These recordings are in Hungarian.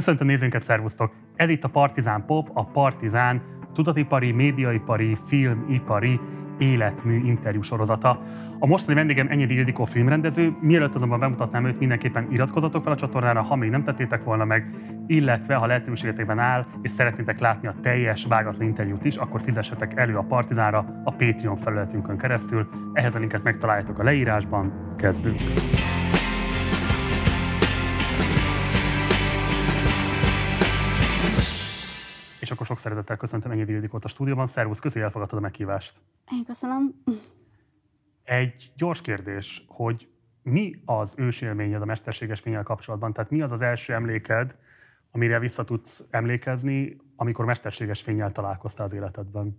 Köszöntöm nézőinket, szervusztok! Ez itt a Partizán Pop, a Partizán tudatipari, médiaipari, filmipari életmű interjú sorozata. A mostani vendégem Enyedi Ildikó filmrendező, mielőtt azonban bemutatnám őt, mindenképpen iratkozzatok fel a csatornára, ha még nem tettétek volna meg, illetve ha lehetőségetekben áll, és szeretnétek látni a teljes, vágatlan interjút is, akkor fizessetek elő a Partizánra a Patreon felületünkön keresztül. Ehhez a linket megtaláljátok a leírásban. Kezdünk! És akkor sok szeretettel köszöntöm Enyedi Ildikót a stúdióban. Szervusz, köszi, hogy elfogadtad a meghívást. Én köszönöm. Egy gyors kérdés, hogy mi az ősélményed a mesterséges fénnyel kapcsolatban? Tehát mi az az első emléked, amire vissza tudsz emlékezni, amikor mesterséges fénnyel találkoztál az életedben?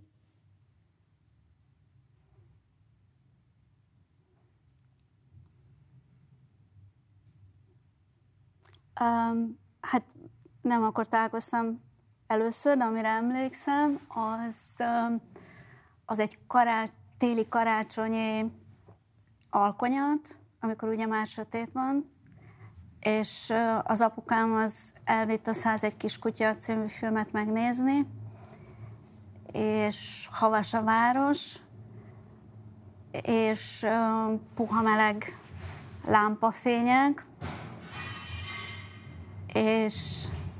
Hát nem akkor találkoztam először, de amire emlékszem, az egy téli karácsonyi alkonyat, amikor ugye már sötét van, és az apukám az elvitt a 101 kiskutya című filmet megnézni, és havas a város, és puha meleg lámpafények, és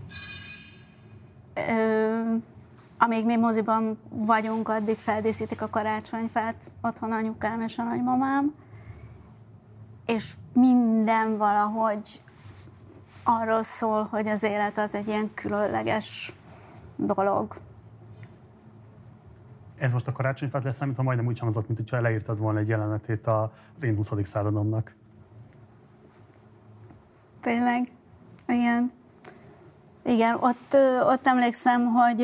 amíg mi moziban vagyunk, addig feldíszítik a karácsonyfát otthon anyukám és a nagymamám, és minden valahogy arról szól, hogy az élet az egy ilyen különleges dolog. Ez most a karácsonyfát lesz, amit majdnem úgy hangzott, mint hogyha leírtad volna egy jelenetét az én 20. századomnak. Tényleg? Igen. Igen, ott emlékszem,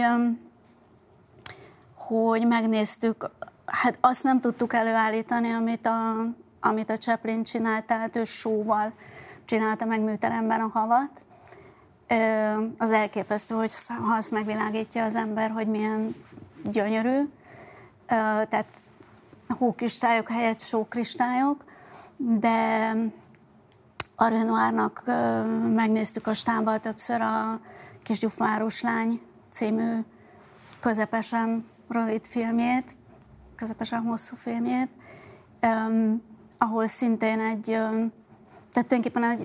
hogy megnéztük, hát azt nem tudtuk előállítani, amit a Chaplin csinált, tehát ő sóval csinálta meg műteremben a havat. Az elképesztő, hogy ha azt megvilágítja az ember, hogy milyen gyönyörű. Tehát hókristályok helyett sókristályok, de a Renoirnak megnéztük a stábbal többször a Kisgyufváros-lány címő közepesen rövid filmjét, közepesen hosszú filmjét, ahol szintén tehát tulajdonképpen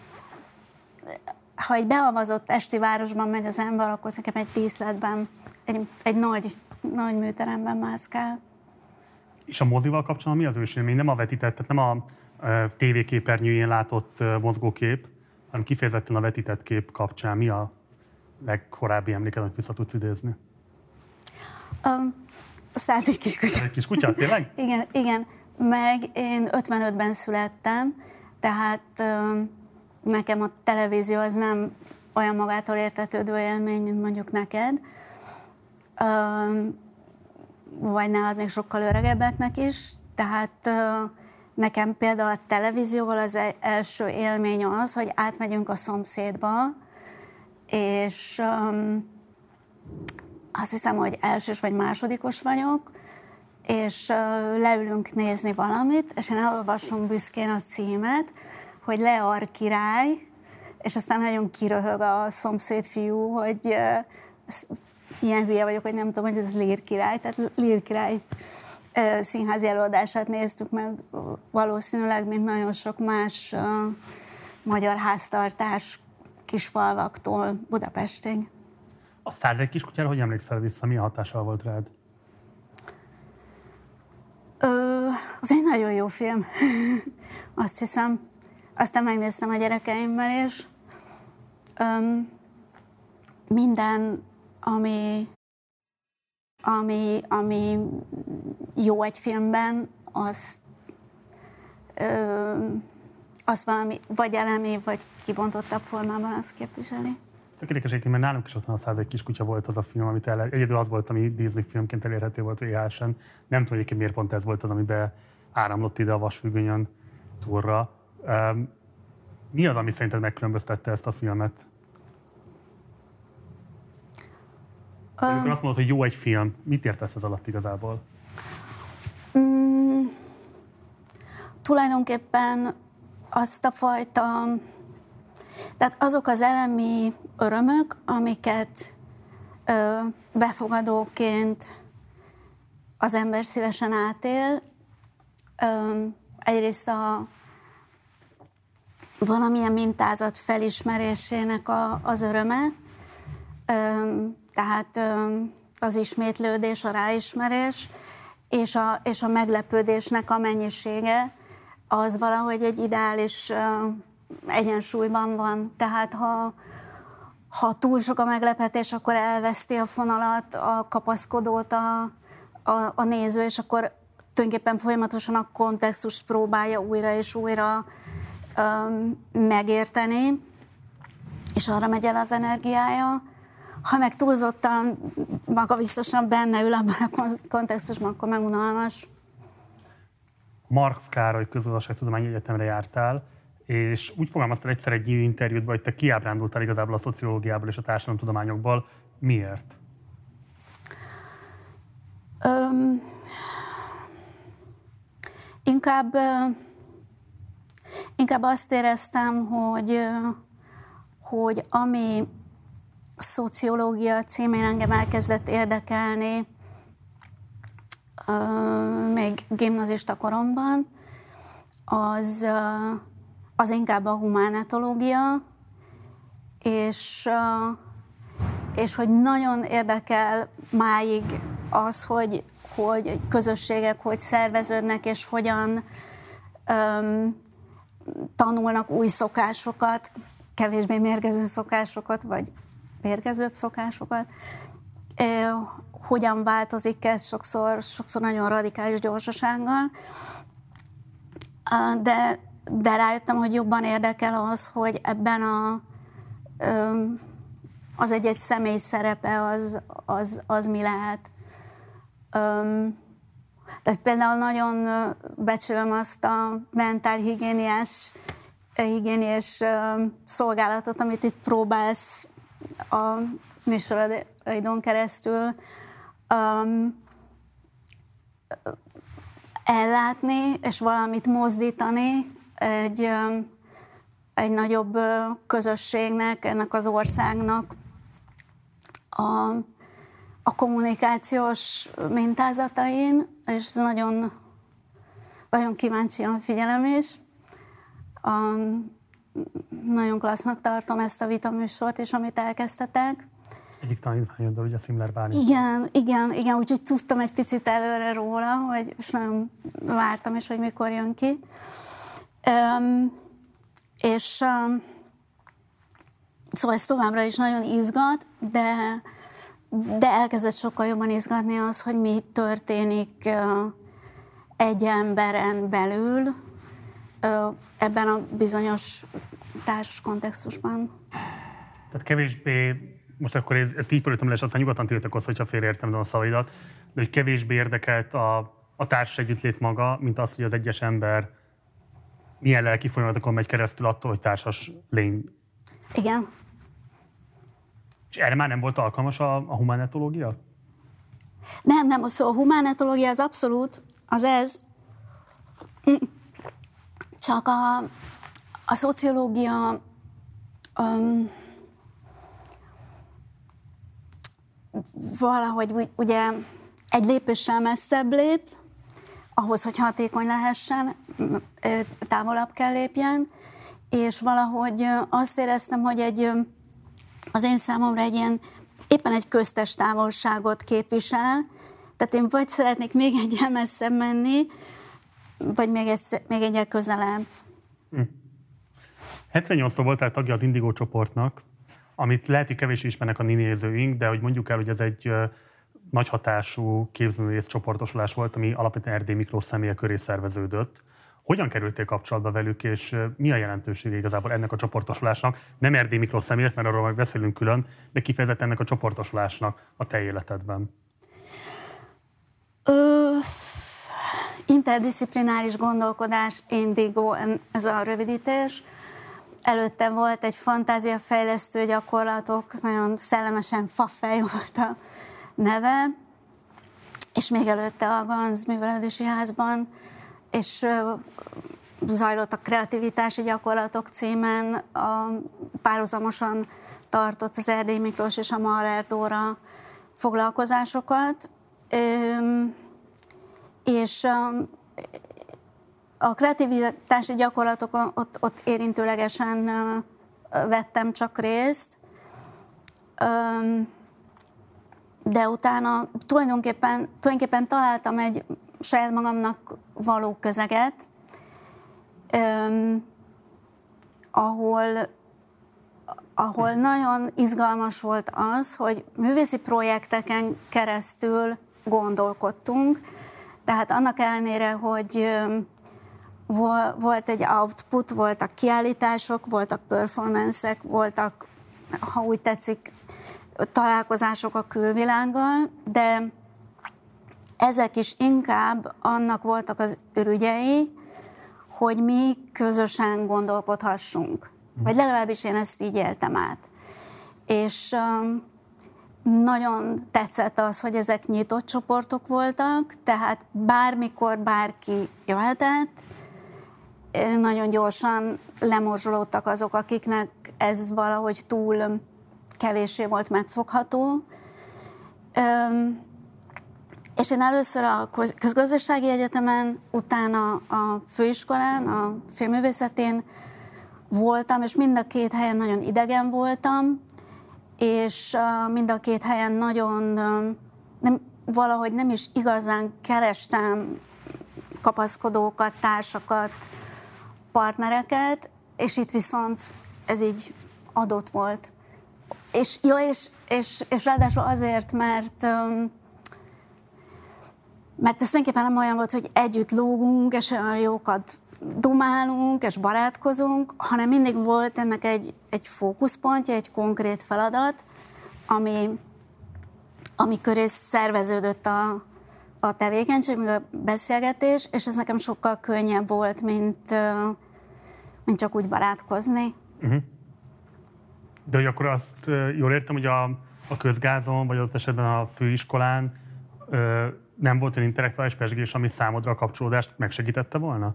ha egy beavazott esti városban megy az ember, akkor egy díszletben, egy nagy műteremben mászkál. És a mozival kapcsolatban mi az ősélmény? Nem a vetített, tehát nem a tévéképernyőjén látott mozgókép, hanem kifejezetten a vetített kép kapcsán. Mi a legkorábbi emléked, amit vissza tudsz idézni? A 101 kiskutya. Egy kiskutya, tényleg? Igen. Meg én 55-ben születtem, tehát nekem a televízió az nem olyan magától értetődő élmény, mint mondjuk neked. Vagy nálad még sokkal öregebbeknek is. Tehát nekem például a televízióval az első élmény az, hogy átmegyünk a szomszédba, és azt hiszem, hogy elsős vagy másodikos vagyok, és leülünk nézni valamit, és én elolvasom büszkén a címet, hogy Lear király, és aztán nagyon kiröhög a szomszéd fiú, hogy ilyen hülye vagyok, hogy nem tudom, hogy ez Lear király, tehát Lear király színházi előadását néztük meg valószínűleg, mint nagyon sok más magyar háztartás kisfalvaktól Budapestig. A 101 kiskutyára hogy emlékszel vissza? Milyen hatással volt rád? Az egy nagyon jó film. Azt hiszem. Aztán megnéztem a gyerekeimmel, és minden, ami jó egy filmben, azt valami vagy elemi, vagy kibontottabb formában azt képviseli. Ez érdekes egyébként, mert nálunk is ott van a 101 kiskutya volt az a film, amit egyedül az volt, ami Disney filmként elérhető volt VHS-en. Nem tudom, hogy miért pont ez volt az, amiben áramlott ide a Vasfüggönyön túlra. Mi az, ami szerinted megkülönböztette ezt a filmet? Amikor azt mondod, hogy jó egy film, mit értesz ez alatt igazából? Tulajdonképpen azt a fajta Tehát azok az elemi örömök, amiket befogadóként az ember szívesen átél, egyrészt a valamilyen mintázat felismerésének az öröme, tehát az ismétlődés, a ráismerés, és a meglepődésnek a mennyisége, az valahogy egy ideális egyensúlyban van. Tehát ha túl sok a meglepetés, akkor elveszti a fonalat, a kapaszkodót a néző, és akkor tulajdonképpen folyamatosan a kontextust próbálja újra és újra megérteni, és arra megy el az energiája. Ha meg túlzottan magabiztosan benne ül abban a kontextusban, akkor meg unalmas. Marx Károly Közgazdaságtudományi Egyetemre jártál, és úgy fogalmaztál egyszer egy interjútban, hogy te kiábrándultál igazából a szociológiából és a társadalomtudományokból. Miért? Inkább azt éreztem, hogy ami szociológia címén engem elkezdett érdekelni még gimnazista koromban, az inkább a humánetológia, és hogy nagyon érdekel máig az, hogy közösségek hogy szerveződnek, és hogyan tanulnak új szokásokat, kevésbé mérgező szokásokat, vagy mérgezőbb szokásokat. Hogyan változik ez sokszor nagyon radikális gyorsasággal. De rájöttem, hogy jobban érdekel az, hogy ebben az egy személy szerepe az mi lehet. Tehát például nagyon becsülöm azt a mentálhigiéniás szolgálatot, amit itt próbálsz a műsoraidon keresztül ellátni, és valamit mozdítani egy nagyobb közösségnek, ennek az országnak a kommunikációs mintázatain, és ez nagyon, nagyon kíváncsian figyelem is. Nagyon klassznak tartom ezt a vitaműsort is, amit elkezdtetek. Egyik tanítványod, ugye Szimler Bálint. Igen, úgyhogy tudtam egy picit előre róla, és nagyon vártam is, hogy mikor jön ki. Szóval ez továbbra is nagyon izgat, de elkezdett sokkal jobban izgatni az, hogy mi történik egy emberen belül ebben a bizonyos társas kontextusban. Tehát kevésbé, most akkor ezt így fölöttem le, és aztán nyugodtan tiltakozz, hogyha félreértem a szavaidat, de hogy kevésbé érdekelt a társas együttlét maga, mint az, hogy az egyes ember milyen lelki folyamatokon megy keresztül attól, hogy társas lény. Igen. És erre már nem volt alkalmas a humánetológia? Nem, szóval a humánetológia az abszolút, az ez, csak a szociológia valahogy ugye egy lépéssel messzebb lép, ahhoz, hogy hatékony lehessen, távolabb kell lépjen, és valahogy azt éreztem, hogy az én számomra éppen egy köztes távolságot képvisel, tehát én vagy szeretnék még egyel messzebb menni, vagy még egyel közelebb. 78-tól voltál tagja az Indigo csoportnak, amit lehet, hogy kevés ismernek a nézőink, de hogy mondjuk el, hogy ez egy nagy hatású képzőművész csoportosulás volt, ami alapvetően Erdély Miklós személye köré szerveződött. Hogyan kerültél kapcsolatba velük, és mi a jelentősége igazából ennek a csoportosulásnak? Nem Erdély Miklós személyek, mert arról majd beszélünk külön, de kifejezetten ennek a csoportosulásnak a te életedben. Interdisziplináris gondolkodás, Indigo, ez a rövidítés. Előtte volt egy fantáziafejlesztő gyakorlatok, nagyon szellemesen Fafej volt a neve, és még előtte a Ganz művelődési házban, és zajlott a kreativitási gyakorlatok címen, párhuzamosan tartott az Erdélyi Miklós és a Mahler Dóra foglalkozásokat, és a kreativitási gyakorlatokon ott érintőlegesen vettem csak részt, de utána tulajdonképpen találtam egy saját magamnak való közeget, ahol nagyon izgalmas volt az, hogy művészi projekteken keresztül gondolkodtunk, tehát annak ellenére, hogy volt egy output, voltak kiállítások, voltak performance-ek, voltak, ha úgy tetszik, találkozások a külvilággal, de ezek is inkább annak voltak az ürügyei, hogy mi közösen gondolkodhassunk. Vagy legalábbis én ezt így éltem át. És nagyon tetszett az, hogy ezek nyitott csoportok voltak, tehát bármikor bárki jöhetett, nagyon gyorsan lemorzsolódtak azok, akiknek ez valahogy túl kevéssé volt megfogható. És én először a Közgazdasági Egyetemen, utána a főiskolán, a filmművészetén voltam, és mind a két helyen nagyon idegen voltam, és mind a két helyen nagyon valahogy nem is igazán kerestem kapaszkodókat, társakat, partnereket, és itt viszont ez így adott volt. És ráadásul azért, mert ez tulajdonképpen nem olyan volt, hogy együtt lógunk, és olyan jókat dumálunk, és barátkozunk, hanem mindig volt ennek egy fókuszpontja, egy konkrét feladat, ami köré szerveződött a tevékenység, meg a beszélgetés, és ez nekem sokkal könnyebb volt, mint csak úgy barátkozni. Uh-huh. De hogy akkor azt jól értem, hogy a közgázon, vagy ott esetben a főiskolán nem volt olyan intellektuális pezsgés, ami számodra a kapcsolódást megsegítette volna?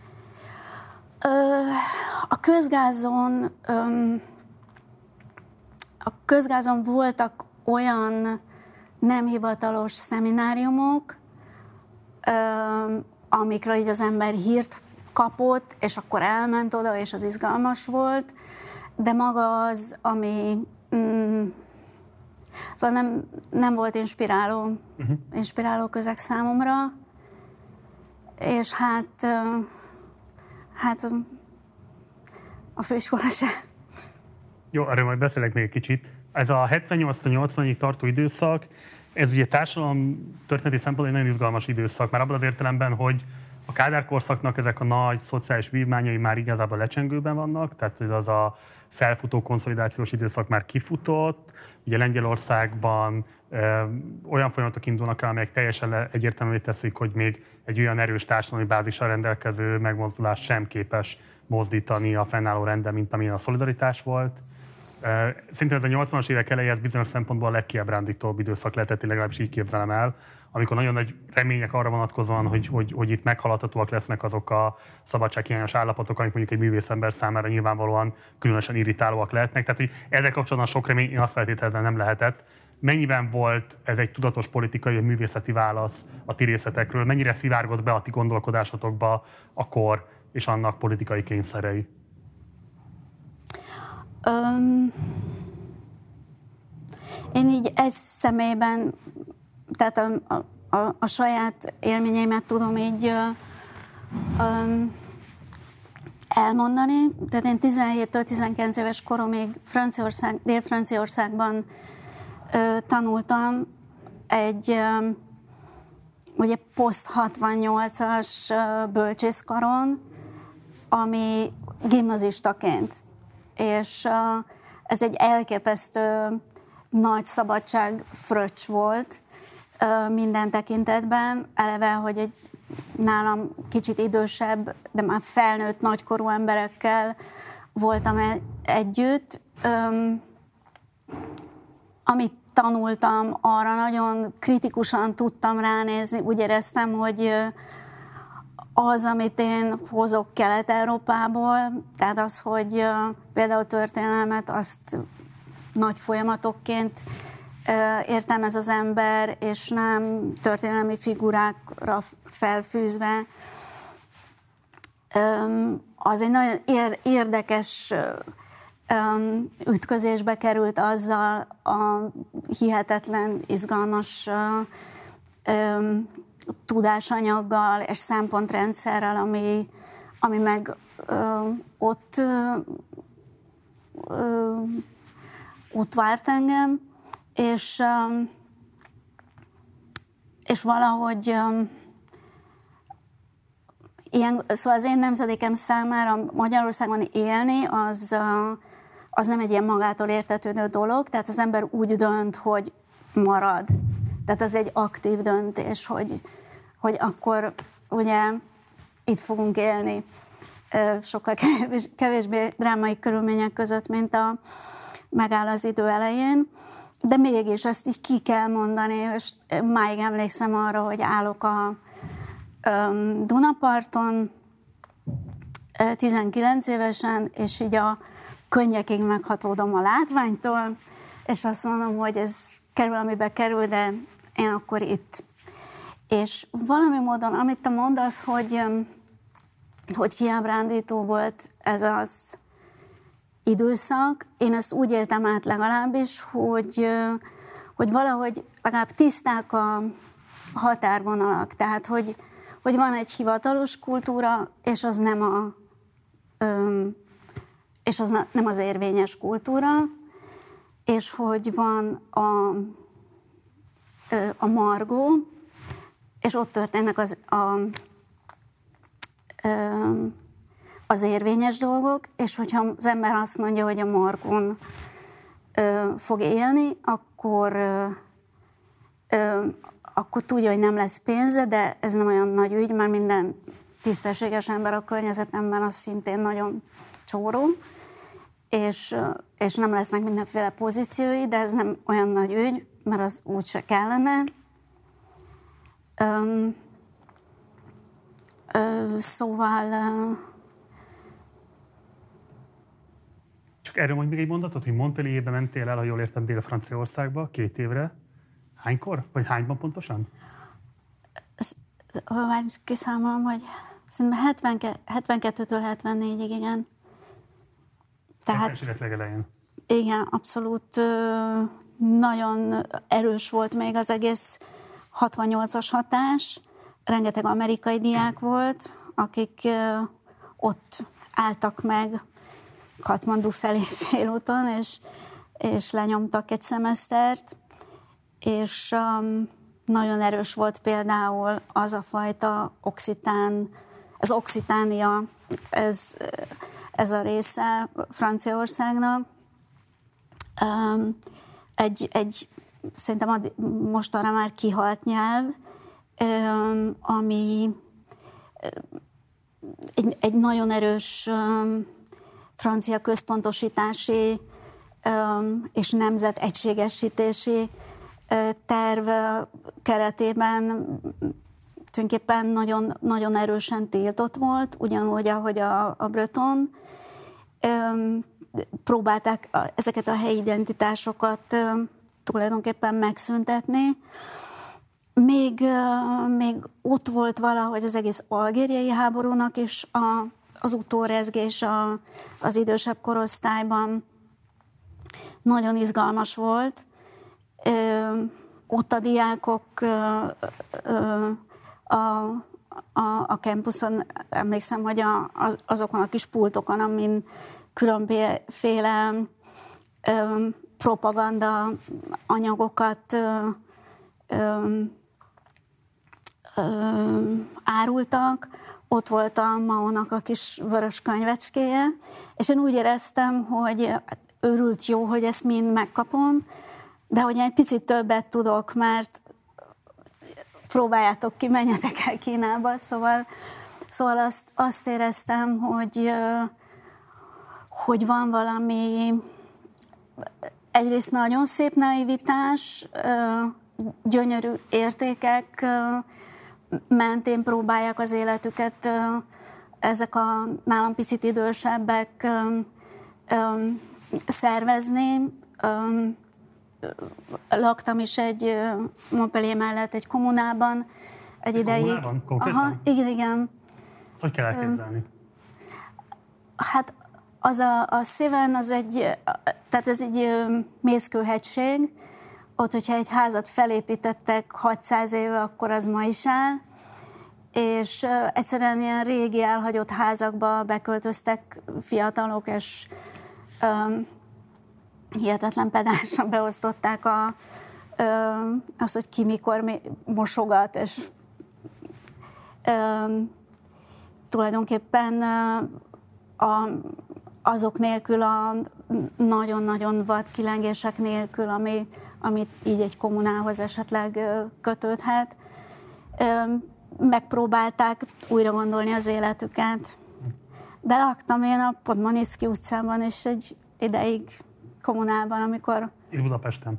A közgázon voltak olyan nem hivatalos szemináriumok, amikről így az ember hírt kapott, és akkor elment oda, és az izgalmas volt, de maga az, ami szóval nem volt inspiráló közeg számomra, és hát a főiskola se. Jó, arról majd beszélek még egy kicsit. Ez a 78-80-ig tartó időszak, ez ugye társadalom történeti szempontból egy nagyon izgalmas időszak, már abban az értelemben, hogy a Kádár korszaknak ezek a nagy szociális vívmányai már igazából lecsengőben vannak, tehát ez az a felfutó konszolidációs időszak már kifutott. Ugye Lengyelországban olyan folyamatok indulnak el, amelyek teljesen egyértelművé teszik, hogy még egy olyan erős társadalmi bázissal rendelkező megmozdulás sem képes mozdítani a fennálló renden, mint amilyen a szolidaritás volt. Szintén ez a 80-as évek eleje, ez bizonyos szempontból a legkiábrándítóbb időszak lehetett, legalábbis így képzelem el, amikor nagyon nagy remények arra vonatkozóan, hogy itt meghaladhatóak lesznek azok a szabadsághiányos állapotok, amik mondjuk egy művészember számára nyilvánvalóan különösen irritálóak lehetnek. Tehát, hogy ezzel kapcsolatban sok remény, én azt feltételezem, nem lehetett. Mennyiben volt ez egy tudatos politikai, vagy művészeti válasz a ti részletekről? Mennyire szivárgott be a ti gondolkodásotokba a kor és annak politikai kényszerei? Én így egy személyben, tehát a saját élményeimet tudom így elmondani. Tehát én 17-től 19 éves koromig Dél-Franciaországban tanultam egy ugye poszt-68-as bölcsészkaron, ami gimnazistaként. És ez egy elképesztő nagy szabadság fröccs volt minden tekintetben. Eleve, hogy egy nálam kicsit idősebb, de már felnőtt nagykorú emberekkel voltam együtt. Amit tanultam, arra nagyon kritikusan tudtam ránézni. Úgy éreztem, az, amit én hozok Kelet-Európából, tehát az, hogy például történelmet azt nagy folyamatokként értelmez az ember, és nem történelmi figurákra felfűzve. Az egy nagyon érdekes ütközésbe került azzal a hihetetlen, izgalmas tudásanyaggal és szempontrendszerrel, ami meg ott várt engem, és valahogy szóval az én nemzedékem számára Magyarországon élni, az nem egy ilyen magától értetődő dolog, tehát az ember úgy dönt, hogy marad. Tehát az egy aktív döntés, hogy akkor ugye itt fogunk élni sokkal kevésbé drámai körülmények között, mint megáll az idő elején. De mégis ezt így ki kell mondani, és máig emlékszem arra, hogy állok a Dunaparton 19 évesen, és így a könnyekig meghatódom a látványtól, és azt mondom, hogy ez kerül, amibe kerül, de én akkor itt. És valami módon, amit te mondasz, hogy kiábrándító volt ez az időszak, én ezt úgy éltem át legalábbis, hogy valahogy legalább tiszták a határvonalak, tehát hogy van egy hivatalos kultúra, és az nem nem az érvényes kultúra, és hogy van a margó, és ott történnek az érvényes dolgok, és hogyha az ember azt mondja, hogy a margón fog élni, akkor tudja, hogy nem lesz pénze, de ez nem olyan nagy ügy, mert minden tisztességes ember a környezetemben az szintén nagyon csóró, és nem lesznek mindenféle pozíciói, de ez nem olyan nagy ügy, mert az úgyse kellene. Szóval... Csak erről mondj még egy mondatot, hogy Montpellierbe mentél el, ha jól értem, Dél-Franciaországba 2 évre. Hánykor? Vagy hányban pontosan? Már kiszámolom, hogy szerintem 72-től 74-ig, igen. Tehát... legelején. Igen, abszolút nagyon erős volt még az egész 68-as hatás. Rengeteg amerikai diák volt, akik ott álltak meg Katmandu felé félúton, és lenyomtak egy szemesztert, és nagyon erős volt például az a fajta az Occitánia, ez a része Franciaországnak. Egy szerintem mostanra már kihalt nyelv, ami egy nagyon erős francia központosítási és nemzetegységesítési terv keretében tulajdonképpen nagyon, nagyon erősen tiltott volt, ugyanúgy, ahogy a breton. Próbálták ezeket a helyi identitásokat tulajdonképpen megszüntetni. Még ott volt valahogy az egész algériai háborúnak is az utórezgés az idősebb korosztályban. Nagyon izgalmas volt. Ott a diákok a campuson, emlékszem, hogy azokon a kis pultokon, amin különféle propaganda anyagokat árultak, ott volt a Mao-nak a kis vörös könyvecskéje, és én úgy éreztem, hogy őrült jó, hogy ezt mind megkapom, de hogy egy picit többet tudok, mert próbáljátok ki, menjetek el Kínába, szóval azt éreztem, hogy van valami egyrészt nagyon szép naivitás, gyönyörű értékek, mentén próbálják az életüket ezek a nálam picit idősebbek szervezni. Laktam is egy Montpellier mellett egy kommunában egy ideig. Kommunában? Konkrétan? Aha, igen. Ezt hogy kell elképzelni? Hát a Cévennes az tehát ez egy mészkőhegység. Ott, hogyha egy házat felépítettek 600 éve, akkor az ma is áll. És egyszerűen ilyen régi elhagyott házakba beköltöztek fiatalok, és hihetetlen pedánsan beosztották azt, hogy ki mikor mosogat, és tulajdonképpen azok nélkül, a nagyon-nagyon vad kilengések nélkül, amit így egy kommunához esetleg kötődhet, megpróbálták újra gondolni az életüket. De laktam én a Podmanicki utcában, és egy ideig kommunában, amikor... Itt Budapesten?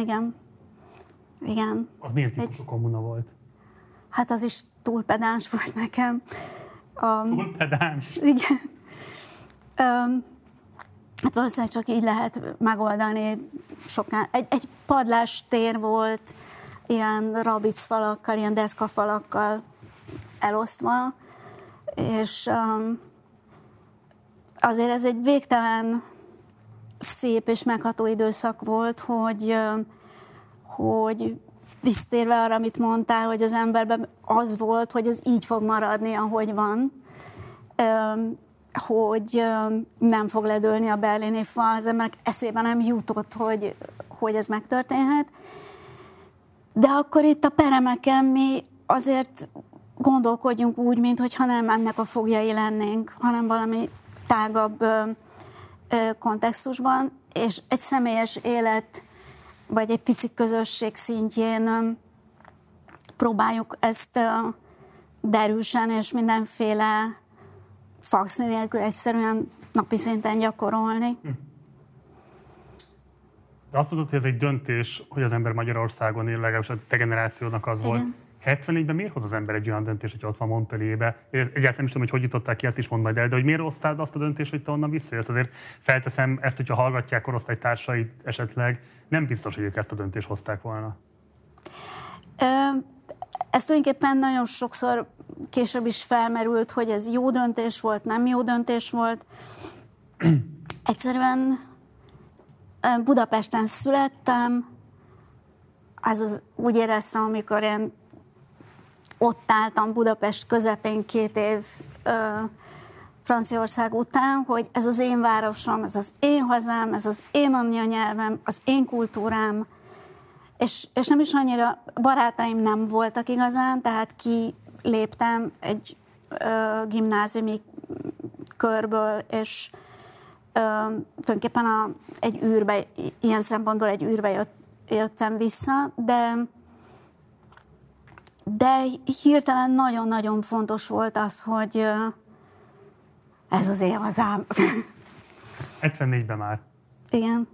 Igen. Az milyen típusú kommuna volt? Hát az is túl pedáns volt nekem. Túl pedáns? Igen. Hát valószínűleg csak így lehet megoldani sokan. Egy padlástér volt, ilyen rabicfalakkal, ilyen deszkafalakkal elosztva, és azért ez egy végtelen szép és megható időszak volt, hogy visszatérve arra, amit mondtál, hogy az emberben az volt, hogy ez így fog maradni, ahogy van, hogy nem fog ledőlni a berlini fal, az emberek eszébe nem jutott, hogy ez megtörténhet. De akkor itt a peremeken mi azért gondolkodjunk úgy, mintha nem ennek a fogjai lennénk, hanem valami tágabb kontextusban, és egy személyes élet, vagy egy pici közösség szintjén próbáljuk ezt derűsen és mindenféle faxni nélkül egyszerűen napi szinten gyakorolni. De azt mondod, hogy ez egy döntés, hogy az ember Magyarországon él, legalábbis a te generációnak az volt. 74-ben miért hoz az ember egy olyan döntést, hogy ott van Montpellierbe? Egyáltalán nem tudom, hogy jutották ki, ezt is mondd majd el, de hogy miért hoztad azt a döntést, hogy te onnan visszajössz? Azért felteszem ezt, hogyha hallgatják korosztálytársaid esetleg, nem biztos, hogy ők ezt a döntést hozták volna. Ez tulajdonképpen nagyon sokszor később is felmerült, hogy ez jó döntés volt, nem jó döntés volt. Egyszerűen Budapesten születtem, úgy éreztem, amikor én ott álltam Budapest közepén 2 év Franciaország után, hogy ez az én városom, ez az én hazám, ez az én anyanyelvem, az én kultúrám, és nem is annyira barátaim nem voltak igazán, tehát kiléptem egy gimnáziumi körből, és tulajdonképpen egy űrbe, ilyen szempontból egy űrbe jöttem vissza, de hirtelen nagyon-nagyon fontos volt az, hogy ez az én hazám. 74-ben már. Igen.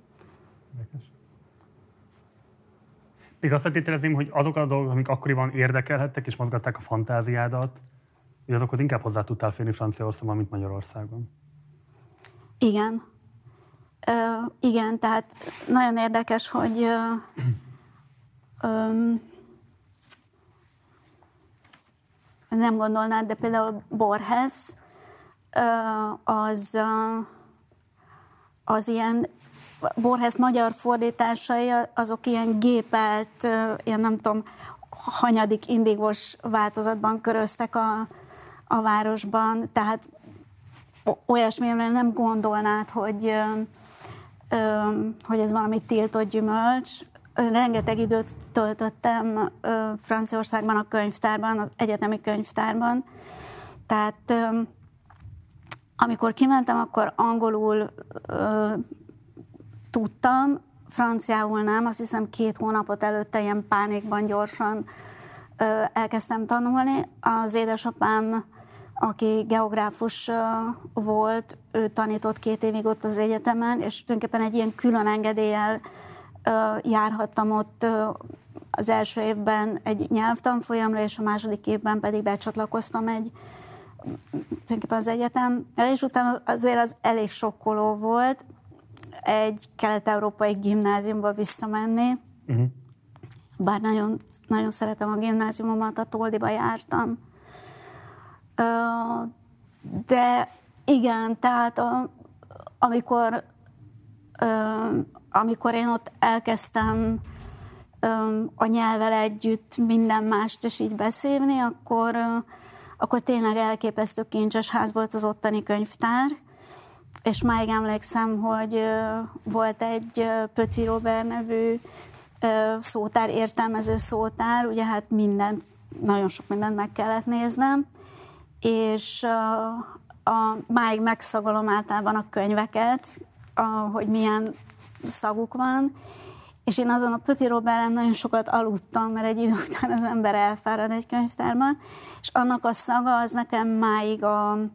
Még azt feltételezném, hogy azok a dolgok, amik akkoriban érdekelhettek és mozgatták a fantáziádat, hogy azokhoz inkább hozzá tudtál férni Franciaországban, mint Magyarországon. Igen. Igen, tehát nagyon érdekes, hogy nem gondolnád, de például Borges az ilyen, Borges magyar fordításai azok ilyen gépelt, ilyen nem tudom, hanyadik indigos változatban köröztek a városban, tehát olyasmire nem gondolnád, hogy ez valami tiltott gyümölcs. Rengeteg időt töltöttem Franciaországban a könyvtárban, az egyetemi könyvtárban. Tehát amikor kimentem, akkor angolul tudtam, franciául nem. Azt hiszem 2 hónapot előtte ilyen pánikban gyorsan elkezdtem tanulni. Az édesapám, aki geográfus volt, ő tanított 2 évig ott az egyetemen, és tulajdonképpen egy ilyen külön engedéllyel járhattam ott az első évben egy nyelvtanfolyamra, és a második évben pedig becsatlakoztam tulajdonképpen az egyetemre, és utána azért az elég sokkoló volt egy kelet-európai gimnáziumba visszamenni. Bár nagyon, nagyon szeretem a gimnáziumomat, a Toldiba jártam. De igen, tehát amikor én ott elkezdtem a nyelvvel együtt minden mást is így beszélni, akkor tényleg elképesztő kincses ház volt az ottani könyvtár, és máig emlékszem, hogy volt egy Pötzi Robert nevű szótár, értelmező szótár, ugye hát nagyon sok mindent meg kellett néznem, és máig megszagolom általában a könyveket, hogy milyen szaguk van, és én azon a Pötzi Roberten nagyon sokat aludtam, mert egy idő után az ember elfárad egy könyvtárban, és annak a szaga az nekem máig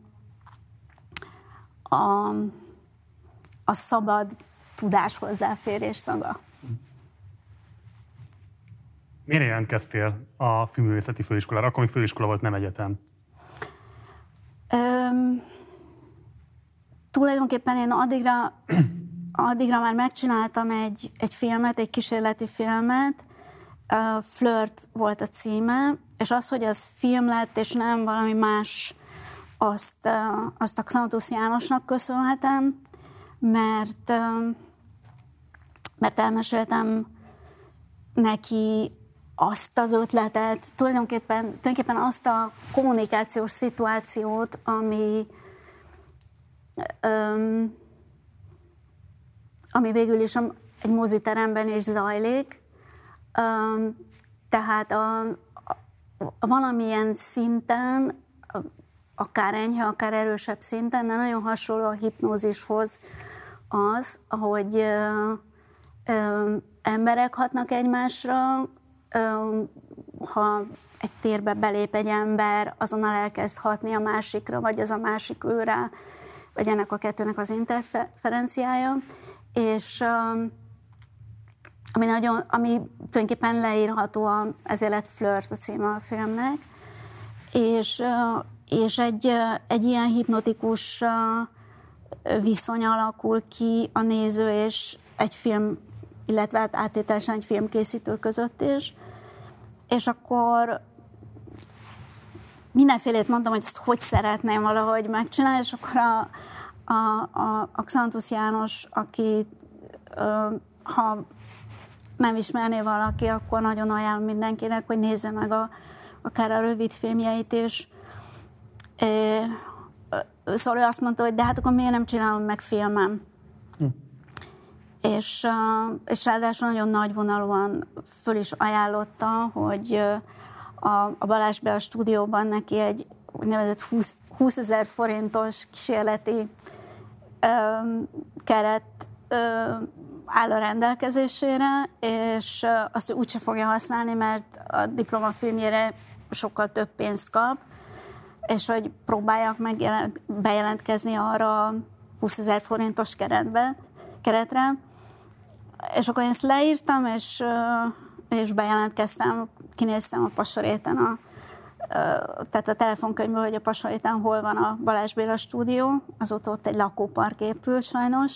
a szabad tudás hozzáférés szaga. Miért jelentkeztél a filmművészeti főiskolára? Akkor még főiskola volt, nem egyetem. Tulajdonképpen én addigra már megcsináltam egy filmet, egy kísérleti filmet, Flirt volt a címe, és az, hogy az film lett, és nem valami más, azt a Xantus Jánosnak köszönhetem, mert elmeséltem neki azt az ötletet, tulajdonképpen azt a kommunikációs szituációt, ami végül is egy moziteremben is zajlik. Tehát valamilyen szinten, akár enyhe, akár erősebb szinten, de nagyon hasonló a hipnózishoz az, ahogy emberek hatnak egymásra, ha egy térbe belép egy ember, azonnal elkezd hatni a másikra, vagy az a másik őre, vagy ennek a kettőnek az interferenciája, és ami tulajdonképpen leírható, ezért lett Flirt a címe a filmnek, és egy ilyen hipnotikus viszony alakul ki a néző és egy film, illetve áttételesen egy filmkészítő között is, és akkor mindenfélét mondtam, hogy ezt hogy szeretném valahogy megcsinálni, és akkor a Xantus János, aki ha nem ismerné valaki, akkor nagyon ajánlom mindenkinek, hogy nézze meg akár a rövid filmjeit is. Szóval ő azt mondta, hogy de hát akkor miért nem csinálom meg filmem? És ráadásul nagyon nagyvonalúan föl is ajánlotta, hogy a Balázs Béla stúdióban neki egy úgynevezett 20 000 forintos kísérleti keret áll a rendelkezésére, és azt úgyse fogja használni, mert a diplomafilmjére sokkal több pénzt kap, és hogy próbálják meg bejelentkezni arra a 20 000 forintos keretre. És akkor én ezt leírtam, és bejelentkeztem, kinéztem a Pasoréten, tehát a telefonkönyvből, hogy a Pasoréten hol van a Balázs Béla stúdió, azóta ott egy lakópark épült sajnos,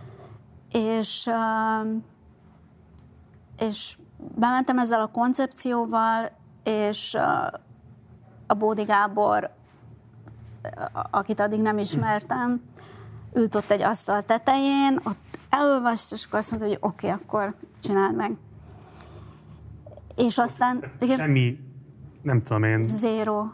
és bementem ezzel a koncepcióval, és a Bódi Gábor, akit addig nem ismertem, ült ott egy asztal tetején, ott elolvast, és akkor azt mondta, hogy oké, akkor csináld meg. És aztán... Semmi, nem tudom én... Zero.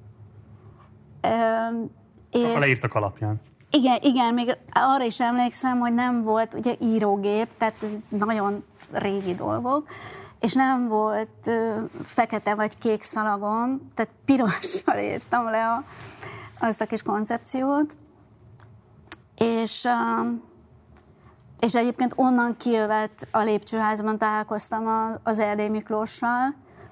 Csak leírtak alapján. Igen, még arra is emlékszem, hogy nem volt ugye írógép, tehát ez nagyon régi dolgok, és nem volt fekete vagy kék szalagon, tehát pirossal írtam le azt a kis koncepciót, és egyébként onnan kijövet a lépcsőházban találkoztam az Erdély Miklóssal.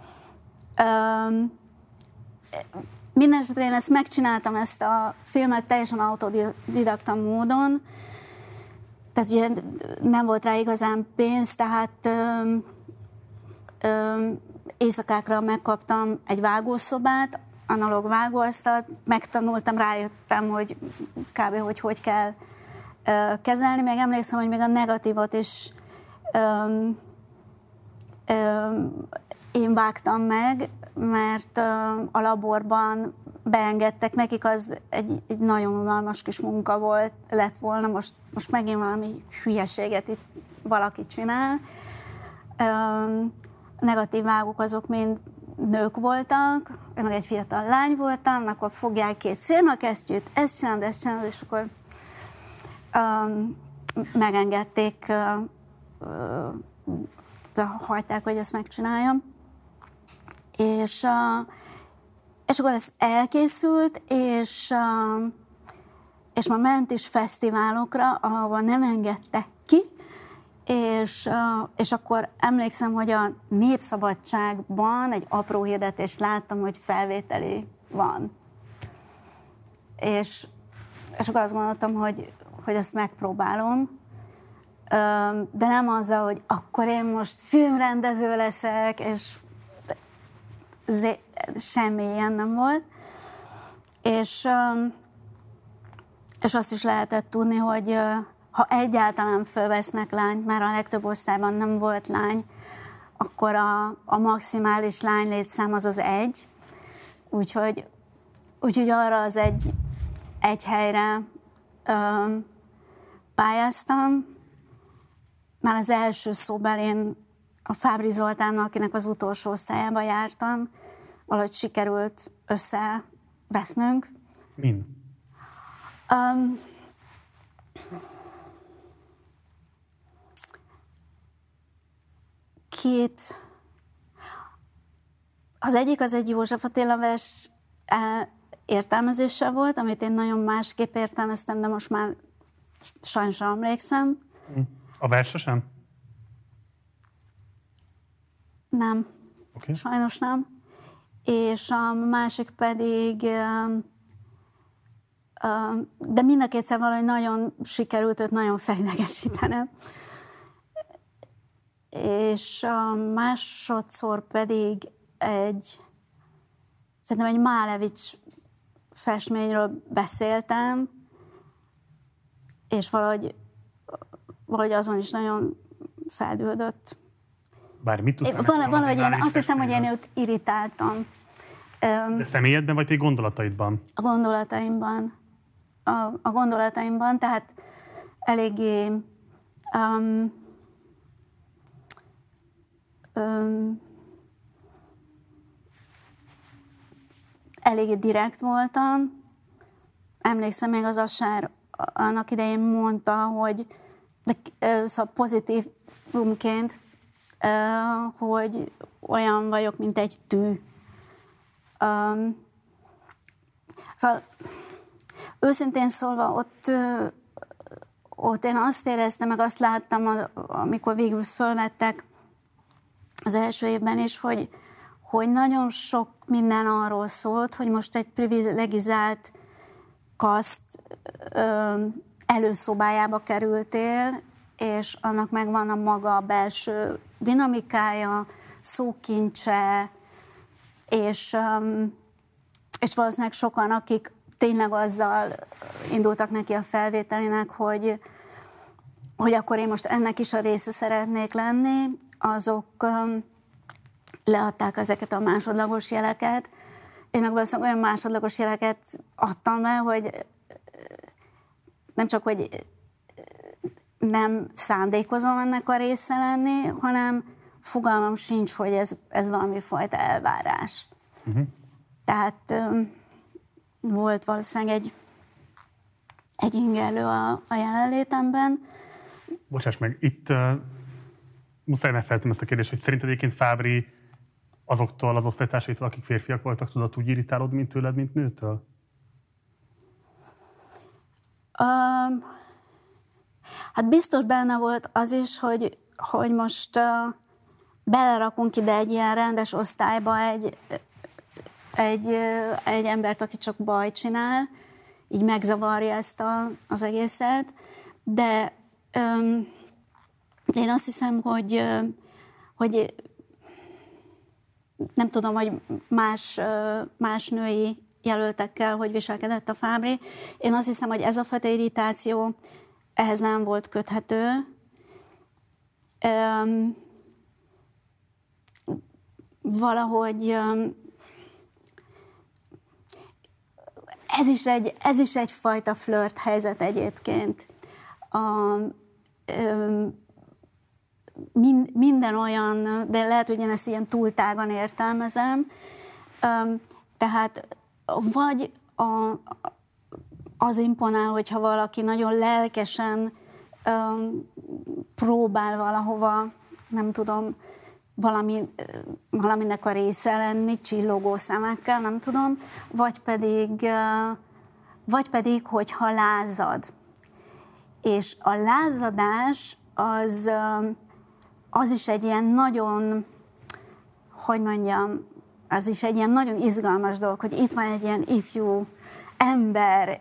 Mindenesetre én ezt megcsináltam, ezt a filmet teljesen autodidakta módon, tehát ugye nem volt rá igazán pénz, tehát éjszakákra megkaptam egy vágószobát, analóg vágóasztalt, megtanultam, rájöttem, hogy kb. hogy kell kezelni. Még emlékszem, hogy még a negatívot is én vágtam meg, mert a laborban beengedtek, nekik az egy nagyon unalmas kis munka lett volna, most megint valami hülyeséget itt valaki csinál. Negatív vágók azok mind nők voltak, én meg egy fiatal lány voltam, akkor fogják 2 cérnakesztyűt, ezt csinálod, és akkor megengedték, hagyták, hogy ezt megcsináljam. És akkor ez elkészült, és már ment is fesztiválokra, ahova nem engedtek ki, és akkor emlékszem, hogy a Népszabadságban egy apró hirdetést láttam, hogy felvételi van. És akkor azt gondoltam, hogy ezt megpróbálom, de nem azzal, hogy akkor én most filmrendező leszek, és semmi ilyen nem volt. És azt is lehetett tudni, hogy ha egyáltalán fölvesznek lányt, mert a legtöbb osztályban nem volt lány, akkor a maximális lánylétszám az 1. Úgyhogy arra az egy helyre pályáztam. Már az első szóbelén a Fábry Zoltánnal, akinek az utolsó osztályába jártam, valahogy sikerült összevesznünk. Min? Az egyik az egy József Attila vers értelmezése volt, amit én nagyon másképp értelmeztem, de most már sajnos emlékszem. A verse sem? Nem. Okay. Sajnos nem. És a másik pedig, de mind a kétszer valahogy nagyon sikerült őt nagyon felidegesítenem. És a másodszor pedig szerintem egy Málevics festményről beszéltem, és valahogy azon is nagyon feldüldött. Bár mit tudtál? Valahogy én azt hiszem, hogy én őt irritáltam. De személyedben, vagy pedig gondolataidban? A gondolataimban. A gondolataimban, tehát eléggé eléggé direkt voltam. Emlékszem, még az Asár annak idején mondta, hogy szóval pozitívumként, hogy olyan vagyok, mint egy tű. Szóval őszintén szólva ott én azt éreztem, meg azt láttam, amikor végül fölvettek az első évben is, hogy nagyon sok minden arról szólt, hogy most egy privilegizált kaszt előszobájába kerültél, és annak megvan a maga belső dinamikája, szókincse, és valószínűleg sokan, akik tényleg azzal indultak neki a felvételének, hogy akkor én most ennek is a része szeretnék lenni, azok leadták ezeket a másodlagos jeleket. Én meg valószínűleg olyan másodlagos jeleket adtam le, hogy nem csak, hogy nem szándékozom ennek a része lenni, hanem fogalmam sincs, hogy ez valami fajta elvárás. Tehát volt valószínűleg egy ingerlő a jelenlétemben. Bocsáss meg, itt muszáj megfeleltem ezt a kérdést, hogy szerinted egyébként Fábry azoktól az osztálytársaitól, akik férfiak voltak, tudod úgy irritálódni, mint tőled, mint nőtől? Hát biztos benne volt az is, hogy most belerakunk ide egy ilyen rendes osztályba egy embert, aki csak bajt csinál, így megzavarja ezt az egészet, de én azt hiszem, hogy nem tudom, hogy más női jelöltekkel hogy viselkedett a Fábri. Én azt hiszem, hogy ez a fajta irritáció ehhez nem volt köthető. Valahogy ez is egyfajta flirt helyzet egyébként. Minden olyan, de lehet, hogy én ezt ilyen túltágan értelmezem, tehát vagy az imponál, hogyha valaki nagyon lelkesen próbál valahova, nem tudom, valaminek a része lenni, csillogó szemekkel, nem tudom, vagy pedig hogyha lázad. És a lázadás az is egy ilyen nagyon, hogy mondjam, az is egy ilyen nagyon izgalmas dolog, hogy itt van egy ilyen ifjú ember,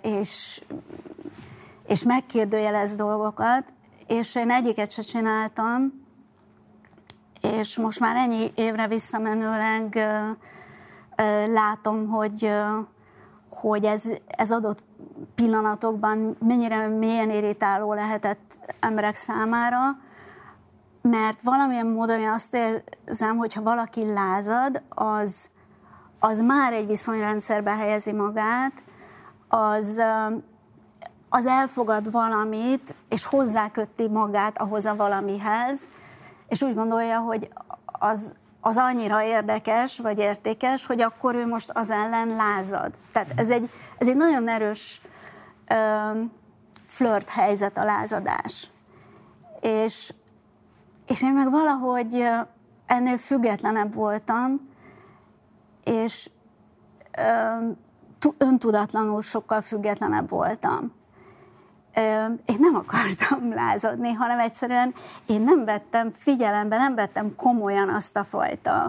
és megkérdőjelez dolgokat, és én egyiket se csináltam, és most már ennyi évre visszamenőleg látom, hogy ez adott pillanatokban mennyire mélyen irritáló lehetett emberek számára, mert valamilyen módon én azt érzem, hogyha valaki lázad, az már egy viszonyrendszerbe helyezi magát, az elfogad valamit, és hozzákötti magát ahhoz a valamihez, és úgy gondolja, hogy az annyira érdekes, vagy értékes, hogy akkor ő most az ellen lázad. Tehát ez egy nagyon erős flirt helyzet a lázadás. És én meg valahogy ennél függetlenebb voltam, és öntudatlanul sokkal függetlenebb voltam. Én nem akartam lázadni, hanem egyszerűen én nem vettem figyelembe, nem vettem komolyan azt a fajta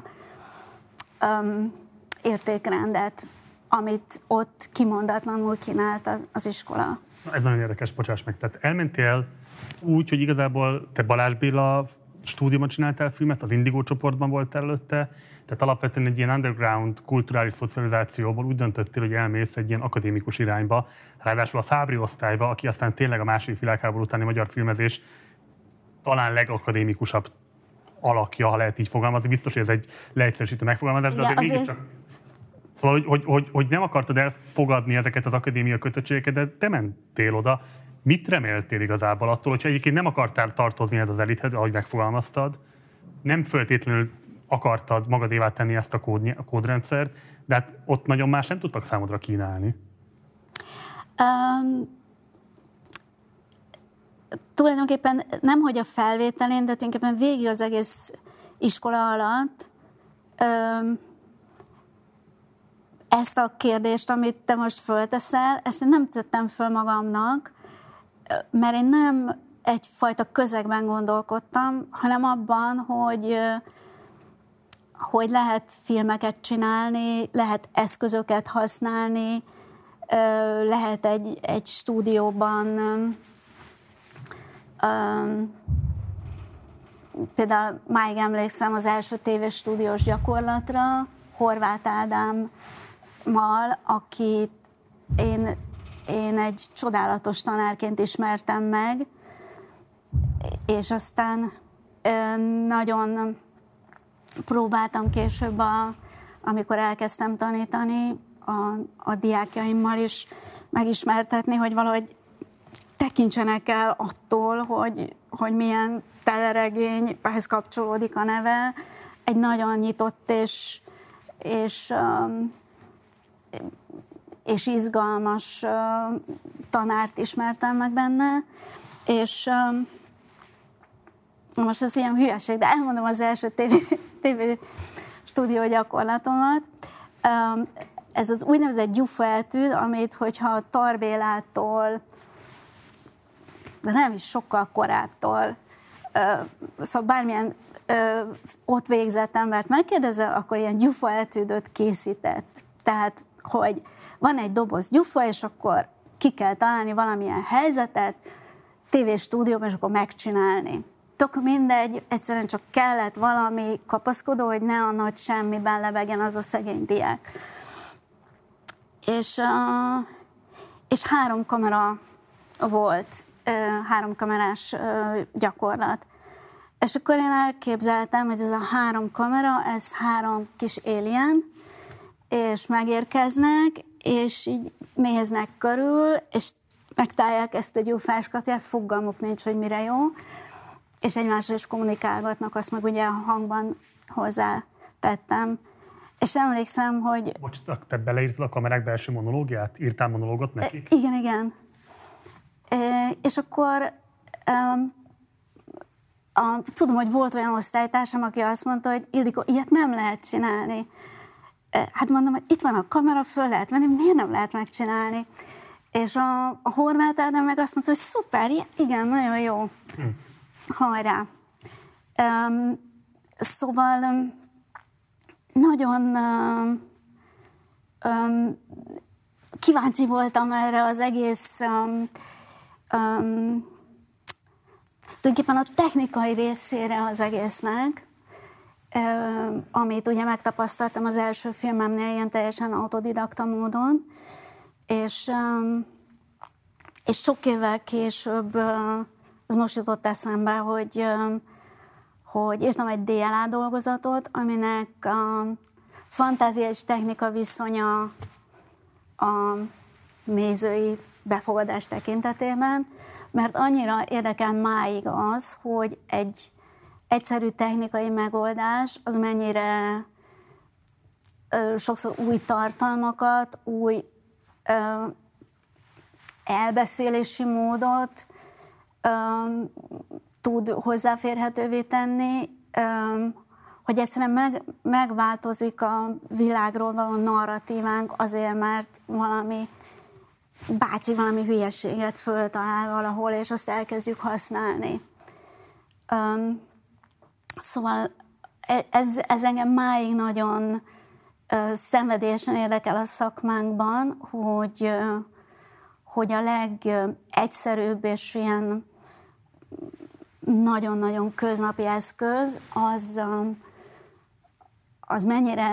értékrendet, amit ott kimondatlanul kínált az iskola. Ez nagyon érdekes, bocsáss meg. Tehát elmentél úgy, hogy igazából te Balázs Béla stúdiumban csináltál filmet, az Indigo csoportban voltál előtte, tehát alapvetően egy ilyen underground kulturális szocializációból úgy döntöttél, hogy elmész egy ilyen akadémikus irányba, ráadásul a Fábri osztályba, aki aztán tényleg a második világháború utáni magyar filmezés talán legakadémikusabb alakja, ha lehet így fogalmazni. Biztos, hogy ez egy leegyszerűsítő megfogalmazás, de azért mégiscsak... Szóval, hogy nem akartad elfogadni ezeket az akadémia kötöttségeket, de te mentél oda. Mit reméltél igazából attól, hogyha egyébként nem akartál tartozni ez az elithez, ahogy megfogalmaztad, nem feltétlenül akartad magadévá tenni ezt a kódrendszert, de hát ott nagyon más nem tudtak számodra kínálni. Tulajdonképpen nem, hogy a felvételén, de tulajdonképpen végig az egész iskola alatt ezt a kérdést, amit te most fölteszel, ezt én nem tettem föl magamnak, mert én nem egyfajta közegben gondolkodtam, hanem abban, hogy lehet filmeket csinálni, lehet eszközöket használni, lehet egy stúdióban, például máig emlékszem az első tévés stúdiós gyakorlatra, Horváth Ádámmal, akit én egy csodálatos tanárként ismertem meg, és aztán nagyon próbáltam később, amikor elkezdtem tanítani, a diákjaimmal is megismertetni, hogy valahogy tekintsenek el attól, hogy milyen teleregény, ehhez kapcsolódik a neve, egy nagyon nyitott és izgalmas tanárt ismertem meg benne, és most ez ilyen hülyeség, de elmondom az első TV stúdió gyakorlatomat. Ez az úgynevezett gyufaetűd, amit hogyha a Tarbélától, de nem is sokkal korábbtól, szóval bármilyen ott végzett embert megkérdezel, akkor ilyen gyufaetűdöt készített. Tehát, hogy van egy doboz gyufa, és akkor ki kell találni valamilyen helyzetet, tévés stúdióban, és akkor megcsinálni. tök mindegy, egyszerűen csak kellett valami kapaszkodó, hogy ne a nagy semmiben lebegjen az a szegény diák. És 3 kamera volt, 3 kamerás gyakorlat. És akkor én elképzeltem, hogy ez a 3 kamera, ez 3 kis alien, és megérkeznek, és így néznek körül, és megtalálják ezt a gyúfáskatját, fogalmuk nincs, hogy mire jó, és egymással is kommunikálgatnak, azt meg ugye a hangban hozzá tettem. És emlékszem, hogy... Bocs, te beleírtad a kamerák belső monológiát? Írtál monológot nekik? Igen. És akkor tudom, hogy volt olyan osztálytársam, aki azt mondta, hogy Ildikó, ilyet nem lehet csinálni. Hát mondom, hogy itt van a kamera, föl lehet venni, miért nem lehet megcsinálni? És a Horváth Ádám meg azt mondta, hogy szuper, igen, nagyon jó. Hajrá. Szóval nagyon kíváncsi voltam erre az egész, tulajdonképpen a technikai részére az egésznek, amit ugye megtapasztaltam az első filmemnél ilyen teljesen autodidakta módon, és sok évvel később az most jutott eszembe, hogy írtam egy DLA dolgozatot, aminek a fantázia és technika viszonya a nézői befogadás tekintetében, mert annyira érdekel máig az, hogy egy egyszerű technikai megoldás az mennyire sokszor új tartalmakat, új elbeszélési módot tud hozzáférhetővé tenni, hogy egyszerűen megváltozik a világról való narratívánk azért, mert valami hülyeséget föltalál valahol, és azt elkezdjük használni. Szóval ez engem máig nagyon szenvedélyesen érdekel a szakmánkban, hogy a legegyszerűbb és ilyen nagyon-nagyon köznapi eszköz, az mennyire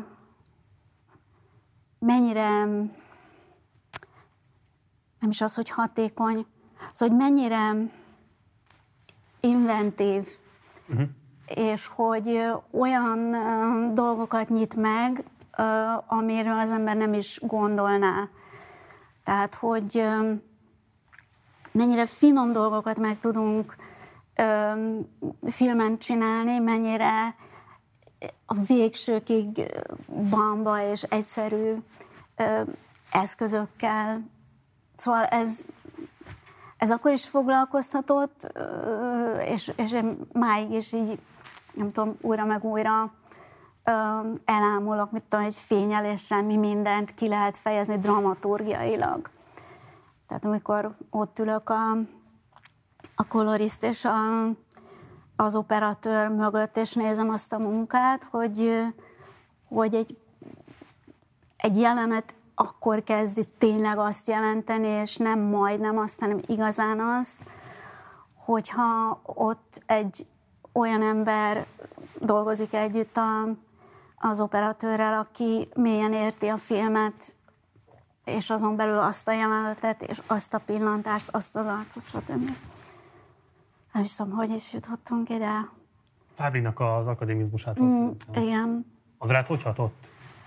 nem is az, hogy hatékony, az, hogy mennyire inventív, és hogy olyan dolgokat nyit meg, amiről az ember nem is gondolná. Tehát, hogy mennyire finom dolgokat meg tudunk filmen csinálni, mennyire a végsőkig bamba és egyszerű eszközökkel. Szóval ez akkor is foglalkoztatott, és én máig is így, nem tudom, újra meg újra elámulok, mit tudom, egy fényeléssel mi mindent ki lehet fejezni dramaturgiailag. Tehát amikor ott ülök a kolorist és az operatőr mögött, és nézem azt a munkát, hogy egy jelenet akkor kezdi tényleg azt jelenteni, és nem majdnem azt, hanem igazán azt, hogyha ott egy olyan ember dolgozik együtt az operatőrrel, aki mélyen érti a filmet, és azon belül azt a jelenetet, és azt a pillantást, azt az arcot, stb. Nem is tudom, hogy is jutottunk ide. Fábrinak az akadémizmusától. Igen. Az rád hogy hatott?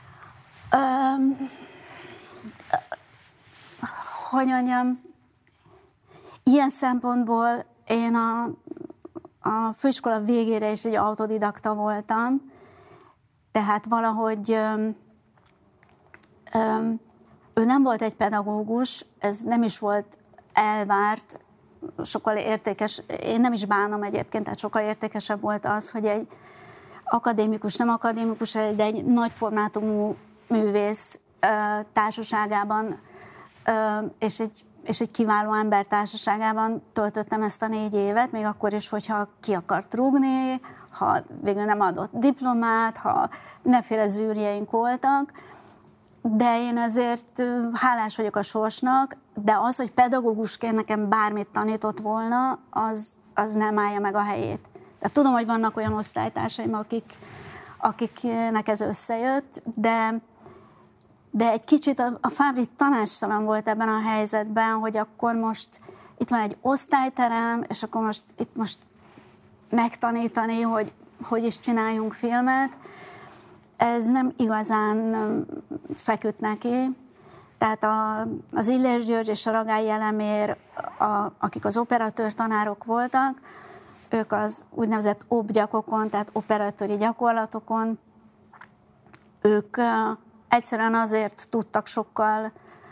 Hogy mondjam, ilyen szempontból én a főiskola végére is egy autodidakta voltam, tehát valahogy ő nem volt egy pedagógus, ez nem is volt elvárt, sokkal értékes, én nem is bánom egyébként, tehát sokkal értékesebb volt az, hogy egy akadémikus, nem akadémikus, de egy nagy formátumú művész társaságában és egy kiváló ember társaságában töltöttem ezt a 4 évet, még akkor is, hogyha ki akart rúgni, ha végül nem adott diplomát, ha mindenféle zűrjeink voltak, de én ezért hálás vagyok a sorsnak, de az, hogy pedagógusként nekem bármit tanított volna, az nem állja meg a helyét. Tehát tudom, hogy vannak olyan osztálytársaim, akiknek ez összejött, de egy kicsit a Fábri tanácstalan volt ebben a helyzetben, hogy akkor most itt van egy osztályterem, és akkor most megtanítani, hogy is csináljunk filmet. Ez nem igazán feküdt neki. Tehát az Illés György és a Ragályi Elemér, akik az operatőr tanárok voltak, ők az úgynevezett OB-gyakokon, tehát operatőri gyakorlatokon, ők egyszerűen azért tudtak sokkal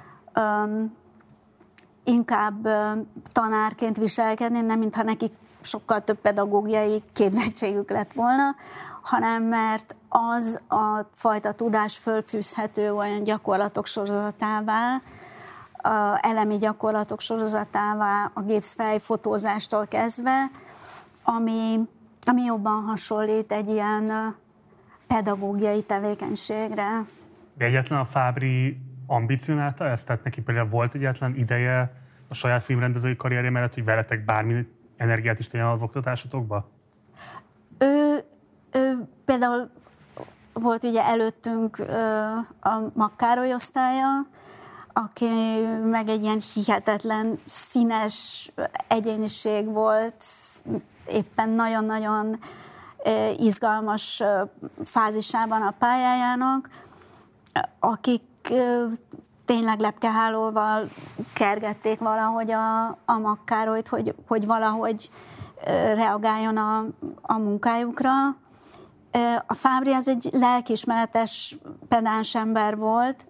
inkább tanárként viselkedni, nem mintha nekik sokkal több pedagógiai képzettségük lett volna, hanem mert az a fajta tudás fölfűzhető olyan gyakorlatok sorozatává, elemi gyakorlatok sorozatává, a gipszfej fotózástól kezdve, ami jobban hasonlít egy ilyen pedagógiai tevékenységre. De egyáltalán a Fábri ambicionálta ezt? Tehát neki például volt egyáltalán ideje a saját filmrendezői karrierje mellett, hogy veletek bármi energiát is tegyen az oktatásotokba? Ő például volt ugye előttünk a Makkároly osztálya, aki meg egy ilyen hihetetlen színes egyéniség volt, éppen nagyon-nagyon izgalmas fázisában a pályájának, akik tényleg lepkehálóval kergették valahogy a Makkárolyt, hogy valahogy reagáljon a munkájukra. A Fábri az egy lelkiismeretes, pedáns ember volt.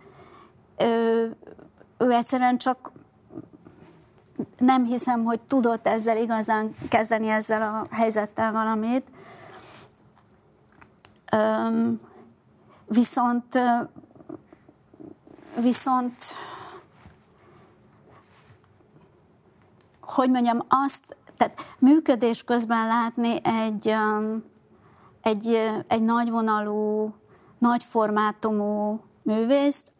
Ő egyszerűen csak nem hiszem, hogy tudott ezzel igazán kezdeni, ezzel a helyzettel valamit. Viszont hogy mondjam, tehát működés közben látni egy nagyvonalú, nagy formátumú művészt,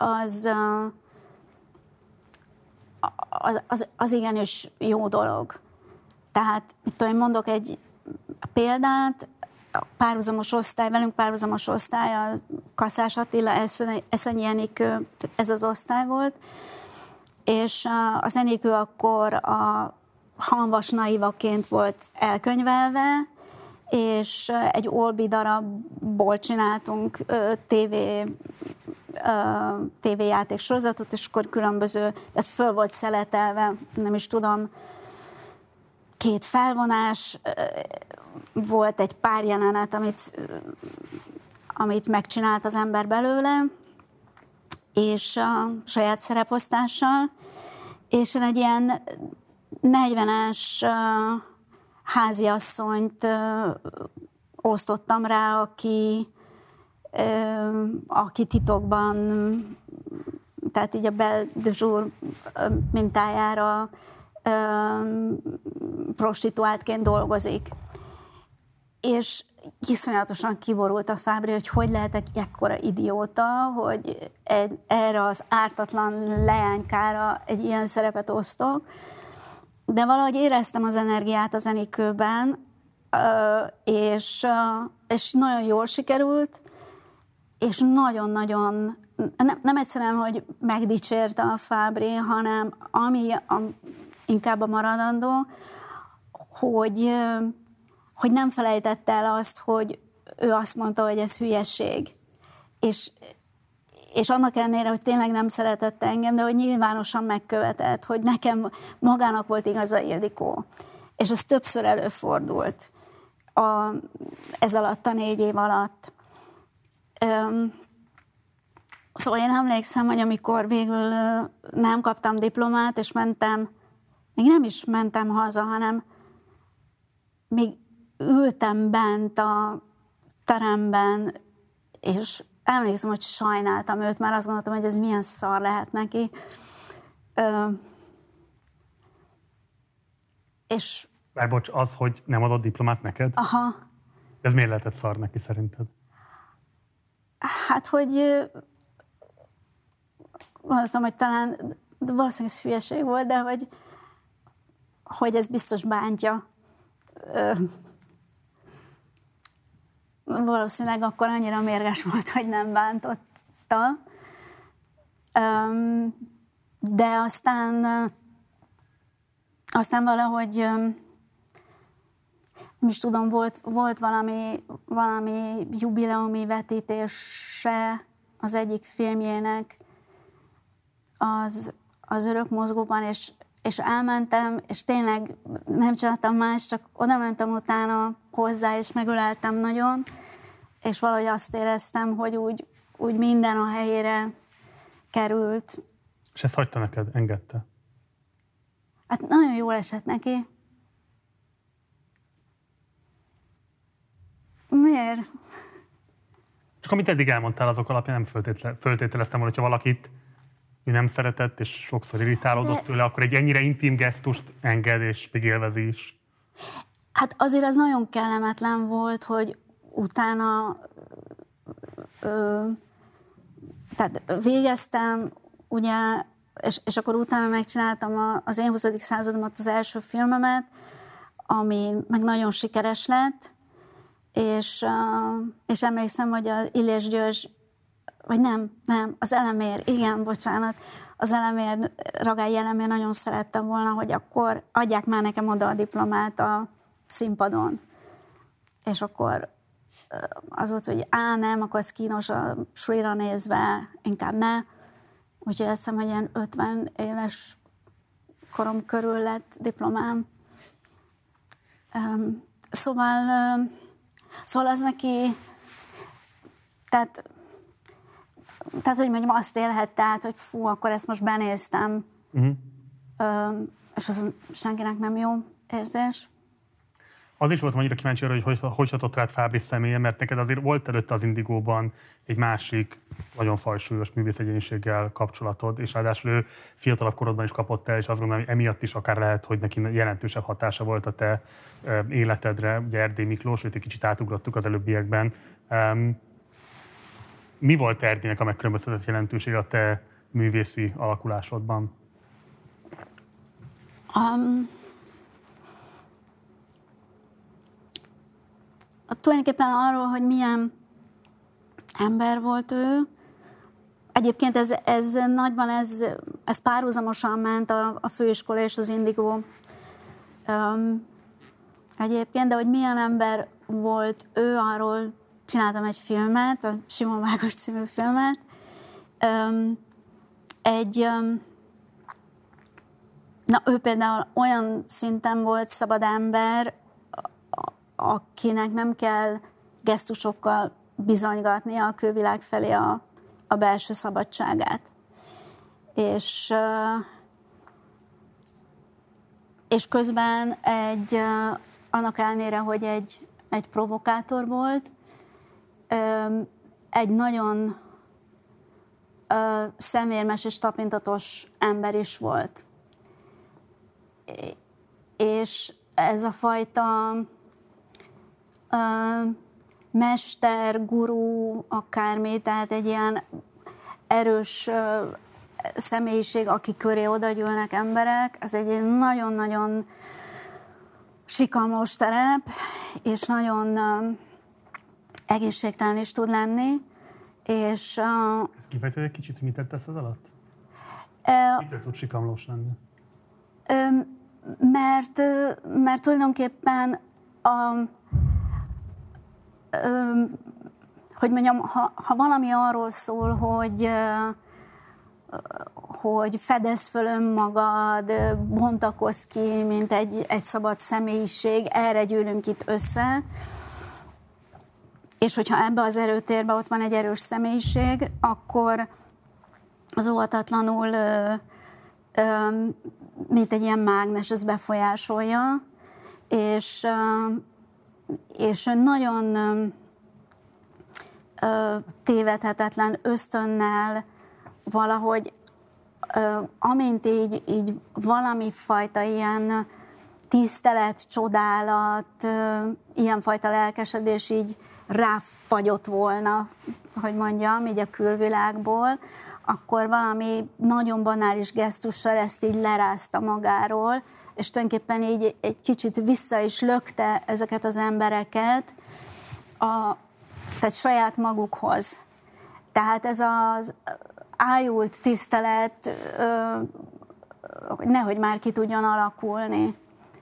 az igenis jó dolog. Tehát, mit tudom, mondok egy példát, velünk párhuzamos osztály, a Kaszás Attila, Eszenyi Enikő, ez az osztály volt, és az Enikő akkor a Hamvas naivaként volt elkönyvelve, és egy Olbi darabból csináltunk tévéjáték sorozatot, és akkor különböző, tehát föl volt szeletelve, nem is tudom, 2 felvonás, volt egy pár jelenet, amit megcsinált az ember belőle, és a saját szereposztással, és én egy ilyen 40-es háziasszonyt osztottam rá, aki titokban, tehát így a Belle de Jour mintájára prostituáltként dolgozik. És iszonyatosan kiborult a Fábri, hogy lehetek ekkora idióta, hogy erre az ártatlan leánykára egy ilyen szerepet osztok. De valahogy éreztem az energiát az Enikőben, és nagyon jól sikerült, és nagyon-nagyon, nem egyszerűen, hogy megdicsérte a Fábri, hanem inkább a maradandó, hogy nem felejtette el azt, hogy ő azt mondta, hogy ez hülyeség. És annak ellenére, hogy tényleg nem szeretett engem, de hogy nyilvánosan megkövetett, hogy nekem magának volt igaza Ildikó. És az többször előfordult ez alatt a 4 év alatt. Szóval én emlékszem, hogy amikor végül nem kaptam diplomát, és még nem is mentem haza, hanem még ültem bent a teremben, és emlékszem, hogy sajnáltam őt, már azt gondoltam, hogy ez milyen szar lehet neki. És... Bár bocs, az, hogy nem adott diplomát neked? Aha. Ez miért lehetett szar neki szerinted? Hát, hogy gondoltam, hogy talán valószínűleg ez hülyeség volt, de hogy ez biztos bántja. valószínűleg akkor annyira mérges volt, hogy nem bántotta. De aztán valahogy nem is tudom, volt valami jubileumi vetítése az egyik filmjének az Örökmozgóban, és elmentem, és tényleg nem csináltam más, csak oda mentem utána hozzá, és megöleltem nagyon, és valahogy azt éreztem, hogy úgy minden a helyére került. És ezt hagyta neked, engedte? Hát nagyon jól esett neki. Miért? Csak amit eddig elmondtál, azok alapján nem föltételeztem volna, hogyha valakit ő nem szeretett, és sokszor irritálódott tőle, akkor egy ennyire intim gesztust enged, és még élvezi is. Hát azért az nagyon kellemetlen volt, hogy utána tehát végeztem, ugye, és akkor utána megcsináltam az Én 20. századomat, az első filmemet, ami meg nagyon sikeres lett, és emlékszem, hogy az Illés György, vagy nem, az Elemér, igen, bocsánat, az Elemér, Ragályi Elemér nagyon szerettem volna, hogy akkor adják már nekem oda a diplomát a színpadon. És akkor az volt, hogy nem, akkor ez kínos a sulira nézve, inkább ne. Úgyhogy azt hiszem, hogy ilyen 50 éves korom körül lett diplomám. Szóval az neki, tehát hogy mondjam, azt élhette át, hogy fú, akkor ezt most benéztem, és az senkinek nem jó érzés. Az is volt annyira kíváncsi arra, hogy hatott rád Fábris személye, mert neked azért volt előtte az Indigóban egy másik, nagyon fajsúlyos művészegyéniséggel kapcsolatod, és ráadásul ő fiatalabb korodban is kapott el, és azt gondolom, hogy emiatt is akár lehet, hogy neki jelentősebb hatása volt a te életedre, ugye Erdély Miklós, őt egy kicsit átugrottuk az előbbiekben. Mi volt Erdélynek a megkülönböztetett jelentősége a te művészi alakulásodban? Tulajdonképpen arról, hogy milyen ember volt ő. Egyébként ez nagyban ez párhuzamosan ment a főiskola és az Indigó. Egyébként, de hogy milyen ember volt ő, arról csináltam egy filmet, a Simon Vágos című filmet. Ő például olyan szinten volt szabad ember, akinek nem kell gesztusokkal bizonygatnia a külvilág felé a belső szabadságát. És közben annak ellenére, hogy egy provokátor volt, egy nagyon szemérmes és tapintatos ember is volt. És ez a fajta mester, gurú, akármi, tehát egy ilyen erős személyiség, aki köré odagyűlnek emberek, ez egy nagyon-nagyon sikamlós terep, és nagyon egészségtelen is tud lenni. És, ezt kifejted egy kicsit, hogy mit tesz ez alatt? Mitől tud sikamlós lenni? Mert tulajdonképpen hogy mondjam, ha valami arról szól, hogy fedezd föl önmagad, bontakozz ki, mint egy szabad személyiség, erre gyűlünk itt össze, és hogyha ebbe az erőtérbe ott van egy erős személyiség, akkor az óhatatlanul, mint egy ilyen mágnes, ez befolyásolja, és nagyon tévedhetetlen ösztönnel valahogy, amint így valami fajta ilyen tisztelet, csodálat, ilyenfajta lelkesedés így ráfagyott volna, hogy mondjam, így a külvilágból, akkor valami nagyon banális gesztussal ezt így lerázta magáról, és tulajdonképpen így egy kicsit vissza is lökte ezeket az embereket, tehát saját magukhoz. Tehát ez az ájult tisztelet, nehogy már ki tudjon alakulni.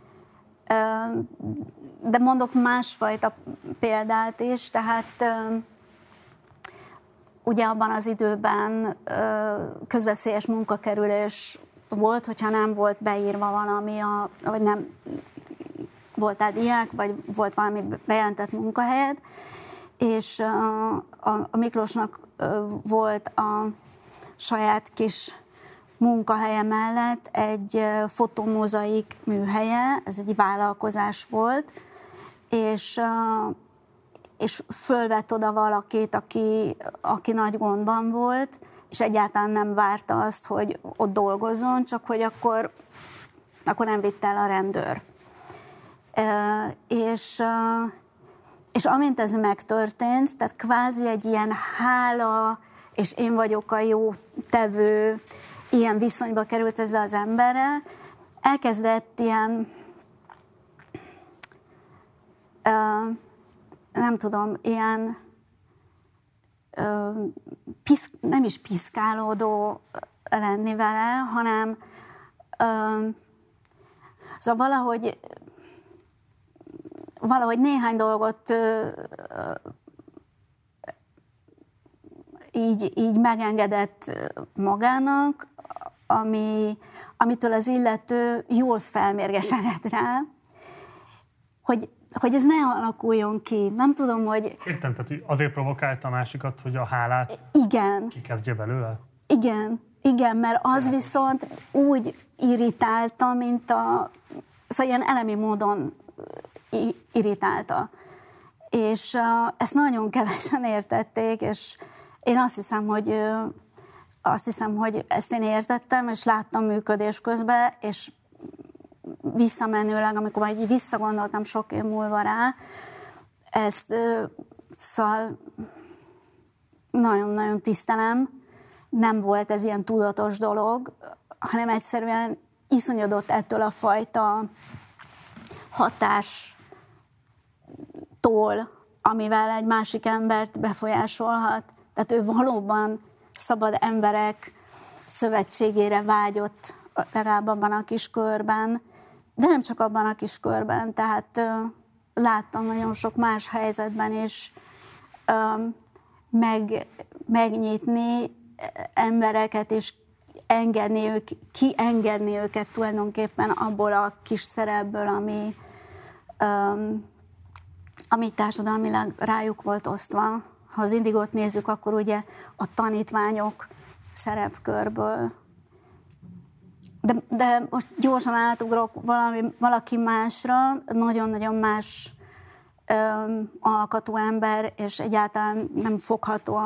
De mondok másfajta példát is, tehát ugye abban az időben közveszélyes munkakerülés volt, hogyha nem volt beírva valami, vagy nem voltál diák, vagy volt valami bejelentett munkahelyed, és a Miklósnak volt a saját kis munkahelye mellett egy fotomozaik műhelye, ez egy vállalkozás volt, és fölvett oda valakit, aki nagy gondban volt, és egyáltalán nem várta azt, hogy ott dolgozzon, csak hogy akkor nem vitt el a rendőr. És amint ez megtörtént, tehát kvázi egy ilyen hála, és én vagyok a jó tevő, ilyen viszonyba került ezzel az emberrel, elkezdett ilyen, nem tudom, ilyen nem is piszkálódó lenni vele, hanem szóval valahogy néhány dolgot így megengedett magának, amitől az illető jól felmérgesedett rá, hogy ez ne alakuljon ki. Nem tudom, hogy... Értem, tehát azért provokálta a másikat, hogy a hálát kikezdje belőle? Igen, mert az viszont úgy irritálta, szóval ilyen elemi módon irritálta. És ezt nagyon kevesen értették, és én azt hiszem, hogy ezt én értettem, és láttam működés közben, és visszamenőleg, amikor már így visszagondoltam sok év múlva rá, ezt szóval nagyon-nagyon tisztelem, nem volt ez ilyen tudatos dolog, hanem egyszerűen iszonyodott ettől a fajta hatástól, amivel egy másik embert befolyásolhat. Tehát ő valóban szabad emberek szövetségére vágyott, legalább abban a kis körben, de nem csak abban a kis körben, tehát láttam nagyon sok más helyzetben is megnyitni embereket, és kiengedni őket tulajdonképpen abból a kis szerepből, ami társadalmilag rájuk volt osztva. Ha az Indigót nézzük, akkor ugye a tanítványok szerepkörből. De most gyorsan átugrok valaki másra, nagyon-nagyon más alkatú ember, és egyáltalán nem fogható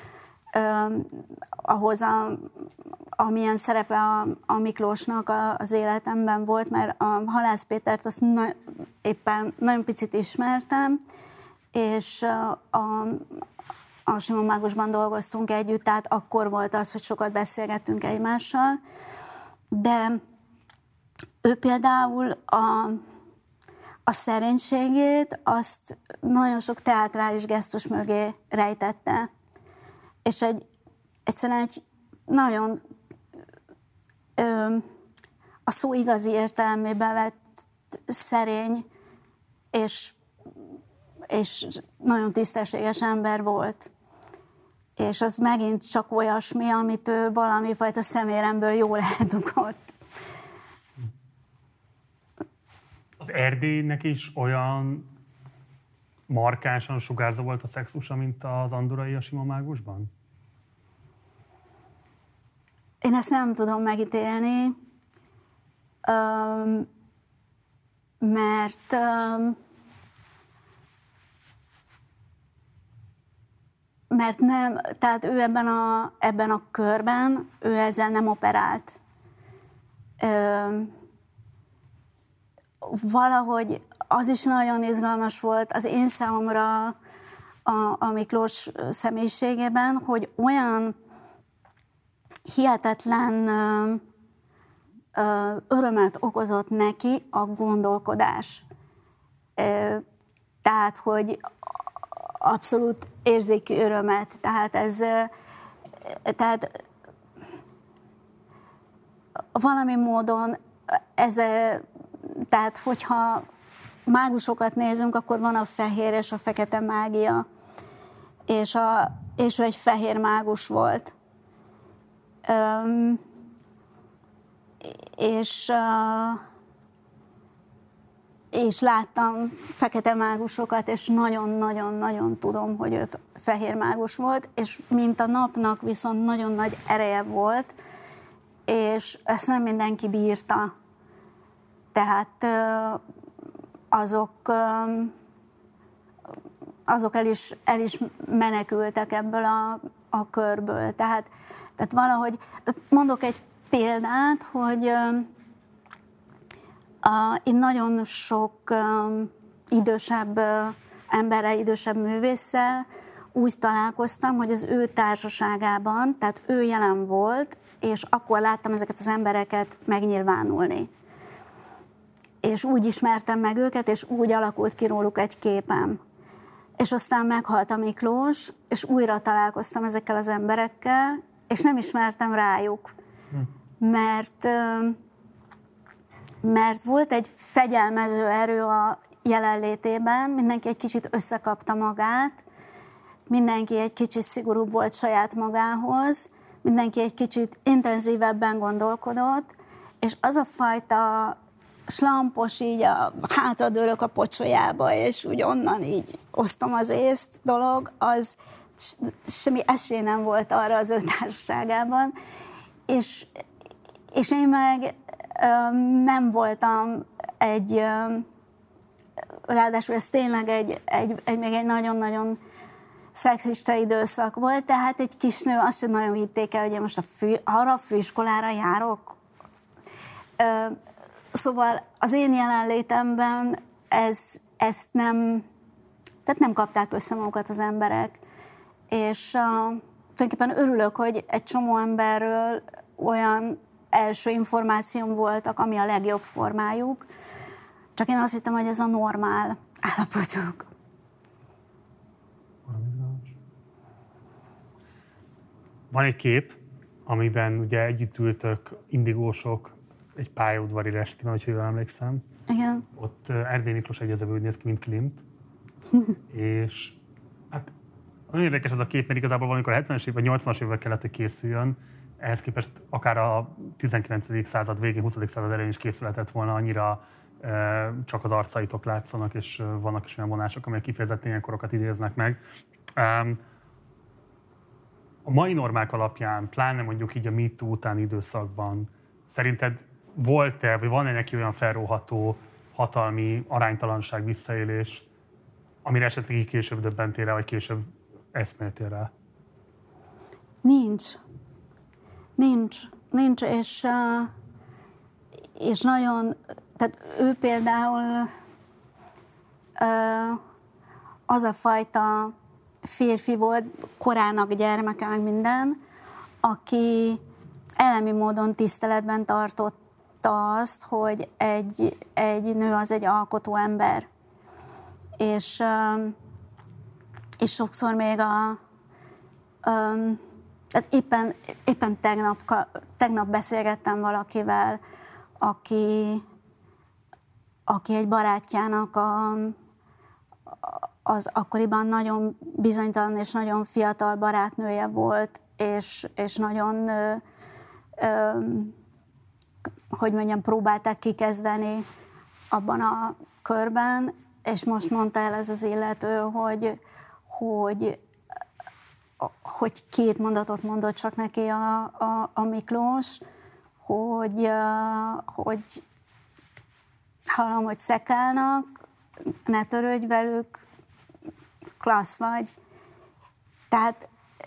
ahhoz, amilyen szerepe a Miklósnak az életemben volt, mert a Halász Pétert azt éppen nagyon picit ismertem, és a Simon Mágusban dolgoztunk együtt, tehát akkor volt az, hogy sokat beszélgettünk egymással, de ő például a szerénységét azt nagyon sok teátrális gesztus mögé rejtette. És egyszerűen egy nagyon a szó igazi értelmében vett szerény és nagyon tisztességes ember volt. És az megint csak olyasmi, amit ő valamifajta szeméremből jól eldugott. Az Erdélynek is olyan markánsan sugárzó volt a szexusa, mint az andorai a Simon Mágusban? Én ezt nem tudom megítélni, mert nem, tehát ő ebben a körben, ő ezzel nem operált. Valahogy az is nagyon izgalmas volt az én számomra a Miklós személyiségében, hogy olyan hihetetlen örömet okozott neki a gondolkodás. Tehát, hogy abszolút érzéki örömet. Tehát valami módon tehát hogyha mágusokat nézünk, akkor van a fehér és a fekete mágia. És ő egy fehér mágus volt. És láttam fekete mágusokat, és nagyon-nagyon-nagyon tudom, hogy ő fehér mágus volt, és mint a napnak viszont nagyon nagy ereje volt, és ezt nem mindenki bírta. Tehát azok el is menekültek ebből a körből. Tehát valahogy, mondok egy példát, hogy én nagyon sok idősebb emberrel, idősebb művésszel úgy találkoztam, hogy az ő társaságában, tehát ő jelen volt, és akkor láttam ezeket az embereket megnyilvánulni. És úgy ismertem meg őket, és úgy alakult ki róluk egy képem. És aztán meghalt a Miklós, és újra találkoztam ezekkel az emberekkel, és nem ismertem rájuk. Mert volt egy fegyelmező erő a jelenlétében, mindenki egy kicsit összekapta magát, mindenki egy kicsit szigorúbb volt saját magához, mindenki egy kicsit intenzívebben gondolkodott, és az a fajta slampos, így hátradőlök a pocsolyába, és úgy onnan így osztom az észt dolog, az semmi esély nem volt arra az ő társaságában. És én meg nem voltam ráadásul ez tényleg még egy nagyon-nagyon szexista időszak volt, tehát egy kis nő azt sem nagyon hitték el, hogy én most arra a főiskolára járok. Szóval az én jelenlétemben ezt nem kapták össze magukat az emberek. És tulajdonképpen örülök, hogy egy csomó emberről olyan első információm voltak, ami a legjobb formájuk. Csak én azt hittem, hogy ez a normál állapotuk. Van egy kép, amiben ugye együtt ültök indigósok egy pályaudvari restben, hogyha jól emlékszem. Igen. Ott Erdély Miklós egyezevő úgy néz ki, mint Klimt. És hát nagyon érdekes ez a kép, mert igazából valamikor a 70-es évek, vagy 80-as évek kellett, hogy készüljön. Ehhez képest akár a 19. század végén, 20. század elején is készülhetett volna, annyira csak az arcaitok látszanak, és vannak is olyan vonások, amelyek kifejezetten ilyen korokat idéznek meg. A mai normák alapján, pláne mondjuk így a MeToo utáni időszakban, szerinted volt-e, vagy van-e neki olyan felróható hatalmi aránytalanság, visszaélés, amire esetleg így később döbbentél rá, vagy később eszméltél rá? Nincs, és nagyon, tehát ő például az a fajta férfi volt, korának gyermeke, meg minden, aki elemi módon tiszteletben tartotta azt, hogy egy nő az egy alkotó ember. És sokszor még tehát éppen tegnap beszélgettem valakivel, aki egy barátjának az akkoriban nagyon bizonytalan és nagyon fiatal barátnője volt, és nagyon, hogy mondjam, próbálták kikezdeni abban a körben, és most mondta el ez az illető, hogy két mondatot mondott csak neki a Miklós, hogy hallom, hogy szekálnak, ne törődj velük, klassz vagy. Tehát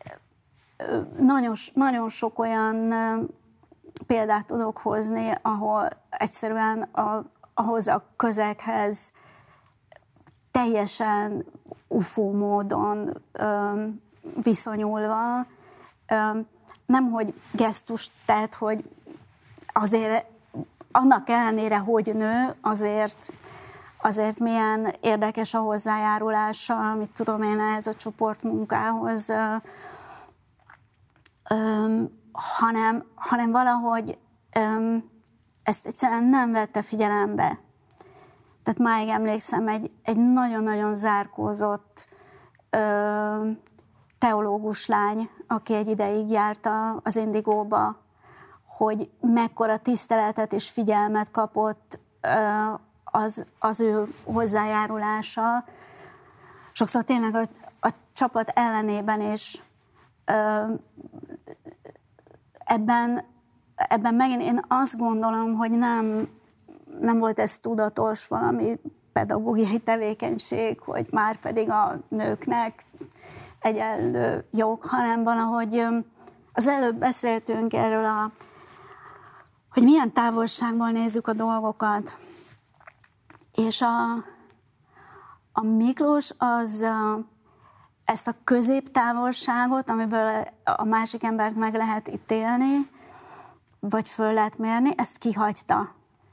nagyon sok olyan példát tudok hozni, ahol egyszerűen ahhoz a közeghez teljesen ufó módon viszonyulva, nemhogy gesztus, tehát hogy azért annak ellenére, hogy nő, azért milyen érdekes a hozzájárulása, mit tudom én, ehhez a csoportmunkához, hanem valahogy ezt egyszerűen nem vette figyelembe. Tehát máig emlékszem, egy nagyon-nagyon zárkózott teológus lány, aki egy ideig járt az Indigóba, hogy mekkora tiszteletet és figyelmet kapott az ő hozzájárulása. Sokszor tényleg a csapat ellenében is ebben megint én azt gondolom, hogy nem volt ez tudatos valami pedagógiai tevékenység, hogy már pedig a nőknek egyenlő jog, hanem valahogy az előbb beszéltünk erről, hogy milyen távolságból nézzük a dolgokat. És a Miklós az ezt a középtávolságot, amiből a másik embert meg lehet ítélni, vagy föl lehet mérni, ezt kihagyta.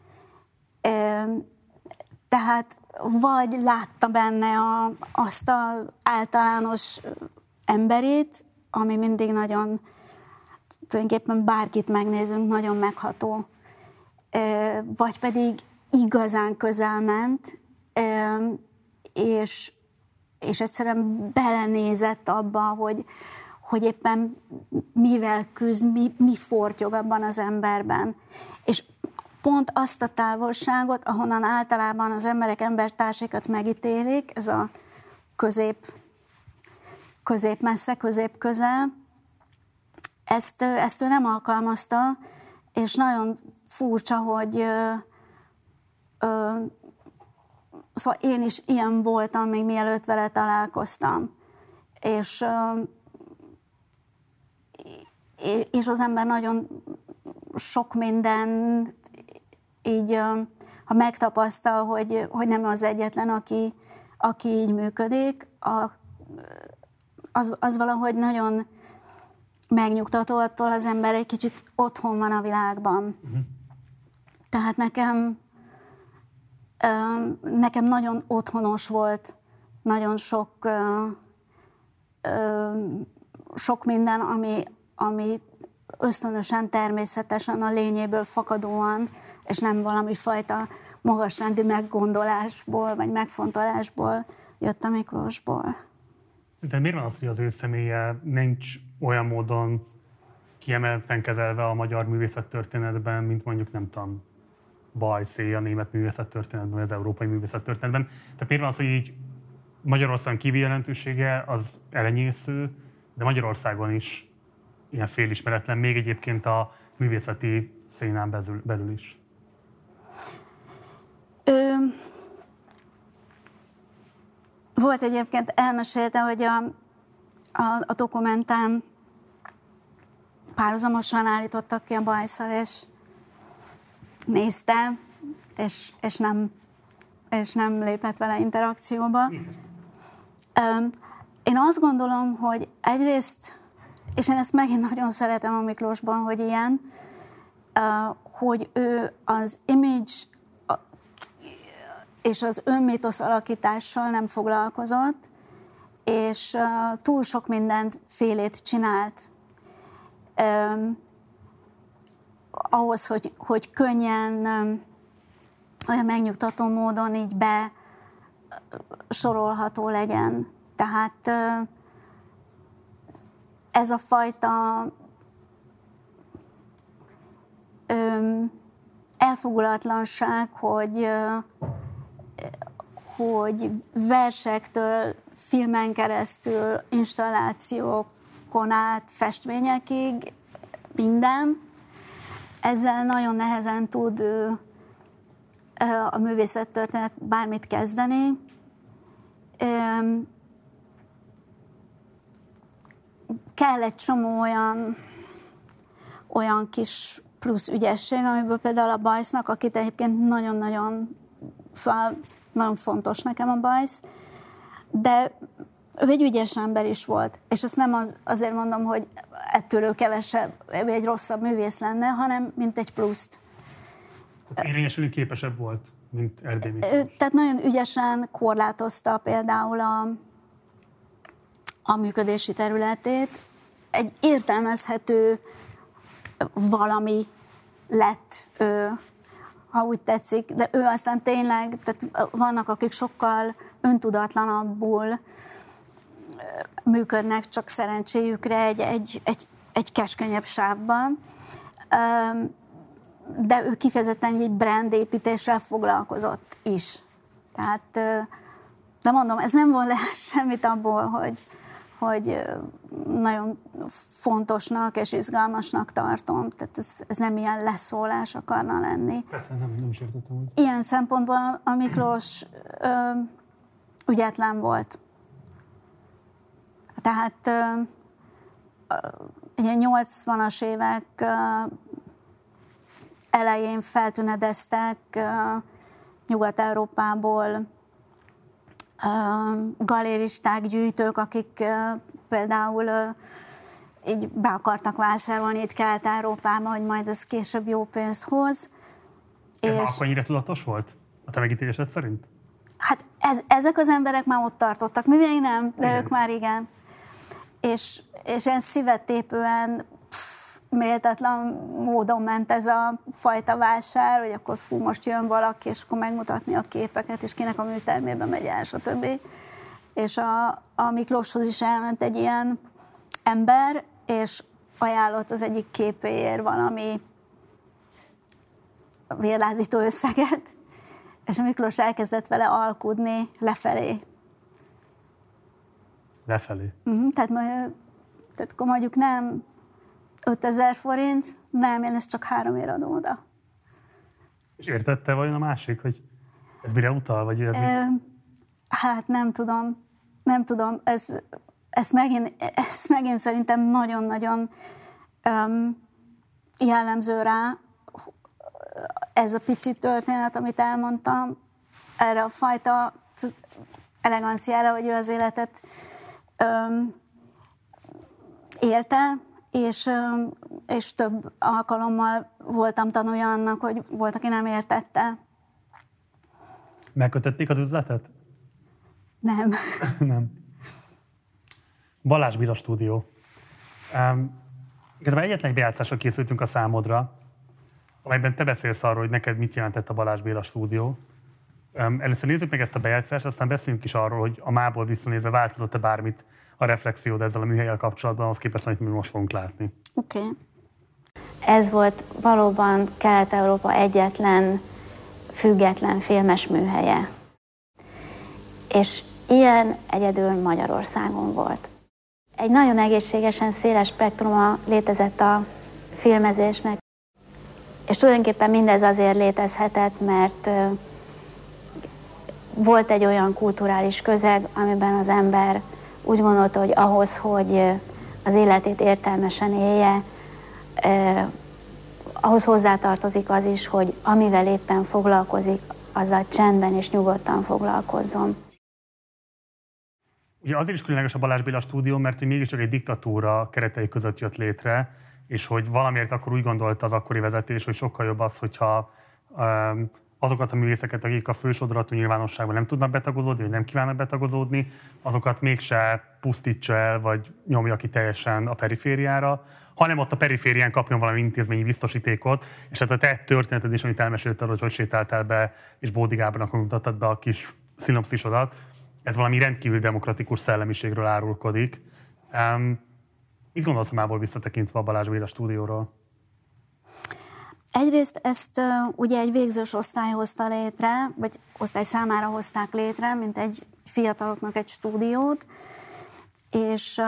Tehát vagy látta benne azt az általános emberét, ami mindig nagyon, tulajdonképpen bárkit megnézünk, nagyon megható, vagy pedig igazán közel ment, és egyszerűen belenézett abba, hogy éppen mivel küzd, mi fortyog abban az emberben. És pont azt a távolságot, ahonnan általában az emberek embertársaikat megítélik, ez a közép-messze, közép-közel, ezt ő nem alkalmazta, és nagyon furcsa, hogy szóval én is ilyen voltam, még mielőtt vele találkoztam. És az ember nagyon sok minden így, ha megtapasztal, hogy nem az egyetlen, aki így működik, az valahogy nagyon megnyugtató, attól az ember egy kicsit otthon van a világban. Tehát nekem nagyon otthonos volt, nagyon sok minden, ami ösztönösen, természetesen a lényéből fakadóan, és nem valami fajta magasrendi meggondolásból, vagy megfontolásból jött a Miklósból. Szerintem miért van az, hogy az ő személye nincs olyan módon kiemelten kezelve a magyar művészettörténetben, mint mondjuk, nem tudom, Bajszé a német művészettörténetben, vagy az európai művészettörténetben. Tehát miért van az, hogy így Magyarországon kívül jelentősége az elenyésző, de Magyarországon is ilyen félismeretlen, még egyébként a művészeti szénán belül is? Volt egyébként, elmesélte, hogy a dokumentán párhuzamosan állítottak ki a Bajsszal, és nézte, és nem lépett vele interakcióba. Én azt gondolom, hogy egyrészt, és én ezt megint nagyon szeretem a Miklósban, hogy ilyen, hogy ő az image és az önmítosz alakítással nem foglalkozott, és túl sok mindent félét csinált. Ahhoz, hogy könnyen, olyan megnyugtató módon így besorolható legyen. Tehát ez a fajta elfogulatlanság, hogy versektől, filmen keresztül, installációkon át, festményekig, minden, ezzel nagyon nehezen tud a művészettörténet bármit kezdeni. Kell egy csomó olyan kis plusz ügyesség, amiből például a Bajsznak, akit egyébként nagyon-nagyon, szóval nagyon fontos nekem a Bajsz, de ő egy ügyes ember is volt, és ezt nem azért mondom, hogy ettől ő kevesebb, egy rosszabb művész lenne, hanem mint egy pluszt. Tehát érvényesülni képesebb volt, mint Erdély Miklós. Tehát nagyon ügyesen korlátozta például a működési területét. Egy értelmezhető valami lett, ha úgy tetszik, de ő aztán tényleg, tehát vannak, akik sokkal öntudatlanabbul működnek, csak szerencséjükre egy keskenyebb sávban. De ő kifejezetten egy brandépítéssel foglalkozott is. Tehát, de mondom, ez nem von le semmit abból, hogy nagyon fontosnak és izgalmasnak tartom. Tehát ez nem ilyen leszólás akarna lenni. Persze, nem is értettem úgy. Ilyen szempontból a Miklós ügyetlen volt. Tehát ugye 80-as évek elején feltünedeztek Nyugat-Európából galéristák, gyűjtők, akik például így be akartak vásárolni itt Kelet-Európában, hogy majd ez később jó pénzt hoz. Ez akkor ennyire tudatos volt? A te megítélésed szerint? Hát ezek az emberek már ott tartottak, mi még nem, de igen. Ők már igen. És ilyen szívettépően méltatlan módon ment ez a fajta vásár, hogy akkor most jön valaki, és akkor megmutatni a képeket, és kinek a műtermében megy el, stb. És a Miklóshoz is elment egy ilyen ember, és ajánlott az egyik képéért valami vérlázító összeget, és a Miklós elkezdett vele alkudni lefelé. Lefelé? Tehát akkor mondjuk nem 5000 forint, nem, én ezt csak 3 adom oda. És értette vajon a másik, hogy ez mire utal, vagy ez Hát nem tudom. Ez megint szerintem nagyon-nagyon jellemző rá, ez a pici történet, amit elmondtam, erre a fajta eleganciára, hogy ő az életet élte, és több alkalommal voltam tanulja annak, hogy volt, aki nem értette. Megkötötték az üzletet? Nem. Nem. Balázs Béla stúdió. Igazából egyetlen bejátszásra készültünk a számodra, amelyben te beszélsz arról, hogy neked mit jelentett a Balázs Béla stúdió. Először nézzük meg ezt a bejátszást, aztán beszéljünk is arról, hogy a mából visszanézve változott-e bármit a reflexiód ezzel a műhellyel kapcsolatban, ahhoz képest, amit mi most fogunk látni. Oké. Ez volt valóban Kelet-Európa egyetlen független filmes műhelye. És ilyen egyedül Magyarországon volt. Egy nagyon egészségesen széles spektruma létezett a filmezésnek, és tulajdonképpen mindez azért létezhetett, mert volt egy olyan kulturális közeg, amiben az ember úgy gondolta, hogy ahhoz, hogy az életét értelmesen élje, ahhoz hozzátartozik az is, hogy amivel éppen foglalkozik, azzal csendben és nyugodtan foglalkozzon. Ugye azért is különleges a Balázs Béla stúdió, mert hogy mégiscsak egy diktatúra keretei között jött létre, és hogy valamiért akkor úgy gondolta az akkori vezetés, hogy sokkal jobb az, hogyha azokat a művészeket, akik a fősodratú nyilvánosságban nem tudnak betagozódni, vagy nem kívánnak betagozódni, azokat mégse pusztítsa el, vagy nyomja ki teljesen a perifériára, hanem ott a periférián kapjon valami intézményi biztosítékot, és hát a te történeted is, amit elmesélted, hogy sétáltál be, és Bódi Gábornak mutattad be a kis szinopszisodat, ez valami rendkívül demokratikus szellemiségről árulkodik. Mit gondolsz mából visszatekintve a Balázs Béla stúdióról? Egyrészt ezt ugye egy végzős osztály hozta létre, vagy osztály számára hozták létre, mint egy fiataloknak egy stúdiót, és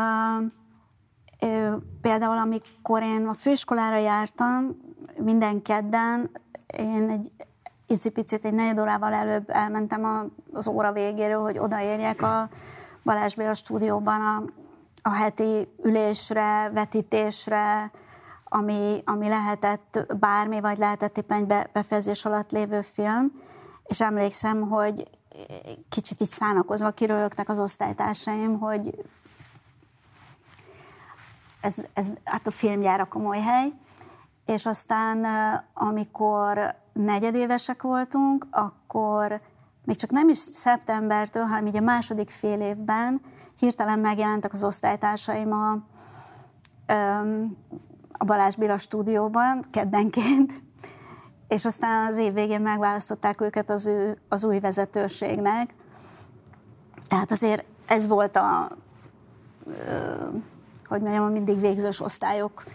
például amikor én a főiskolára jártam, minden kedden én egy icipicit, egy 4 órával előbb elmentem az óra végéről, hogy odaérjek a Balázs Béla stúdióban a heti ülésre, vetítésre, ami lehetett bármi, vagy lehetett éppen egy befejezés alatt lévő film, és emlékszem, hogy kicsit így szánakozva kiröhögtek az osztálytársaim, hogy ez hát a filmgyár a komoly hely, és aztán amikor negyedévesek voltunk, akkor még csak nem is szeptembertől, hanem így a második fél évben hirtelen megjelentek az osztálytársaim a Balázs Béla stúdióban keddenként, és aztán az év végén megválasztották őket az új vezetőségnek. Tehát azért ez volt hogy mondjam, mindig végzős osztályok.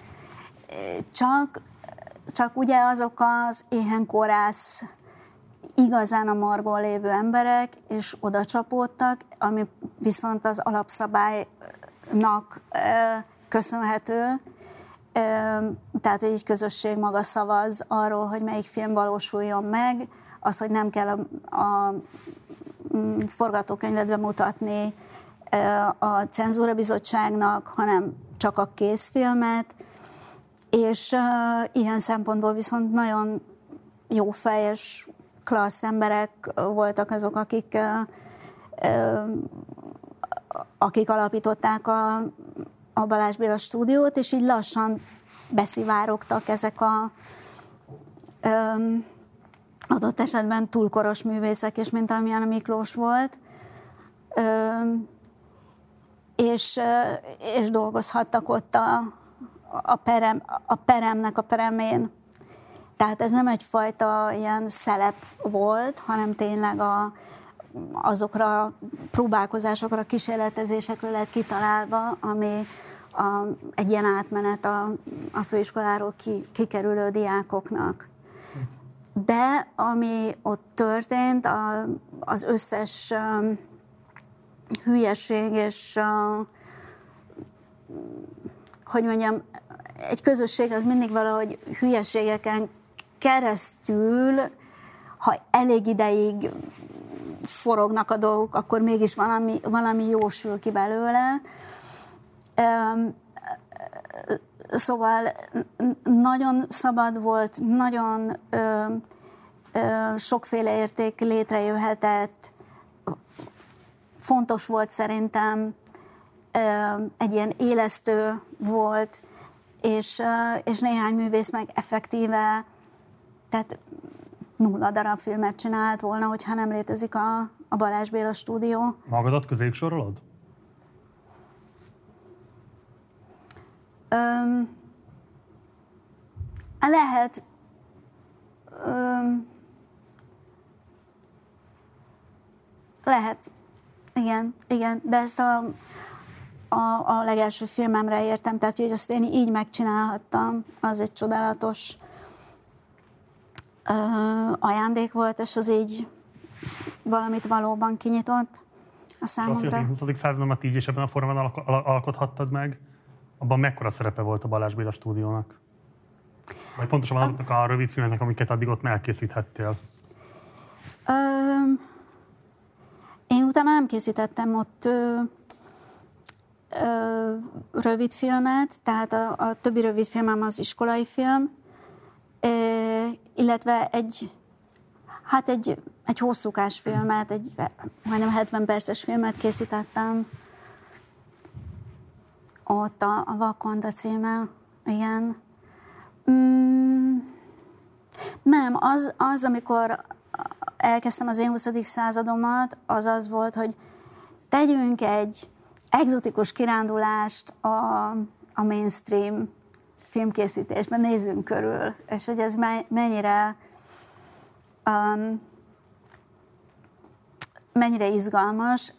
Csak ugye azok az éhenkorász, igazán a margon lévő emberek, és oda csapódtak, ami viszont az alapszabálynak köszönhető. Tehát egy közösség maga szavaz arról, hogy melyik film valósuljon meg, az, hogy nem kell a forgatókönyvet bemutatni a cenzúrabizottságnak, hanem csak a készfilmet, és ilyen szempontból viszont nagyon jó fejes, klassz emberek voltak azok, akik alapították a Balázs Béla stúdiót, és így lassan beszivárogtak ezek adott esetben túlkoros művészek, és mint amilyen a Miklós volt, és dolgozhattak ott a peremnek a peremén. Tehát ez nem egyfajta ilyen szelep volt, hanem tényleg azokra a próbálkozásokra, kísérletezésekre lett kitalálva, ami egy ilyen átmenet a főiskoláról kikerülő diákoknak. De ami ott történt, az összes hülyeség és hogy mondjam, egy közösség az mindig valahogy hülyeségeken keresztül, ha elég ideig forognak a dolgok, akkor mégis valami jósül ki belőle. Szóval nagyon szabad volt, nagyon sokféle érték létrejöhetett, fontos volt szerintem, egy ilyen élesztő volt, és néhány művész meg effektíve, tehát 0 darab filmet csinált volna, hogyha nem létezik a Balázs Béla stúdió. Magadat közéjük sorolod? Lehet. Lehet. Igen. De ezt a legelső filmemre értem, tehát hogy azt én így megcsinálhattam, az egy csodálatos ajándék volt, és az így valamit valóban kinyitott a számomra. És azt, hogy az 20. századomat így és ebben a formában alkothattad meg, abban mekkora szerepe volt a Balázs Béla stúdiónak? Vagy pontosabban azoknak a rövid filmeknek, amiket addig ott elkészíthettél? Én utána nem készítettem ott rövid filmet, tehát a többi rövid filmem az iskolai film, illetve egy hosszúkás filmet, egy majdnem 70 perces filmet készítettem. Ott a Vakkonda címe, igen. Nem, az, amikor elkezdtem az én 20. századomat, az volt, hogy tegyünk egy egzotikus kirándulást a mainstream filmkészítésben, nézzünk körül, és hogy ez mennyire izgalmas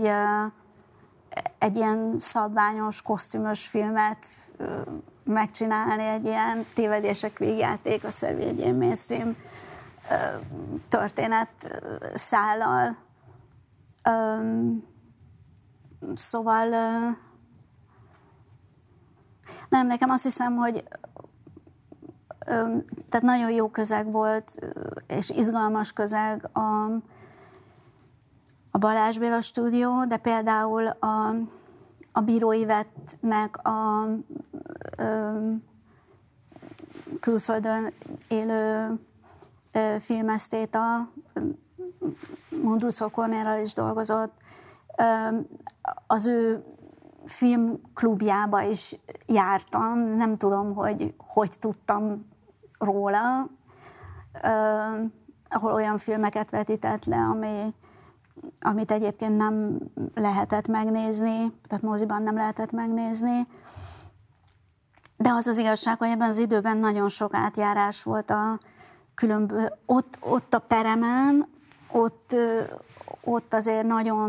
egy ilyen szabványos, kosztümös filmet megcsinálni, egy ilyen tévedések végjátékosszerű, egy ilyen mainstream történet szállal. Szóval nem, nekem azt hiszem, hogy tehát nagyon jó közeg volt, és izgalmas közeg a Balázs Béla stúdió, de például a Bíró Ivettnek a külföldön élő filmesztéta, Mundruczó Kornélral is dolgozott. Az ő filmklubjába is jártam, nem tudom, hogy tudtam róla, ahol olyan filmeket vetített le, amit egyébként nem lehetett megnézni, tehát moziban nem lehetett megnézni. De az az igazság, hogy ebben az időben nagyon sok átjárás volt a különböző, ott a Peremen, ott azért nagyon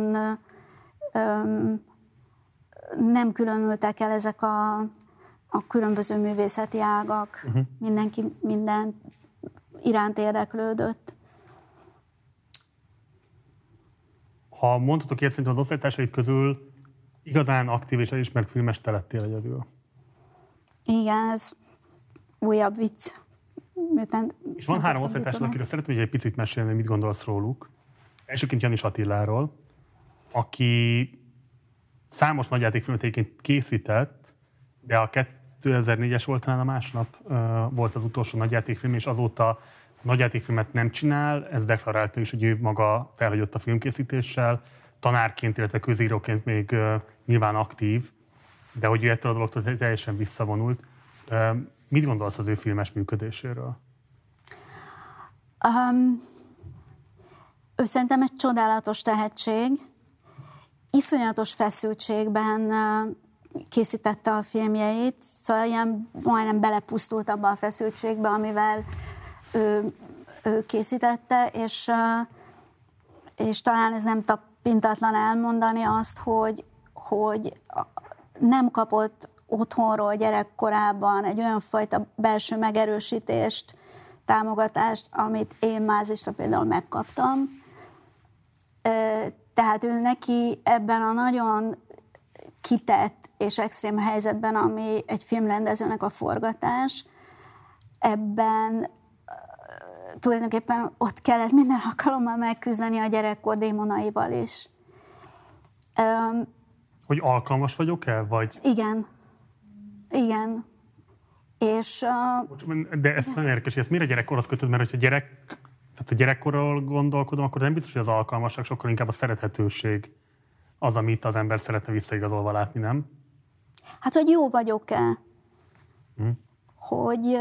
nem különültek el ezek a különböző művészeti ágak. Mindenki minden iránt érdeklődött. Ha mondhatok ilyet, szerintem az osztálytársaid közül igazán aktív és elismert filmes te lettél egyedül. Igen, ez újabb vicc. És van 3 osztálytársad, akiről szeretném, hogy egy picit mesélni, mit gondolsz róluk. Elsőként Janis Attiláról, aki számos nagyjátékfilmet egyébként készített, de a 2004-es volt talán a másnap, volt az utolsó nagyjátékfilm, és azóta nagyjátékfilmet nem csinál, ez deklarálta is, hogy ő maga felhagyott a filmkészítéssel, tanárként, illetve közíróként még nyilván aktív, de hogy ő ettől a dologtól teljesen visszavonult. Mit gondolsz az ő filmes működéséről? Ő szerintem egy csodálatos tehetség, iszonyatos feszültségben készítette a filmjeit, szóval ilyen majdnem belepusztult abba a feszültségbe, amivel ő készítette, és talán ez nem tapintatlan elmondani azt, hogy nem kapott otthonról gyerekkorában egy olyan fajta belső megerősítést, támogatást, amit én mázista például megkaptam. Tehát ő neki ebben a nagyon kitett és extrém helyzetben, ami egy filmrendezőnek a forgatás, ebben tulajdonképpen ott kellett minden alkalommal megküzdeni a gyerekkor démonaival is. Hogy alkalmas vagyok-e, vagy? Igen. És... De ez nagyon érdekes, hogy ezt mire gyerekkorhoz kötöd, mert hogyha a gyerekkorról gondolkodom, akkor nem biztos, hogy az alkalmasság, sokkal inkább a szerethetőség az, amit az ember szeretne visszaigazolva látni, nem? Hát, hogy jó vagyok-e? Hogy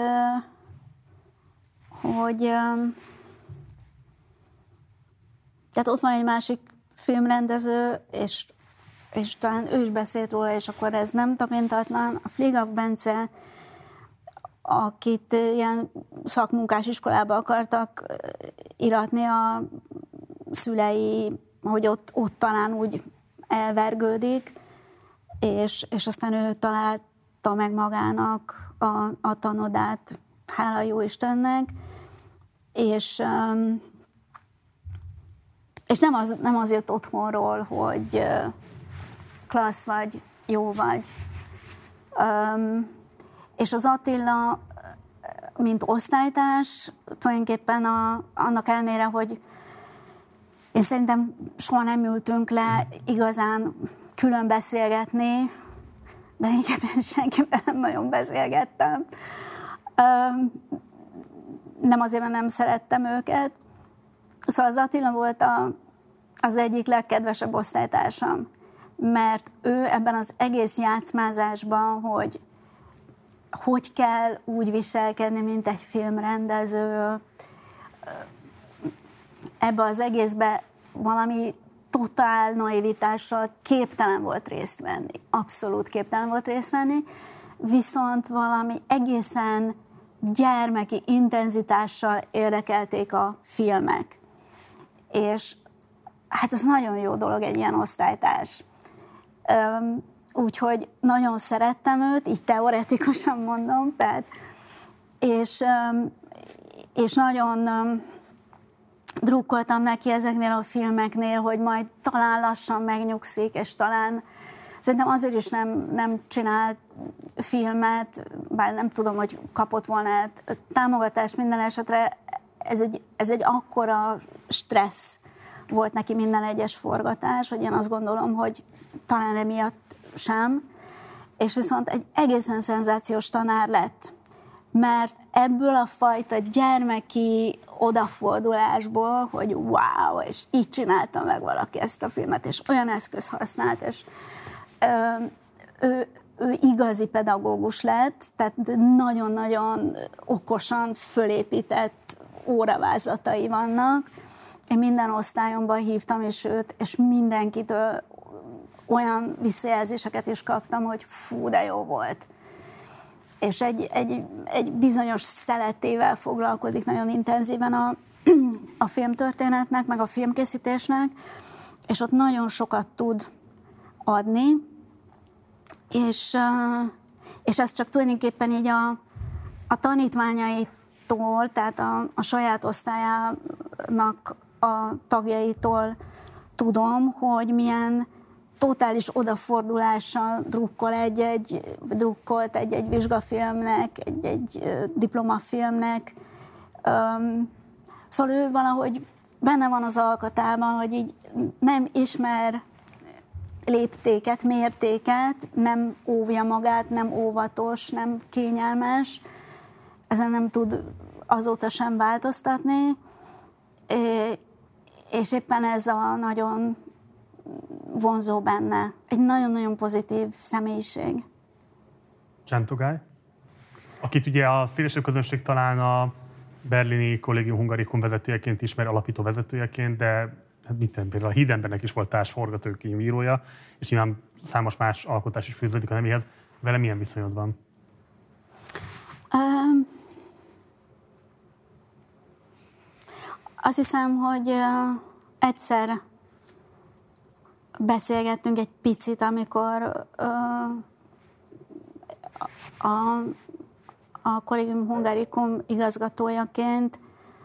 tehát ott van egy másik filmrendező, és talán ő is beszélt róla, és akkor ez nem tapintatlan. A Fliegaf Bence, akit ilyen szakmunkás iskolába akartak iratni a szülei, hogy ott talán úgy elvergődik, és aztán ő találta meg magának a tanodát, hála jó Istennek, és nem az jött otthonról, hogy klassz vagy, jó vagy. És az Attila, mint osztálytárs, tulajdonképpen annak ellenére, hogy én szerintem soha nem ültünk le igazán külön beszélgetni, de lényegében senkivel nem nagyon beszélgettem. Nem azért, mert nem szerettem őket. Szóval az Attila volt az egyik legkedvesebb osztálytársam, mert ő ebben az egész játszmázásban, hogy kell úgy viselkedni, mint egy filmrendező, ebbe az egészbe valami totál naivitással képtelen volt részt venni. Abszolút képtelen volt részt venni, viszont valami egészen gyermeki intenzitással érdekelték a filmek. És hát az nagyon jó dolog egy ilyen osztálytárs. Úgyhogy nagyon szerettem őt, így teoretikusan mondom, tehát, és nagyon drukkoltam neki ezeknél a filmeknél, hogy majd talán lassan megnyugszik, és talán szerintem azért is nem csinált filmet, bár nem tudom, hogy kapott volna támogatást minden esetre, ez egy akkora stressz volt neki minden egyes forgatás, hogy én azt gondolom, hogy talán emiatt sem, és viszont egy egészen szenzációs tanár lett, mert ebből a fajta gyermeki odafordulásból, hogy wow, és így csinálta meg valaki ezt a filmet, és olyan eszköz használt, és ő igazi pedagógus lett, tehát nagyon-nagyon okosan fölépített óravázlatai vannak. Én minden osztályomban hívtam is őt, és mindenkitől olyan visszajelzéseket is kaptam, hogy fú, de jó volt. És egy bizonyos szeletével foglalkozik nagyon intenzíven a filmtörténetnek, meg a filmkészítésnek, és ott nagyon sokat tud adni, és ez csak tulajdonképpen így a tanítványaitól, tehát a saját osztályának a tagjaitól tudom, hogy milyen totális odafordulással drukkolt egy vizsgafilmnek, egy diplomafilmnek. Szóval ő valahogy benne van az alkotában, hogy így nem ismer léptéket, mértéket, nem óvja magát, nem óvatos, nem kényelmes, ezen nem tud azóta sem változtatni, és éppen ez a nagyon vonzó benne. Egy nagyon-nagyon pozitív személyiség. Csentogály, akit ugye a szélesebb közönség talán a berlini Collegium Hungaricum vezetőjeként ismer, alapító vezetőjeként, de például a Hídembernek is volt társforgatókönyvírója, és nyilván számos más alkotás is fűződik a nevéhez. Vele milyen viszonyod van? Azt hiszem, hogy egyszer beszélgettünk egy picit, amikor a Collegium Hungaricum igazgatójaként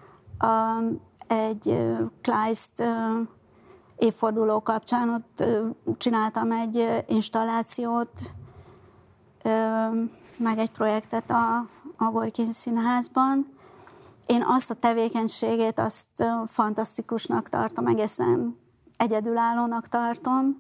egy Kleist évforduló kapcsán ott csináltam egy installációt, meg egy projektet a Gorki Színházban. Én azt a tevékenységét, azt fantasztikusnak tartom, egészen egyedülállónak tartom,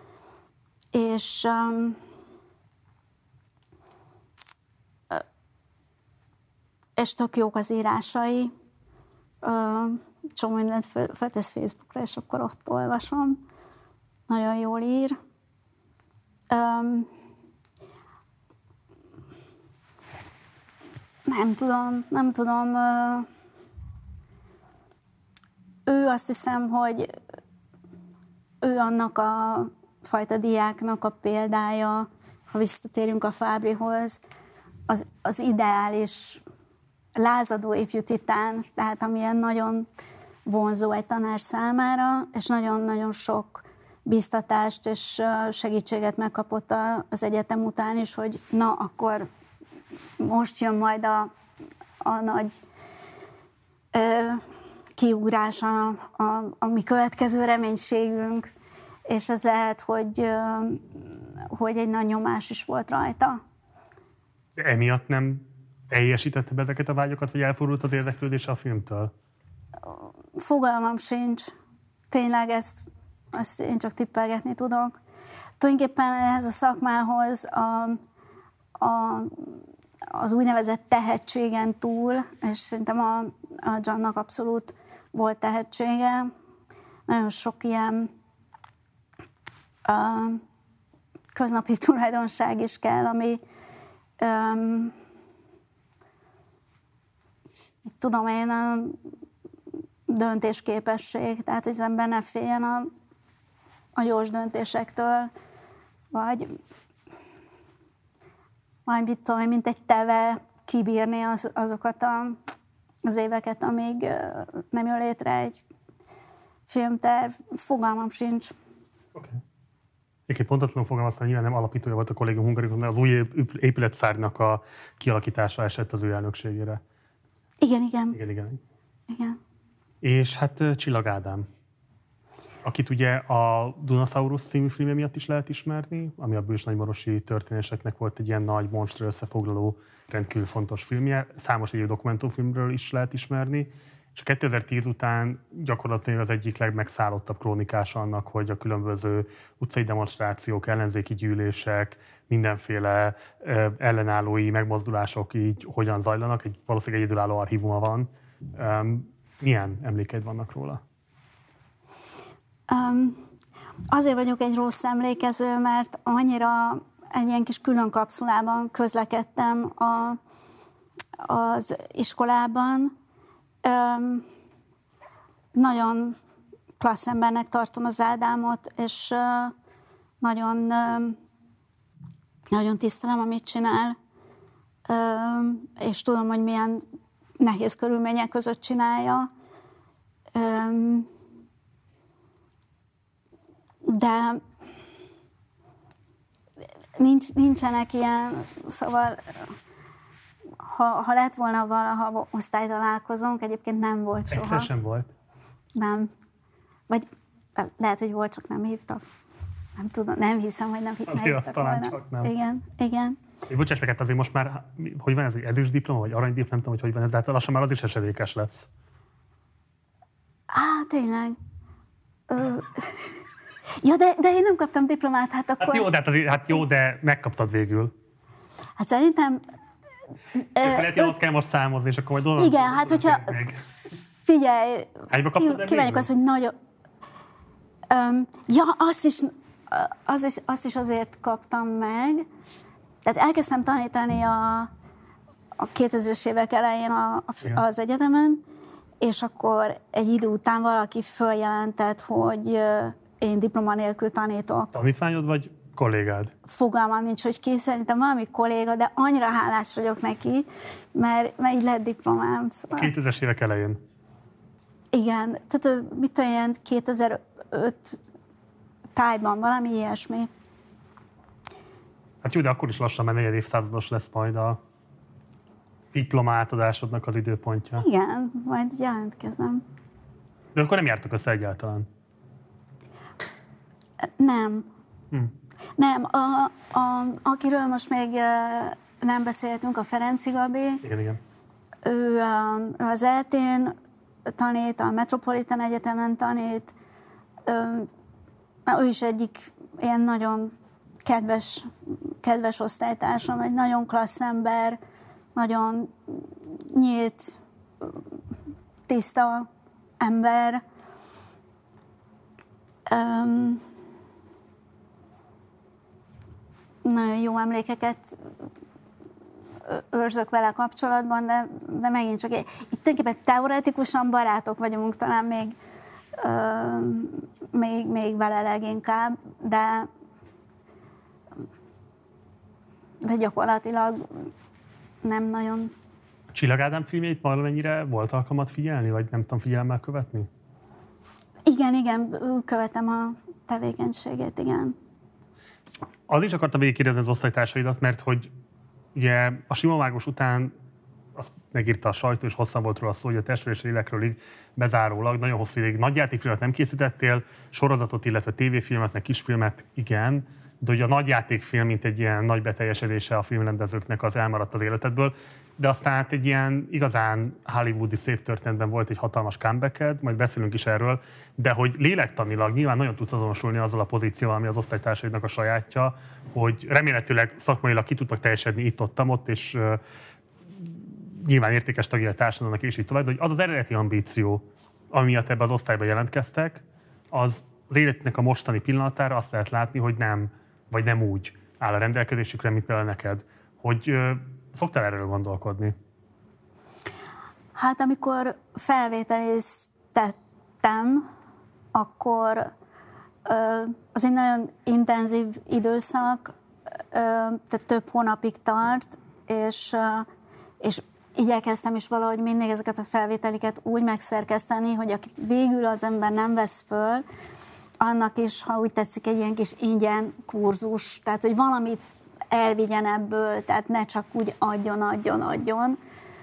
és tök jók az írásai. Csomó mindent feltesz Facebookra, és akkor ott olvasom. Nagyon jól ír. Nem tudom. Ő azt hiszem, hogy ő annak a fajta diáknak a példája, ha visszatérünk a Fábrihoz, az ideális lázadó ifjú titán, tehát amilyen nagyon vonzó egy tanár számára, és nagyon-nagyon sok biztatást és segítséget megkapott az egyetem után is, hogy na, akkor most jön majd a nagy kiugrás, a mi következő reménységünk, és ez lehet, hogy egy nagy nyomás is volt rajta. Emiatt nem teljesítette be ezeket a vágyokat, vagy elfordult az érdeklődése a filmtől? Fogalmam sincs. Tényleg ezt én csak tippelgetni tudok. Tulajdonképpen ehhez a szakmához az úgynevezett tehetségen túl, és szerintem a Johnnak abszolút volt tehetsége, nagyon sok ilyen köznapi tulajdonság is kell, ami tudom én, a döntésképesség, tehát hogy az ember ne féljen a gyors döntésektől, vagy mit tudom én, mint egy teve kibírni azokat az éveket, amíg nem jön létre egy filmterv. Fogalmam sincs. Okay. Egyébként pontatlanul fogalmaztam, nyilván nem alapítója volt a Collegium Hungaricum, de az új épületszárnynak a kialakítása esett az ő elnökségére. Igen. És hát Csillag Ádám, akit ugye a Dunasaurus című filmje miatt is lehet ismerni, ami a bős nagymarosi történéseknek volt egy ilyen nagy monster összefoglaló, rendkívül fontos filmje. Számos egyéb dokumentumfilmről is lehet ismerni, és a 2010 után gyakorlatilag az egyik legmegszállottabb krónikása annak, hogy a különböző utcai demonstrációk, ellenzéki gyűlések, mindenféle ellenállói megmozdulások így hogyan zajlanak. Valószínűleg egyedülálló archívuma van. Milyen emlékeid vannak róla? Azért vagyok egy rossz emlékező, mert annyira egy ilyen kis külön kapszulában közlekedtem az iskolában. Nagyon klassz embernek tartom az Ádámot, és nagyon tisztelem, amit csinál, és tudom, hogy milyen nehéz körülmények között csinálja. De nincsenek ilyen, szóval ha lett volna valaha osztálytalálkozónk, egyébként nem volt soha. Egyszer sem volt? Nem. Vagy lehet, hogy volt, csak nem hívtak. Nem tudom, nem hiszem, hogy nem hívtak talán volna. Csak nem. Igen. Bocsáss meg, hát azért most már, hogy van ez, egy erős diploma, vagy aranydiploma, nem tudom, hogy van ez, de hát lassan már az is esedékes lesz. Tényleg. Ja, de én nem kaptam diplomát, hát akkor... Hát jó, de megkaptad végül. Hát szerintem... Lehet, hogy azt kell most számozni, és akkor majd... Igen, hát hogyha... Figyelj, kívánjuk azt, hogy nagyon... Azt is azért kaptam meg. Tehát elkezdtem tanítani a 2000-es évek elején az egyetemen, és akkor egy idő után valaki följelentett, hogy én diploma nélkül tanítok. Tanítványod vagy kollégád? Fogalmam nincs, hogy ki, szerintem valami kolléga, de annyira hálás vagyok neki, mert így lett diplomám. Szóval. 2000-es évek elején. Igen, tehát mit tudom, ilyen 2005 tájban, valami ilyesmi. Hát jó, de akkor is lassan már 4. évszázados lesz majd a diploma átadásodnak az időpontja. Igen, majd jelentkezem. De akkor nem jártok össze egyáltalán? Nem. Nem, akiről most még nem beszéltünk, a Ferenci Gabi. Igen. Ő az ELTE-n tanít, a Metropolitan Egyetemen tanít. Ő is egyik ilyen nagyon kedves osztálytársam, egy nagyon klassz ember, nagyon nyílt, tiszta ember. Nagyon jó emlékeket őrzök vele kapcsolatban, de megint csak itt tulajdonképpen teoretikusan barátok vagyunk, talán még vele leginkább, de gyakorlatilag nem nagyon. A Csillag Ádám filmjeit valamennyire volt alkalmat figyelni, vagy nem tudom, figyelemmel követni? Igen, követem a tevékenységét, igen. Az is akartam végigkérdezni az osztálytársaidat, mert hogy ugye a Simovágos után azt megírta a sajtó, és hosszan volt róla szó, hogy a Testről és lélekről így bezárólag nagyon hosszú ideig nagyjátékfilmet nem készítettél, sorozatot, illetve tévéfilmet, meg kisfilmet igen, de ugye a nagyjátékfilm, mint egy ilyen nagy beteljesedése a filmrendezőknek az elmaradt az életedből, de aztán egy ilyen igazán hollywoodi szép történetben volt egy hatalmas comebacked, majd beszélünk is erről, de hogy lélektanilag nyilván nagyon tudsz azonosulni azzal a pozícióval, ami az osztálytársaidnak a sajátja, hogy remélhetőleg szakmailag ki tudtak teljesedni itt-ott, és nyilván értékes tagja a társadalomnak, és így tovább, de hogy az az eredeti ambíció, ami miatt ebbe az osztályba jelentkeztek, az életnek a mostani pillanatára azt lehet látni, hogy nem úgy áll a rendelkezésükre, mint például neked. Hogy szoktál erről gondolkodni? Hát amikor felvételiztettem, akkor az egy nagyon intenzív időszak, tehát több hónapig tart, és igyekeztem is valahogy mindig ezeket a felvételiket úgy megszerkeszteni, hogy akit végül az ember nem vesz föl, annak is, ha úgy tetszik, egy ilyen kis ingyen kurzus, tehát hogy valamit elvigyen ebből, tehát ne csak úgy adjon.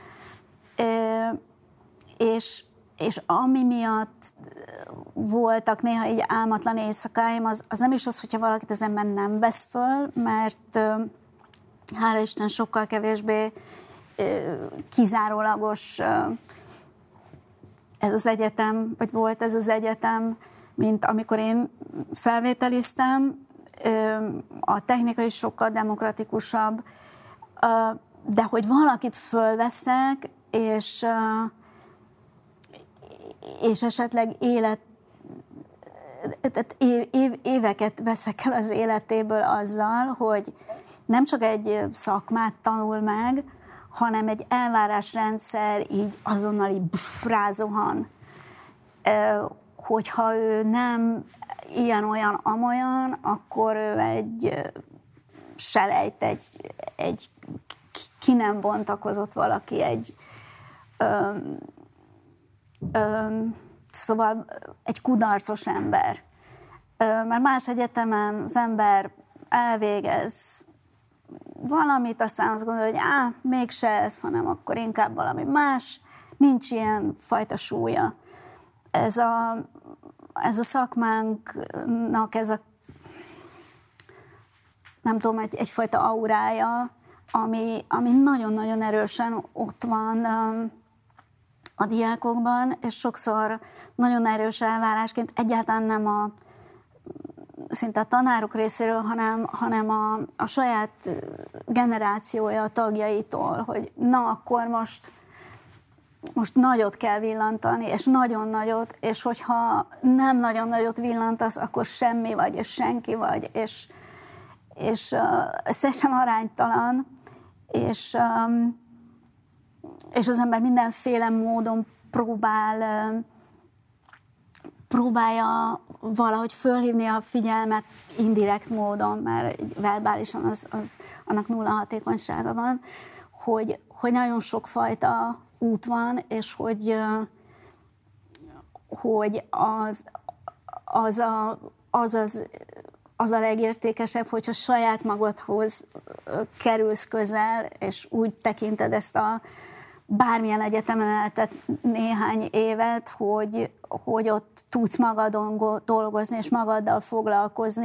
És ami miatt voltak néha így álmatlan éjszakáim, az nem is az, hogyha valakit az ember nem vesz föl, mert hála Isten sokkal kevésbé kizárólagos ez az egyetem, vagy volt ez az egyetem, mint amikor én felvételiztem. A technika is sokkal demokratikusabb, de hogy valakit fölveszek, és esetleg tehát éveket veszek el az életéből azzal, hogy nem csak egy szakmát tanul meg, hanem egy elvárásrendszer így azonnal rázuhan. Hogyha ő nem ilyen-olyan, amolyan, akkor ő egy selejt, egy ki nem bontakozott valaki, szóval egy kudarcos ember. Mert más egyetemen az ember elvégez valamit, aztán azt gondolja, hogy mégse ez, hanem akkor inkább valami más. Nincs ilyen fajta súlya. Ez a szakmánknak nem tudom, egyfajta aurája, ami nagyon-nagyon erősen ott van a diákokban, és sokszor nagyon erős elvárásként egyáltalán nem szinte a tanárok részéről, hanem a saját generációja a tagjaitól, hogy na, akkor most nagyot kell villantani, és nagyon nagyot, és hogyha nem nagyon nagyot villantasz, akkor semmi vagy, és senki vagy, és ez teljesen aránytalan, és az ember mindenféle módon próbálja valahogy fölhívni a figyelmet indirekt módon, mert verbálisan az annak nulla hatékonysága van, hogy nagyon sokfajta út van, és hogy az a legértékesebb, hogyha saját magadhoz kerülsz közel, és úgy tekinted ezt a bármilyen egyetemen eltett néhány évet, hogy ott tudsz magadon dolgozni, és magaddal foglalkozni,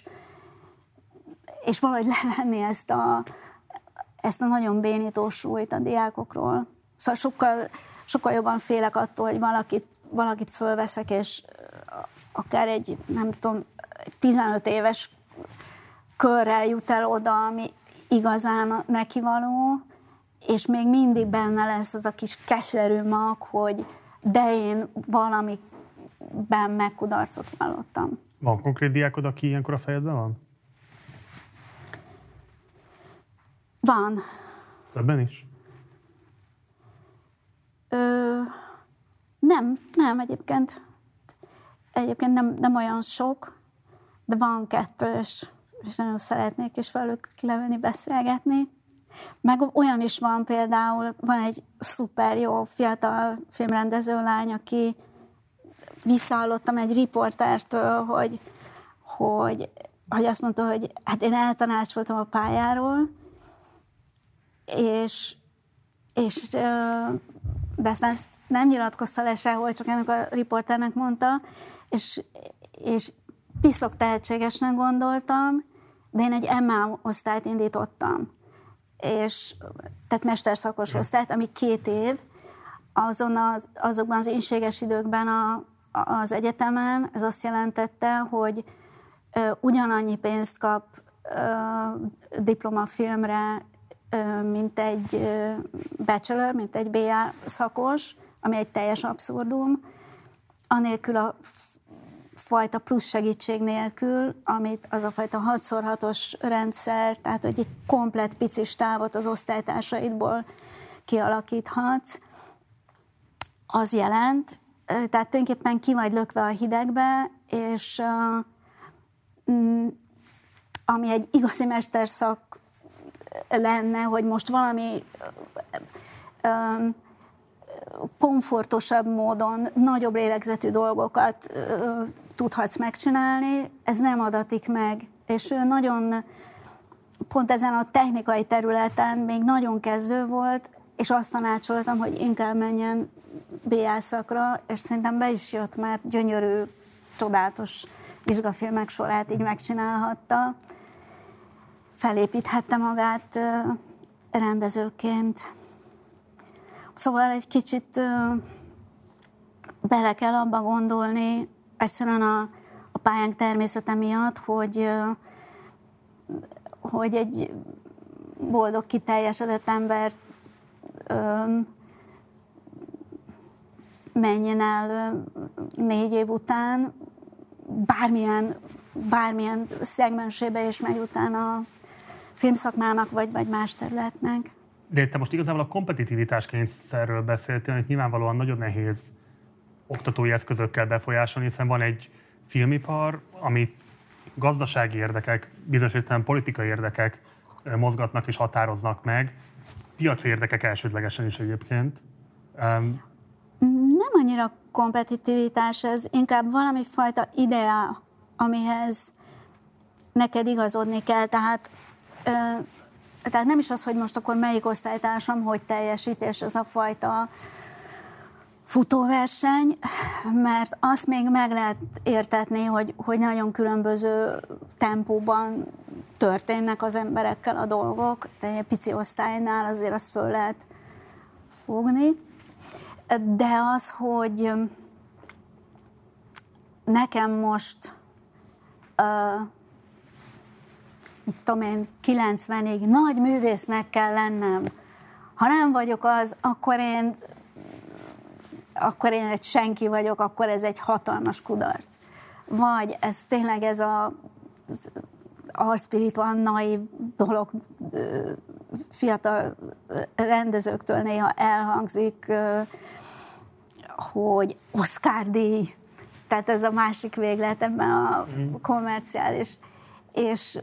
és valahogy levenni ezt a nagyon bénító súlyt a diákokról. Szóval sokkal jobban félek attól, hogy valakit fölveszek, és akár egy, nem tudom, 15 éves körrel jut el oda, ami igazán nekivaló, és még mindig benne lesz az a kis keserű mag, hogy de én valamiben megkudarcot vallottam. Van konkrét diákod, aki ilyenkor a fejedben van? Van. Többen is? Nem, egyébként nem olyan sok, de van 2, és nagyon szeretnék is velük leülni, beszélgetni. Meg olyan is van például, van egy szuper jó fiatal filmrendező lány, aki visszahallottam egy riportertől, hogy azt mondta, hogy hát én eltanácsoltam a pályáról, de aztán nem nyilatkozta le sehol, csak ennek a riporternek mondta, és piszok tehetségesnek gondoltam, de én egy MA osztályt indítottam. Tehát mesterszakos osztályt, ami 2 év, azokban az ínséges időkben az egyetemen, ez azt jelentette, hogy ugyanannyi pénzt kap diplomafilmre, mint egy bachelor, mint egy BA szakos, ami egy teljes abszurdum, anélkül a fajta plusz segítség nélkül, amit az a fajta 6x6-os rendszer, tehát hogy egy komplett picis távot az osztálytársaidból kialakíthatsz, az jelent. Tehát tulajdonképpen ki vagy lökve a hidegbe, és ami egy igazi mesterszak lenne, hogy most valami komfortosabb módon, nagyobb lélegzetű dolgokat tudhatsz megcsinálni, ez nem adatik meg. És ő nagyon, pont ezen a technikai területen még nagyon kezdő volt, és azt tanácsoltam, hogy inkább menjen BA szakra, és szerintem be is jött, mert gyönyörű, csodálatos vizsgafilmek sorát így megcsinálhatta. Felépíthette magát rendezőként. Szóval egy kicsit bele kell abba gondolni, egyszerűen a pályánk természete miatt, hogy egy boldog, kiteljesedett ember menjen el 4 év után, bármilyen szegmensébe is megy utána a filmszakmának, vagy más területnek. De te most igazából a kompetitivitás kényszerről beszéltél, hogy nyilvánvalóan nagyon nehéz oktatói eszközökkel befolyásolni, hiszen van egy filmipar, amit gazdasági érdekek, bizonyos értelemben politikai érdekek mozgatnak és határoznak meg, piaci érdekek elsődlegesen is egyébként. Nem annyira kompetitivitás, ez inkább valami fajta idea, amihez neked igazodni kell, tehát nem is az, hogy most akkor melyik osztálytársam hogy teljesít, és ez a fajta futóverseny, mert azt még meg lehet értetni, hogy nagyon különböző tempóban történnek az emberekkel a dolgok, de egy pici osztálynál azért azt föl lehet fogni. De az, hogy nekem most 90-ig nagy művésznek kell lennem. Ha nem vagyok az, akkor én egy senki vagyok, akkor ez egy hatalmas kudarc. Vagy ez tényleg ez a spiritual naív dolog fiatal rendezőktől néha elhangzik, hogy Oscar-díj, tehát ez a másik véglet ebben a kommerciális, és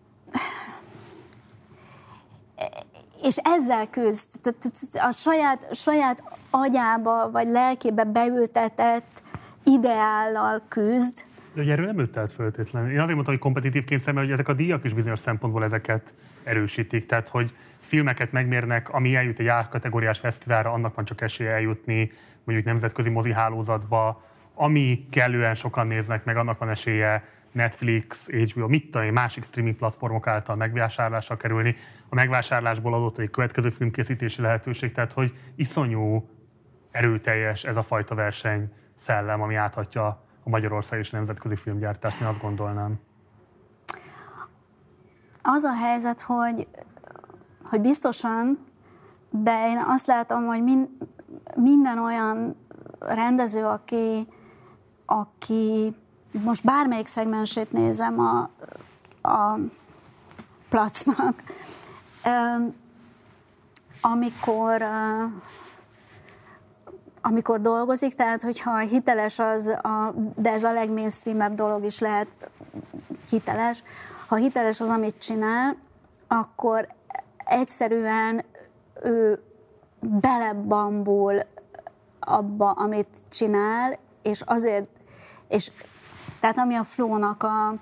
ezzel küzd, a saját agyába vagy lelkébe beültetett ideállal küzd. De ugye erről nem öttelt föltétlenül. Én azért mondtam, hogy kompetitív kényszer, mert hogy ezek a díjak is bizonyos szempontból ezeket erősítik. Tehát, hogy filmeket megmérnek, ami eljut egy A-kategóriás fesztiválra, annak van csak esélye eljutni mondjuk nemzetközi mozihálózatba, ami kellően sokan néznek meg, annak van esélye Netflix, HBO, másik streaming platformok által megvásárlásra kerülni. A megvásárlásból adott egy következő filmkészítési lehetőség, tehát hogy iszonyú erőteljes ez a fajta verseny szellem, ami áthatja a Magyarország és nemzetközi filmgyártást, én azt gondolnám. Az a helyzet, hogy biztosan, de én azt látom, hogy minden olyan rendező, aki most bármelyik szegmensét nézem a placnak, amikor dolgozik, tehát hogyha hiteles de ez a legmainstreamebb dolog is lehet hiteles, ha hiteles az, amit csinál, akkor egyszerűen ő belebambul abba, amit csinál, és azért, tehát ami a Flow-nak a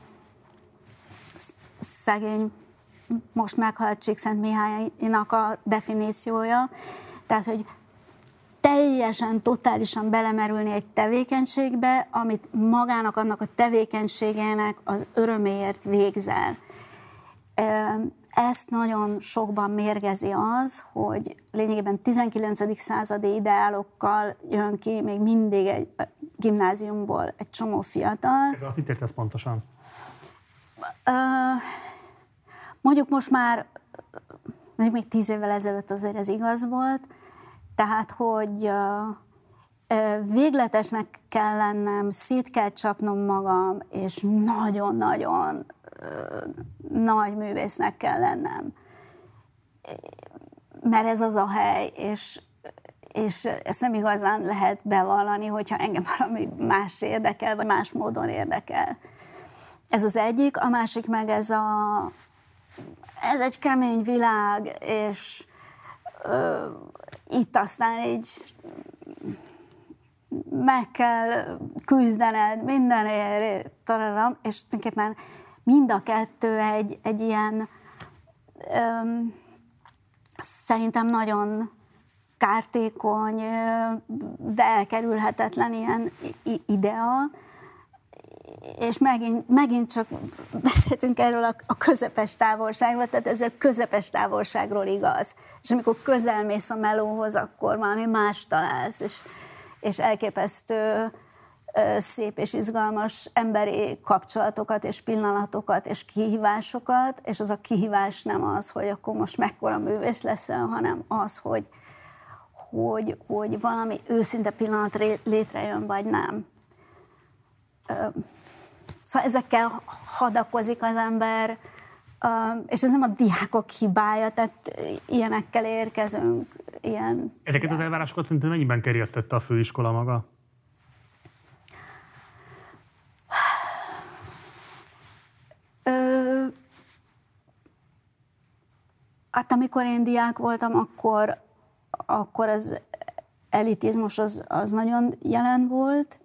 szegény, most meghalt Csíkszentmihálynak a definíciója, tehát, hogy teljesen, totálisan belemerülni egy tevékenységbe, amit magának, annak a tevékenységének az öröméért végzel. Ezt nagyon sokban mérgezi az, hogy lényegében 19. századi ideálokkal jön ki még mindig egy gimnáziumból egy csomó fiatal. Ez mit értesz pontosan? Mondjuk most már, még 10 évvel ezelőtt azért ez igaz volt, tehát, hogy végletesnek kell lennem, szét kell csapnom magam, és nagyon-nagyon nagy művésznek kell lennem. Mert ez az a hely, és ezt nem igazán lehet bevallani, hogyha engem valami más érdekel, vagy más módon érdekel. Ez az egyik, a másik meg ez egy kemény világ, és itt aztán így meg kell küzdened mindenért, és tulajdonképpen mind a kettő egy ilyen szerintem nagyon kártékony, de elkerülhetetlen ilyen idea, és megint csak beszéltünk erről a közepes távolságról, tehát ez a közepes távolságról igaz. És amikor közel mész a melóhoz, akkor valami más találsz, és elképesztő szép és izgalmas emberi kapcsolatokat és pillanatokat és kihívásokat, és az a kihívás nem az, hogy akkor most mekkora művész leszel, hanem az, hogy valami őszinte pillanat létrejön, vagy nem. Szóval ezekkel hadakozik az ember, és ez nem a diákok hibája, tehát ilyenekkel érkezünk. Ezeket az elvárásokat szerintem mennyiben kerjesztette a főiskola maga? Hát amikor én diák voltam, akkor az elitizmus az nagyon jelen volt.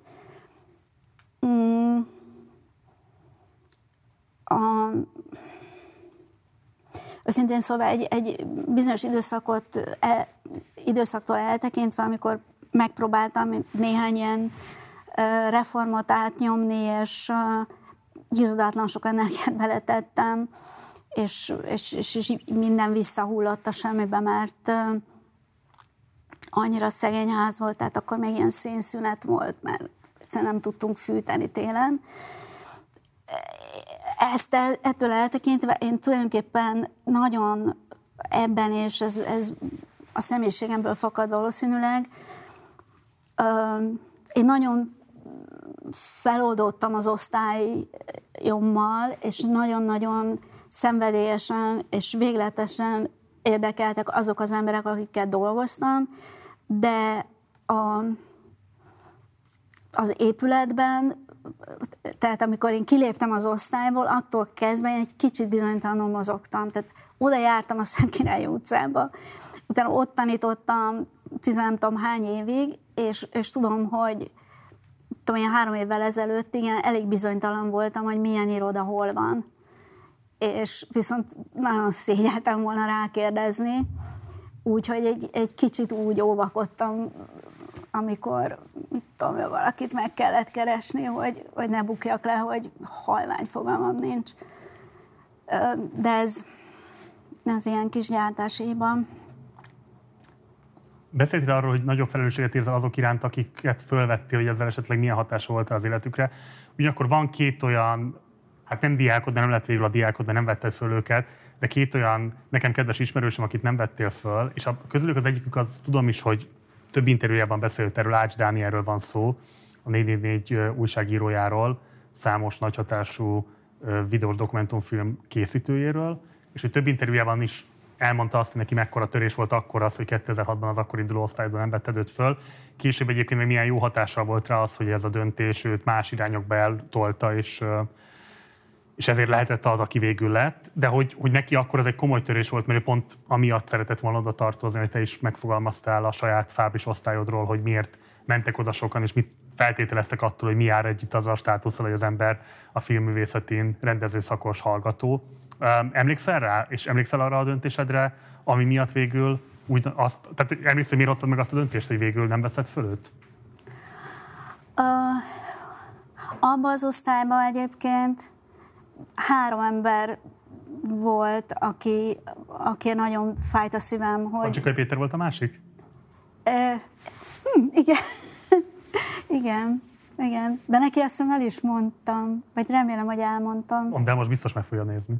Őszintén szóval egy bizonyos időszaktól eltekintve, amikor megpróbáltam néhány ilyen reformot átnyomni, és irdatlan sok energiát beletettem, és minden visszahullott a semmibe, mert annyira szegény ház volt, tehát akkor még ilyen szénszünet volt, mert egyszerűen nem tudtunk fűteni télen. Ettől eltekintve én tulajdonképpen nagyon ebben, és ez a személyiségemből fakad valószínűleg, én nagyon feloldottam az osztályommal, és nagyon-nagyon szenvedélyesen és végletesen érdekeltek azok az emberek, akikkel dolgoztam, de az épületben, tehát amikor én kiléptem az osztályból, attól kezdve én egy kicsit bizonytalanul mozogtam. Tehát oda jártam a Szentkirályi utcába, utána ott tanítottam nem tudom hány évig, és tudom, hogy ilyen 3 évvel ezelőtt igen, elég bizonytalan voltam, hogy milyen iroda hol van. És viszont nagyon szégyeltem volna rákérdezni, úgyhogy egy kicsit úgy óvakodtam, amikor, valakit meg kellett keresni, hogy ne bukjak le, hogy halvány fogalmam nincs. De ez ilyen kis gyártási hiba. Beszéltél arról, hogy nagyobb felelősséget érzel azok iránt, akiket fölvettél, hogy ezzel esetleg milyen hatása volt az életükre. Ugyanakkor van 2 olyan, hát nem diákod, de nem lett végül a diákod, mert nem vetted föl őket, de 2 olyan nekem kedves ismerősöm, akit nem vettél föl, és közülük az egyikük, az tudom is, hogy több interjújában beszélt erről, Ács Dánielről van szó, a 444 újságírójáról, számos nagyhatású videós dokumentumfilm készítőjéről, és hogy több interjújában is elmondta azt, hogy neki mekkora törés volt akkor az, hogy 2006-ban az akkor induló osztályban nem vetted őt föl. Később egyébként még milyen jó hatással volt rá az, hogy ez a döntés őt más irányokba eltolta, és ezért lehetett az, aki végül lett. De hogy neki akkor ez egy komoly törés volt, mert ő pont amiatt szeretett volna oda tartozni, hogy te is megfogalmaztál a saját fábris osztályodról, hogy miért mentek oda sokan, és mit feltételeztek attól, hogy mi jár együtt az a státusszal, hogy az ember a filmművészetén rendezőszakos hallgató. Emlékszel rá, és emlékszel arra a döntésedre, ami miatt végül tehát emlékszel, miért hoztad meg azt a döntést, hogy végül nem veszed föl őt? Abban az osztályban egyébként 3 ember volt, aki nagyon fájt a szívem, hogy... Fancsikai Péter volt a másik? Igen. Igen. De neki azt hiszem el is mondtam, vagy remélem, hogy elmondtam. Mondd el, most biztos meg fogja nézni.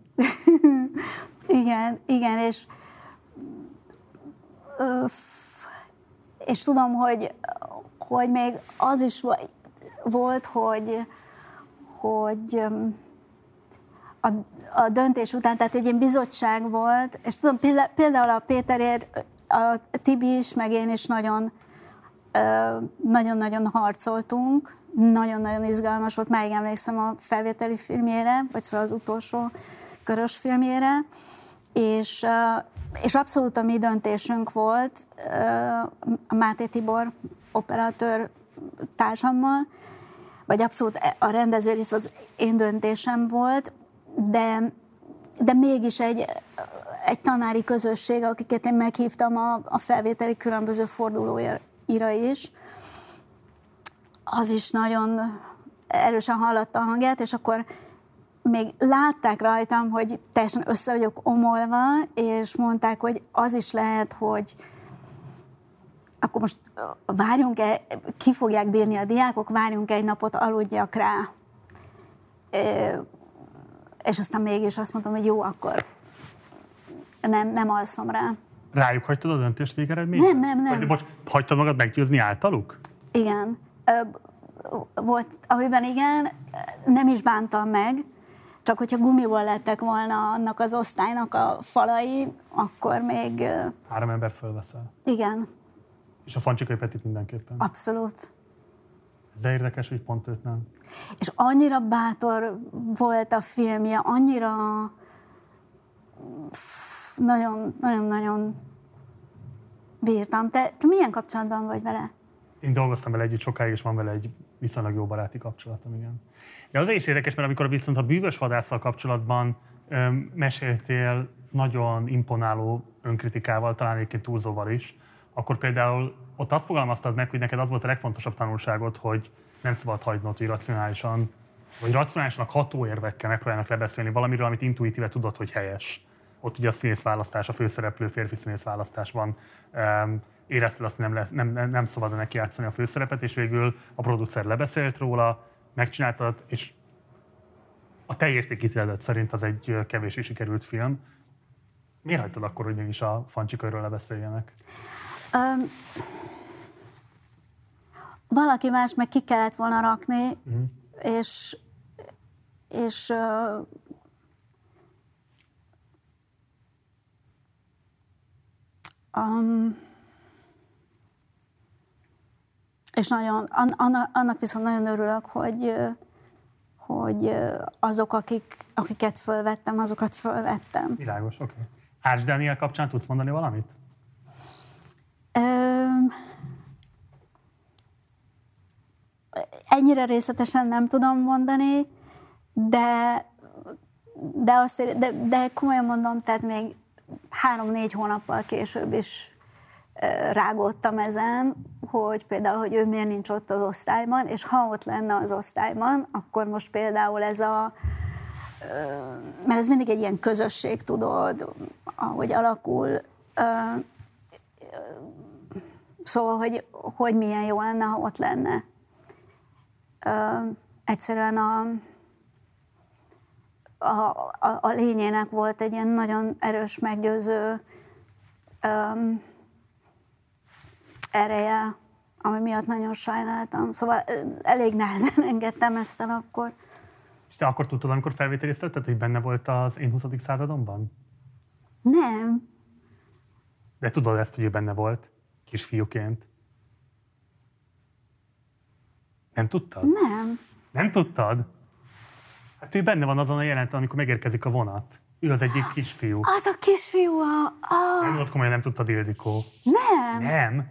Igen, és tudom, hogy még az is volt, hogy a döntés után, tehát egy ilyen bizottság volt, és tudom, például a Péterért, a Tibi is, meg én is nagyon-nagyon harcoltunk, nagyon-nagyon izgalmas volt, máig emlékszem a felvételi filmjére, vagy szóval az utolsó körös filmjére, és abszolút a mi döntésünk volt, a Máté Tibor operatőr társammal, vagy abszolút a rendező is az én döntésem volt, de mégis egy tanári közösség, akiket én meghívtam a felvételi különböző fordulóira is, az is nagyon erősen hallatta a hangját, és akkor még látták rajtam, hogy teljesen össze vagyok omolva, és mondták, hogy az is lehet, hogy akkor most várjunk-e, ki fogják bírni a diákok, várjunk egy napot, aludjak rá. És aztán mégis azt mondtam, hogy jó, akkor nem alszom rá. Rájuk hagytad a döntést végeredményben? Nem. Most hagytad magad meggyőzni általuk? Igen. Volt, amiben igen, nem is bántam meg, csak hogyha gumiból lettek volna annak az osztálynak a falai, akkor még... 3 embert fölveszel. Igen. És a Fancsikai Petit mindenképpen. Abszolút. Ez de érdekes, hogy pont őt nem. És annyira bátor volt a filmje, annyira nagyon bírtam. Te milyen kapcsolatban vagy vele? Én dolgoztam vele együtt sokáig, és van vele egy viszonylag jó baráti kapcsolatom, igen. De azért is érdekes, mert amikor viszont a bűvös vadásszal kapcsolatban meséltél nagyon imponáló önkritikával, talán egyébként túlzóval is, akkor például ott azt fogalmaztad meg, hogy neked az volt a legfontosabb tanulságod, hogy nem szabad hagynod, hogy racionálisan ható érvekkel megpróbálnak lebeszélni valamiről, amit intuitíve tudod, hogy helyes. Ott ugye a színészválasztás, a főszereplő férfi színészválasztásban érezted azt, hogy nem szabad neki játszani a főszerepet, és végül a producer lebeszélt róla, megcsináltad, és a te értékítéleted szerint az egy kevéssé sikerült film. Miért hagytad akkor, hogy mégis a Fancsikairól lebeszéljenek? Valaki más meg ki kellett volna rakni, és nagyon, annak viszont nagyon örülök, hogy azok, akiket fölvettem, azokat fölvettem. Világos, oké. Ács Dániel kapcsán tudsz mondani valamit? Ennyire részletesen nem tudom mondani, de komolyan mondom, tehát még 3-4 hónappal később is rágódtam ezen, hogy például, hogy ő miért nincs ott az osztályban, és ha ott lenne az osztályban, akkor most például ez mert ez mindig egy ilyen közösség, tudod, ahogy alakul, szóval, hogy milyen jó lenne, ha ott lenne. Egyszerűen a lényének volt egy ilyen nagyon erős, meggyőző ereje, ami miatt nagyon sajnáltam. Szóval elég nehezen engedtem ezt el akkor. És te akkor tudtad, amikor felvételiztetted, hogy benne volt az Én 20. századomban? Nem. De tudod ezt, hogy ő benne volt, kisfiúként? Nem tudtad? Nem. Nem tudtad? Hát ő benne van azon a jeleneten, amikor megérkezik a vonat. Ő az egyik kisfiú. Az a kisfiú Nem volt komolyan, nem tudtad, Ildikó. Nem. Nem?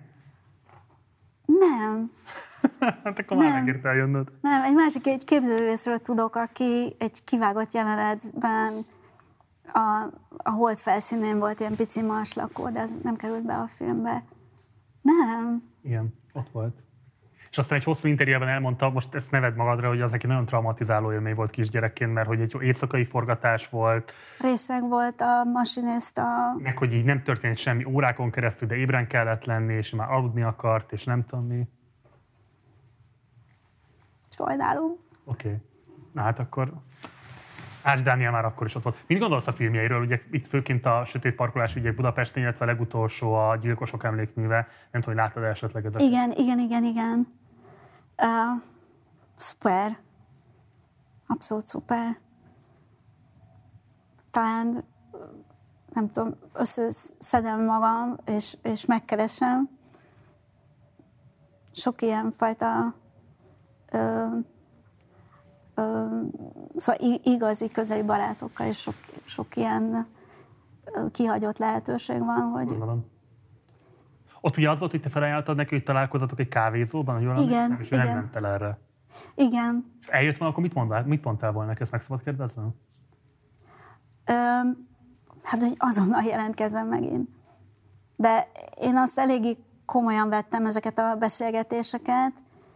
Nem. Hát akkor már megért eljönnöd. Nem, egy képzőművészről tudok, aki egy kivágott jelenetben a hold felszínén volt ilyen pici marslakó, de ez nem került be a filmbe. Nem. Igen, ott volt. És aztán egy hosszú interjúban elmondta, most ezt neved magadra, hogy az neki nagyon traumatizáló élmény volt kisgyerekként, mert hogy egy éjszakai forgatás volt. Részeg volt a masinista. Meg hogy így nem történt semmi órákon keresztül, de ébren kellett lenni, és már aludni akart, és nem tudom mi. Sajnálom. Oké. Na hát akkor Ács Dániel már akkor is ott volt. Mit gondolsz a filmjeiről? Ugye itt főként a Sötét parkolás ügyek Budapesten, illetve legutolsó a Gyilkosok emlékműve. Nem tudom, hogy láttad esetleg ezeket? Igen. Szuper. Abszolút szuper. Talán, nem tudom, összeszedem magam, és megkeresem. Sok ilyen fajta szóval igazi közeli barátokkal is sok ilyen kihagyott lehetőség van, hogy... Gondolom. Ott ugye az volt, hogy te felajánlottad neki, hogy találkozatok egy kávézóban, hogy jól emlékszem, és ő nem ment el erre. Igen. Eljött volna, akkor mit mondtál volna neki, ezt meg szabad kérdezni? Hát, hogy azonnal jelentkezem megint. De én azt eléggé komolyan vettem ezeket a beszélgetéseket.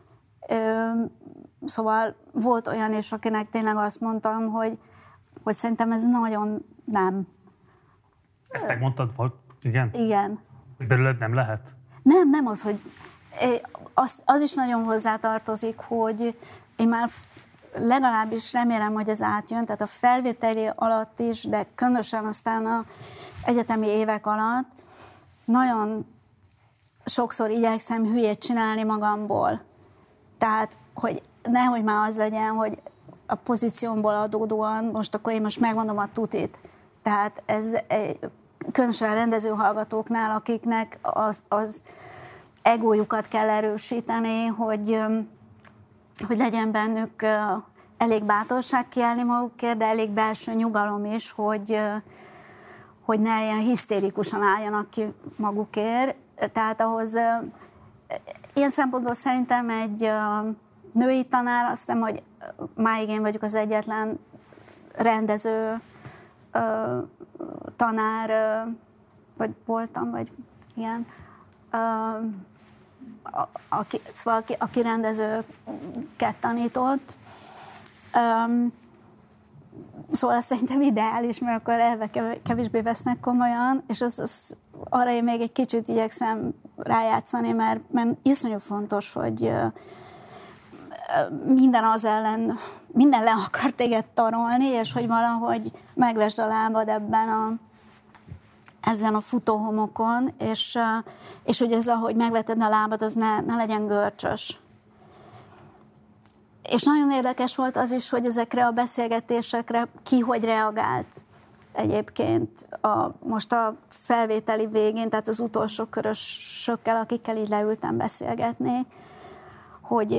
Szóval volt olyan is, akinek tényleg azt mondtam, hogy szerintem ez nagyon nem. Ezt megmondtad? Igen? Igen. Hogy belőled nem lehet? Nem az, hogy az is nagyon hozzátartozik, hogy én már legalábbis remélem, hogy ez átjön, tehát a felvételi alatt is, de különösen aztán az egyetemi évek alatt nagyon sokszor igyekszem hülyét csinálni magamból. Tehát, hogy nehogy már az legyen, hogy a pozíciómból adódóan, most akkor én megmondom a tutit. Tehát ez különösen a rendezőhallgatóknál, akiknek az egójukat kell erősíteni, hogy legyen bennük elég bátorság kiállni magukért, de elég belső nyugalom is, hogy ne ilyen hisztérikusan álljanak ki magukért. Tehát ahhoz ilyen szempontból szerintem egy női tanár, azt hiszem, hogy máig én vagyok az egyetlen rendező tanár, vagy voltam, vagy igen, aki rendezőket tanított. Szóval azt szerintem ideális, mert akkor elve kevésbé vesznek komolyan, és arra én még egy kicsit igyekszem rájátszani, mert iszonyú fontos, hogy minden le akar téged tarolni, és hogy valahogy megvesd a lábad ezen a futóhomokon, és hogy ez, ahogy megveted a lábad, az ne legyen görcsös. És nagyon érdekes volt az is, hogy ezekre a beszélgetésekre ki hogy reagált egyébként most a felvételi végén, tehát az utolsó körösökkel, akikkel így leültem beszélgetni, hogy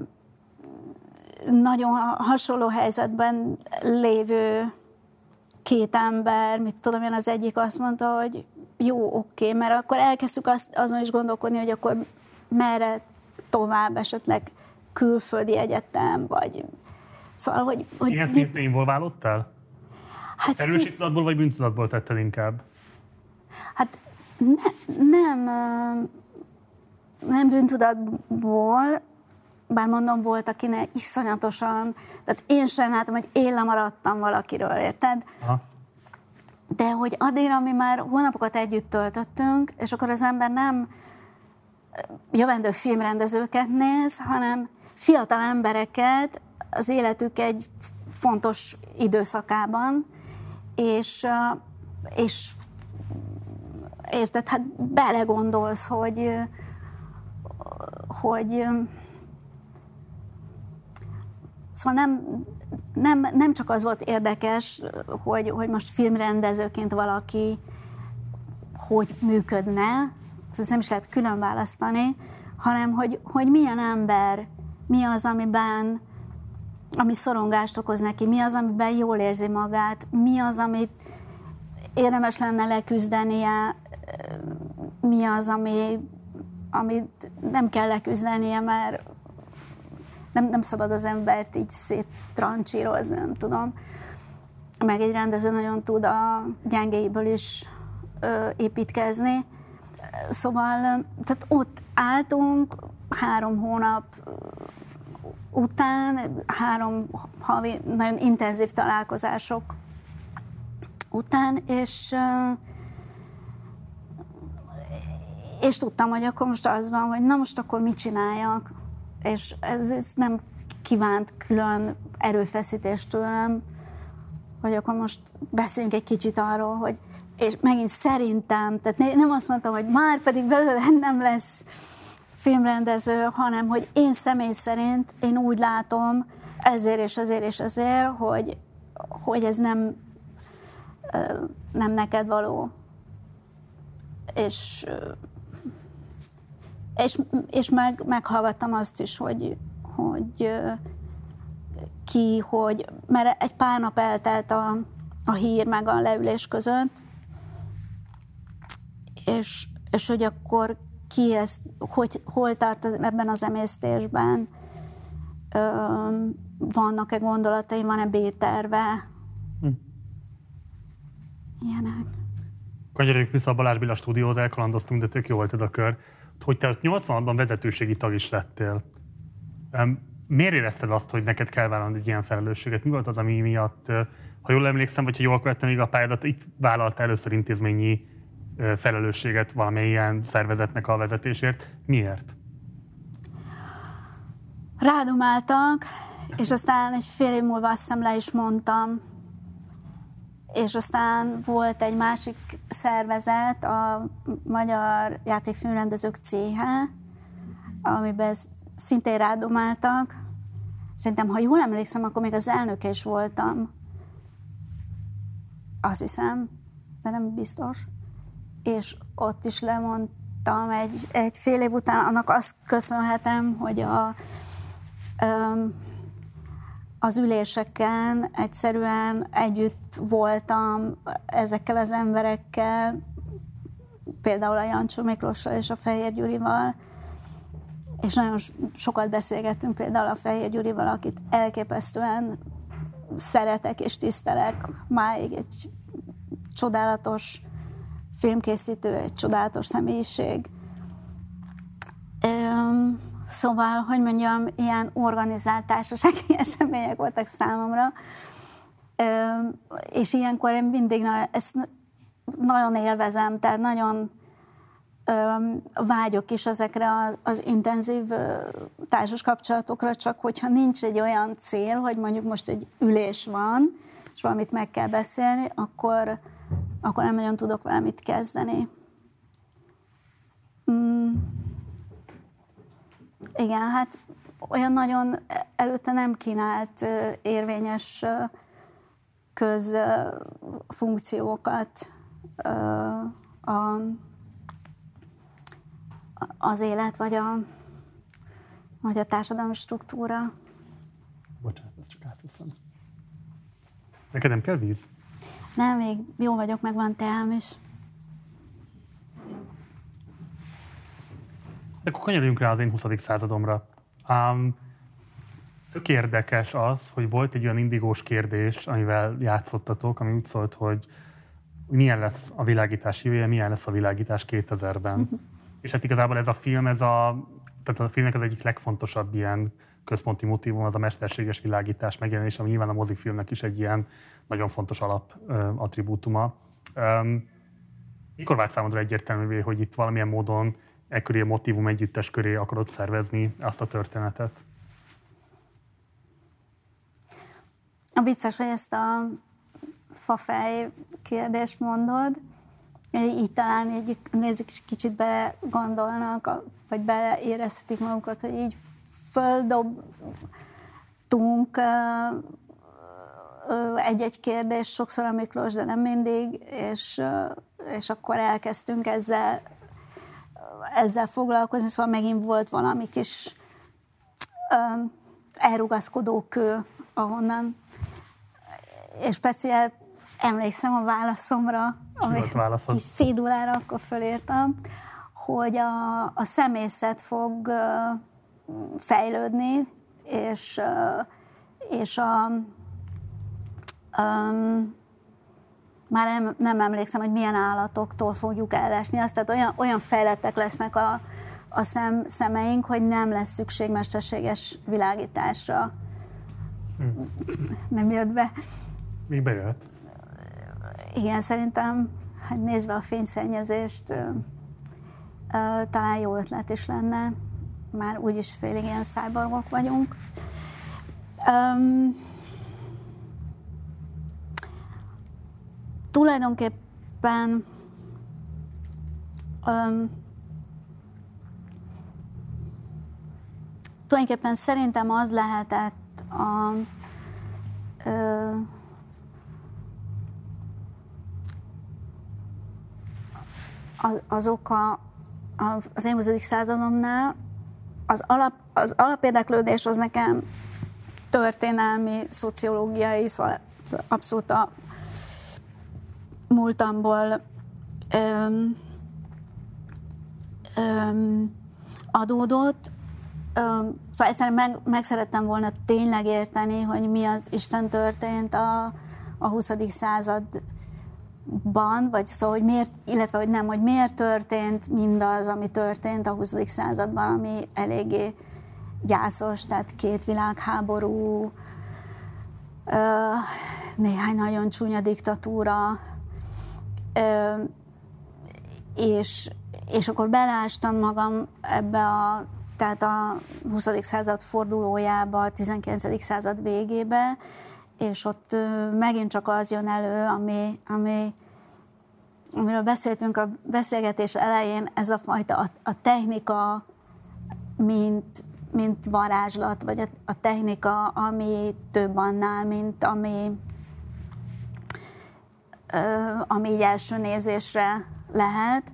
nagyon hasonló helyzetben lévő két ember, mit tudom én, az egyik azt mondta, hogy jó, oké, mert akkor elkezdtük azon is gondolkodni, hogy akkor merre tovább, esetleg külföldi egyetem, vagy szóval, hogy ilyen szinten involválódtál? Hát erősítudatból vagy bűntudatból tetted inkább? Hát nem bűntudatból, bár mondom, volt, akinek iszonyatosan, tehát én sem látom, hogy én lemaradtam valakiről, érted? Aha. De hogy addigra mi már hónapokat együtt töltöttünk, és akkor az ember nem jövendő filmrendezőket néz, hanem fiatal embereket az életük egy fontos időszakában, és érted, hát belegondolsz, hogy szóval nem csak az volt érdekes, hogy most filmrendezőként valaki hogy működne, ezt nem is lehet külön választani, hanem hogy milyen ember, mi az, ami szorongást okoz neki, mi az, amiben jól érzi magát, mi az, amit érdemes lenne leküzdenie, mi az, amit nem kell leküzdenie, mert nem szabad az embert így széttrancsírozni, nem tudom. Meg egy rendező nagyon tud a gyengéiből is építkezni. Szóval tehát ott álltunk 3 hónap után, 3 havi nagyon intenzív találkozások után, és tudtam, hogy akkor most az van, hogy na most akkor mit csináljak, és ez nem kívánt külön erőfeszítést tőlem, hogy akkor most beszéljünk egy kicsit arról, hogy és megint szerintem, tehát nem azt mondtam, hogy már pedig belőle nem lesz filmrendező, hanem hogy én személy szerint én úgy látom ezért és ezért és ezért, hogy ez nem neked való. És meghallgattam azt is, hogy mert egy pár nap eltelt a hír meg a leülés között, és hogy akkor ki ezt, hol tart ebben az emésztésben, vannak-e gondolatai, van-e B-terve, ilyenek. Kanyarodjunk vissza a Balázs Béla stúdióhoz, elkalandoztunk, de tök jó volt ez a kör. Hogy te 86-ban vezetőségi tag is lettél. Miért érezted azt, hogy neked kell vállalni egy ilyen felelősséget? Mi volt az, ami miatt, ha jól emlékszem, vagy ha jól követtem még a pályadat, itt vállalta először intézményi felelősséget valamilyen szervezetnek a vezetésért. Miért? Rádomáltak, és aztán egy fél év múlva azt hiszem le is mondtam. És aztán volt egy másik szervezet, a Magyar Játékfilmrendezők Céhe, amiben szintén rádomáltak. szerintem, ha jól emlékszem, akkor még az elnöke is voltam. Azt hiszem, de nem biztos. És ott is lemondtam egy fél év után, annak azt köszönhetem, hogy az üléseken egyszerűen együtt voltam ezekkel az emberekkel, például a Jancsó Miklóssal és a Fehér Gyurival, és nagyon sokat beszélgettünk például a Fehér Gyurival, akit elképesztően szeretek és tisztelek, máig egy csodálatos filmkészítő, egy csodálatos személyiség. Szóval, hogy mondjam, ilyen organizált társasági események voltak számomra, és ilyenkor én mindig ezt nagyon élvezem, tehát nagyon vágyok is ezekre az intenzív társas kapcsolatokra, csak hogyha nincs egy olyan cél, hogy mondjuk most egy ülés van, és valamit meg kell beszélni, akkor nem nagyon tudok vele mit kezdeni. Igen, hát olyan nagyon előtte nem kínált érvényes közfunkciókat az élet, vagy a társadalmi struktúra. Bocsánat, ezt csak átveszem. Neked nem kell víz? Nem, még jó vagyok, meg van teám is. De akkor kanyarodjunk rá az én 20. századomra. Tök érdekes az, hogy volt egy olyan indigós kérdés, amivel játszottatok, ami úgy szólt, hogy milyen lesz a világítás jövője, milyen lesz a világítás 2000-ben. És hát igazából ez a film, tehát a filmnek az egyik legfontosabb ilyen központi motívum, az a mesterséges világítás megjelenése, ami nyilván a mozifilmnek is egy ilyen nagyon fontos alapattribútuma. Mikor vált számodra egyértelművé, hogy itt valamilyen módon ekköré a motívum együttes köré akarod szervezni azt a történetet? A vicces, hogy ezt a fafej kérdést mondod. Így talán így nézzük, kicsit bele gondolnak, vagy beleérezhetik magukat, hogy így földobtunk egy-egy kérdést, sokszor a Miklós, de nem mindig, és akkor elkezdtünk ezzel foglalkozni, szóval megint volt valami kis elrugaszkodó kő, ahonnan. És speciál emlékszem a válaszomra, amit kis cédulára akkor fölírtam, hogy a személyzet fog fejlődni, és már nem emlékszem, hogy milyen állatoktól fogjuk ellesni azt, tehát olyan fejlettek lesznek a szemeink, hogy nem lesz szükség mesterséges világításra. Nem jött be. Még bejött. Igen, szerintem, hát nézve a fényszennyezést, talán jó ötlet is lenne. Már úgyis félig ilyen cyborgok vagyunk. Tulajdonképpen szerintem az lehetett az oka az én 20. századomnál, az alapérdeklődés az nekem történelmi, szociológiai, szóval abszolút a múltamból adódott. Szóval egyszerűen meg szerettem volna tényleg érteni, hogy mi az Isten történt a 20. században, vagy szóval, hogy miért, illetve hogy nem, hogy miért történt mindaz, ami történt a 20. században, ami eléggé gyászos, tehát 2 világháború, néhány nagyon csúnya diktatúra, és akkor beleástam magam ebbe tehát a 20. század fordulójába, a 19. század végébe, és ott megint csak az jön elő, amiről beszéltünk a beszélgetés elején, ez a fajta a technika, mint mint varázslat, vagy a technika, ami több annál, mint ami így első nézésre lehet,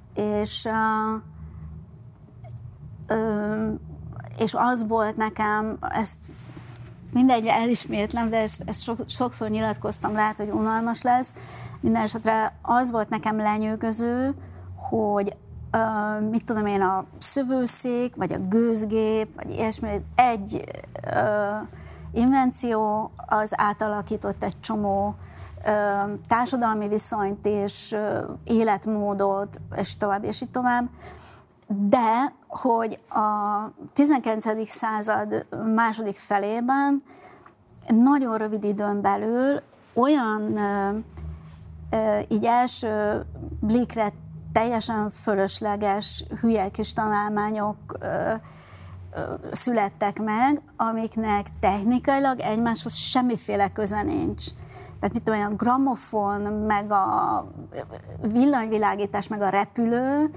és az volt nekem, ezt mindegy, elismétlem, de ezt sokszor nyilatkoztam, lehet, hogy unalmas lesz. Mindenesetre az volt nekem lenyűgöző, hogy mit tudom én, a szövőszék, vagy a gőzgép, vagy ilyesmi, egy invenció az átalakított egy csomó társadalmi viszonyt és életmódot, és tovább, és így tovább. De, hogy a 19. század második felében nagyon rövid időn belül olyan így első blikre teljesen fölösleges, hülye kis találmányok születtek meg, amiknek technikailag egymáshoz semmiféle köze nincs. Tehát mit tudom, a gramofon, meg a villanyvilágítás, meg a repülő,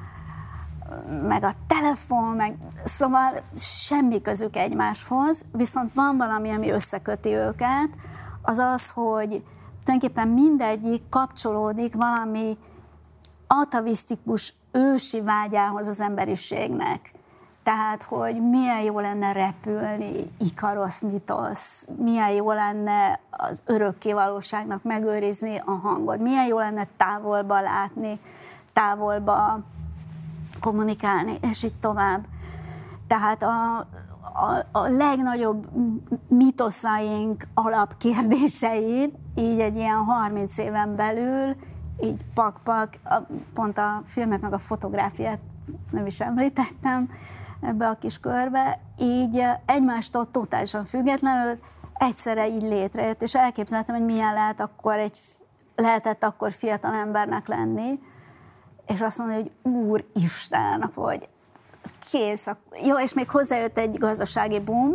meg a telefon, meg szóval semmi közük egymáshoz, viszont van valami, ami összeköti őket, az az, hogy tulajdonképpen mindegyik kapcsolódik valami atavisztikus ősi vágyához az emberiségnek. Tehát, hogy milyen jó lenne repülni, Ikarosz mitosz, milyen jó lenne az örökkévalóságnak megőrizni a hangot, milyen jó lenne távolba látni, távolba kommunikálni, és így tovább. Tehát a legnagyobb mitoszaink alapkérdéseit így egy ilyen 30 éven belül, így pak-pak, pont a filmet meg a fotográfiát nem is említettem ebbe a kis körbe, így egymástól totálisan függetlenül egyszerre így létrejött, és elképzeltem, hogy milyen lehetett akkor fiatal embernek lenni, és azt mondani, hogy Úristen, hogy kész. Jó, és még hozzájött egy gazdasági boom.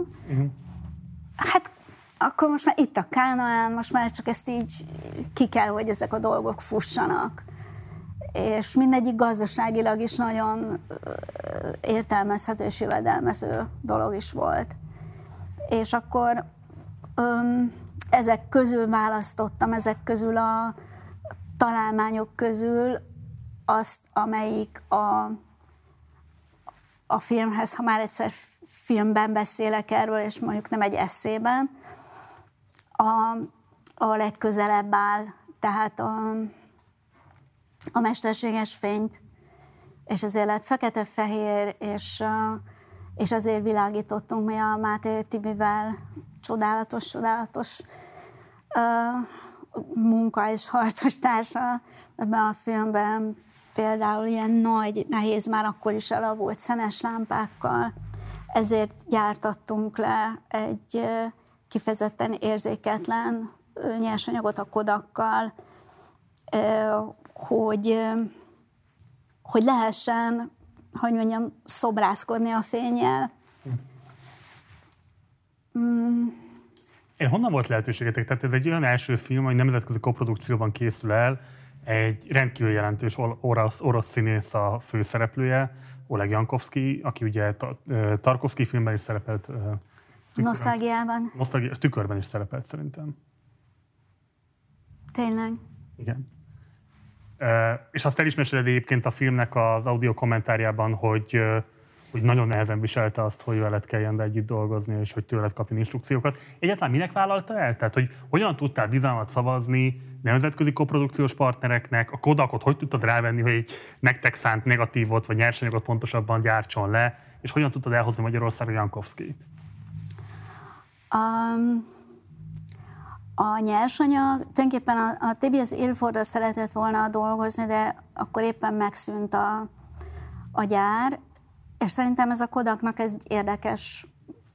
Hát akkor most már itt a Kánaán, most már csak ezt így ki kell, hogy ezek a dolgok fussanak. És mindegyik gazdaságilag is nagyon értelmezhető és jövedelmező dolog is volt. És akkor ezek közül választottam, ezek közül a találmányok közül azt, amelyik a filmhez, ha már egyszer filmben beszélek erről, és mondjuk nem egy esszében, a legközelebb áll. Tehát a mesterséges fényt, és ezért lett fekete-fehér, és azért világítottunk mi a Máté Tibivel csodálatos munka és harcos társa ebben a filmben. Például ilyen nagy, nehéz, már akkor is elavult szenes lámpákkal, ezért gyártattunk le egy kifejezetten érzéketlen nyersanyagot a Kodakkal, hogy lehessen, hogy mondjam, szobrászkodni a fénnyel. Honnan volt lehetőségetek? Tehát ez egy olyan első film, hogy nemzetközi koprodukcióban készül el, egy rendkívül jelentős orosz színész a főszereplője, Oleg Jankovszky, aki ugye Tarkovszky filmben is szerepelt. Nosztalgiában. Tükörben is szerepelt szerintem. Tényleg. Igen. És azt elismerted egyébként a filmnek az audio kommentárjában, hogy nagyon nehezen viselte azt, hogy veled kelljen együtt dolgozni, és hogy tőled kapni instrukciókat. Egyáltalán minek vállalta el? Tehát, hogy hogyan tudtál bizalmat szavazni nemzetközi koprodukciós partnereknek, a Kodakot hogy tudtad rávenni, hogy egy nektek szánt negatívot, vagy nyersanyagot pontosabban gyártson le, és hogyan tudtad elhozni Magyarországra Jankovszkyt? A nyersanyag, tulajdonképpen a Tibi az Ilfordra szeretett volna dolgozni, de akkor éppen megszűnt a gyár, és szerintem ez a Kodaknak egy érdekes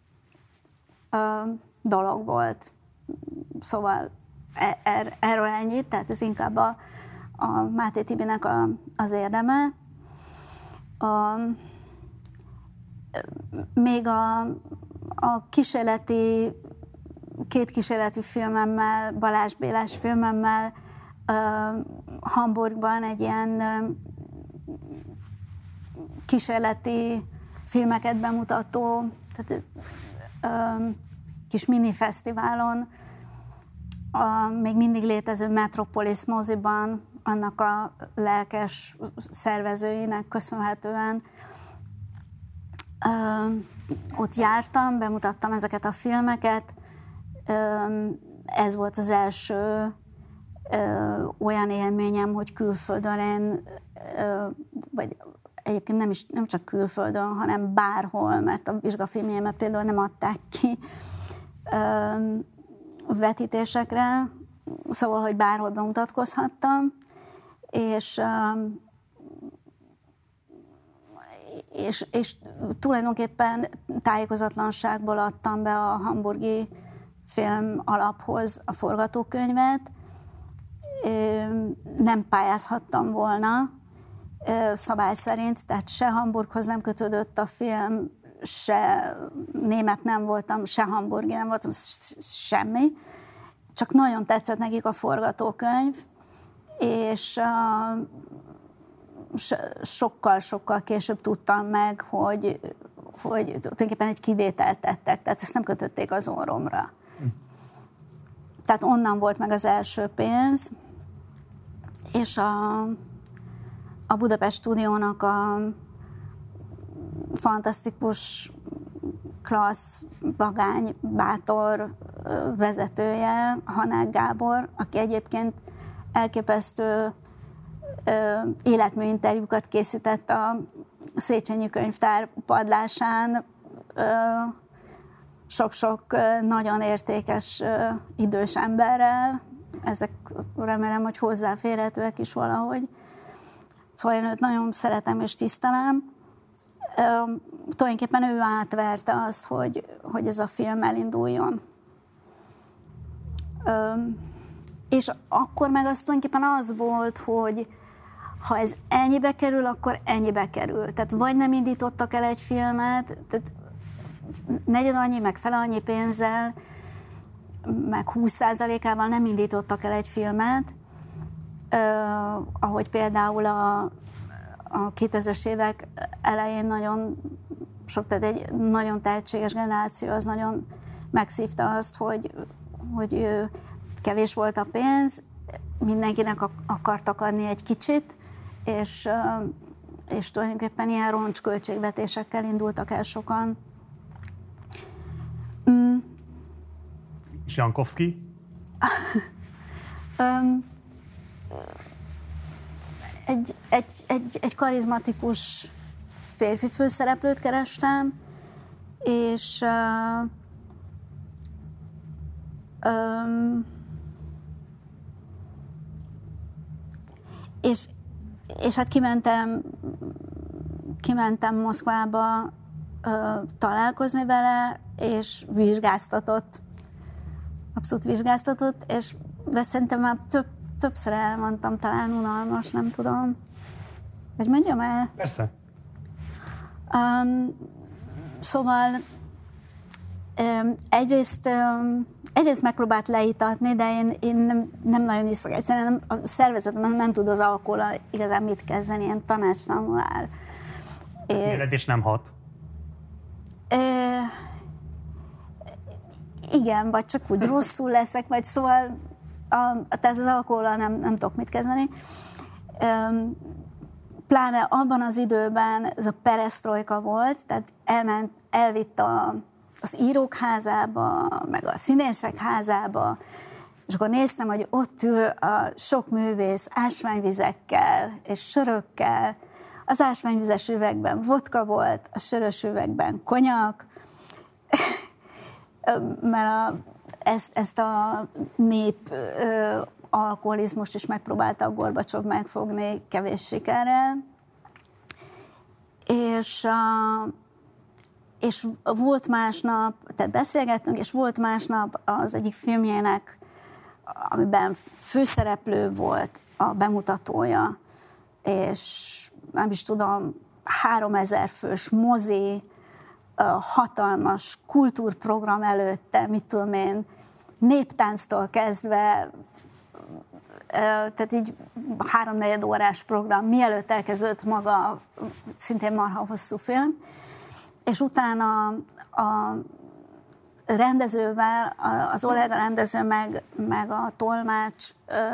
dolog volt. Szóval erről ennyit, tehát ez inkább a Máté Tibinek az érdeme. Még a két kísérleti filmemmel, Balázs Bélás filmemmel Hamburgban egy ilyen kísérleti filmeket bemutató, tehát, kis minifesztiválon, a még mindig létező Metropolis moziban, annak a lelkes szervezőinek köszönhetően ott jártam, bemutattam ezeket a filmeket. Ez volt az első olyan élményem, hogy külföldön én, vagy egyébként nem csak külföldön, hanem bárhol, mert a vizsgafilmjeimet például nem adták ki vetítésekre, szóval, hogy bárhol bemutatkozhattam, és tulajdonképpen tájékozatlanságból adtam be a hamburgi film alaphoz a forgatókönyvet. Nem pályázhattam volna szabály szerint, tehát se Hamburghoz nem kötődött a film, se német nem voltam, se hamburgi nem voltam, semmi. Csak nagyon tetszett nekik a forgatókönyv, és sokkal később tudtam meg, hogy tulajdonképpen egy kivételt tettek, tehát ezt nem kötötték az orromra. Tehát onnan volt meg az első pénz, és a Budapest Stúdiónak a fantasztikus, klassz, vagány, bátor vezetője, Hanák Gábor, aki egyébként elképesztő életműinterjúkat készített a Széchenyi Könyvtár padlásán, sok-sok nagyon értékes idős emberrel. Ezek remélem, hogy hozzáférhetőek is valahogy. Szóval én őt nagyon szeretem és tisztelem. Tulajdonképpen ő átverte azt, hogy ez a film elinduljon. És akkor meg az tulajdonképpen az volt, hogy ha ez ennyibe kerül, akkor ennyibe kerül. Tehát vagy nem indítottak el egy filmet, tehát negyed annyi, meg fele annyi pénzzel, meg 20%-ával nem indítottak el egy filmet, ahogy például a 2000-es évek elején nagyon sok, tehát egy nagyon tehetséges generáció az nagyon megszívta azt, hogy kevés volt a pénz, mindenkinek akartak adni egy kicsit, és tulajdonképpen ilyen roncsköltségvetésekkel indultak el sokan. És Jankovszky? Egy karizmatikus férfi főszereplőt kerestem, és hát kimentem Moszkvába találkozni vele, és vizsgáztatott. Abszolút vizsgáztatott, de szerintem már többször elmondtam, talán unalmas, nem tudom. Vagy mondjam el? Persze. Szóval egyrészt megpróbált leítatni, de én nem nagyon iszok. Egyszerűen a szervezetem nem tud az alkohollal igazán mit kezdeni, ilyen tanácstalanul áll. És nem hat. Igen, vagy csak úgy rosszul leszek, vagy szóval tehát az alkohollal nem tudok mit kezdeni. Pláne abban az időben ez a peresztrojka volt, tehát elvitt az írók házába, meg a színészek házába, és akkor néztem, hogy ott ül a sok művész ásványvizekkel és sörökkel. Az ásványvizes üvegben vodka volt, a sörös üvegben konyak, mert ezt a nép alkoholizmust is megpróbálta a Gorbacsov megfogni kevés sikerrel. És volt másnap, tehát beszélgettünk, és volt másnap az egyik filmjének, amiben főszereplő volt a bemutatója, és nem is tudom, 3000 fős mozi, hatalmas kultúrprogram előtte, mit tudom én, néptánctól kezdve, tehát így 3-4 órás program, mielőtt elkezdődött maga szintén marha hosszú film. és utána a rendezővel, az Oleg a rendező meg a tolmács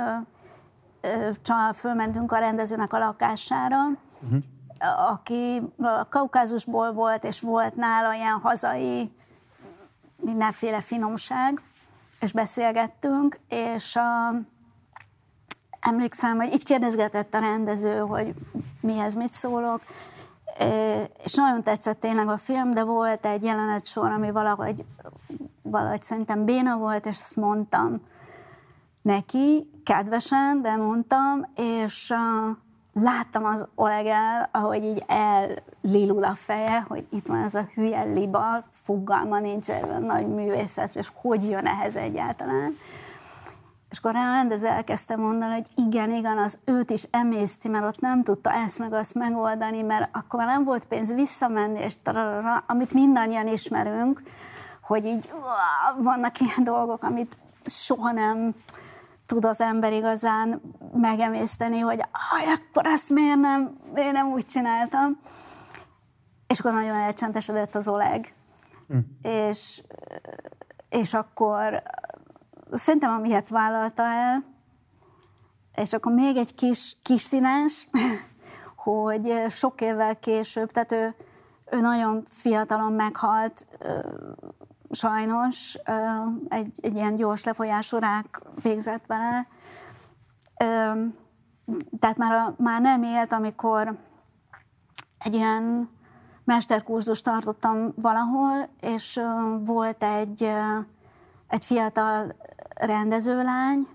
fölmentünk a rendezőnek a lakására, aki a Kaukázusból volt, és volt nála ilyen hazai mindenféle finomság, és beszélgettünk, és emlékszem, hogy így kérdezgetett a rendező, hogy mihez mit szólok, és nagyon tetszett tényleg a film, de volt egy jelenetsor, ami valahogy szerintem béna volt, és ezt mondtam neki, kedvesen, de mondtam, és láttam az Oleggel, ahogy így ellilul a feje, hogy itt van ez a hülye liba, fogalma nincs erről nagy művészet, és hogy jön ehhez egyáltalán. És akkor a rendező elkezdte mondani, hogy igen, az őt is emészti, mert ott nem tudta ezt meg azt megoldani, mert akkor már nem volt pénz visszamenni, és tararara, amit mindannyian ismerünk, hogy így vannak ilyen dolgok, amit soha nem tud az ember igazán megemészteni, hogy akkor azt miért nem úgy csináltam. És akkor nagyon elcsendesedett az Oleg. És akkor szerintem a mihet vállalta el, és akkor még egy kis színes, hogy sok évvel később, tehát ő nagyon fiatalon meghalt, sajnos, egy ilyen gyors lefolyású rák végzett vele. Tehát már nem élt, amikor egy ilyen mesterkurzust tartottam valahol, és volt egy fiatal rendezőlány,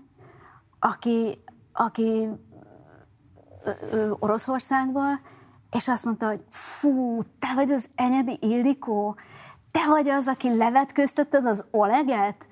aki Oroszországból, és azt mondta, hogy fú, te vagy az Enyedi Ildikó? Te vagy az, aki levetköztetted az Oleget?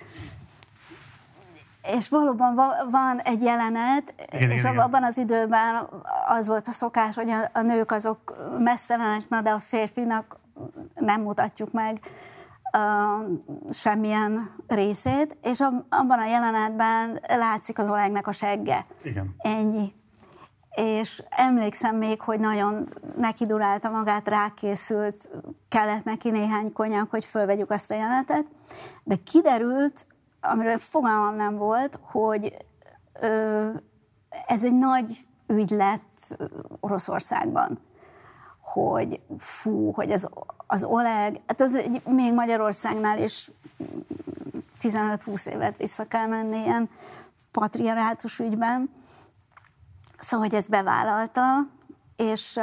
És valóban van egy jelenet, és abban az időben az volt a szokás, hogy a nők azok mesztelenek, de a férfinak nem mutatjuk meg semmilyen részét, és abban a jelenetben látszik az Olegnek a segge. Igen. Ennyi. És emlékszem még, hogy nagyon nekidurálta magát, rákészült, kellett neki néhány konyak, hogy fölvegyük azt a jelenetet, de kiderült, amiről fogalmam nem volt, hogy ez egy nagy ügy lett Oroszországban, hogy hogy az Oleg, hát az még Magyarországnál is 15-20 évet vissza kell menni ilyen patriarhátus ügyben. Szóval, hogy ezt bevállalta, és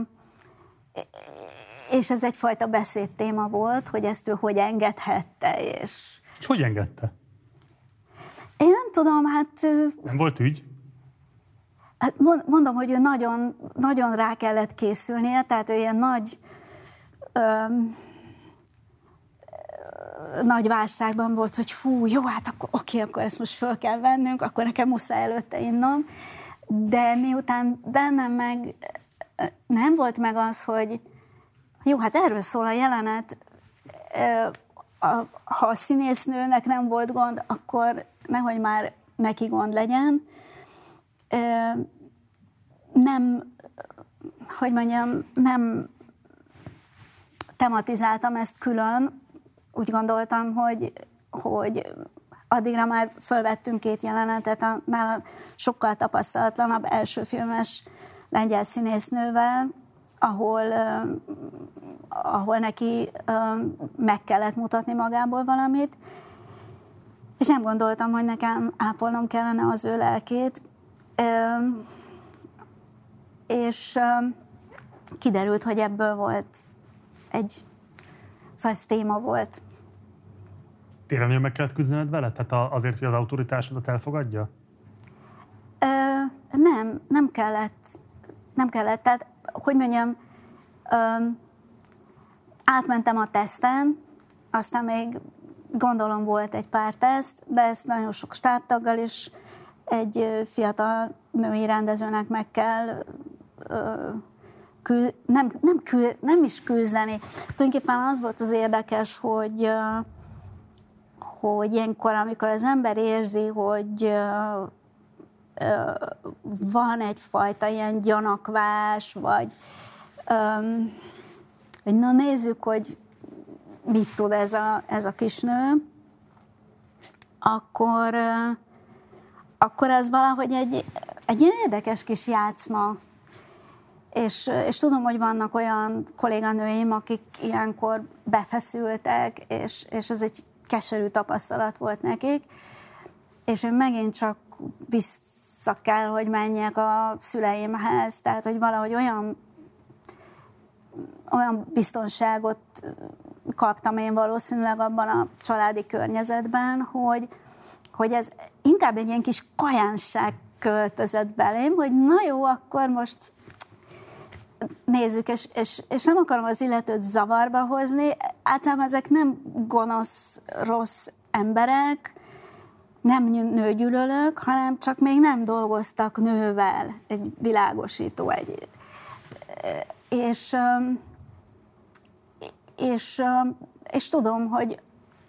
ez egyfajta beszédtéma volt, hogy ezt ő hogy engedhette, és hogy engedte? Én nem tudom, hát... Nem volt ügy? Hát mondom, hogy ő nagyon, nagyon rá kellett készülnie, tehát ő ilyen nagy válságban volt, hogy fú, jó, hát akkor ezt most föl kell vennünk, akkor nekem muszáj előtte innom. De miután bennem meg nem volt meg az, hogy jó, hát erről szól a jelenet, ha a színésznőnek nem volt gond, akkor nehogy már neki gond legyen. Nem tematizáltam ezt külön. Úgy gondoltam, hogy addigra már fölvettünk 2 jelenetet a nála sokkal tapasztalatlanabb elsőfilmes lengyel színésznővel, ahol neki meg kellett mutatni magából valamit, és nem gondoltam, hogy nekem ápolnom kellene az ő lelkét, és kiderült, hogy ebből volt szóval ez téma volt. Tényleg nagyon meg kellett küzdened vele? Tehát azért, hogy az autoritásodat elfogadja? Nem kellett. Nem kellett. Tehát, hogy mondjam, átmentem a teszten, aztán még gondolom volt egy pár teszt, de ezt nagyon sok stábtaggal is egy fiatal női rendezőnek meg kell nem is küzdeni. Tulajdonképpen az volt az érdekes, hogy ilyenkor, amikor az ember érzi, hogy van egyfajta ilyen gyanakvás, vagy na nézzük, hogy mit tud ez a kisnő, akkor ez valahogy egy ilyen érdekes kis játszma. És tudom, hogy vannak olyan kolléganőim, akik ilyenkor befeszültek, és ez egy keserű tapasztalat volt nekik, és én megint csak vissza kell, hogy menjek a szüleimhez, tehát, hogy valahogy olyan biztonságot kaptam én valószínűleg abban a családi környezetben, hogy ez inkább egy ilyen kis kajánság költözött belém, hogy na jó, akkor most nézzük, és nem akarom az illetőt zavarba hozni, általában ezek nem gonosz, rossz emberek, nem nőgyűlölők, hanem csak még nem dolgoztak nővel, egy világosító, és tudom, hogy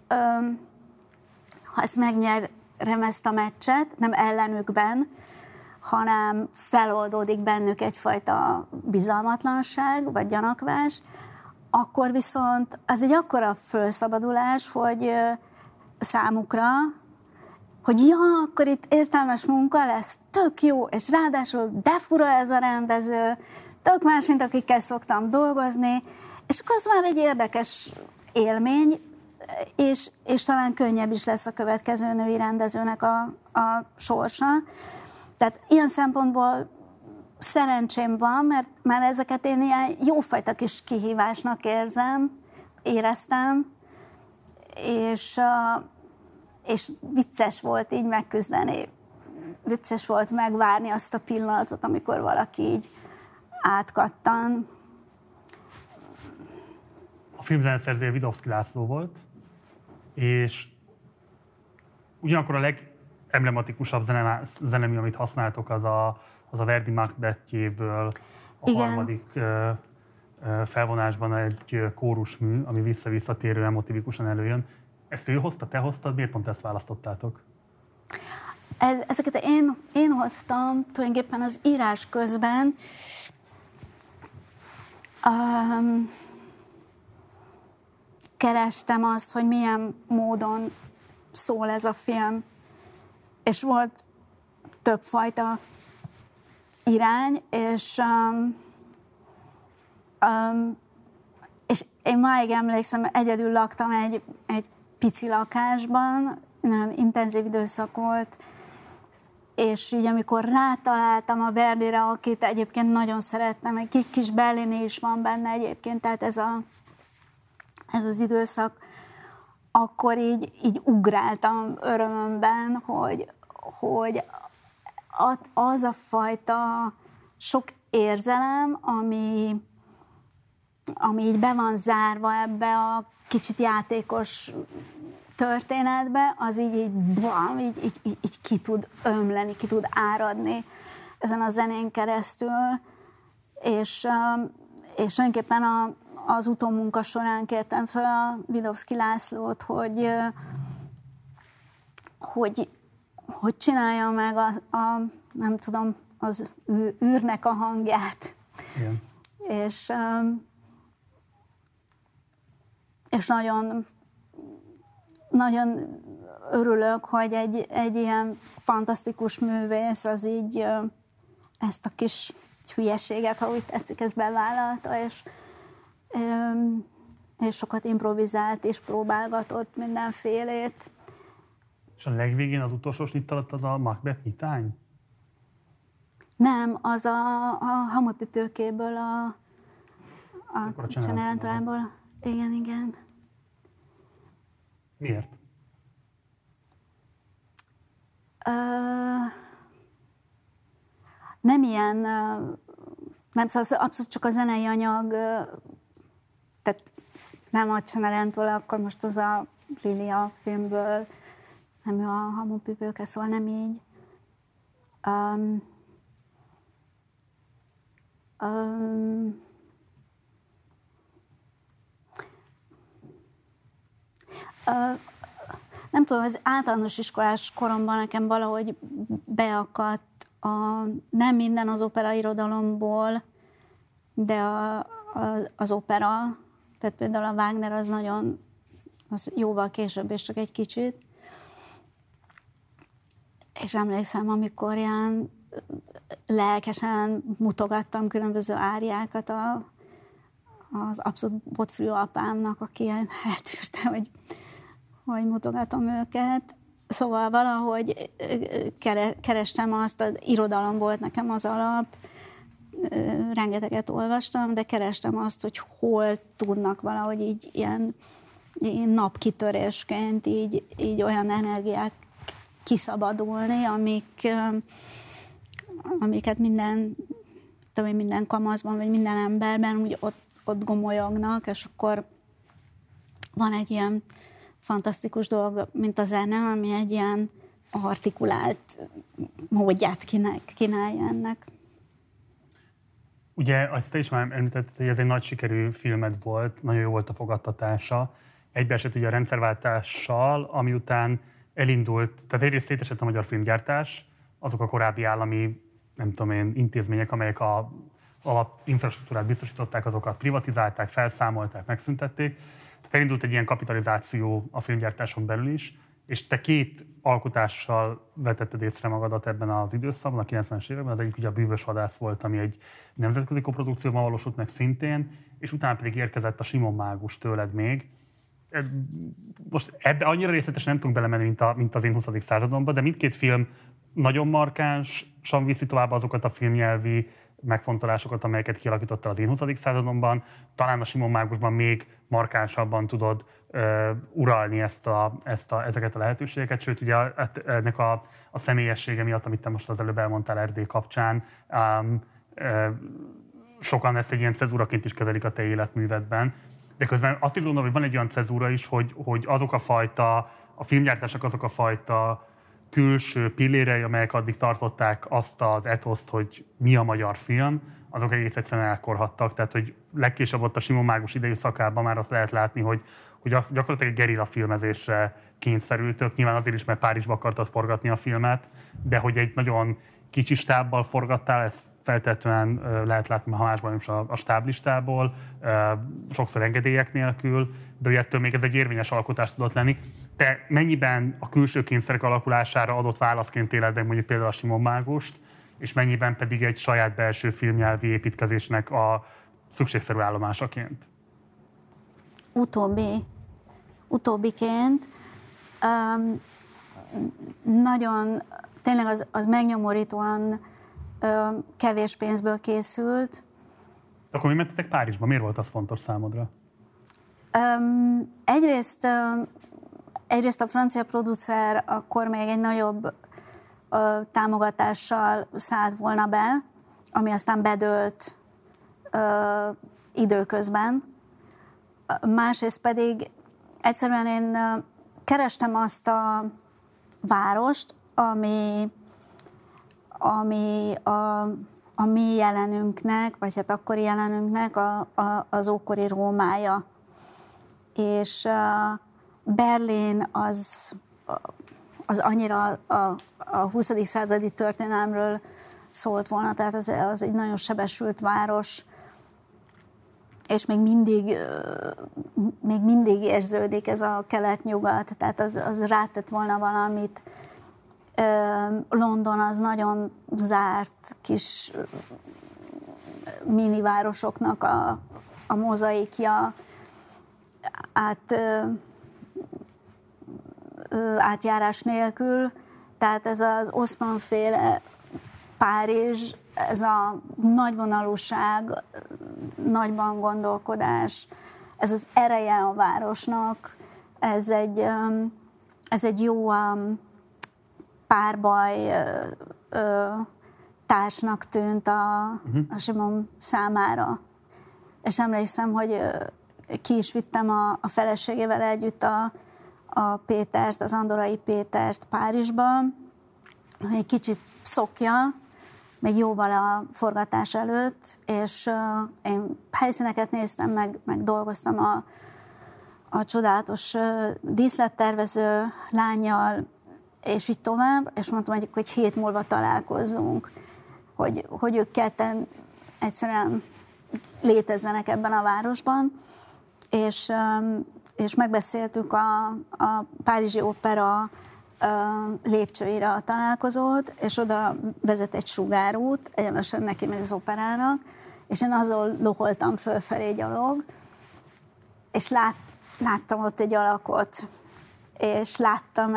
ha ezt megnyerem ezt a meccset, nem ellenükben, hanem feloldódik bennük egyfajta bizalmatlanság, vagy gyanakvás, akkor viszont az egy akkora felszabadulás, hogy számukra, hogy ja, akkor itt értelmes munka lesz, tök jó, és ráadásul de fura ez a rendező, tök más, mint akikkel szoktam dolgozni, és akkor az már egy érdekes élmény, és talán könnyebb is lesz a következő női rendezőnek a sorsa. Tehát ilyen szempontból szerencsém van, mert már ezeket én ilyen jófajta kis kihívásnak éreztem, és vicces volt így megküzdeni. Vicces volt megvárni azt a pillanatot, amikor valaki így átkattan. A film zeneszerzője Widowski László volt, és ugyanakkor a legemblematikusabb zenemű, amit használtok, az a Verdi Macbethjéből a harmadik felvonásban egy kórusmű, ami vissza-visszatérő emotivikusan előjön. Ezt ő hozta, te hoztad? Miért pont ezt választottátok? Ezeket én hoztam tulajdonképpen az írás közben. Kerestem azt, hogy milyen módon szól ez a film. És volt többfajta irány, és én máig emlékszem, egyedül laktam egy pici lakásban, nagyon intenzív időszak volt, és így amikor rátaláltam a Verdire, akit egyébként nagyon szerettem, egy kis Bellini is van benne egyébként, tehát ez az időszak, akkor így ugráltam örömömben, hogy az a fajta sok érzelem, ami így be van zárva ebbe a kicsit játékos történetbe, az így ki tud ömleni, ki tud áradni ezen a zenén keresztül, és tulajdonképpen az utómunka során kértem fel a Widowski Lászlót, hogy csinálja meg nem tudom, az űrnek a hangját. Igen. És nagyon, nagyon örülök, hogy egy ilyen fantasztikus művész az így ezt a kis hülyeséget, ha úgy tetszik, ezt bevállalta, és sokat improvizált és próbálgatott mindenfélét. És a legvégén az utolsó snitt alatt az a Macbeth nyitány? Nem, az a Hamupipőkéből, a Csenelántalából. Igen. Miért? Nem ilyen, nem, szóval abszolút csak a zenei anyag, tehát nem a Csenelentől, akkor most az a Lilia filmből, nem a Hamupipőke, szóval nem így. Nem tudom, az általános iskolás koromban nekem valahogy beakadt nem minden az opera irodalomból, de az opera, Tehát például a Wagner az jóval később, és csak egy kicsit. És emlékszem, amikor ilyen lelkesen mutogattam különböző áriákat az abszolút botfülű apámnak, aki eltűrte, hogy mutogatom őket. Szóval valahogy kerestem azt, az irodalom volt nekem az alap, rengeteget olvastam, de kerestem azt, hogy hol tudnak valahogy így ilyen napkitörésként így olyan energiák kiszabadulni, amiket minden kamaszban, vagy minden emberben úgy ott gomolyognak, és akkor van egy ilyen fantasztikus dolog, mint a zene, ami egy ilyen artikulált módját kínálja ennek. Ugye, azt te is már említetted, hogy ez egy nagy sikerű filmed volt, nagyon jó volt a fogadtatása. Egybeesett ugye a rendszerváltással, ami után elindult, tehát egyrészt szétesett a magyar filmgyártás, azok a korábbi állami, nem tudom én, intézmények, amelyek a alapinfrastruktúrát biztosították, azokat privatizálták, felszámolták, megszüntették. Tehát elindult egy ilyen kapitalizáció a filmgyártáson belül is, és te 2 alkotással vetetted észre magadat ebben az időszakban, a 90-es években. Az egyik ugye a Bűvös vadász volt, ami egy nemzetközi koprodukcióban valósult meg szintén, és utána pedig érkezett a Simon Mágus tőled még. Most ebbe annyira részletesen nem tudunk belemenni, mint az Én 20. századonban, de mindkét film nagyon markánsan viszi tovább azokat a filmnyelvi megfontolásokat, amelyeket kialakítottál az Én 20. századonban. Talán a Simon Mágusban még markánsabban tudod uralni ezeket a lehetőségeket, sőt, ugye ennek a személyessége miatt, amit te most az előbb elmondtál Erdély kapcsán, sokan ezt egy ilyen cezúraként is kezelik a te életművedben. De közben azt is gondolom, hogy van egy olyan cezúra is, hogy a filmgyártások azok a fajta külső pillérei, amelyek addig tartották azt az etoszt, hogy mi a magyar film, azok egész egyszerűen elkorhattak. Tehát, hogy legkésőbb ott a Simon Mágus idejű szakában már azt lehet látni, hogy gyakorlatilag egy gerilla filmezésre kényszerültök. Nyilván azért is, mert Párizsba akartad forgatni a filmet, de hogy egy nagyon kicsi stábbal forgattál, ezt feltétlenül lehet látni a Hamácsban is a stáblistából, sokszor engedélyek nélkül, de ugye ettől még ez egy érvényes alkotás tudott lenni. Te mennyiben a külső kényszerek alakulására adott válaszként éled meg mondjuk például a Simon Mágust, és mennyiben pedig egy saját belső filmnyelvi építkezésnek a szükségszerű állomásaként? Utóbbiként nagyon, tényleg az megnyomorítóan kevés pénzből készült. Akkor mi mentetek Párizsba? Miért volt az fontos számodra? Egyrészt a francia producer akkor még egy nagyobb támogatással szállt volna be, ami aztán bedőlt időközben. Másrészt pedig egyszerűen én kerestem azt a várost, ami a mi jelenünknek, vagy hát akkori jelenünknek az ókori Rómája. És Berlin az annyira a 20. századi történelemről szólt volna, tehát az egy nagyon sebesült város, és még mindig érződik ez a kelet-nyugat, tehát az rátett volna valamit. London az nagyon zárt kis minivárosoknak a mozaikja, átjárás nélkül, tehát ez az Osman-féle Párizs, ez a nagyvonalúság, nagyban gondolkodás, ez az ereje a városnak, ez egy jó párbaj társnak tűnt a Simon számára. És emlékszem, hogy ki is vittem a feleségével együtt a Pétert, az Andorai Pétert Párizsba, hogy egy kicsit szokja, még jóval a forgatás előtt, és én helyszíneket néztem, meg dolgoztam a csodálatos díszlettervező lánnyal, és így tovább, és mondtam, hogy 7 múlva találkozzunk, hogy ők ketten egyszerűen létezzenek ebben a városban. és megbeszéltük a Párizsi Opera lépcsőire a találkozót, és oda vezet egy sugárút, egyenesen neki megy az operának, és én azon loholtam fölfelé gyalog, és láttam ott egy alakot, és láttam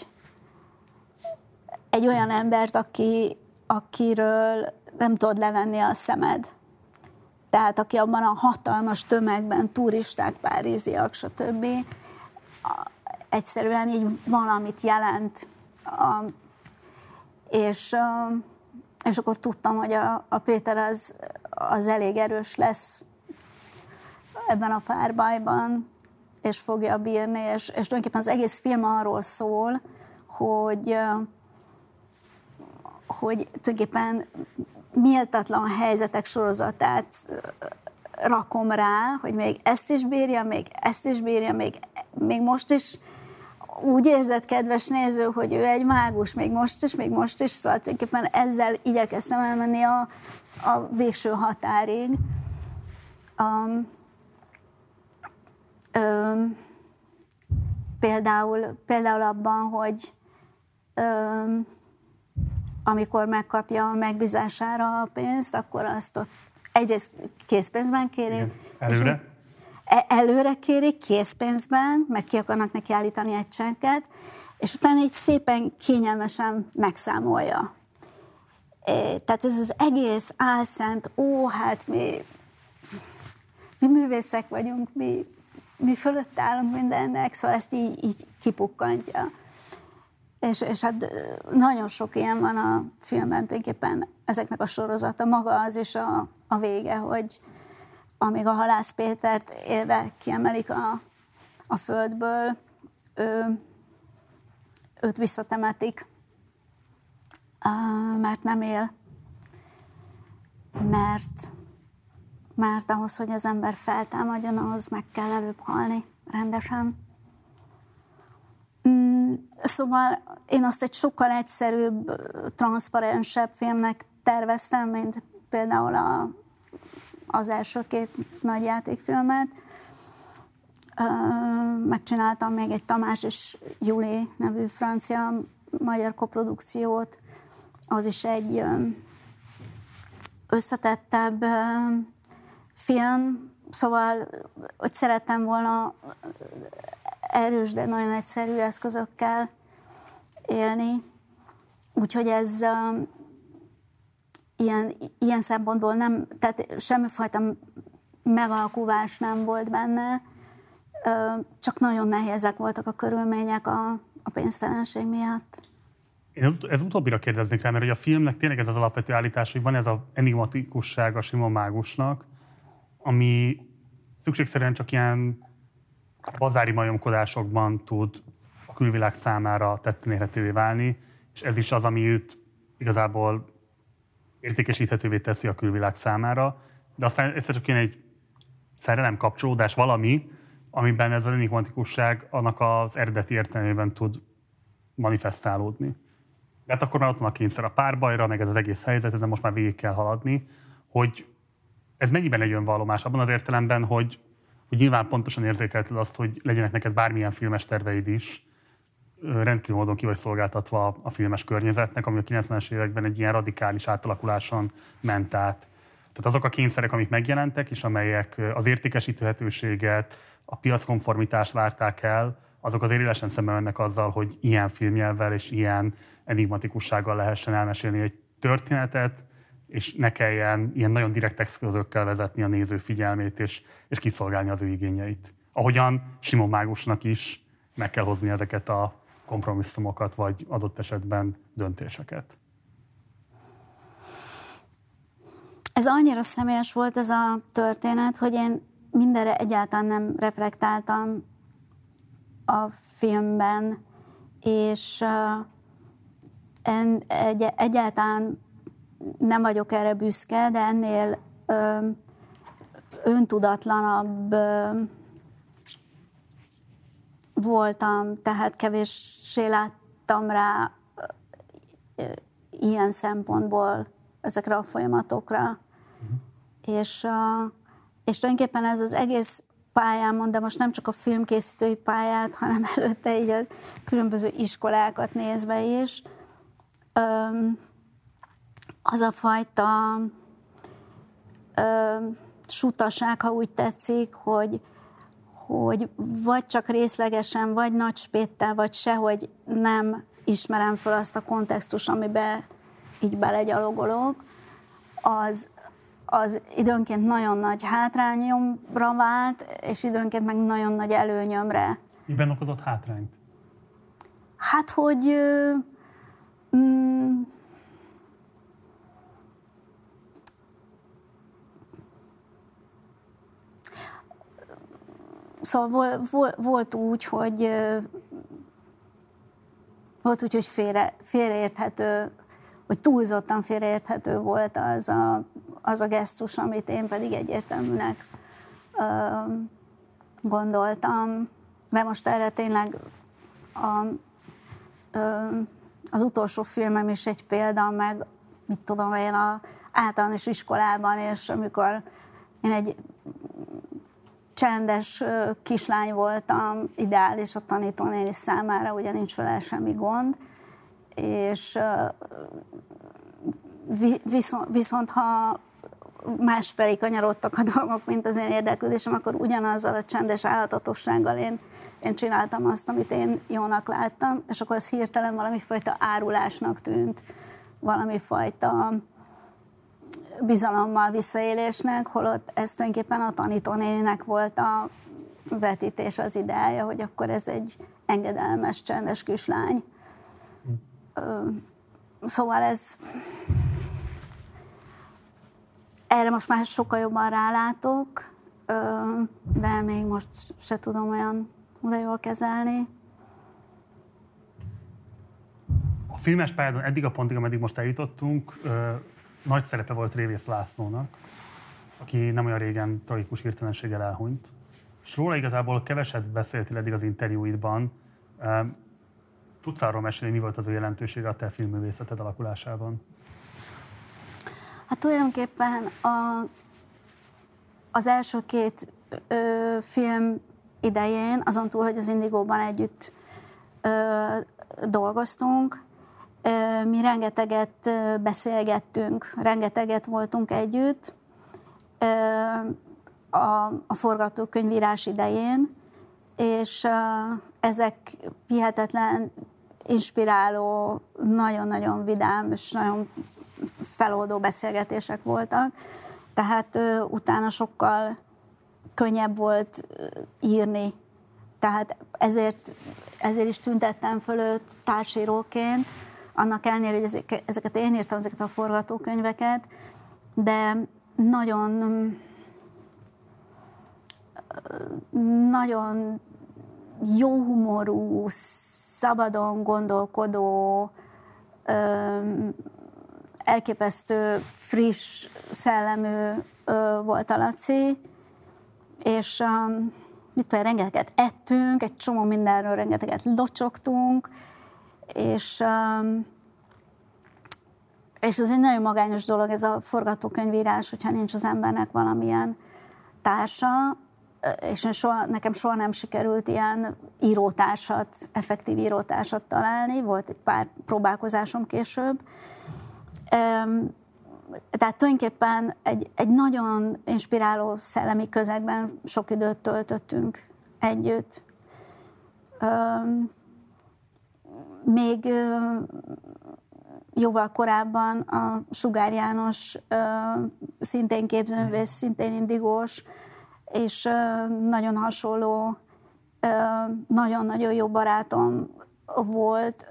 egy olyan embert, akiről nem tudod levenni a szemed. Tehát aki abban a hatalmas tömegben, turisták, párizsiak, stb. Egyszerűen így valamit jelent. És akkor tudtam, hogy a Péter az elég erős lesz ebben a párbajban, és fogja bírni, és tulajdonképpen az egész film arról szól, hogy tulajdonképpen méltatlan helyzetek sorozatát rakom rá, hogy még ezt is bírja, még ezt is bírja, még most is úgy érzed, kedves néző, hogy ő egy mágus, még most is, szóval tulajdonképpen ezzel igyekeztem elmenni a végső határig. Például abban, hogy amikor megkapja a megbízására a pénzt, akkor azt ott egyrészt készpénzben kéri. Előre? Előre kéri, készpénzben, meg ki akarnak neki állítani egy csekket, és utána így szépen kényelmesen megszámolja. Tehát ez az egész álszent, hát mi művészek vagyunk, mi fölött állunk mindennek, szóval ezt így kipukkantja. És hát nagyon sok ilyen van a filmben, tulajdonképpen ezeknek a sorozata. Maga az is a vége, hogy amíg a Halász Pétert élve kiemelik a földből, őt visszatemetik, mert nem él. Mert ahhoz, hogy az ember feltámadjon, ahhoz meg kell előbb halni rendesen. Szóval én azt egy sokkal egyszerűbb, transzparensebb filmnek terveztem, mint például az első 2 nagy játékfilmet. Megcsináltam még egy Tamás és Juli nevű francia-magyar koprodukciót. Az is egy összetettebb film, szóval hogy szerettem volna erős, de nagyon egyszerű eszközökkel élni. Úgyhogy ez ilyen szempontból nem, tehát semmifajta megalkuvás nem volt benne, csak nagyon nehézek voltak a körülmények a pénztelenség miatt. Én ez utóbbira kérdeznék rá, mert hogy a filmnek tényleg ez az alapvető állítás, hogy van ez az enigmatikusság a Simon Mágusnak, ami szükségszerűen csak ilyen bazári majomkodásokban tud a külvilág számára tetten érhetővé válni, és ez is az, ami őt igazából értékesíthetővé teszi a külvilág számára, de aztán egyszer csak jön egy szerelem kapcsolódás, valami, amiben ez az enigmatikusság annak az eredeti értelmében tud manifestálódni. De hát akkor már ott van a kényszer a párbajra, meg ez az egész helyzet, ezen most már végig kell haladni, hogy ez mennyiben egy önvallomás abban az értelemben, hogy nyilván pontosan érzékelted azt, hogy legyenek neked bármilyen filmes terveid is, rendkívül módon ki vagy szolgáltatva a filmes környezetnek, ami a 90-es években egy ilyen radikális átalakuláson ment át. Tehát azok a kényszerek, amik megjelentek, és amelyek az értékesíthetőséget, a piackonformitást várták el, azok azért élesen szembe mennek azzal, hogy ilyen filmnyelvvel és ilyen enigmatikussággal lehessen elmesélni egy történetet, és ne kelljen ilyen nagyon direkt eszközökkel vezetni a néző figyelmét, és kiszolgálni az ő igényeit. Ahogyan Simon Mágusnak is meg kell hozni ezeket a kompromisszumokat, vagy adott esetben döntéseket. Ez annyira személyes volt ez a történet, hogy én mindenre egyáltalán nem reflektáltam a filmben, és egyáltalán nem vagyok erre büszke, de ennél öntudatlanabb voltam, tehát kevéssé láttam rá ilyen szempontból ezekre a folyamatokra. És tulajdonképpen ez az egész pályámon, de most nem csak a filmkészítői pályát, hanem előtte így a különböző iskolákat nézve is, az a fajta sutaság, ha úgy tetszik, hogy vagy csak részlegesen, vagy nagy spéttel, vagy sehogy nem ismerem fel azt a kontextust, amiben így belegyalogolok, az időnként nagyon nagy hátrányomra vált, és időnként meg nagyon nagy előnyömre. Miben okozott hátrányt? Hát, hogy szóval volt úgy, hogy félreérthető, vagy túlzottan félreérthető volt az a gesztus, amit én pedig egyértelműnek gondoltam. De most erre tényleg az utolsó filmem is egy példa, meg mit tudom én az általános iskolában, és amikor én egy csendes kislány voltam, ideális a tanítónéni számára, ugye nincs vele semmi gond, és viszont ha másfelé kanyarodtak a dolgok, mint az én érdeklődésem, akkor ugyanazzal a csendes állatatossággal én csináltam azt, amit én jónak láttam, és akkor az hirtelen valami fajta árulásnak tűnt, valami fajta bizalommal visszaélésnek, holott ez tulajdonképpen a tanítónéninek volt a vetítés az ideája, hogy akkor ez egy engedelmes, csendes kislány. Szóval erre most már sokkal jobban rálátok, de még most se tudom olyan oda jól kezelni. A filmes pályádon eddig a pontig, ameddig most eljutottunk, nagy szerepe volt Révész Lászlónak, aki nem olyan régen tragikus hirtelenséggel elhunyt. És róla igazából keveset beszéltél eddig az interjúidban. Tudsz arról mesélni, mi volt az ő jelentősége a te filmművészeted alakulásában? Hát tulajdonképpen az első két film idején, azon túl, hogy az Indigóban együtt dolgoztunk, mi rengeteget beszélgettünk, rengeteget voltunk együtt a forgatókönyvírás idején, és ezek hihetetlen, inspiráló, nagyon-nagyon vidám és nagyon feloldó beszélgetések voltak. Tehát utána sokkal könnyebb volt írni. Tehát ezért is tüntettem föl őt társíróként, annak ellenére, hogy ezeket én írtam, ezeket a forgatókönyveket, de nagyon jó humorú, szabadon gondolkodó, elképesztő, friss szellemű volt a Laci, és rengeteget ettünk, egy csomó mindenről rengeteget locsogtunk, és ez egy nagyon magányos dolog, ez a forgatókönyvírás, hogyha nincs az embernek valamilyen társa, és nekem soha nem sikerült ilyen írótársat, effektív írótársat találni, volt egy pár próbálkozásom később. Tehát tulajdonképpen egy nagyon inspiráló szellemi közegben sok időt töltöttünk együtt. Még jóval korábban a Sugár János, szintén képzőművész, szintén indigós, és nagyon hasonló, nagyon-nagyon jó barátom volt,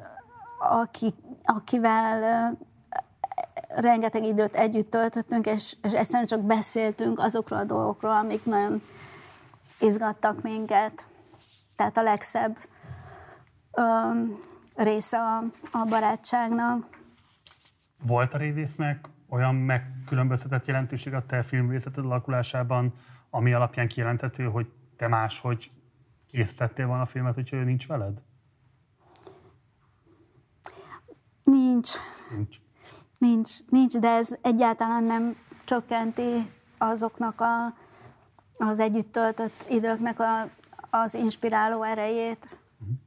akivel rengeteg időt együtt töltöttünk, és egyszerűen csak beszéltünk azokról a dolgokról, amik nagyon izgattak minket. Tehát a legszebb része a barátságnak. Volt a Révésznek olyan megkülönböztetett jelentőség a te filmművészeted alakulásában, ami alapján kijelenthető, hogy te máshogy készítettél volna a filmet, hogyha ő nincs veled? Nincs, de ez egyáltalán nem csökkenti azoknak az együtt töltött időknek az inspiráló erejét.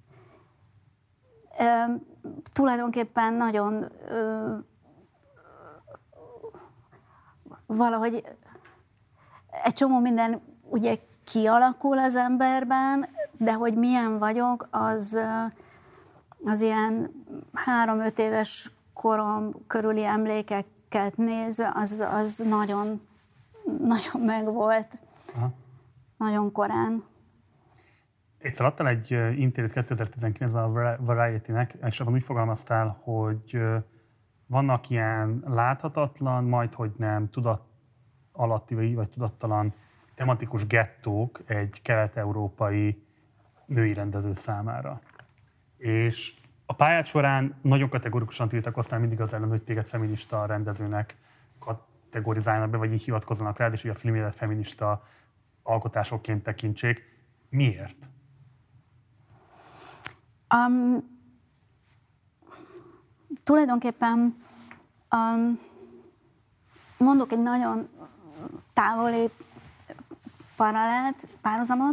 Tulajdonképpen nagyon valahogy egy csomó minden ugye kialakul az emberben, de hogy milyen vagyok, az ilyen 3-5 éves korom körüli emlékeket nézve, az nagyon, nagyon megvolt. Aha. Nagyon korán. Egyszer adtál egy interjút 2019-ben a Variety-nek, és abban úgy fogalmaztál, hogy vannak ilyen láthatatlan, majdhogy nem, tudat alatti vagy tudattalan tematikus gettók egy kelet-európai női rendező számára. És a pályád során nagyon kategorikusan tiltakoztál mindig az ellen, hogy téged feminista rendezőnek kategorizálnak be, vagy így hivatkozzanak rád, és hogy a filmjedet feminista alkotásokként tekintsék. Miért? Tulajdonképpen mondok egy nagyon távoli párhuzamot.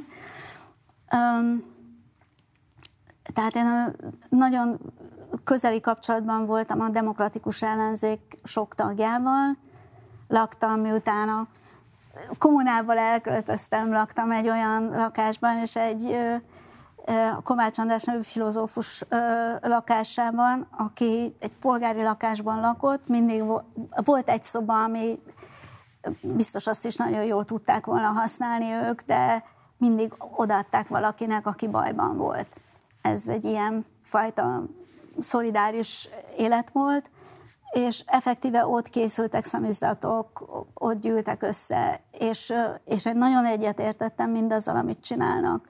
Tehát én nagyon közeli kapcsolatban voltam a demokratikus ellenzék sok tagjával. Laktam, miután a kommunából elköltöztem, laktam egy olyan lakásban, és egy Kovács András nevű filozófus lakásában, aki egy polgári lakásban lakott, mindig volt egy szoba, ami biztos azt is nagyon jól tudták volna használni ők, de mindig odaadták valakinek, aki bajban volt. Ez egy ilyen fajta szolidáris élet volt, és effektíve ott készültek szamizdatok, ott gyűltek össze, és én nagyon egyetértettem mindazzal, amit csinálnak.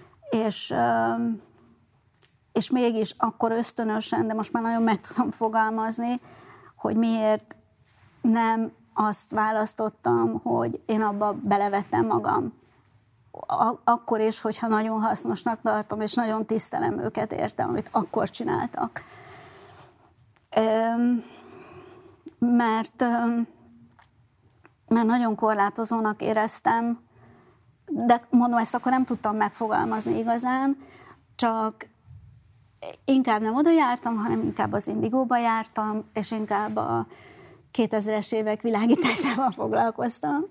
És mégis akkor ösztönösen, de most már nagyon meg tudom fogalmazni, hogy miért nem azt választottam, hogy én abba belevettem magam. Akkor is, hogyha nagyon hasznosnak tartom, és nagyon tisztelem őket érte, amit akkor csináltak. Mert nagyon korlátozónak éreztem, de mondom, ezt akkor nem tudtam megfogalmazni igazán, csak inkább nem oda jártam, hanem inkább az Indigóba jártam, és inkább a 2000-es évek világításával foglalkoztam.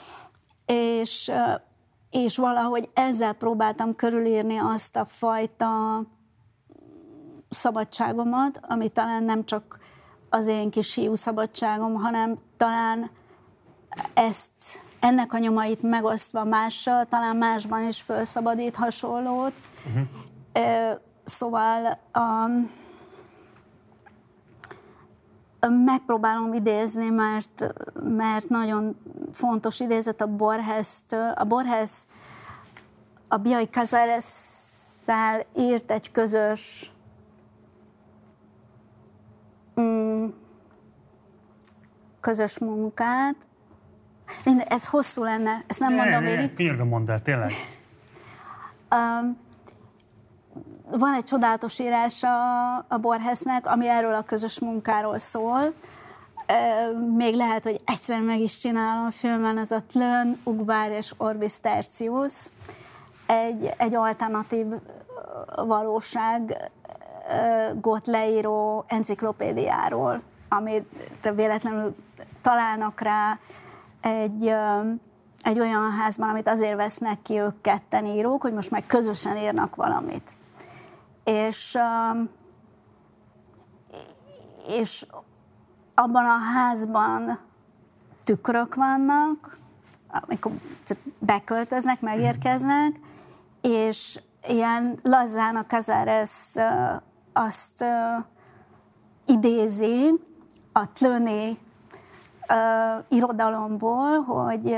És valahogy ezzel próbáltam körülírni azt a fajta szabadságomat, ami talán nem csak az én kis hiú szabadságom, hanem talán ennek a nyomait megosztva mással, talán másban is felszabadít hasonlót. Szóval megpróbálom idézni, mert nagyon fontos idézet a Borges-től. A Borges a Bioy Casares-szel írt egy közös munkát. Ez hosszú lenne, ezt nem mondom végig. Könyörgöm, mondd el, tényleg. Van egy csodálatos írása a Borgesnek, ami erről a közös munkáról szól. Még lehet, hogy egyszer meg is csinálom a filmen, ez a Tlön, Ugbár és Orbis Tertius. Egy alternatív valóságot leíró enciklopédiáról, amire véletlenül találnak rá egy olyan házban, amit azért vesznek ki ők ketten írók, hogy most meg közösen írnak valamit. És abban a házban tükrök vannak, amikor beköltöznek, megérkeznek, és ilyen lazán a Casares azt idézi a tlöni irodalomból, hogy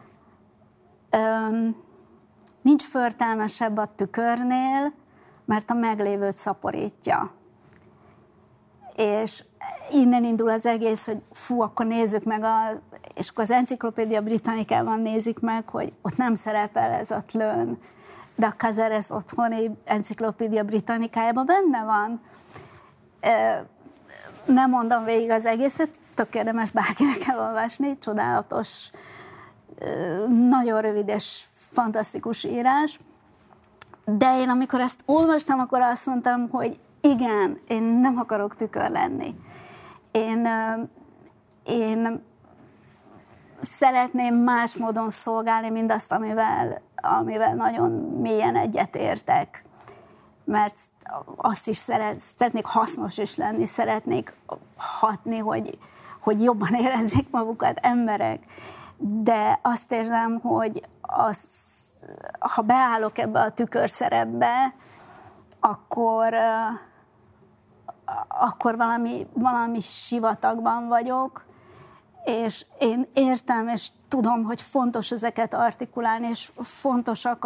nincs förtelmesebb a tükörnél, mert a meglévőt szaporítja. És innen indul az egész, hogy fú, akkor nézzük meg, és akkor az Enciklopédia Britannicában nézik meg, hogy ott nem szerepel ez a tlön, de a Casares otthoni Enciklopédia Britannicájában benne van. Nem mondom végig az egészet, tök érdemes bárkinek elolvasni, csodálatos nagyon rövid és fantasztikus írás. De én amikor ezt olvastam, akkor azt mondtam, hogy igen, én nem akarok tükör lenni. Én szeretném más módon szolgálni mindazt, amivel nagyon mélyen egyetértek. Mert azt is szeretnék hasznos is lenni, szeretnék hatni, hogy jobban érezzék magukat emberek. De azt érzem, hogy ha beállok ebbe a tükörszerepbe, akkor valami sivatagban vagyok, és én értem, és tudom, hogy fontos ezeket artikulálni, és fontosak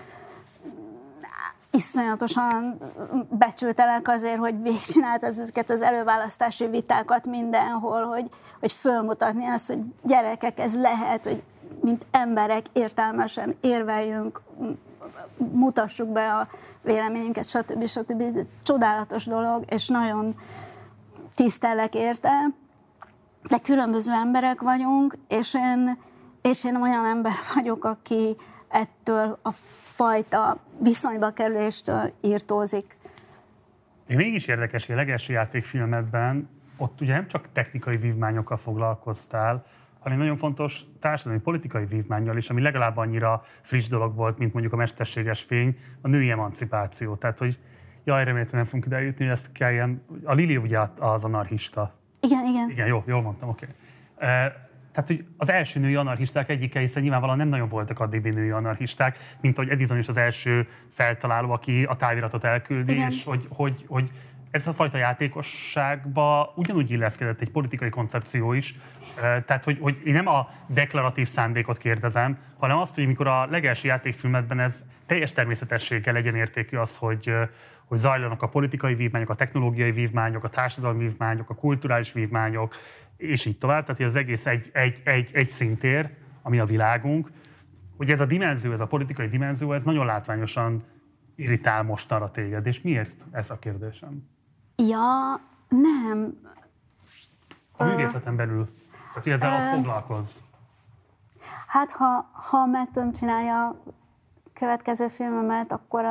iszonyatosan becsültelek azért, hogy végigcsinált ezeket az előválasztási vitákat mindenhol, hogy fölmutatni azt, hogy gyerekek, ez lehet, hogy mint emberek értelmesen érveljünk, mutassuk be a véleményünket, stb. Csodálatos dolog, és nagyon tisztellek érte, de különböző emberek vagyunk, és én olyan ember vagyok, aki ettől a fajta viszonyba kerüléstől írtózik. Még mégis érdekes, hogy a legelső játékfilmedben ott ugye nem csak technikai vívmányokkal foglalkoztál, hanem nagyon fontos társadalmi, politikai vívmánnyal is, ami legalább annyira friss dolog volt, mint mondjuk a mesterséges fény, a női emancipáció. Tehát, hogy remélem, nem fogunk ide jutni, hogy ezt kelljen... A Lili ugye az anarchista. Igen. Igen, jól mondtam, oké. Tehát, hogy az első női anarchisták egyike, hiszen nyilvánvalóan nem nagyon voltak addig női anarchisták, mint ahogy Edison is az első feltaláló, aki a táviratot elküldi, igen. És hogy ez a fajta játékosságba ugyanúgy illeszkedett egy politikai koncepció is. Tehát, hogy én nem a deklaratív szándékot kérdezem, hanem azt, hogy amikor a legelső játékfilmedben ez teljes természetességgel egyenértékű az, hogy zajlanak a politikai vívmányok, a technológiai vívmányok, a társadalmi vívmányok, a kulturális vívmányok, és így tovább. Tehát, hogy az egész egy szintér, ami a világunk, hogy ez a dimenzió, ez a politikai dimenzió, ez nagyon látványosan irritál mostanra téged. És miért ez a kérdésem? Ja, nem. A művészeten belül. Tehát, hogy ezzel ott foglalkozz. Hát, ha meg tudom csinálni a következő filmemet, akkor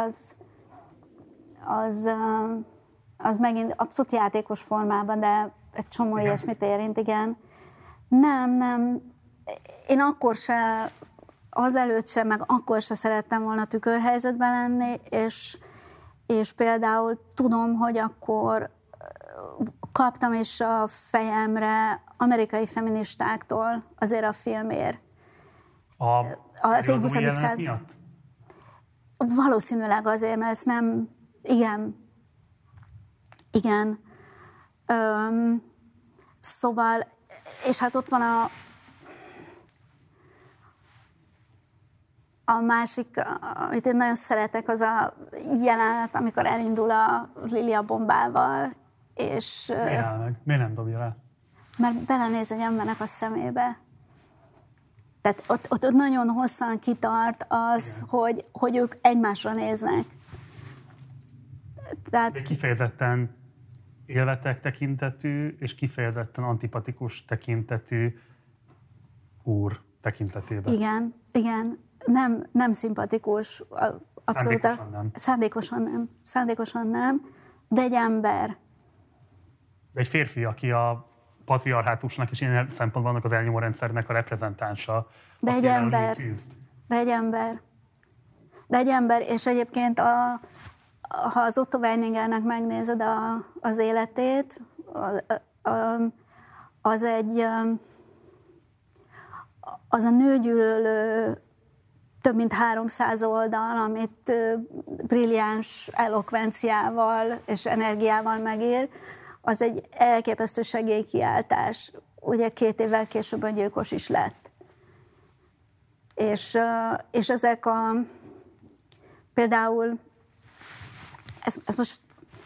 az megint abszolút játékos formában, de egy csomó ilyesmit érint, igen. Nem. Én akkor se, azelőtt se, meg akkor se szerettem volna tükörhelyzetben lenni, és például tudom, hogy akkor kaptam is a fejemre amerikai feministáktól azért a filmért. Az évhuszadik század. Valószínűleg azért, mert ezt nem... Igen. Szóval, és hát ott van a másik, amit én nagyon szeretek, az a jelenet, amikor elindul a Lili a bombával, és... Miért nem dobja rá? Mert belenéz egy embernek a szemébe. Tehát ott nagyon hosszan kitart az, hogy ők egymásra néznek. De kifejezetten élvetek tekintetű, és kifejezetten antipatikus tekintetű úr tekintetében. Igen. Nem szimpatikus. Abszolút. Szándékosan nem. De egy ember. De egy férfi, aki a patriarhátusnak és ilyen szempontból annak az elnyomó rendszernek a reprezentánsa. De egy ember, és egyébként ha az Otto Weiningernek megnézed az életét, az a nőgyűlölő több mint 300 oldal, amit brilliáns elokvenciával és energiával megír, az egy elképesztő segélykiáltás. Ugye 2 évvel később öngyilkos is lett. És ezek például ez most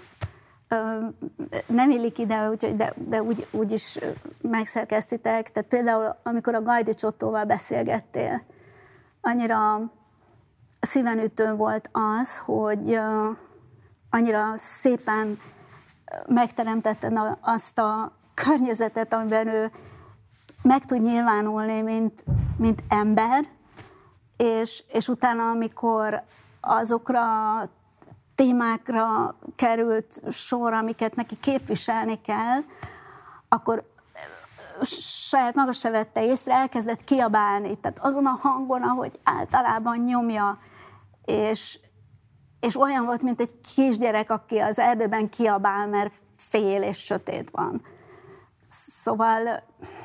nem illik ide, de úgy is megszerkesztitek. Tehát például, amikor a Gajdi Csottóval beszélgettél, annyira szívenütő volt az, hogy annyira szépen megteremtetted azt a környezetet, amiben ő meg tud nyilvánulni, mint mint ember, és utána, amikor azokra a témákra került sor, amiket neki képviselni kell, akkor saját maga se vette észre, elkezdett kiabálni, tehát azon a hangon, ahogy általában nyomja, és olyan volt, mint egy kisgyerek, aki az erdőben kiabál, mert fél és sötét van. Szóval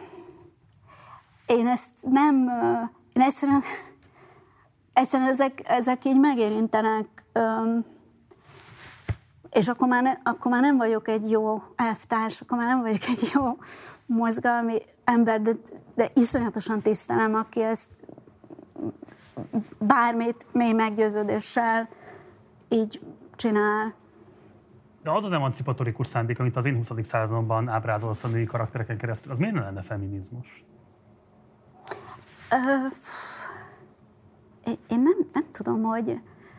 én ezt nem, én egyszerűen ezek így megérintenek, és akkor már nem vagyok egy jó elvtárs, akkor már nem vagyok egy jó mozgalmi ember, de iszonyatosan tisztelem, aki ezt bármit mély meggyőződéssel így csinál. De az az emancipatorikus szándék, amit az én 20. században ábrázolsz a női karaktereken keresztül, az miért ne lenne feminizmus? Én nem tudom, hogy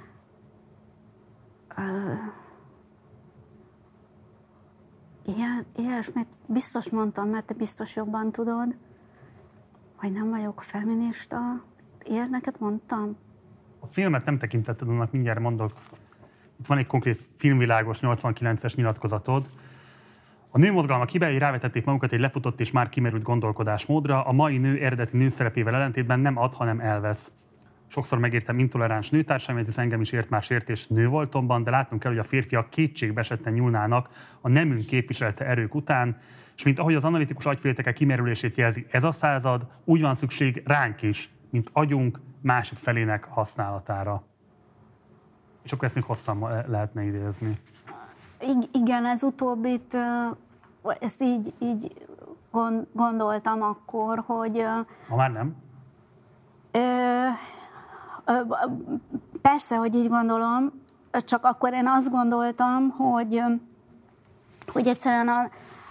ilyesmit biztos mondtam, mert te biztos jobban tudod, hogy nem vagyok feminista. Ilyeneket mondtam? A filmet nem tekintetted, annak mindjárt mondok. Itt van egy konkrét filmvilágos 89-es nyilatkozatod. A nőmozgalmak hibái rávetették magukat egy lefutott és már kimerült gondolkodásmódra. A mai nő eredeti nőszerepével ellentétben nem ad, hanem elvesz. Sokszor megértem intoleráns nőtársaim, hisz engem is ért már sértés nővoltomban, de látnunk kell, hogy a férfiak kétségbe esetten nyúlnának a nemünk képviselte erők után, és mint ahogy az analitikus agyfélteke kimerülését jelzi ez a század, úgy van szükség ránk is, mint agyunk másik felének használatára. És akkor ezt még hosszan lehetne idézni. Igen, ez utóbbit, ezt így gondoltam akkor, hogy... Ma már nem? Persze, hogy így gondolom, csak akkor én azt gondoltam, hogy egyszerűen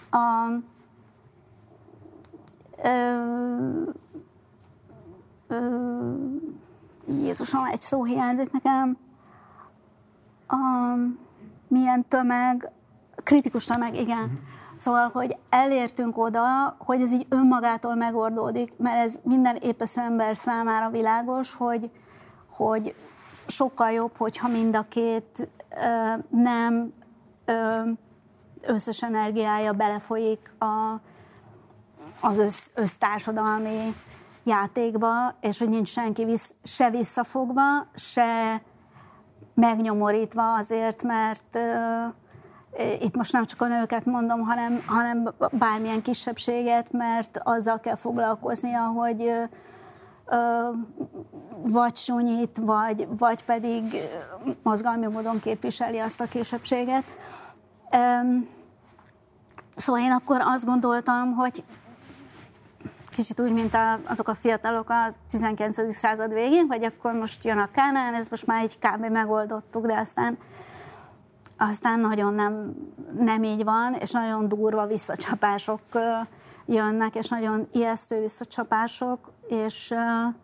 Jézusom, egy szó hiányzik nekem, milyen tömeg, kritikus tömeg, igen. Szóval, hogy elértünk oda, hogy ez így önmagától megoldódik, mert ez minden épesző ember számára világos, hogy sokkal jobb, hogyha mind a két nem összes energiája belefolyik az össztársadalmi játékba, és hogy nincs senki se visszafogva, se megnyomorítva azért, mert itt most nem csak a nőket mondom, hanem bármilyen kisebbséget, mert azzal kell foglalkoznia, hogy vagy sunyít, vagy pedig mozgalmi módon képviseli azt a kisebbséget. Szóval én akkor azt gondoltam, hogy kicsit úgy, mint azok a fiatalok a 19. század végén, hogy akkor most jön a Kánaán, ez most már így kb. Megoldottuk, de aztán nagyon nem így van, és nagyon durva visszacsapások jönnek, és nagyon ijesztő visszacsapások, és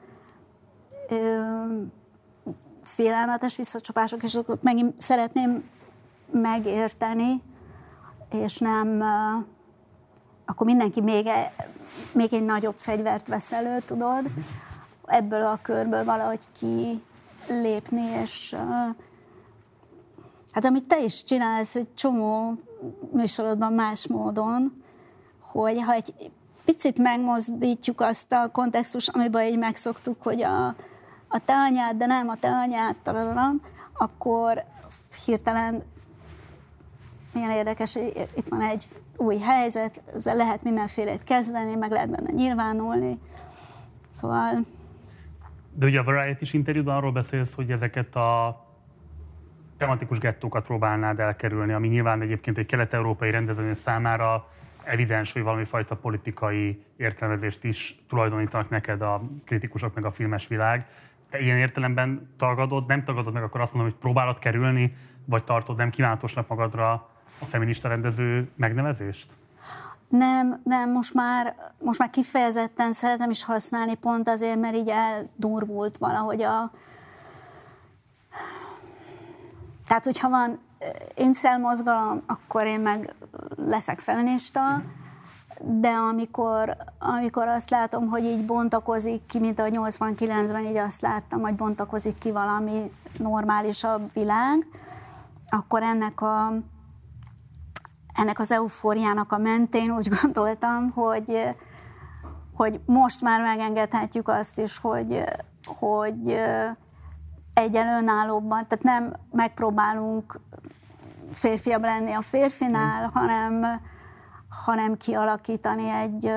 félelmetes visszacsapások, és akkor megint szeretném megérteni, és nem, akkor mindenki még egy nagyobb fegyvert vesz elő, tudod, ebből a körből valahogy kilépni, és hát amit te is csinálsz egy csomó műsorodban más módon, hogy ha egy picit megmozdítjuk azt a kontextust, amiben így megszoktuk, hogy a te anyád, de nem a te anyád, akkor hirtelen milyen érdekes, itt van egy új helyzet, ezzel lehet mindenfélét kezdeni, meg lehet benne nyilvánulni. Szóval... De ugye a Variety-s interjúban arról beszélsz, hogy ezeket a tematikus gettókat próbálnád elkerülni, ami nyilván egyébként egy kelet-európai rendező számára evidens, hogy valami fajta politikai értelmezést is tulajdonítanak neked a kritikusok, meg a filmes világ. Te ilyen értelemben tagadod, nem tagadod meg, akkor azt mondom, hogy próbálod kerülni, vagy tartod nem kívánatosnak magadra a feminista rendező megnevezést? Nem, most már kifejezetten szeretem is használni, pont azért, mert így eldurvult valahogy Tehát, hogyha van incel mozgalom, akkor én meg leszek feminista, de amikor azt látom, hogy így bontakozik ki, mint a 89-ben így azt láttam, hogy bontakozik ki valami normálisabb világ, akkor ennek az eufóriának a mentén úgy gondoltam, hogy most már megengedhetjük azt is, hogy egyel önállóbban, tehát nem megpróbálunk férfiabb lenni a férfinál, hanem kialakítani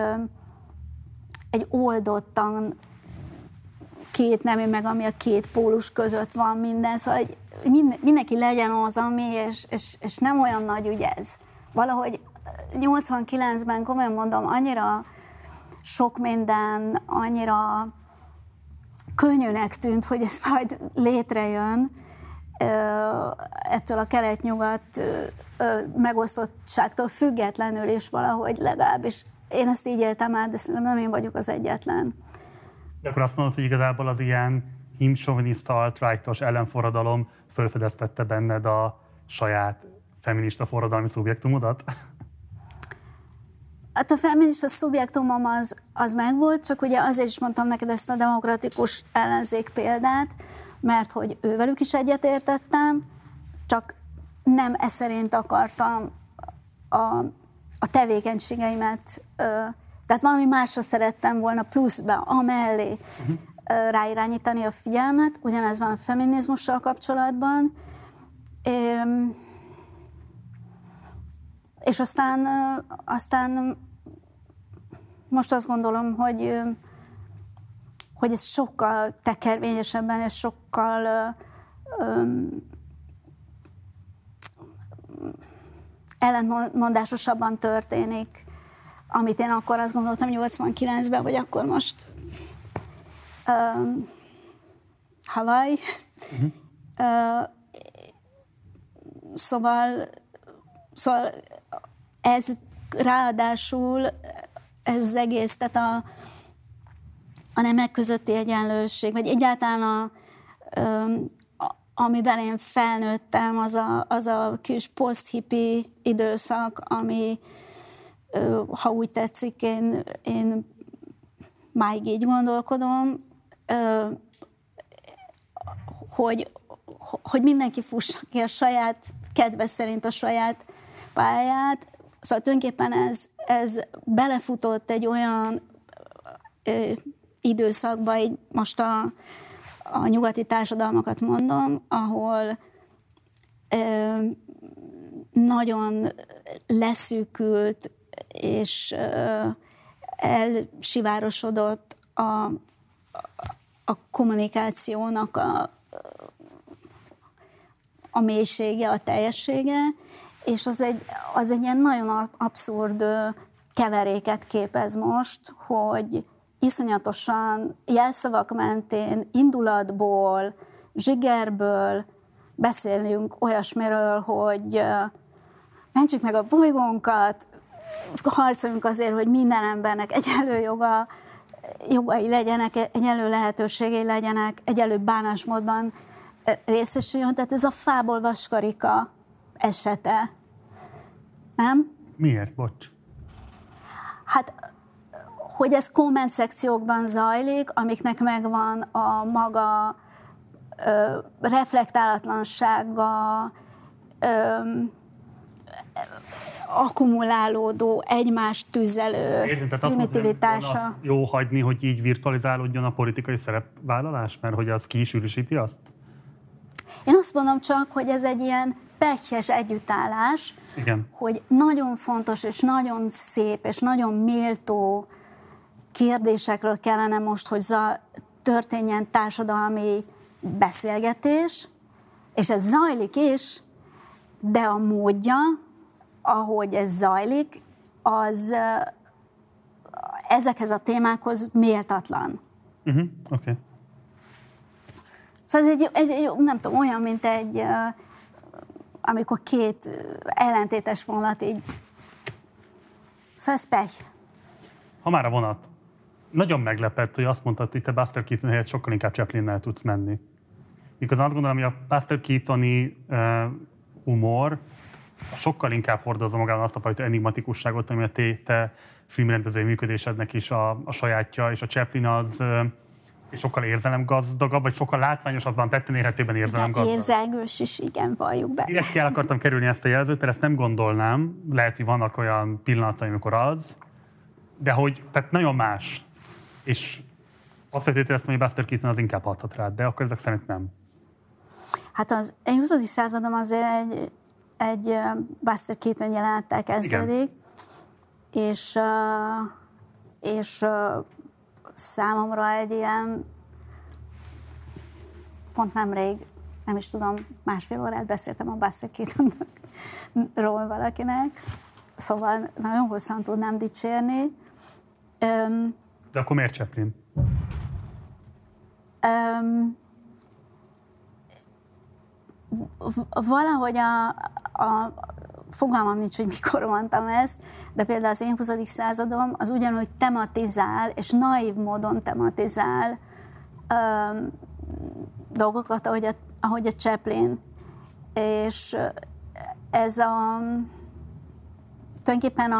egy oldottan két nemű, meg ami a két pólus között van minden, szóval mindenki legyen az, ami, és nem olyan nagy ügy ez. Valahogy 89-ben, komolyan mondom, annyira sok minden, annyira könnyűnek tűnt, hogy ez majd létrejön ettől a kelet-nyugat megosztottságtól függetlenül is valahogy legalábbis. Én ezt így éltem át, de szerintem nem én vagyok az egyetlen. De akkor azt mondod, hogy igazából az ilyen himsoviniszta, alt-rightos ellenforradalom felfedeztette benned a saját feminista forradalmi szubjektumodat? Hát a feminista szubjektumom az megvolt, csak ugye azért is mondtam neked ezt a demokratikus ellenzék példát, mert hogy ővelük is egyetértettem, csak nem e szerint akartam a tevékenységeimet, tehát valami másra szerettem volna pluszba, amellé ráirányítani a figyelmet, ugyanez van a feminizmussal kapcsolatban. És aztán most azt gondolom, hogy ez sokkal tekervényesebben és sokkal ellentmondásosabban történik, amit én akkor azt gondoltam 89-ben, vagy akkor most Hawaii. Szóval ez ráadásul ez az egész, tehát a nemek közötti egyenlőség, vagy egyáltalán amiben én felnőttem, az a kis post-hippi időszak, ami, ha úgy tetszik, én máig így gondolkodom, hogy mindenki fussa ki a saját kedve szerint a saját pályát. Szóval tulajdonképpen ez belefutott egy olyan időszakba, így most a nyugati társadalmakat mondom, ahol nagyon leszűkült és elsivárosodott a kommunikációnak a mélysége, a teljessége, és az egy ilyen nagyon abszurd keveréket képez most, hogy iszonyatosan jelszavak mentén, indulatból, zsigerből beszélünk olyasmiről, hogy mentsük meg a bolygónkat, harcoljunk azért, hogy minden embernek egyenlő jogai legyenek, egyenlő lehetőségei legyenek, egyenlő bánásmódban részesüljön. Tehát ez a fából vaskarika esete. Nem? Miért? Bocs. Hát, hogy ez komment szekciókban zajlik, amiknek megvan a maga reflektálatlansága, akkumulálódó, egymást tüzelő primitivitása. Azt jó hagyni, hogy így virtualizálódjon a politikai szerepvállalás, mert hogy az ki is ürüsíti azt? Én azt mondom csak, hogy ez egy ilyen pehjes együttállás, igen, hogy nagyon fontos, és nagyon szép, és nagyon méltó kérdésekről kellene most, hogy történjen társadalmi beszélgetés, és ez zajlik is, de a módja, ahogy ez zajlik, az ezekhez a témákhoz méltatlan. Okay. Szóval ez egy, nem tudom, olyan, mint amikor két ellentétes vonat így. Szóval ez pech. Ha már a vonat. Nagyon meglepett, hogy azt mondtad, hogy te Buster Keaton helyett sokkal inkább Chaplinnel tudsz menni. Miközben azt gondolom, hogy a Buster Keatoni humor sokkal inkább hordozza magában azt a fajta enigmatikusságot, ami a te filmrendezői működésednek is a sajátja, és a Chaplin az sokkal érzelemgazdagabb, vagy sokkal látványosabban, tetten érhetőben érzelemgazdag. Érzelgős is, igen, valljuk be. Direkt el akartam kerülni ezt a jelzőt, mert ezt nem gondolnám. Lehet, hogy vannak olyan pillanatai, amikor az, de hogy, tehát nagyon más. És azt feltételeztem, hogy Buster Keaton az inkább hathat rád, de akkor ezek szerint nem. Hát az 20. századom azért egy Buster Keaton jelenettel kezdődik, és számomra egy ilyen, pont nemrég, nem is tudom, másfél órát beszéltem a Buster Keatonról valakinek, szóval nagyon hosszan tudnám dicsérni. De akkor miért Chaplin? Valahogy fogalmam nincs, hogy mikor mondtam ezt, de például az én 20. századom az ugyanúgy tematizál, és naív módon tematizál dolgokat, ahogy a Chaplin. És ez tulajdonképpen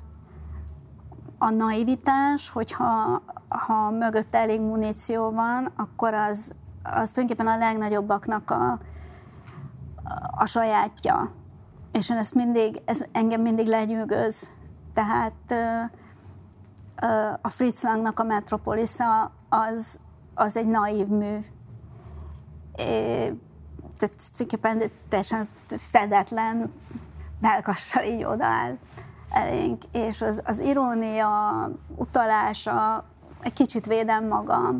a naivitás, hogyha mögött elég muníció van, akkor az tulajdonképpen a legnagyobbaknak a sajátja. És ez engem mindig lenyűgöz. Tehát a Fritz Langnak a Metropolis-a az egy naív mű. Tehát tulajdonképpen teljesen fedetlen mellkassal így odaáll elénk. És az irónia, utalása, egy kicsit védem magam,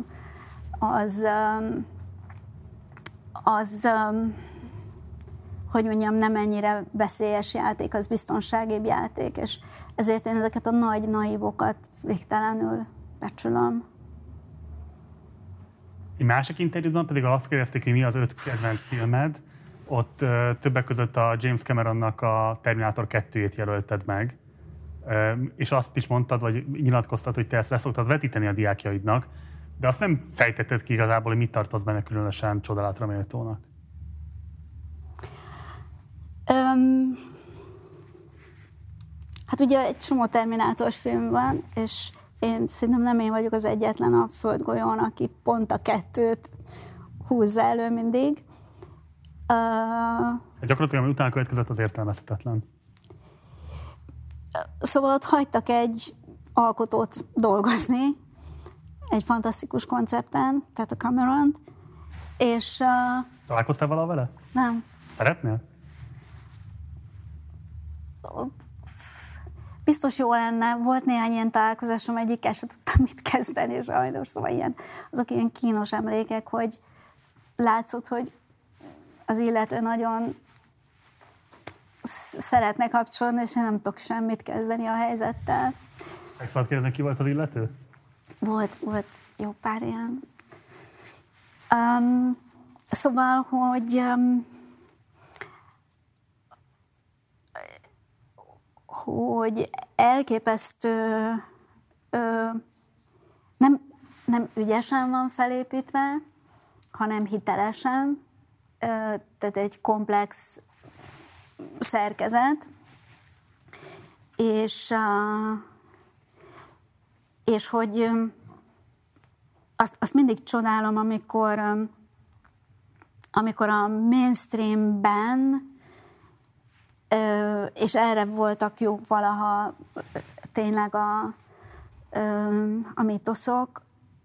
hogy mondjam, nem ennyire veszélyes játék, az biztonságibb játék, és ezért én ezeket a nagy naívokat végtelenül becsülöm. Egy másik interjúban pedig azt kérdezték, hogy mi az 5 kedvenc filmed, ott többek között a James Cameronnak a Terminátor 2-jét jelölted meg, és azt is mondtad, vagy nyilatkoztad, hogy te ezt leszoktad vetíteni a diákjaidnak, de azt nem fejtetted ki igazából, hogy mit tartasz benne különösen csodálatra méltónak. Hát ugye egy csomó Terminátor film van, és én szerintem nem én vagyok az egyetlen a földgolyón, aki pont a 2-t húzza elő mindig. Gyakorlatilag, ami utána következett, az értelmezhetetlen. Szóval ott hagytak egy alkotót dolgozni, egy fantasztikus koncepten, tehát a Cameront, és... Találkoztál valaha vele? Nem. Szeretnél? Biztos jó lenne. Volt néhány ilyen találkozásom, egyikkel sem tudtam mit kezdeni, sajnos. Szóval azok ilyen kínos emlékek, hogy látszott, hogy az illető nagyon szeretne kapcsolódni, és én nem tudok semmit kezdeni a helyzettel. Meg szabad kérdezni, ki volt az illető? Volt jó pár ilyen. Szóval, hogy elképesztő, nem ügyesen van felépítve, hanem hitelesen, tehát egy komplex szerkezet, és hogy azt mindig csodálom, amikor a mainstreamben, és erre voltak jók valaha tényleg a mítoszok,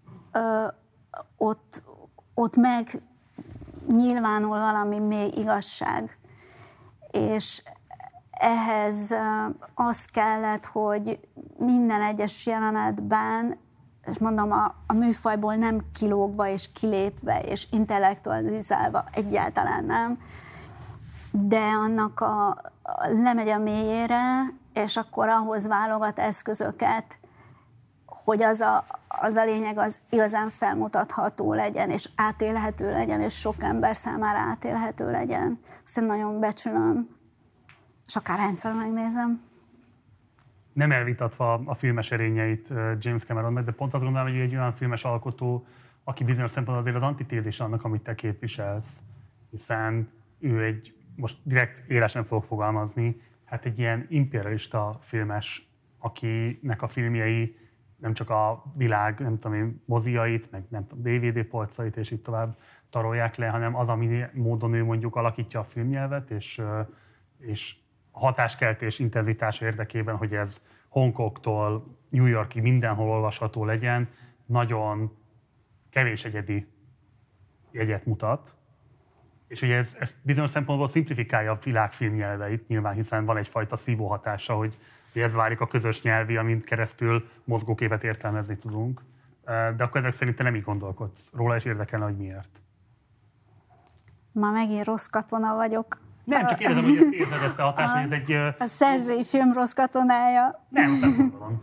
ott meg nyilvánul valami mély igazság. És ehhez az kellett, hogy minden egyes jelenetben, és mondom, a műfajból nem kilógva és kilépve és intellektualizálva, egyáltalán nem, de annak lemegy a mélyére, és akkor ahhoz válogat eszközöket, hogy az a lényeg az igazán felmutatható legyen, és átélhető legyen, és sok ember számára átélhető legyen. Azt én nagyon becsülöm, és akárhányszor megnézem. Nem elvitatva a filmes erényeit James Cameronnak, de pont azt gondolom, hogy egy olyan filmes alkotó, aki bizonyos szempontból azért az antitézis annak, amit te képviselsz, hiszen ő most direkt élesen fogok fogalmazni, hát egy ilyen imperialista filmes akinek a filmjei nem csak a világ, nem tudom én, moziait, meg nem tudom, DVD polcait, és így tovább tarolják le, hanem az, ami módon ő mondjuk alakítja a filmnyelvet, és hatáskeltés intenzitás érdekében, hogy ez Hongkongtól New Yorkig mindenhol olvasható legyen, nagyon kevés egyedi jegyet mutat. És ugye ez bizonyos szempontból szimplifikálja a világ filmnyelveit, nyilván, hiszen van egyfajta szívó hatása, hogy ez válik a közös nyelvi, amint keresztül mozgóképet értelmezni tudunk. De akkor ezek szerint te nem így gondolkodsz róla, és érdekelne, hogy miért. Ma megint rossz katona vagyok. Nem, csak kérdezem, hogy ezt érzed ezt a hatást, hogy ez egy... A szerzői film rossz katonája. Nem, azt nem gondolom.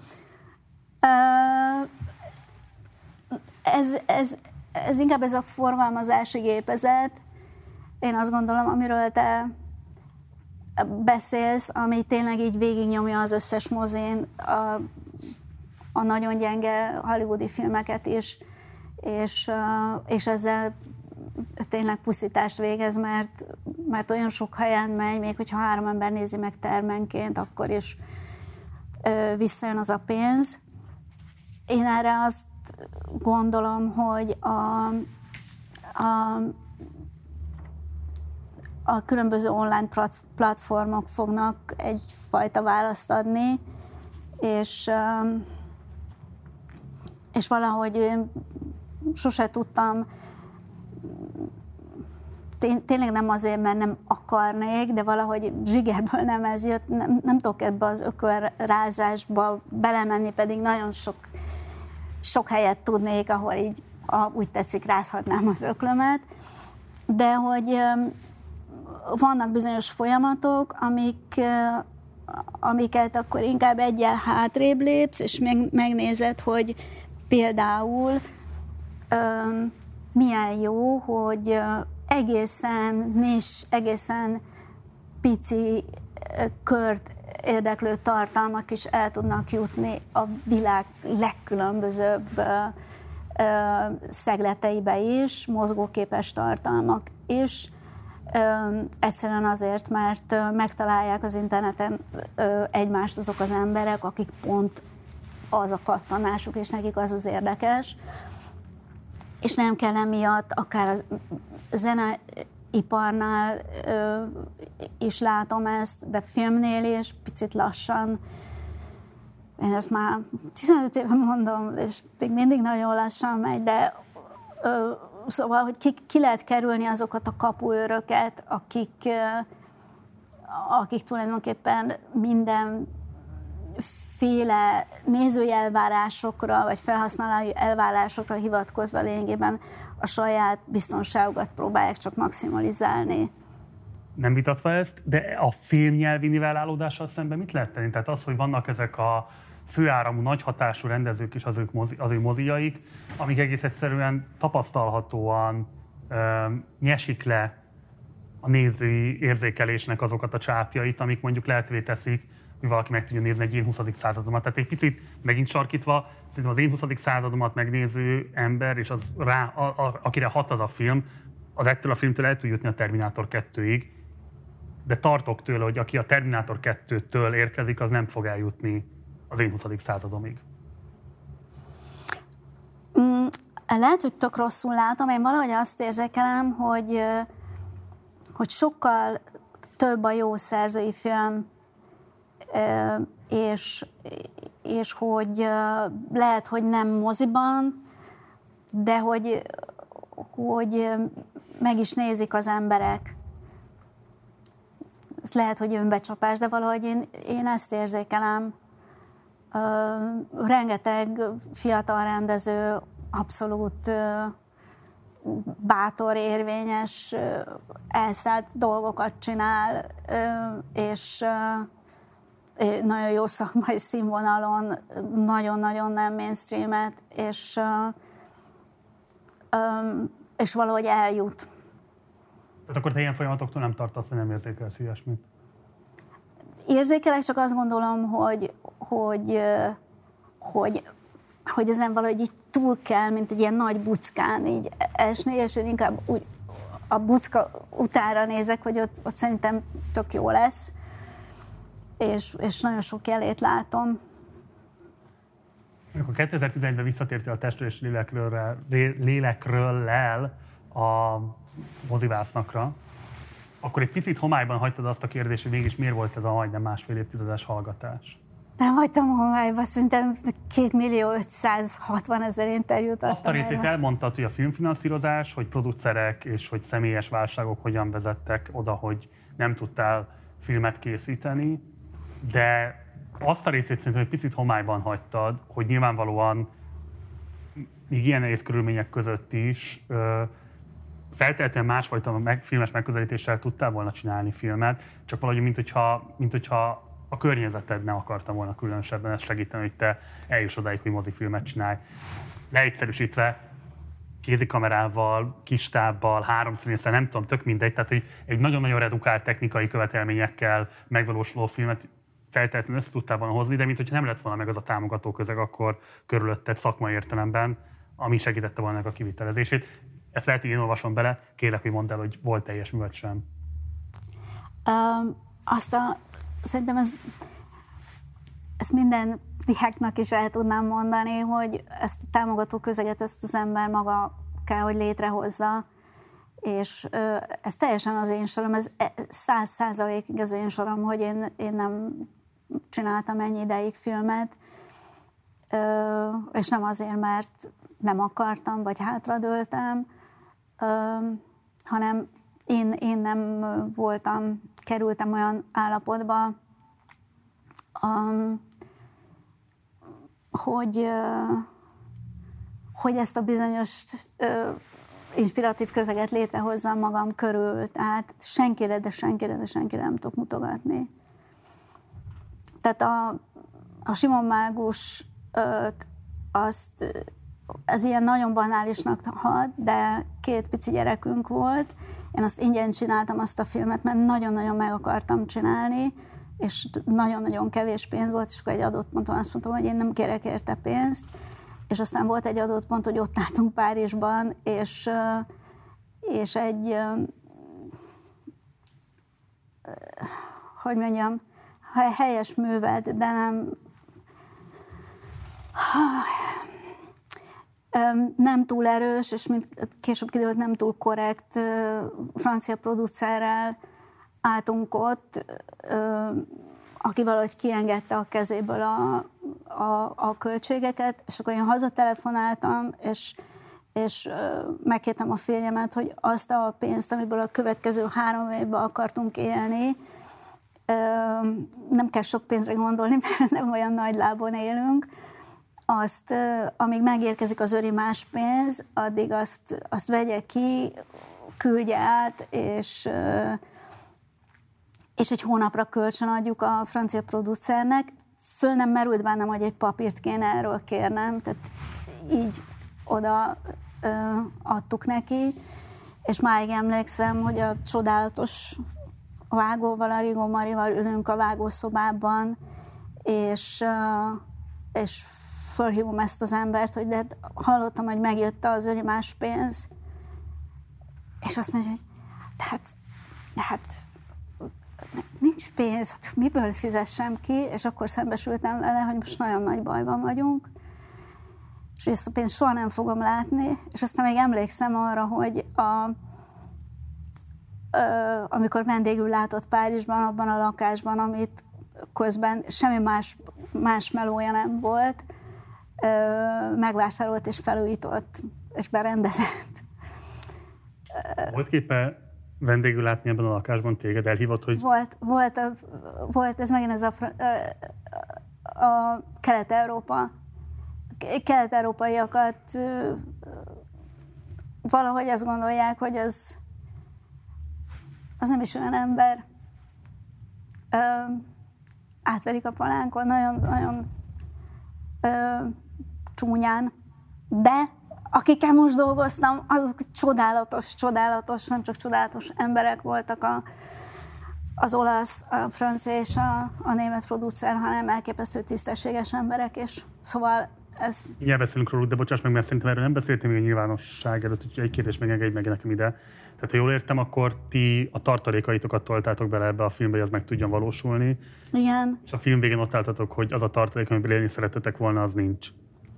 Ez inkább ez a forgalmazási gépezet. Én azt gondolom, amiről te beszélsz, ami tényleg így végignyomja az összes mozin a nagyon gyenge hollywoodi filmeket is, és ezzel tényleg pusztítást végez, mert olyan sok helyen megy, még hogyha 3 ember nézi meg termenként, akkor is visszajön az a pénz. Én erre azt gondolom, hogy a különböző online platformok fognak egyfajta választ adni, és valahogy sose tudtam, tényleg nem azért, mert nem akarnék, de valahogy zsigerből nem ez jött, nem tudok ebbe az ökörrázásba belemenni, pedig nagyon sok helyet tudnék, ahol így, úgy tetszik, rázhatnám az öklömet, de hogy vannak bizonyos folyamatok, amiket akkor inkább egyel hátrébb lépsz, és megnézed, hogy például milyen jó, hogy egészen pici kört érdeklő tartalmak is el tudnak jutni a világ legkülönbözőbb szegleteibe is, mozgóképes tartalmak is. Egyszerűen azért, mert megtalálják az interneten egymást azok az emberek, akik pont az a kattanásuk, és nekik az az érdekes. És nem kell emiatt, akár a zeneiparnál is látom ezt, de filmnél is picit lassan. Én ezt már 15 éve mondom, és még mindig nagyon lassan megy, de szóval, hogy ki lehet kerülni azokat a kapuőröket, akik tulajdonképpen mindenféle nézői elvárásokra, vagy felhasználói elvárásokra hivatkozva lényegében a saját biztonságukat próbálják csak maximalizálni. Nem vitatva ezt, de a filmnyelvi nivellálódással szemben mit lehet tenni? Tehát az, hogy vannak ezek a főáramú, nagy hatású rendezők és az ő moziaik, amik egész egyszerűen tapasztalhatóan nyesik le a nézői érzékelésnek azokat a csápjait, amik mondjuk lehetővé teszik, hogy valaki meg tudja nézni egy én 20. századomat. Tehát egy picit megint sarkítva, szerintem az én 20. századomat megnéző ember, és az akire hat az a film, az ettől a filmtől el tud jutni a Terminátor 2-ig, de tartok tőle, hogy aki a Terminátor 2-től érkezik, az nem fog eljutni az én 20. századomig. Lehet, hogy tök rosszul látom. Én valahogy azt érzékelem, hogy sokkal több a jó szerzői film, és hogy lehet, hogy nem moziban, de hogy meg is nézik az emberek. Ez lehet, hogy önbecsapás, de valahogy én ezt érzékelem. Rengeteg fiatal rendező abszolút bátor, érvényes, elszállt dolgokat csinál, és nagyon jó szakmai színvonalon, nagyon-nagyon nem mainstreamet, és valahogy eljut. Tehát akkor te ilyen folyamatoktól nem tartasz, hogy nem érzékelsz ilyesmit? Érzékelek, csak azt gondolom, hogy ezen valahogy így túl kell, mint egy ilyen nagy buckán így esni, és én inkább úgy a bucka utára nézek, hogy ott szerintem tök jó lesz, és nagyon sok jelét látom. Amikor 2011-ben visszatértél a testről és lélekről a mozivásznakra, akkor egy picit homályban hagytad azt a kérdést, hogy mégis miért volt ez a majdnem másfél évtizedes hallgatás? Nem hagytam homályba, szerintem 2.560.000 interjút adtam. Azt a részét elmondtad, hogy a filmfinanszírozás, hogy producerek és hogy személyes válságok hogyan vezettek oda, hogy nem tudtál filmet készíteni, de azt a részét szerintem egy picit homályban hagytad, hogy nyilvánvalóan még ilyen nehéz körülmények között is feltétlenül másfajta filmes megközelítéssel tudtál volna csinálni filmet, csak valahogy mint hogyha a környezeted nem akarta volna különösebben ezt segíteni, hogy te eljuss odáig, hogy mozifilmet csinálj. Leegyszerűsítve, kézikamerával, kis tábbal, 3-színésszel, nem tudom, tök mindegy, tehát hogy egy nagyon-nagyon redukált technikai követelményekkel megvalósuló filmet feltétlenül össze tudtál volna hozni, de mint hogyha nem lett volna meg az a támogató közeg akkor körülötted szakmai értelemben, ami segítette volna a kivitelezését. Ezt lehet, hogy én olvasom bele, kérlek, hogy mondd el, hogy volt teljes mű vagy sem. Szerintem ezt minden diáknak is el tudnám mondani, hogy ezt a támogató közeget, ezt az ember maga kell, hogy létrehozza, és ez teljesen az én sorom, ez 100%-ig az én sorom, hogy én nem csináltam ennyi ideig filmet, és nem azért, mert nem akartam, vagy hátradőltem, hanem én nem kerültem olyan állapotba, hogy ezt a bizonyos inspiratív közeget létrehozzam magam körül. Tehát senkire nem tudok mutogatni. Tehát a Simon Mágus ez ilyen nagyon banálisnak hat, de 2 pici gyerekünk volt. Én azt ingyen csináltam azt a filmet, mert nagyon-nagyon meg akartam csinálni, és nagyon-nagyon kevés pénz volt, és akkor egy adott ponton azt mondtam, hogy én nem kérek érte pénzt. És aztán volt egy adott pont, hogy ott álltunk Párizsban, és egy, hogy mondjam, helyes művelt, de nem túl erős, és mint később kiderült, nem túl korrekt francia producerrel álltunk ott, aki valahogy kiengedte a kezéből a költségeket, és akkor én hazatelefonáltam, és megkértem a férjemet, hogy azt a pénzt, amiből a következő 3 évben akartunk élni, nem kell sok pénzre gondolni, mert nem olyan nagy lábon élünk, amíg megérkezik az öri más pénz, addig azt vegye ki, küldje át, és egy hónapra kölcsönadjuk a francia producernek. Föl nem merült bennem, hogy egy papírt kéne erről kérnem, tehát így oda adtuk neki, és máig emlékszem, hogy a csodálatos vágóval, a Rigó Marival ülünk a vágószobában, és fölhívom ezt az embert, hogy de hallottam, hogy megjött az öri más pénz, és azt mondja, hogy de hát nincs pénz, hát miből fizessem ki, és akkor szembesültem vele, hogy most nagyon nagy bajban vagyunk, és ezt a pénzt soha nem fogom látni, és aztán még emlékszem arra, hogy amikor vendégül látott Párizsban, abban a lakásban, amit közben semmi más melója nem volt, megvásárolt és felújított, és berendezett. Volt képe vendégül látni ebben a lakásban téged? Elhívott, hogy... Volt ez megint ez a Kelet-Európa. Kelet-európaiakat valahogy azt gondolják, hogy az nem is olyan ember. Átverik a palánkon nagyon csúnyán, de akikkel most dolgoztam, azok csodálatos, nem csak csodálatos emberek voltak az olasz, a francia és a német producer, hanem elképesztő tisztességes emberek, és szóval ez... Ilyen beszélünk róluk, de bocsáss meg, mert szerintem erről nem beszéltem még a nyilvánosság előtt, úgyhogy egy kérdés meg engedj meg nekem ide. Tehát, ha jól értem, akkor ti a tartalékaitokat toltátok bele ebbe a filmbe, hogy az meg tudjon valósulni. Igen. És a film végén ott álltatok, hogy az a tartalék, amiből élni szerettetek volna, az nincs.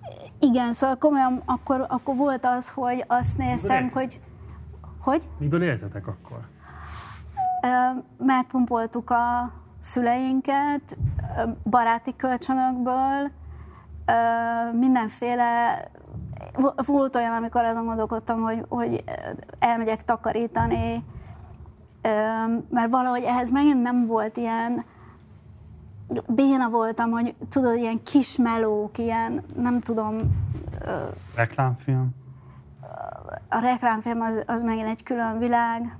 Igen, szóval komolyan akkor volt az, hogy azt néztem, hogy... Miből éltetek akkor? Megpumpoltuk a szüleinket, baráti kölcsönökből, mindenféle... Volt olyan, amikor azon gondolkodtam, hogy elmegyek takarítani, mert valahogy ehhez megint nem volt ilyen... Béna voltam, hogy tudod, ilyen kis melók, ilyen, nem tudom... Reklámfilm? A reklámfilm az megint egy külön világ.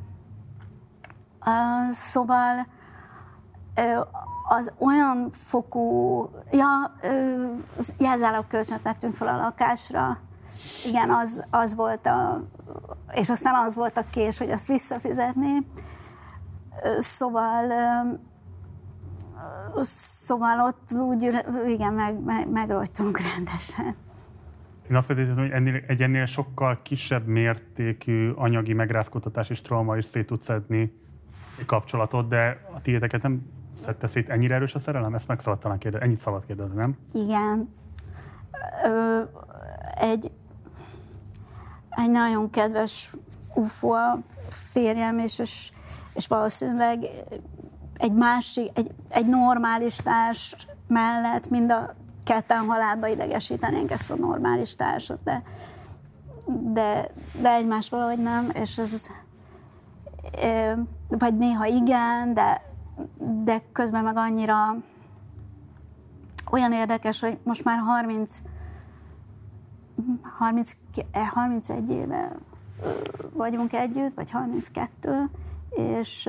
Szóval az olyan fokú... jelzálogkölcsönt vettünk fel a lakásra. Igen, az volt és aztán az volt a kés, hogy azt visszafizetni. Szóval ott úgy, igen, megrogytunk rendesen. Én azt feltételezem, hogy ennél sokkal kisebb mértékű anyagi megrázkódtatás és trauma is szét tud szedni egy kapcsolatot, de a tiéteket nem szedte szét. Ennyire erős a szerelem? Ezt meg szabad talán kérdezni. Ennyit szabad kérdezni, nem? Igen. Egy nagyon kedves UFO a férjem, és valószínűleg egy normális társ mellett mind a ketten halálba idegesítenénk ezt a normális társat, de egymást valahogy nem, és ez vagy néha igen, de közben meg annyira olyan érdekes, hogy most már 31 éve vagyunk együtt, vagy 32, és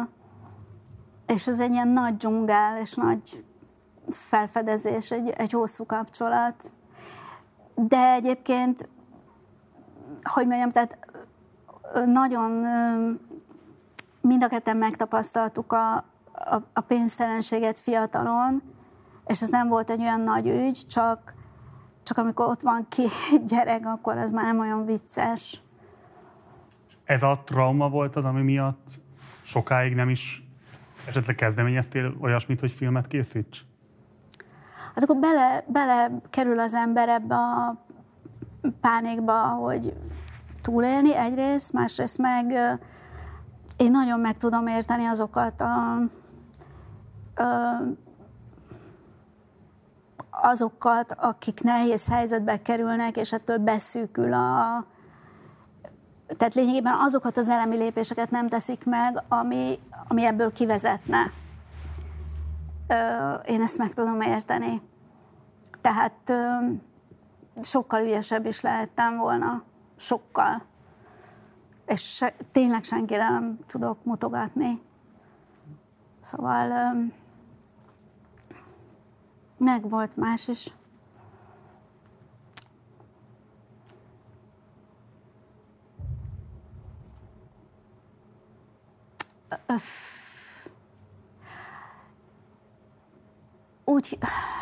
ez egy ilyen nagy dzsungel, és nagy felfedezés, egy hosszú kapcsolat. De egyébként, hogy mondjam, tehát nagyon mind a ketten megtapasztaltuk a pénztelenséget fiatalon, és ez nem volt egy olyan nagy ügy, csak amikor ott van 2 gyerek, akkor az már nem olyan vicces. Ez a trauma volt az, ami miatt sokáig nem is esetleg kezdeményeztél olyasmit, hogy filmet készíts? Hát akkor bele kerül az ember ebbe a pánikba, hogy túlélni egyrészt, másrészt meg én nagyon meg tudom érteni azokat azokat, akik nehéz helyzetbe kerülnek, és ettől beszűkül tehát lényegében azokat az elemi lépéseket nem teszik meg, ami ebből kivezetne. Én ezt meg tudom érteni. Tehát sokkal ügyesebb is lehettem volna. Sokkal. És tényleg senkire nem tudok mutogatni. Szóval meg volt más is. Úgy...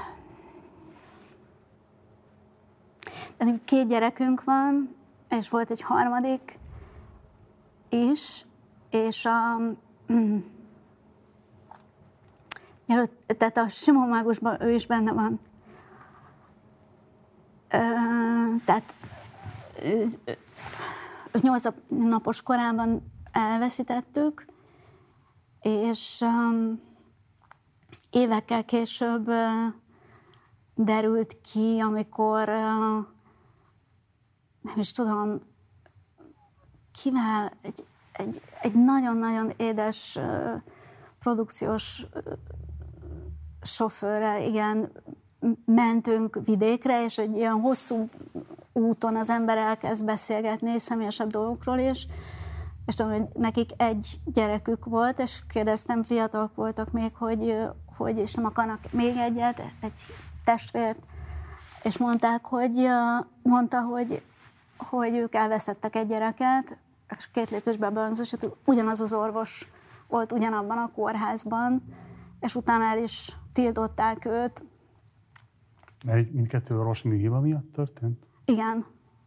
2 gyerekünk van, és volt egy harmadik is, és tehát a Simon Mágusban ő is benne van. Tehát 8 napos korában elveszítettük, és évekkel később derült ki, amikor nem is tudom, kivel egy nagyon-nagyon édes produkciós sofőrrel, igen, mentünk vidékre, és egy ilyen hosszú úton az ember elkezd beszélgetni személyesebb dolgokról is, és tudom, hogy nekik 1 gyerekük volt, és kérdeztem, fiatalok voltak még, hogy és nem akarnak még egyet, egy testvért, és mondták, mondta, hogy ők elvesztettek egy gyereket, és 2 lépésbe beönzősödött, ugyanaz az orvos volt ugyanabban a kórházban, és utána el is tiltották őt. Mert mindkettő orvos műhiba miatt történt? Igen.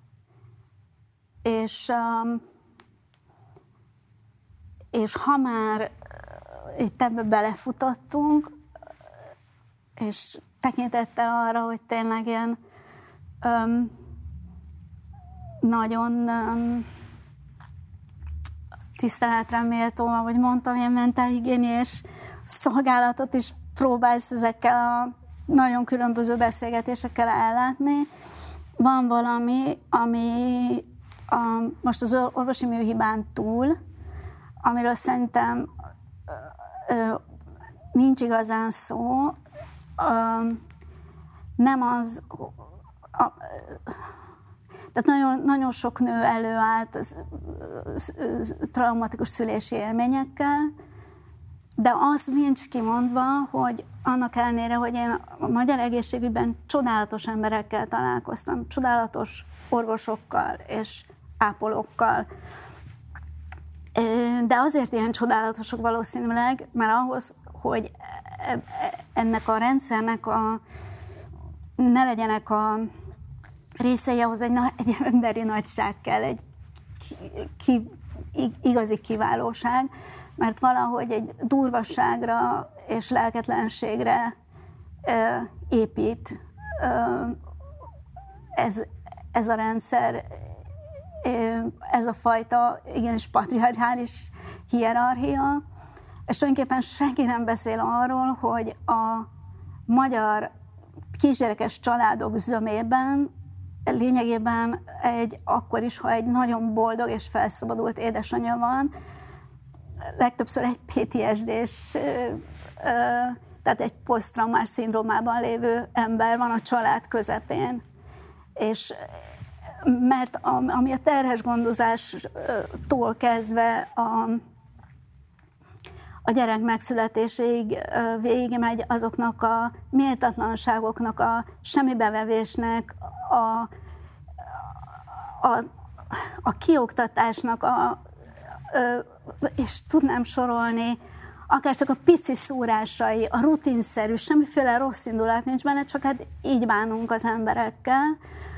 És ha már itt ebbe belefutottunk, és tekintettel arra, hogy tényleg ilyen nagyon tiszteletre méltó, ahogy mondtam, ilyen mentálhigiéniás szolgálatot is próbálsz ezekkel a nagyon különböző beszélgetésekkel ellátni. Van valami, ami most az orvosi műhibán túl, amiről szerintem nincs igazán szó, nem az, tehát nagyon sok nő előállt traumatikus szülési élményekkel, de az nincs kimondva, hogy annak ellenére, hogy én a magyar egészségügyben csodálatos emberekkel találkoztam, csodálatos orvosokkal és ápolókkal, de azért ilyen csodálatosok valószínűleg, mert ahhoz, hogy ennek a rendszernek ne legyenek a részei, ahhoz egy emberi nagyság kell, egy igazi kiválóság, mert valahogy egy durvasságra és lelketlenségre épít ez a rendszer, ez a fajta igenis patriarchális hierarchia, és tulajdonképpen senki nem beszél arról, hogy a magyar kisgyerekes családok zömében lényegében akkor is, ha egy nagyon boldog és felszabadult édesanyja van, legtöbbször egy PTSD-s, tehát egy posztraumás szindrómában lévő ember van a család közepén. És mert ami a terhes gondozástól kezdve a gyerek megszületéséig végigmegy azoknak a méltatlanságoknak, a semmibevevésnek, a kioktatásnak, és tudnám sorolni, akár csak a pici szúrásai, a rutinszerű, semmiféle rossz indulat nincs benne, csak hát így bánunk az emberekkel.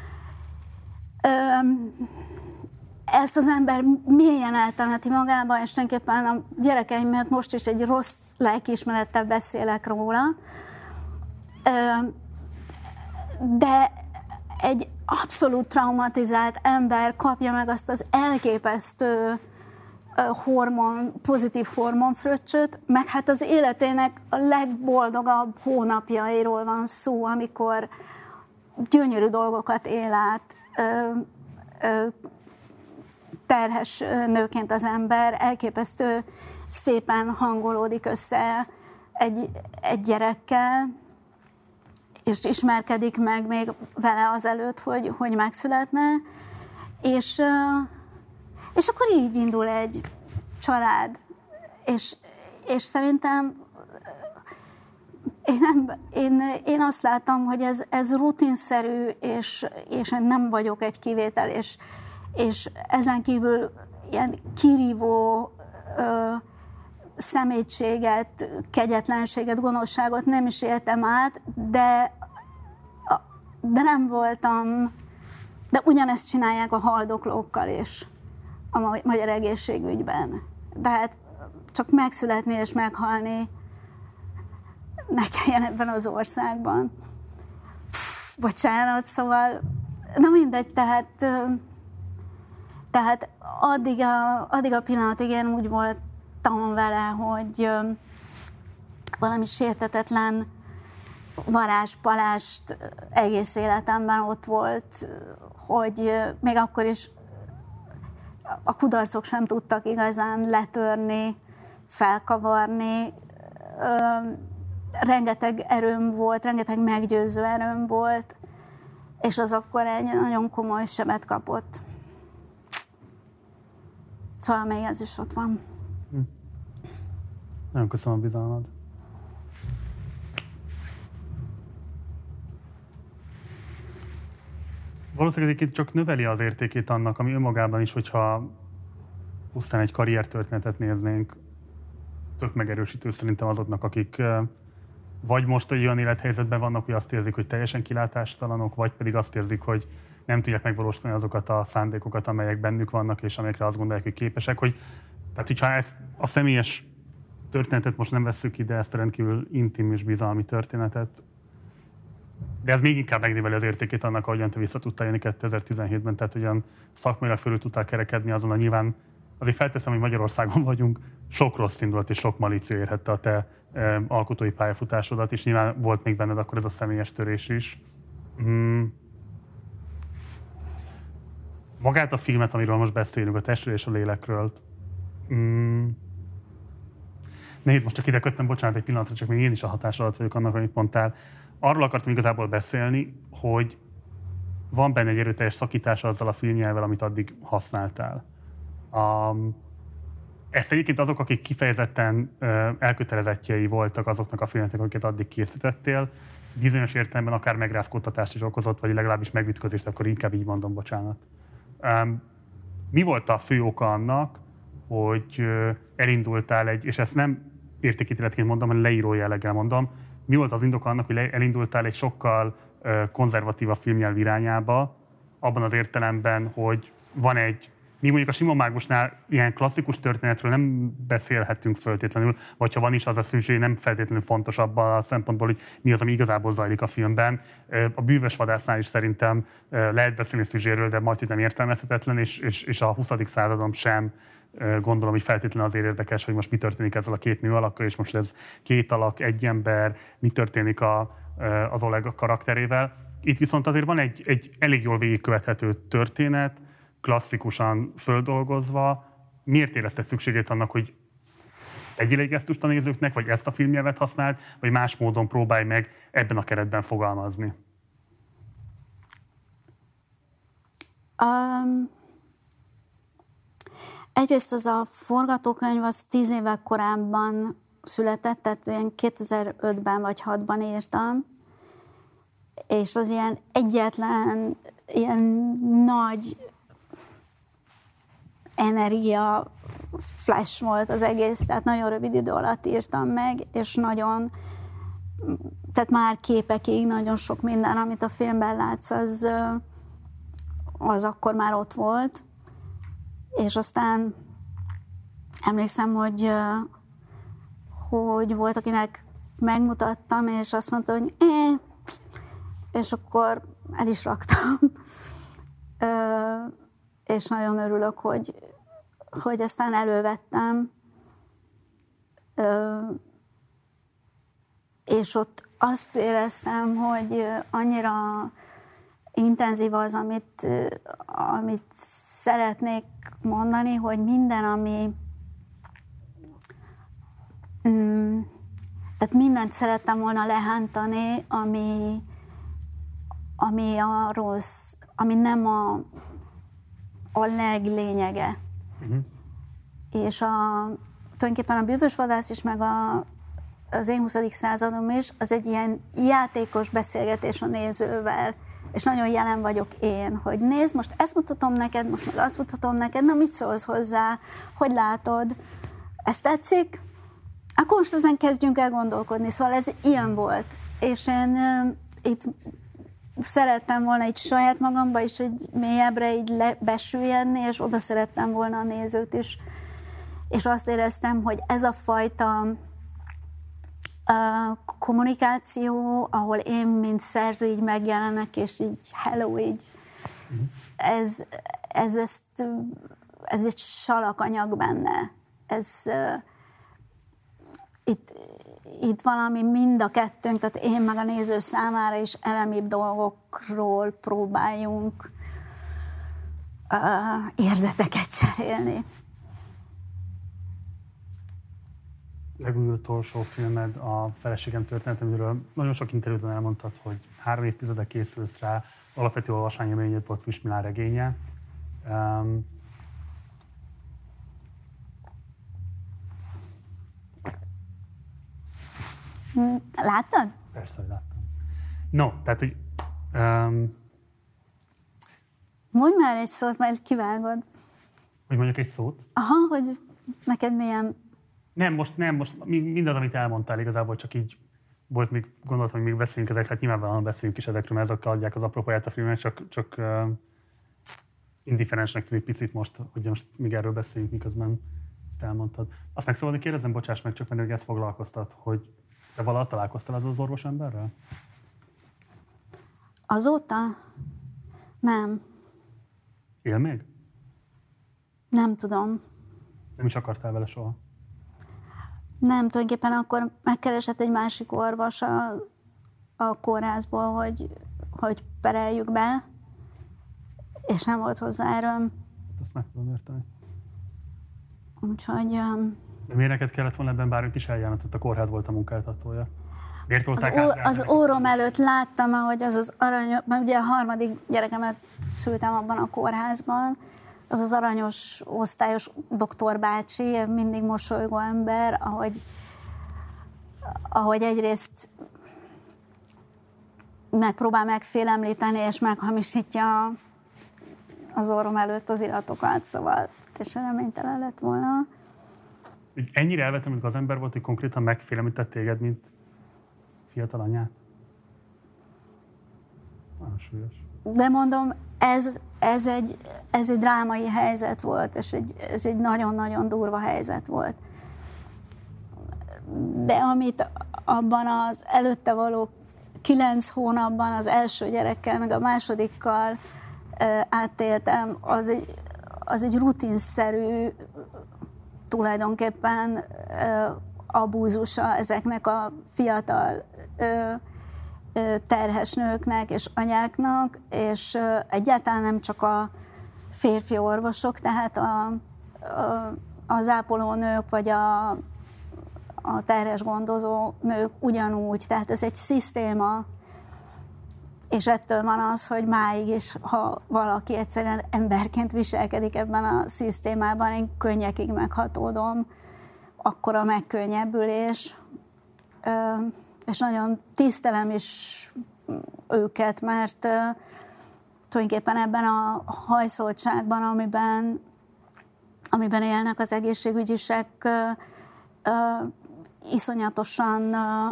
Ezt az ember mélyen eltemetni magába, és tulajdonképpen a gyerekeim miatt most is egy rossz lelkiismerettel beszélek róla. De egy abszolút traumatizált ember kapja meg azt az elképesztő pozitív hormonfröccsöt, meg hát az életének a legboldogabb hónapjairól van szó, amikor gyönyörű dolgokat él át, terhes nőként az ember, elképesztő szépen hangolódik össze egy gyerekkel, és ismerkedik meg még vele azelőtt, hogy megszületne, és akkor így indul egy család, és szerintem én azt látom, hogy ez rutinszerű, és nem vagyok egy kivétel, és ezen kívül ilyen kirívó szemétséget, kegyetlenséget, gonoszságot nem is éltem át, de nem voltam, de ugyanezt csinálják a haldoklókkal is a magyar egészségügyben. Tehát csak megszületni és meghalni ne kelljen ebben az országban. Bocsánat, szóval, na mindegy, tehát addig a pillanatig én úgy voltam vele, hogy valami sértetetlen varázspalást egész életemben ott volt, hogy még akkor is a kudarcok sem tudtak igazán letörni, felkavarni. Rengeteg erőm volt, rengeteg meggyőző erőm volt, és az akkor egy nagyon komoly sebet kapott. Szóval még ez is ott van. Nagyon köszönöm a bizalmad. Valószínűleg itt csak növeli az értékét annak, ami önmagában is, hogyha pusztán egy karriertörténetet néznénk, tök megerősítő szerintem azoknak, akik vagy most egy olyan élethelyzetben vannak, hogy azt érzik, hogy teljesen kilátástalanok, vagy pedig azt érzik, hogy nem tudják megvalósítani azokat a szándékokat, amelyek bennük vannak, és amelyekre azt gondolják, hogy képesek. Tehát, hogyha ezt a személyes történetet most nem vesszük ide, ezt a rendkívül intim és bizalmi történetet, De ez még inkább megnöveli az értékét annak, ahogyan te vissza tudtál jönni 2017-ben, tehát ugyan szakmailag fölül tudtál kerekedni, azon a nyilván azért felteszem, hogy Magyarországon vagyunk, sok rossz indulat és sok malíció érhette a te alkotói pályafutásodat, és nyilván volt még benned akkor ez a személyes törés is. Magát a filmet, amiről most beszélünk, a testről és a lélekről, nehéz, most csak ide köttem, bocsánat, egy pillanatra, csak még én is a hatás alatt vagyok annak, amit mondtál. Arról akartam igazából beszélni, hogy van benne egy erőteljes szakítás azzal a filmnyelvvel, amit addig használtál. Ezt egyébként azok, akik kifejezetten elkötelezettjei voltak azoknak a filmeknek, amiket addig készítettél, bizonyos értelemben akár megrázkódtatást is okozott, vagy legalábbis megütközést, akkor inkább így mondom, bocsánat. Mi volt a fő oka annak, hogy elindultál és ezt nem értékítéletként mondom, hanem leíró jelleggel mondom, mi volt az indoka annak, hogy elindultál egy sokkal konzervatívabb filmnyelv irányába, abban az értelemben, hogy van egy, mi mondjuk a Simon Mágusnál ilyen klasszikus történetről nem beszélhetünk feltétlenül, vagy ha van is, az a szükség nem feltétlenül fontos abban a szempontból, hogy mi az, ami igazából zajlik a filmben. A Bűvös vadásznál is szerintem lehet beszélni szüzséről, de majd nem értelmezhetetlen, és a 20. századon sem gondolom, hogy feltétlenül azért érdekes, hogy most mi történik ezzel a két nő alakkal, és most ez két alak, egy ember, mi történik az Oleg karakterével. Itt viszont azért van egy elég jól végigkövethető történet, klasszikusan földolgozva. Miért érezted szükségét annak, hogy egyéni gesztust a nézőknek, vagy ezt a filmnyelvet használd, vagy más módon próbálj meg ebben a keretben fogalmazni? Egyrészt az a forgatókönyv az 10 évvel korábban született, tehát ilyen 2005-ben vagy 2006-ban írtam, és az ilyen egyetlen, ilyen nagy energia flash volt az egész, tehát nagyon rövid idő alatt írtam meg, és nagyon, tehát már képekig nagyon sok minden, amit a filmben látsz, az akkor már ott volt. És aztán emlékszem, hogy volt, akinek megmutattam, és azt mondta, hogy és akkor el is raktam. És nagyon örülök, hogy aztán elővettem. És ott azt éreztem, hogy annyira intenzív az, amit szeretnék mondani, hogy minden, tehát mindent szerettem volna lehántani, ami a rossz, ami nem a leglényege. Uh-huh. És tulajdonképpen a Bűvös vadász is, meg az én 20. századom is, az egy ilyen játékos beszélgetés a nézővel, és nagyon jelen vagyok én, hogy nézd, most ezt mutatom neked, most meg azt mutatom neked, na mit szólsz hozzá, hogy látod, ezt tetszik? Akkor most ezen kezdjünk el gondolkodni, szóval ez ilyen volt. És én itt szerettem volna így saját magamba is egy mélyebbre így besüllyedni, és oda szerettem volna a nézőt is. És azt éreztem, hogy ez a fajta kommunikáció, ahol én, mint szerző így megjelenek, és így hello, így ez egy salakanyag benne. Itt valami mind a kettőnk, tehát én meg a néző számára is elemibb dolgokról próbáljunk érzeteket cserélni. Legutolsó filmed a Feleségem története, amiről nagyon sok interjúban elmondtad, hogy 3 évtizede készülsz rá, alapvető olvasmányélményed volt Füst Milán regénye. Láttad? Persze, hogy láttam. No, tehát, hogy... Mondj már egy szót, majd kivágod. Hogy mondjak egy szót? Aha, hogy neked milyen... Nem, most mindaz, amit elmondtál, igazából csak így volt, még gondoltam, hogy még beszéljünk ezekről, hát nyilvánvalóan beszéljünk is ezekről, mert ezek adják az apropóját a filmnek, csak indifferensnek tűnik picit most, hogy most még erről beszéljünk, miközben ezt elmondtad. Azt meg szabadni kérdezem, bocsáss meg, csak mert ezt foglalkoztat, hogy te valaha találkoztál az orvos emberrel? Azóta? Nem. Él még? Nem tudom. Nem is akartál vele soha? Nem, tulajdonképpen akkor megkeresett egy másik orvos a kórházból, hogy pereljük be, és nem volt hozzá erőm. Ezt meg tudom érteni. Úgyhogy... De miért neked kellett volna ebben bármit is eljelentett? A kórház volt a munkáltatója. Miért volták az órom előtt láttam, ahogy az aranyos, mert ugye a harmadik gyerekemet szültem abban a kórházban, az aranyos osztályos doktorbácsi, mindig mosolygó ember, ahogy egyrészt megpróbál megfélemlíteni és meghamisítja az orrom előtt az iratokat, szóval teljesen reménytelen lett volna. Ennyire elvettem, amikor az ember volt, hogy konkrétan megfélemlített téged, mint fiatal anyát? Nagyon súlyos. De mondom, ez egy drámai helyzet volt, és ez egy nagyon-nagyon durva helyzet volt. De amit abban az előtte való 9 hónapban az első gyerekkel, meg a másodikkal átéltem, az egy rutinszerű tulajdonképpen abúzusa ezeknek a fiatal terhes nőknek és anyáknak, és egyáltalán nem csak a férfi orvosok, tehát az ápolónők vagy a terhes gondozó nők ugyanúgy, tehát ez egy szisztéma, és ettől van az, hogy máig is, ha valaki egyszerűen emberként viselkedik ebben a szisztémában, én könnyekig meghatódom, akkor a megkönnyebbülés, és nagyon tisztelem is őket, mert tulajdonképpen ebben a hajszoltságban, amiben élnek az egészségügyisek, iszonyatosan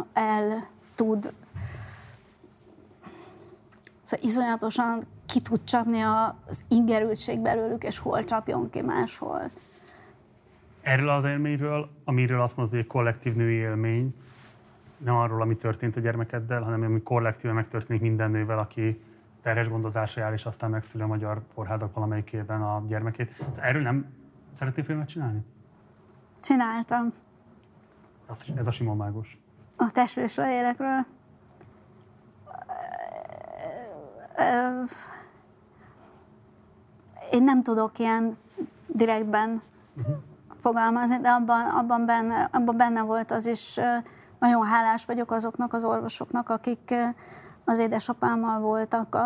iszonyatosan ki tud csapni az ingerültség belőlük, és hol csapjon ki máshol. Erről az élményről, amiről azt mondod, hogy egy kollektív női élmény, nem arról, ami történt a gyermekeddel, hanem ami kollektíven megtörténik minden nővel, aki terhes gondozásra jár, és aztán megszüli a magyar kórházak valamelyikében a gyermekét. Erről nem szeretnél filmet csinálni? Csináltam. Ez a Simon Mágos. A testvésről élekről. Én nem tudok ilyen direktben fogalmazni, de abban benne volt az is. Nagyon hálás vagyok azoknak az orvosoknak, akik az édesapámmal voltak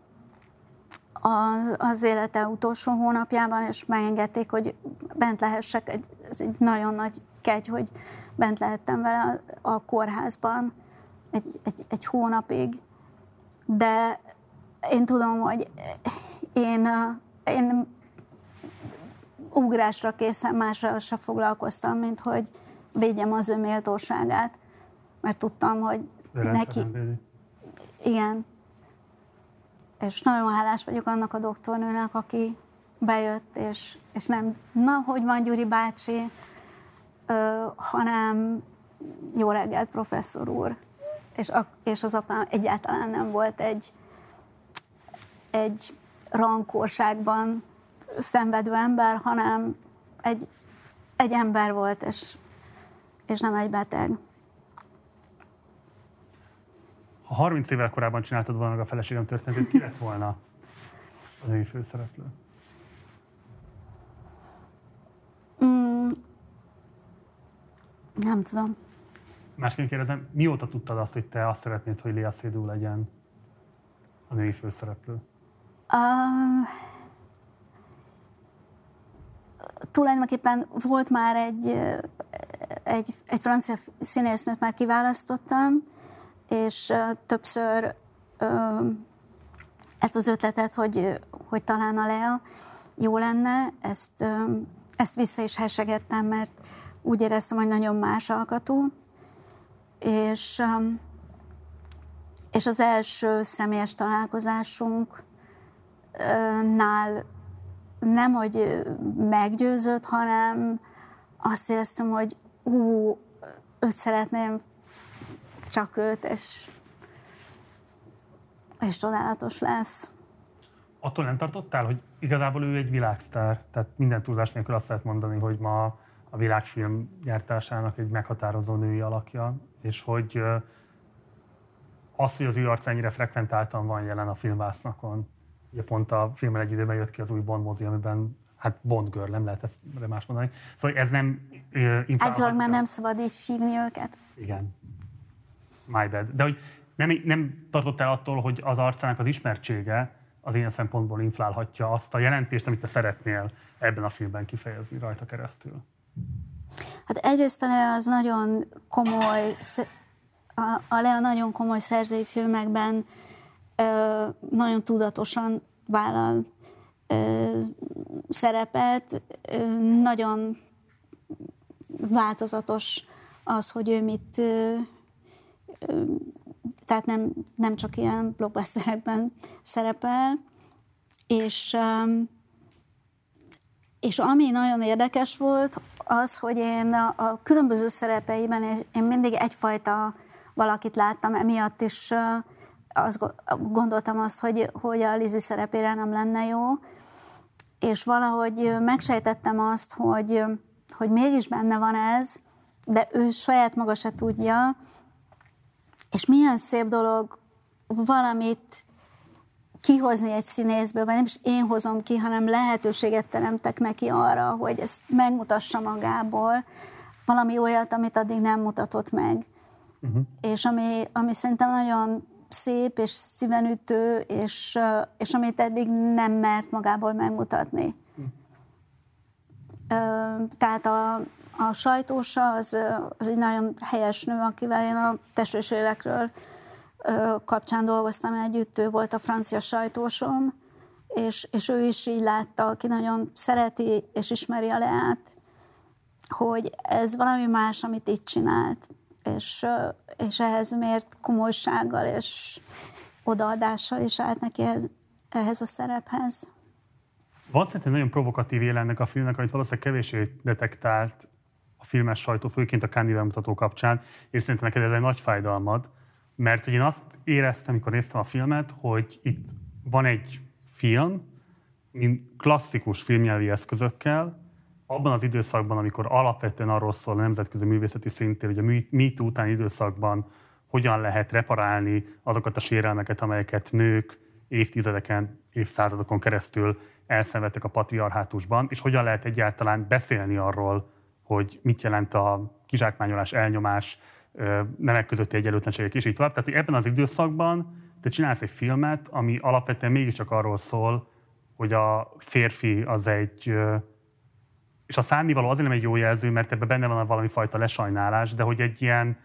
az élete utolsó hónapjában, és megengedték, hogy bent lehessek. Ez egy nagyon nagy kegy, hogy bent lehettem vele a kórházban egy hónapig. De én tudom, hogy én ugrásra készen másra se foglalkoztam, mint hogy védjem az ő méltóságát, mert tudtam, hogy neki... Igen. És nagyon hálás vagyok annak a doktornőnek, aki bejött, és nem, na, hogy van Gyuri bácsi, hanem jó reggelt, professzor úr. És az apám egyáltalán nem volt egy rankórságban szenvedő ember, hanem egy ember volt, és nem egy beteg. Ha 30 évvel korábban csináltad volna meg a Feleségem történetét, ki lett volna a női főszereplő? Nem tudom. Másként kérdezem, mióta tudtad azt, hogy te azt szeretnéd, hogy Léa Seydoux legyen a női főszereplő? Tulajdonképpen volt már egy francia színésznőt már kiválasztottam, és többször ezt az ötletet, hogy talán a Lea jó lenne, ezt vissza is hesegettem, mert úgy éreztem, hogy nagyon más alkatú. És az első személyes találkozásunknál nem, hogy meggyőzött, hanem azt éreztem, hogy őt szeretném, csak őt, és és csodálatos lesz. Attól nem tartottál, hogy igazából ő egy világsztár? Tehát minden túlzás nélkül azt lehet mondani, hogy ma a világfilm gyártásának egy meghatározó női alakja, és hogy az, hogy az ő arca ennyire frekventáltan van jelen a filmvásznakon. Ugye pont a filmmel egy időben jött ki az új Bond mozi, amiben hát Bond girl, nem lehet ezt más mondani. Szóval ez nem Általában már nem szabad így hívni őket. Igen. My bad. De hogy nem tartottál attól, hogy az arcának az ismertsége az ilyen szempontból inflálhatja azt a jelentést, amit te szeretnél ebben a filmben kifejezni rajta keresztül? Hát egyrészt a Lea az nagyon komoly, a Lea nagyon komoly szerzői filmekben nagyon tudatosan vállal szerepet, nagyon változatos az, hogy ő mit, tehát nem csak ilyen blockbusterekben szerepel, és ami nagyon érdekes volt, az, hogy én a különböző szerepeiben én mindig egyfajta valakit láttam, emiatt is gondoltam azt, hogy a Lizzie szerepére nem lenne jó, és valahogy megsejtettem azt, hogy mégis benne van ez, de ő saját maga se tudja, és milyen szép dolog valamit kihozni egy színészből, vagy nem is én hozom ki, hanem lehetőséget teremtek neki arra, hogy ezt megmutassa magából, valami olyat, amit addig nem mutatott meg. És ami szerintem nagyon szép és szívenütő, és amit eddig nem mert magából megmutatni. Tehát a sajtósa az egy nagyon helyes nő, akivel én a Testről és Lélekről kapcsán dolgoztam együtt, ő volt a francia sajtósom, és ő is így látta, aki nagyon szereti és ismeri a Leát, hogy ez valami más, amit itt csinált, és ehhez mért komolysággal és odaadással is állt neki ehhez a szerephez. Van szerintem nagyon provokatív jelennek a filmnek, amit valószínűleg kevéssé detektált a filmes sajtó, főként a Cannes bemutató kapcsán, és szerintem neked ez egy nagy fájdalmad, mert hogy én azt éreztem, amikor néztem a filmet, hogy itt van egy film, klasszikus filmnyelvi eszközökkel, abban az időszakban, amikor alapvetően arról szól a nemzetközi művészeti szintén, hogy a MeToo utáni időszakban hogyan lehet reparálni azokat a sérelmeket, amelyeket nők évtizedeken, évszázadokon keresztül elszenvedtek a patriarhátusban, és hogyan lehet egyáltalán beszélni arról, hogy mit jelent a kizsákmányolás, elnyomás, nemek közötti egyenlőtlenségek, és így tovább. Tehát ebben az időszakban te csinálsz egy filmet, ami alapvetően mégiscsak arról szól, hogy a férfi az egy... És a szánnivaló azért nem egy jó jelző, mert ebben benne van valami fajta lesajnálás, de hogy egy ilyen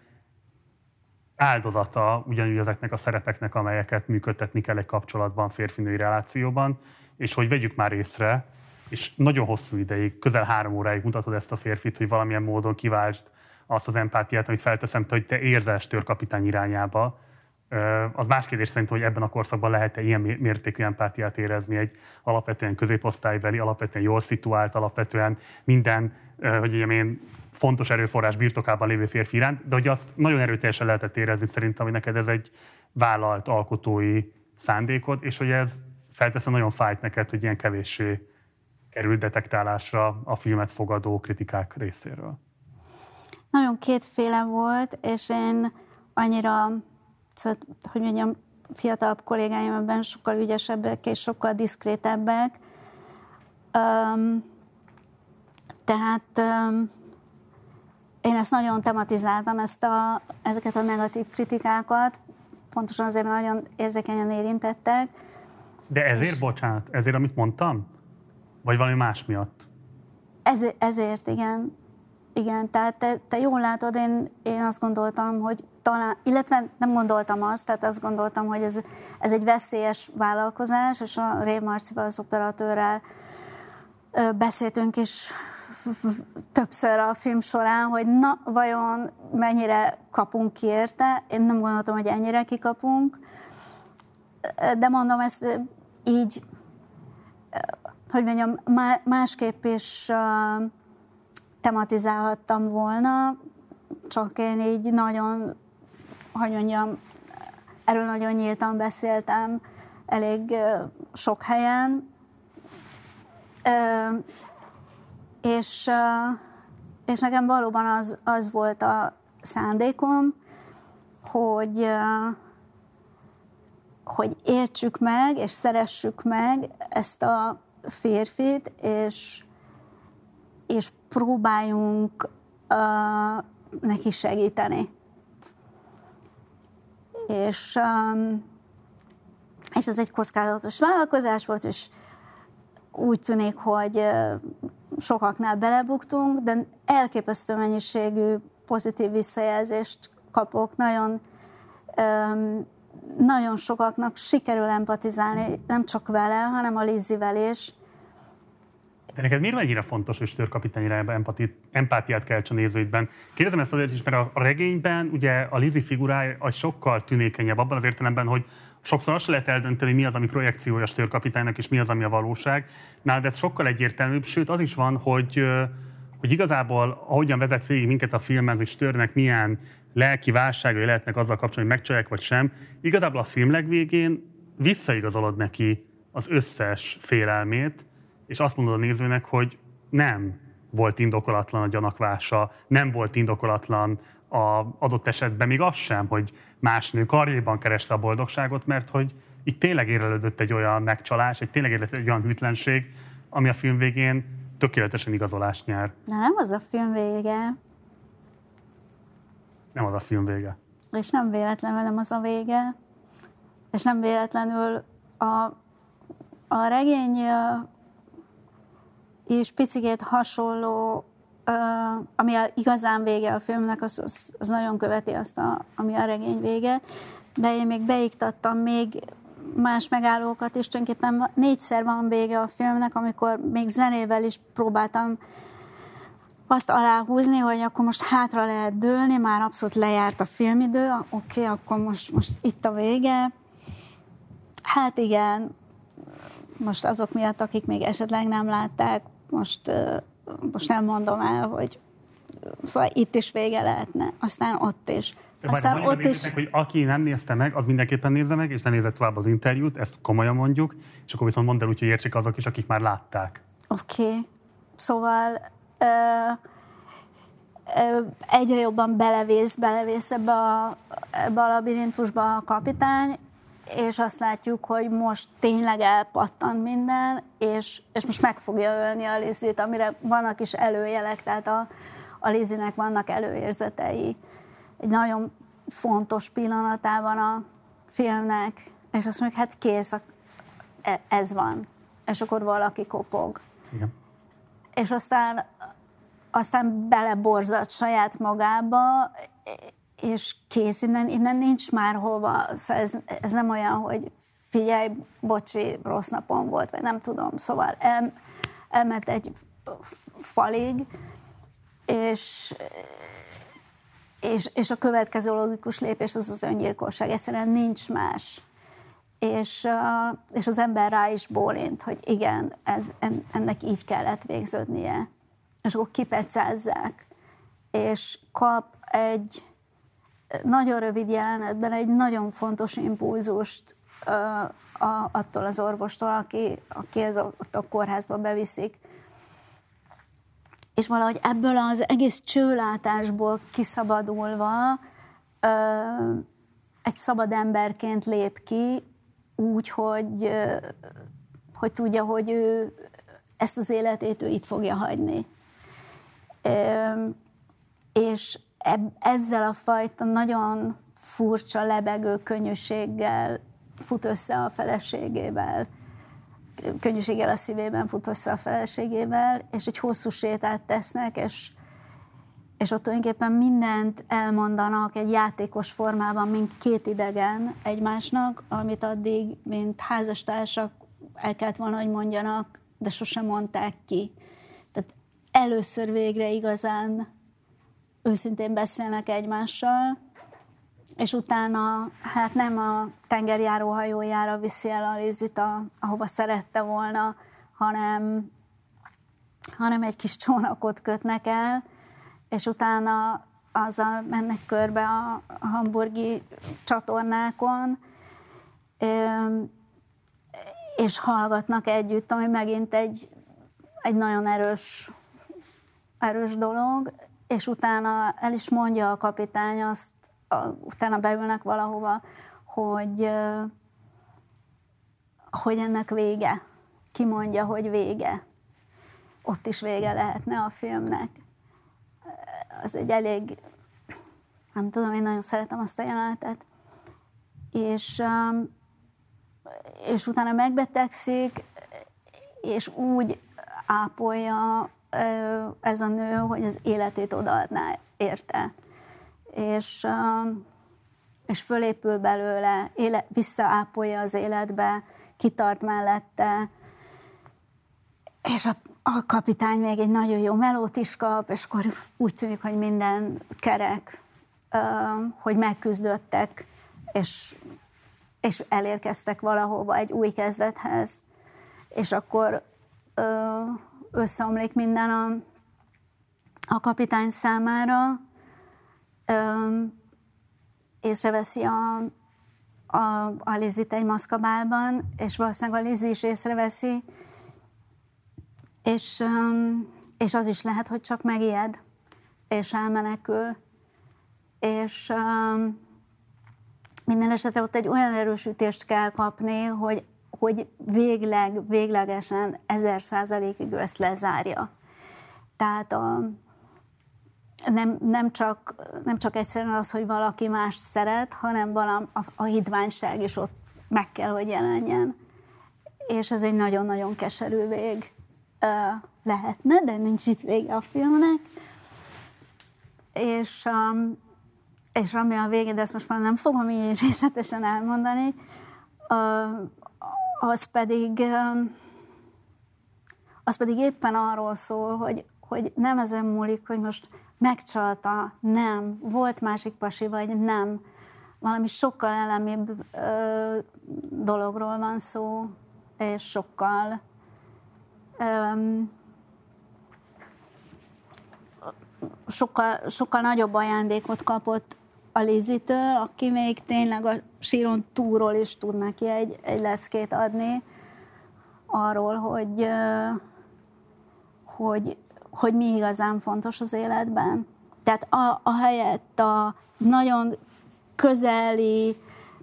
áldozata ugyanúgy ezeknek a szerepeknek, amelyeket működtetni kell egy kapcsolatban, férfi-női relációban, és hogy vegyük már észre, és nagyon hosszú ideig, közel 3 óráig mutatod ezt a férfit, hogy valamilyen módon kiváltsd azt az empátiát, amit felteszem, hogy te érzel Stőrkapitány irányába. Az más kérdés szerintem, hogy ebben a korszakban lehet-e ilyen mértékű empátiát érezni egy alapvetően középosztálybeli, alapvetően jól szituált, alapvetően minden, hogy mondjam én, fontos erőforrás birtokában lévő férfi iránt, de hogy azt nagyon erőteljesen lehetett érezni szerintem, hogy neked ez egy vállalt alkotói szándékod, és hogy ez felteszem nagyon fájt neked, hogy ilyen kevéssé került detektálásra a filmet fogadó kritikák részéről. Nagyon kétféle volt, és én annyira, szóval, hogy mondjam, fiatalabb kollégáim ebben sokkal ügyesebbek és sokkal diszkrétebbek. Tehát én ezt nagyon tematizáltam, ezeket a negatív kritikákat, pontosan azért, mert nagyon érzékenyen érintettek. De ezért, bocsánat, ezért, amit mondtam? Vagy valami más miatt? Ezért, igen. Igen, tehát te jól látod, én azt gondoltam, hogy talán, illetve nem gondoltam azt, tehát azt gondoltam, hogy ez egy veszélyes vállalkozás, és a Rév Marcival, az operatőrrel beszéltünk is többször a film során, hogy na, vajon mennyire kapunk ki érte. Én nem gondoltam, hogy ennyire kikapunk, de mondom, ezt így, hogy mondjam, másképp is tematizálhattam volna, csak én így nagyon, hogy mondjam, erről nagyon nyíltan beszéltem elég sok helyen, és nekem valóban az volt a szándékom, hogy értsük meg, és szeressük meg ezt a férfit, és próbáljunk neki segíteni. És ez egy kockázatos vállalkozás volt, és úgy tűnik, hogy sokaknál belebuktunk, de elképesztő mennyiségű pozitív visszajelzést kapok. Nagyon sokaknak sikerül empatizálni, nem csak vele, hanem a Lizzyvel is. De neked miért ennyire fontos, hogy Stőrkapitányra empátiát kelts a nézőidben? Kérdezem ezt azért is, mert a regényben ugye a Lizzy figurája az sokkal tünékenyebb abban az értelemben, hogy sokszor azt lehet eldönteni, mi az, ami projekciója a Stőrkapitánynak, és mi az, ami a valóság. Nálad ez sokkal egyértelműbb, sőt az is van, hogy igazából ahogyan vezet végig minket a filmen, hogy Stőrnek milyen lelki válságai lehetnek azzal kapcsolatban, hogy megcsalják vagy sem, igazából a film legvégén visszaigazolod neki az összes félelmét, és azt mondod a nézőnek, hogy nem volt indokolatlan a gyanakvása, nem volt indokolatlan az adott esetben még az sem, hogy más nő karjaiban kereste a boldogságot, mert hogy itt tényleg érlelődött egy olyan megcsalás, tényleg érlelődött egy olyan hűtlenség, ami a film végén tökéletesen igazolást nyer. De nem az a film vége. Nem az a film vége. És nem véletlenül nem az a vége. És nem véletlenül a regény és picikét hasonló, ami igazán vége a filmnek, az nagyon követi azt, ami a regény vége, de én még beiktattam még más megállókat is, tulajdonképpen 4-szer van vége a filmnek, amikor még zenével is próbáltam azt aláhúzni, hogy akkor most hátra lehet dőlni, már abszolút lejárt a filmidő, oké, akkor most itt a vége. Hát igen, most azok miatt, akik még esetleg nem látták, most nem mondom el, hogy szóval itt is vége lehetne, aztán ott is. Aztán ott is... hogy aki nem nézte meg, az mindenképpen nézze meg, és ne nézze tovább az interjút, ezt komolyan mondjuk, és akkor viszont mondd el úgy, hogy értsék azok is, akik már látták. Oké. Szóval egyre jobban belevész ebbe a labirintusba a kapitány, és azt látjuk, hogy most tényleg elpattant minden, és most meg fogja ölni a Lizzyt, amire vannak is előjelek, tehát a Lizzynek vannak előérzetei. Egy nagyon fontos pillanatában a filmnek, és azt mondjuk, hát kész, ez van. És akkor valaki kopog. Igen. És aztán beleborzat saját magába, és kész, innen nincs már hova. Szóval ez nem olyan, hogy figyelj, bocsi, rossz napon volt, vagy nem tudom. Szóval elment egy falig, és a következő logikus lépés az öngyilkosság. Egyszerűen nincs más. És az ember rá is bólint, hogy igen, ennek így kellett végződnie. És akkor kipecázzák, és kap egy nagyon rövid jelenetben egy nagyon fontos impulzust attól az orvostól, aki ott a kórházba beviszik. És valahogy ebből az egész csőlátásból kiszabadulva egy szabad emberként lép ki, úgy, hogy tudja, hogy ő ezt az életét ő itt fogja hagyni. És ezzel a fajta nagyon furcsa, lebegő könnyűséggel fut össze a feleségével, könnyűséggel a szívében fut össze a feleségével, és egy hosszú sétát tesznek, és ott tulajdonképpen mindent elmondanak egy játékos formában, mint két idegen egymásnak, amit addig, mint házastársak el kellett volna, hogy mondjanak, de sosem mondták ki. Tehát először végre igazán őszintén beszélnek egymással, és utána hát nem a tengerjáró hajójára viszi el a Lizzyt, ahova szerette volna, hanem egy kis csónakot kötnek el, és utána azzal mennek körbe a hamburgi csatornákon, és hallgatnak együtt, ami megint egy nagyon erős dolog, és utána el is mondja a kapitány azt, utána beülnek valahova, hogy ennek vége. Ki mondja, hogy vége. Ott is vége lehetne a filmnek. Az egy elég, nem tudom, én nagyon szeretem azt a jelenetet. És utána megbetegszik, és úgy ápolja ez a nő, hogy az életét odaadná érte. És fölépül belőle, visszaápolja az életbe, kitart mellette, és a kapitány még egy nagyon jó melót is kap, és akkor úgy tűnik, hogy minden kerek, hogy megküzdöttek, és elérkeztek valahova egy új kezdethez, és akkor összeomlik minden a kapitány számára, észreveszi a Lizzyt egy maszkabálban, és valószínűleg a Lizzy is észreveszi, és az is lehet, hogy csak megijed, és elmenekül. És minden esetre ott egy olyan erősítést kell kapni, hogy véglegesen 1000%-ig ezt lezárja. Tehát nem csak egyszerűen az, hogy valaki mást szeret, hanem a hitványság is ott meg kell, hogy jelenjen. És ez egy nagyon-nagyon keserű vég lehetne, de nincs itt vége a filmnek. És ami a vége, de ezt most már nem fogom így részletesen elmondani, az pedig éppen arról szól, hogy nem ezen múlik, hogy most megcsalta, nem, volt másik pasi, vagy nem. Valami sokkal elemibb dologról van szó, és sokkal nagyobb ajándékot kapott a Lizzytől, aki még tényleg a síron túlról is tud neki egy leckét adni arról, hogy mi igazán fontos az életben. Tehát ahelyett a nagyon közeli,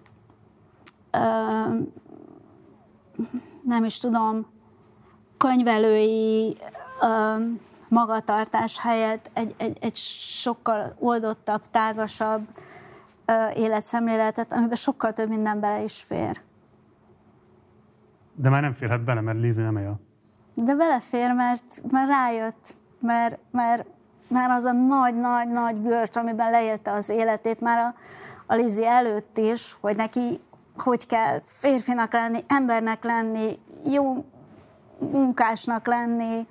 nem is tudom, könyvelői magatartás helyett egy sokkal oldottabb, tágasabb életszemléletet, amiben sokkal több minden bele is fér. De már nem férhet bele, mert Lizzy nem él. De belefér, mert rájött, mert az a nagy görcs, amiben leélte az életét, már a Lizzy előtt is, hogy neki hogy kell férfinak lenni, embernek lenni, jó munkásnak lenni,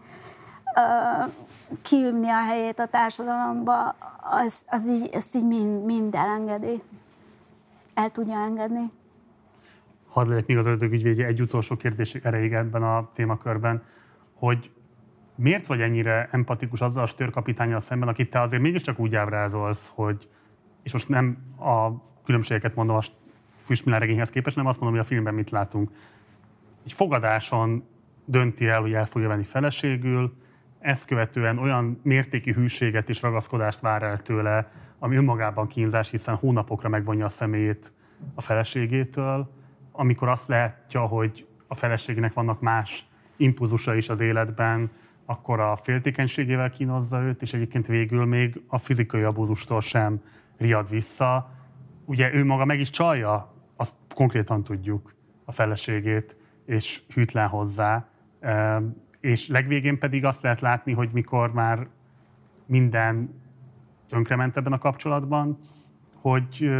kiülni a helyét a társadalomba, ezt így mind elengedi. El tudja engedni. Hadd legyek még az ördögügyvédje egy utolsó kérdés erejéig ebben a témakörben, hogy miért vagy ennyire empatikus azzal a stőrkapitánnyal szemben, akit te azért mégiscsak úgy ábrázolsz, hogy, és most nem a különbségeket mondom a Füstmillár regényhez képest, nem azt mondom, hogy a filmben mit látunk. Egy fogadáson dönti el, hogy el fogja venni feleségül, ezt követően olyan mértékű hűséget és ragaszkodást vár el tőle, ami önmagában kínzás, hiszen hónapokra megvonja a személyét a feleségétől, amikor azt látja, hogy a feleségének vannak más impulzusa is az életben, akkor a féltékenységével kínozza őt, és egyébként végül még a fizikai abúzustól sem riad vissza. Ugye ő maga meg is csalja, azt konkrétan tudjuk, a feleségét, és hűtlen hozzá. És legvégén pedig azt lehet látni, hogy mikor már minden tönkrement ebben a kapcsolatban, hogy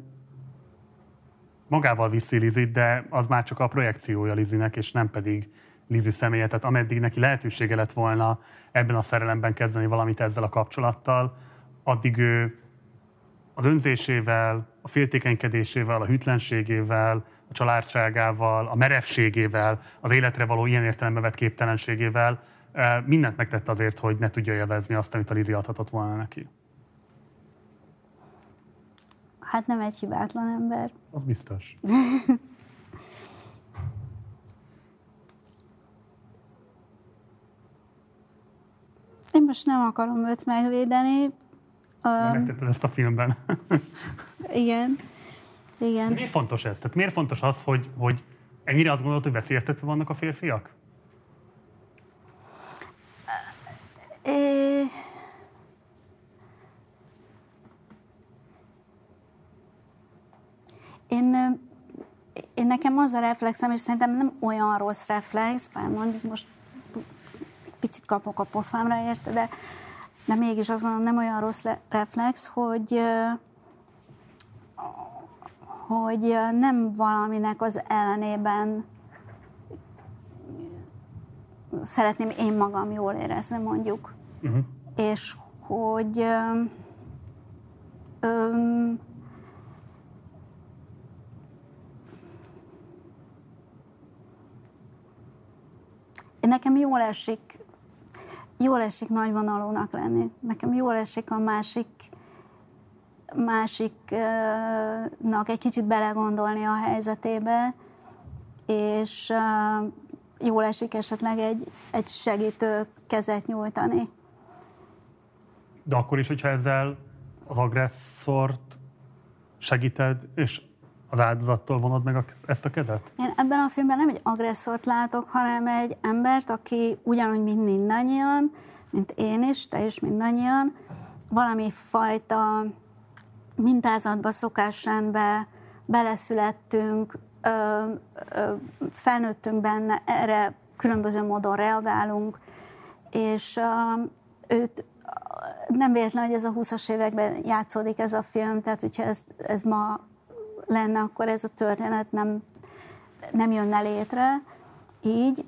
magával viszi Lizzyt, de az már csak a projekciója Lizzynek, és nem pedig Lizzy személye. Tehát ameddig neki lehetősége lett volna ebben a szerelemben kezdeni valamit ezzel a kapcsolattal, addig ő az önzésével, a féltékenykedésével, a hűtlenségével, a családságával, a merevségével, az életre való ilyen értelembe vett képtelenségével mindent megtette azért, hogy ne tudja élvezni azt, amit a Lizzy adhatott volna neki. Hát nem egy hibátlan ember. Az biztos. Én most nem akarom őt megvédeni. Megtetted ezt a filmben. Igen. Igen. Miért fontos ez? Tehát miért fontos az, hogy ennyire azt gondolod, hogy veszélyeztetve vannak a férfiak? Én nekem az a reflexem, és szerintem nem olyan rossz reflex, bár mondjuk most picit kapok a pofámra érte, de mégis azt gondolom, nem olyan rossz reflex, hogy nem valaminek az ellenében szeretném én magam jól érezni, mondjuk. És hogy nekem jól esik nagyvonalúnak lenni. Nekem jól esik a másiknak egy kicsit belegondolni a helyzetébe, és jól esik esetleg egy segítő kezet nyújtani. De akkor is, hogyha ezzel az agresszort segíted, és az áldozattól vonod meg ezt a kezet? Én ebben a filmben nem egy agresszort látok, hanem egy embert, aki ugyanúgy, mint mindannyian, mint én is, te is, mindannyian, valami fajta mintázatba, szokásrendbe beleszülettünk, felnőttünk benne, erre különböző módon reagálunk, és őt nem véletlen, hogy ez a 20-as években játszódik ez a film, tehát hogyha ez ma lenne, akkor ez a történet nem jönne létre így.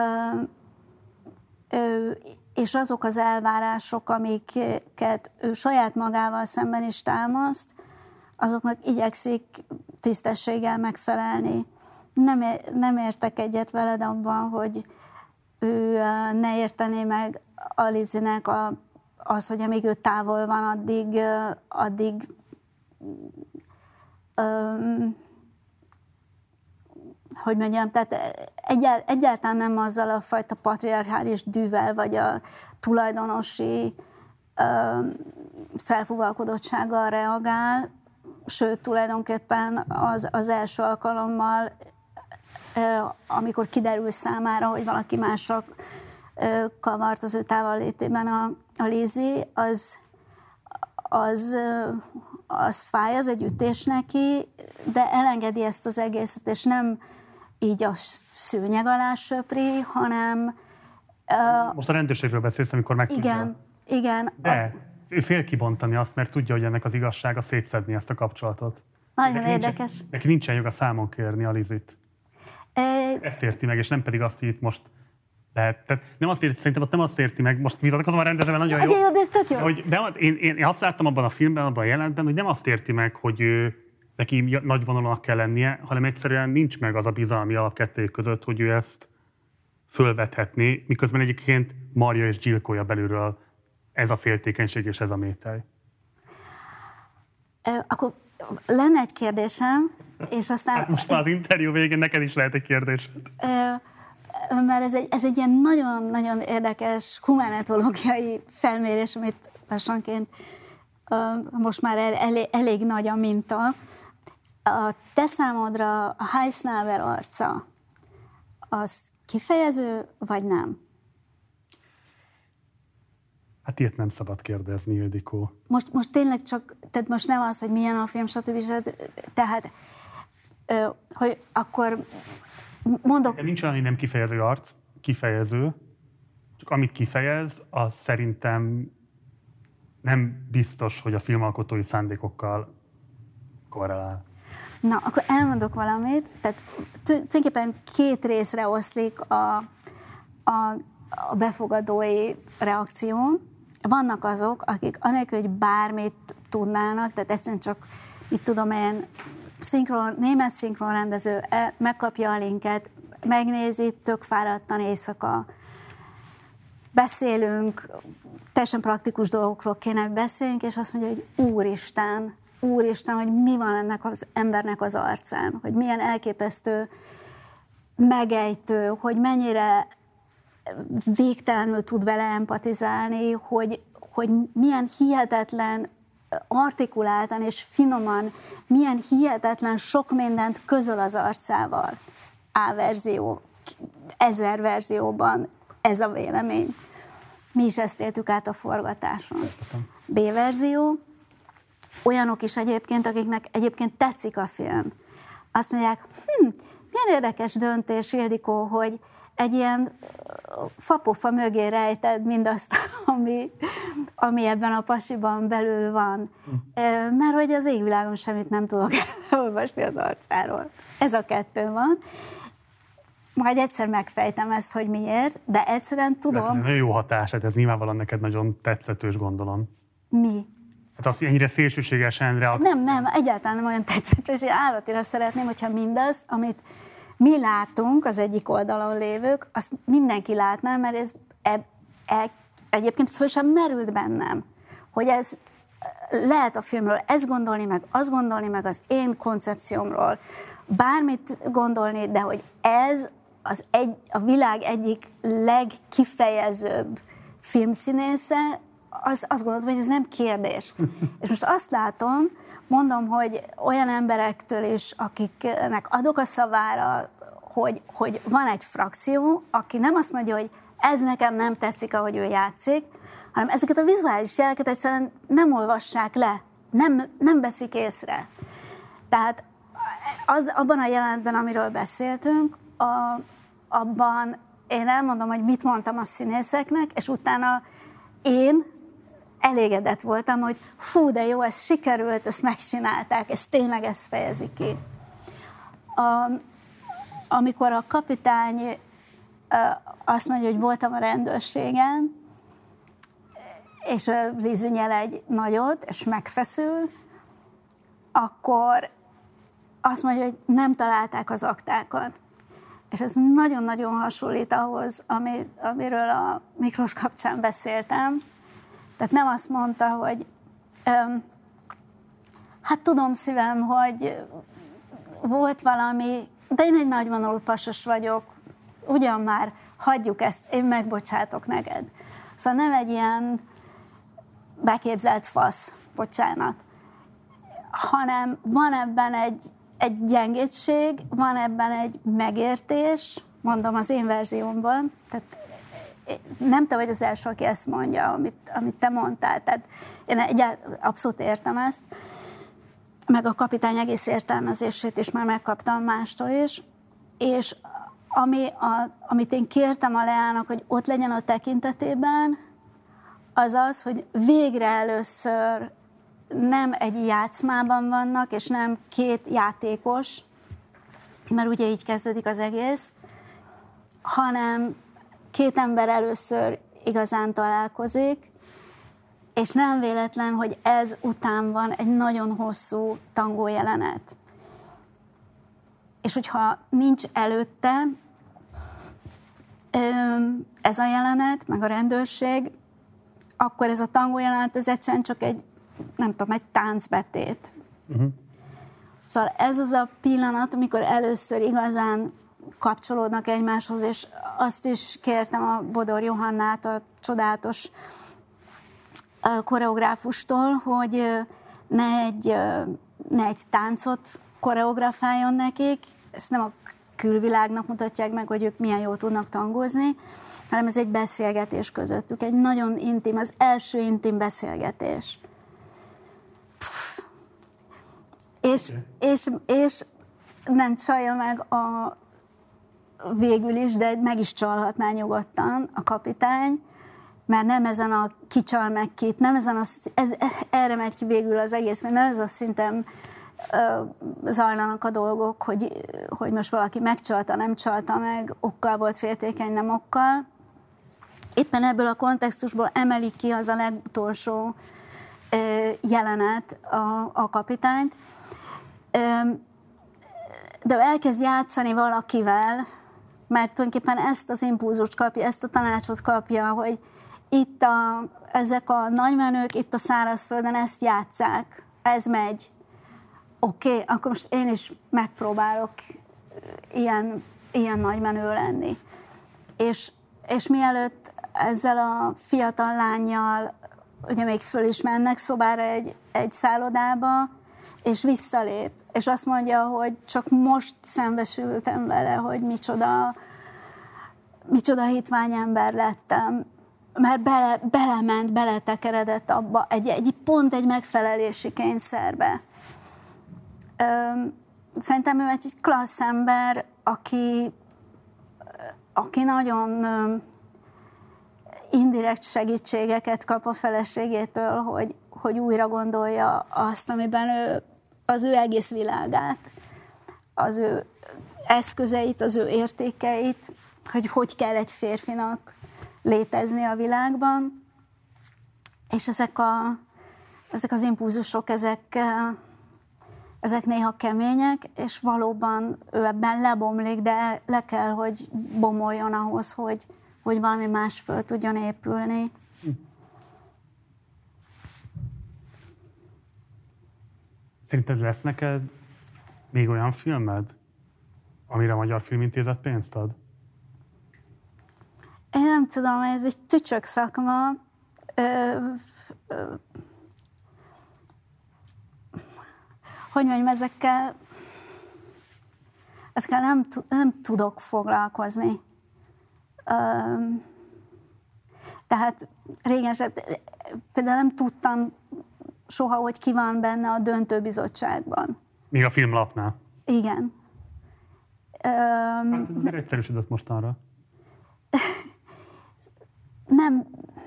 És azok az elvárások, amiket ő saját magával szemben is támaszt, azoknak igyekszik tisztességgel megfelelni. Nem értek egyet veled abban, hogy ő ne értené meg a Lizzie-nek az, hogy amíg ő távol van, addig hogy mondjam, tehát egyáltalán nem azzal a fajta patriarchális dűvel, vagy a tulajdonosi felfúvalkodottsággal reagál, sőt, tulajdonképpen az első alkalommal, amikor kiderül számára, hogy valaki másra kavart az ő távollétében a Lizzie, az fáj, az egy ütés neki, de elengedi ezt az egészet, és nem így a szőnyeg alá söpri, hanem... Most a rendőrségről beszélsz, amikor megtudja. Igen. De ő fél kibontani azt, mert tudja, hogy ennek az igazsága szétszedni ezt a kapcsolatot. Nagyon érdekes. Neki nincsen joga számon kérni a Lizzie-t. Ezt érti meg, és nem pedig azt, hogy itt most lehet. Tehát nem azt érti, szerintem ott nem azt érti meg, most vitatkozom a rendezővel, nagyon jó. Jó, de ez tök jó. Én azt láttam abban a filmben, abban a jelenetben, hogy nem azt érti meg, hogy neki nagyvonalúnak kell lennie, hanem egyszerűen nincs meg az a bizalmi alap kettőjük között, hogy ő ezt fölvethetné, miközben egyébként marja és gyilkolja belülről ez a féltékenység és ez a métely. Akkor lenne egy kérdésem, és aztán... Hát most már az interjú végén neked is lehet egy kérdésed. Mert ez egy ilyen nagyon-nagyon érdekes humanetológiai felmérés, amit lassanként most már elég nagy a minta. A te számodra a Heisenberg arca, az kifejező, vagy nem? Hát ilyet nem szabad kérdezni, Ildikó. Most tényleg csak, tehát most nem az, hogy milyen a film, stb. Tehát, hogy akkor mondok... Szerintem nincs olyan, hogy nem kifejező arc, kifejező, csak amit kifejez, az szerintem nem biztos, hogy a filmalkotói szándékokkal korrelál. Na, akkor elmondok valamit. Tehát tulajdonképpen két részre oszlik a befogadói reakció. Vannak azok, akik anélkül, hogy bármit tudnának, tehát egyszerűen csak, mit tudom én, német szinkronrendező megkapja a linket, megnézi, tök fáradtan éjszaka, beszélünk, teljesen praktikus dolgokról kéne beszélünk, és azt mondja, hogy Úristen, úristen, hogy mi van ennek az embernek az arcán, hogy milyen elképesztő, megejtő, hogy mennyire végtelenül tud vele empatizálni, hogy milyen hihetetlen artikuláltan és finoman, milyen hihetetlen sok mindent közöl az arcával. A verzió, 1000 verzióban ez a vélemény. Mi is ezt éltük át a forgatáson. B verzió, olyanok is egyébként, akiknek egyébként tetszik a film. Azt mondják, milyen érdekes döntés, Ildikó, hogy egy ilyen fapofa mögé rejted mindazt, ami ebben a pasiban belül van. Mert hogy az égvilágon semmit nem tudok elolvasni az arcáról. Ez a kettő van. Majd egyszer megfejtem ezt, hogy miért, de egyszerűen tudom... Ez nagyon jó hatás, hát ez nyilvánvalóan neked nagyon tetszetős, gondolom. Mi? Hát az, hogy ennyire szélsőségesen Nem, egyáltalán nem olyan tetszetős. Én állatira szeretném, hogyha mindaz, amit mi látunk, az egyik oldalon lévők, azt mindenki látná, mert ez egyébként föl sem merült bennem, hogy ez lehet a filmről ezt gondolni, meg azt gondolni, meg az én koncepciómról, bármit gondolni, de hogy ez a világ egyik legkifejezőbb filmszínésze, azt gondoltam, hogy ez nem kérdés. És most azt látom, mondom, hogy olyan emberektől is, akiknek adok a szavára, hogy van egy frakció, aki nem azt mondja, hogy ez nekem nem tetszik, ahogy ő játszik, hanem ezeket a vizuális jeleket egyszerűen nem olvassák le, nem veszik észre. Tehát abban a jelenetben, amiről beszéltünk, abban én elmondom, hogy mit mondtam a színészeknek, és utána én elégedett voltam, hogy fú, de jó, ez sikerült, ezt megcsinálták, ez tényleg ezt fejezi ki. Amikor a kapitány azt mondja, hogy voltam a rendőrségen, és Lizzie nyel egy nagyot, és megfeszül, akkor azt mondja, hogy nem találták az aktákat. És ez nagyon-nagyon hasonlít ahhoz, amiről a Miklós kapcsán beszéltem. Tehát nem azt mondta, hogy hát tudom szívem, hogy volt valami, de én egy nagyvonalú pasas vagyok, ugyan már hagyjuk ezt, én megbocsátok neked. Szóval nem egy ilyen beképzelt fasz, bocsánat, hanem van ebben egy gyengétség, van ebben egy megértés, mondom az én verziómban, tehát nem te vagy az első, aki ezt mondja, amit te mondtál, tehát én abszolút értem ezt, meg a kapitány egész értelmezését is már megkaptam mástól is, és amit én kértem a Leának, hogy ott legyen a tekintetében, az az, hogy végre először nem egy játszmában vannak, és nem két játékos, mert ugye így kezdődik az egész, hanem két ember először igazán találkozik, és nem véletlen, hogy ez után van egy nagyon hosszú tangó jelenet. És hogyha nincs előtte ez a jelenet, meg a rendőrség, akkor ez a tangó jelenet, ez egyszerűen csak egy, nem tudom, egy táncbetét. Szóval ez az a pillanat, amikor először igazán kapcsolódnak egymáshoz, és azt is kértem a Bodor Johannát, a csodálatos koreográfustól, hogy ne egy táncot koreografáljon nekik, ezt nem a külvilágnak mutatják meg, hogy ők milyen jól tudnak tangózni, hanem ez egy beszélgetés közöttük, egy nagyon intim, az első intim beszélgetés. És nem csalja meg végül is, de meg is csalhatná nyugodtan a kapitány, mert nem ezen a kicsal meg kit, nem ezen erre megy ki végül az egész, mert nem ez a szinten zajlanak a dolgok, hogy most valaki megcsalta, nem csalta meg, okkal volt féltékeny, nem okkal. Éppen ebből a kontextusból emelik ki az a legutolsó jelenet a kapitányt. De elkezd játszani valakivel, mert tulajdonképpen ezt az impulzust kapja, ezt a tanácsot kapja, hogy itt ezek a nagymenők itt a szárazföldön ezt játsszák, ez megy, oké, akkor most én is megpróbálok ilyen nagy menő lenni. És mielőtt ezzel a fiatal lánnyal, ugye még föl is mennek szobára egy szállodába, és visszalép, és azt mondja, hogy csak most szembesültem vele, hogy micsoda hitvány ember lettem, mert belement, beletekeredett abba egy megfelelési kényszerbe. Szerintem ő egy klassz ember, aki nagyon indirekt segítségeket kap a feleségétől, hogy újra gondolja azt, amiben az ő egész világát, az ő eszközeit, az ő értékeit, hogy kell egy férfinak létezni a világban. És ezek az impulzusok, ezek néha kemények, és valóban ő ebben lebomlik, de le kell, hogy bomoljon ahhoz, hogy valami más föl tudjon épülni. Szerinted lesz neked még olyan filmed, amire a Magyar Filmintézet pénzt ad? Én nem tudom, ez egy tücsök szakma. Hogy mondjam, ezekkel nem tudok foglalkozni. Tehát régen sem, például nem tudtam soha, hogy ki van benne a döntőbizottságban. Még a filmlapnál? Igen. Hát azért egyszerűsödött mostanra. Nem.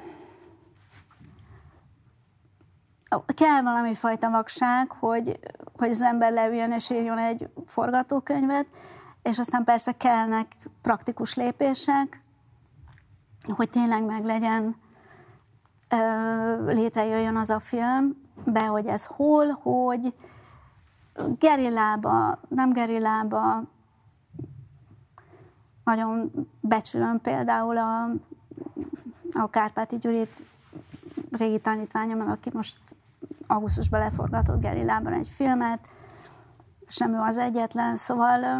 Kell valami fajta vakság, hogy az ember leüljön és írjon egy forgatókönyvet, és aztán persze kellnek praktikus lépések, hogy tényleg meglegyen, létrejöjjön az a film, de hogy ez hol, hogy gerillába, nem gerillába, nagyon becsülöm például a Kárpáti Gyurit, régi tanítványom, aki most augusztusban leforgatott gerillában egy filmet, és nem ő az egyetlen, szóval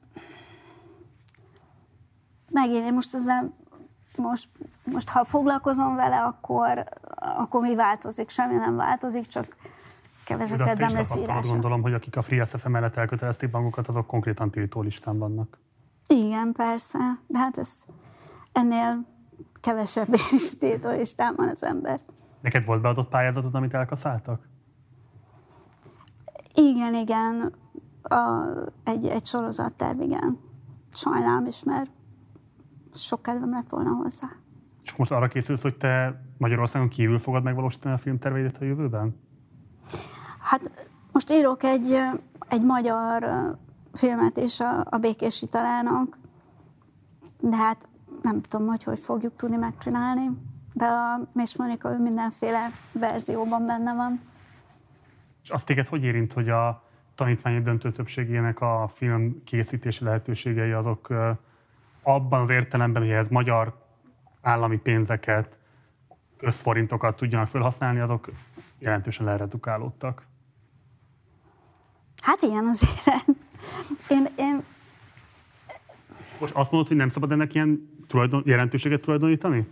megint én most ha foglalkozom vele, akkor mi változik? Semmi nem változik, csak kevesebb kedvem lesz írása. Gondolom, hogy akik a Free SFM mellett elkötelezték magukat, azok konkrétan tiltólistán vannak. Igen, persze, de hát ez ennél kevesebb is tiltólistán van az ember. Neked volt beadott pályázatod, amit elkaszáltak? Igen. Egy sorozatterv, igen. Sajnálom is, mert sok kedvem lett volna hozzá. És most arra készülsz, hogy te Magyarországon kívül fogod megvalósítani a filmterveidet a jövőben? Hát most írok egy magyar filmet is a Békés Italának, de hát nem tudom, hogy fogjuk tudni megcsinálni. De a Mécs Monika mindenféle verzióban benne van. És azt téged hogy érint, hogy a tanítványok döntő többségének a film készítési lehetőségei azok abban az értelemben, hogy ez magyar állami pénzeket, közforintokat tudjanak felhasználni, azok jelentősen leredukálódtak? Hát ilyen az élet. Én... Most azt mondod, hogy nem szabad ennek ilyen jelentőséget tulajdonítani?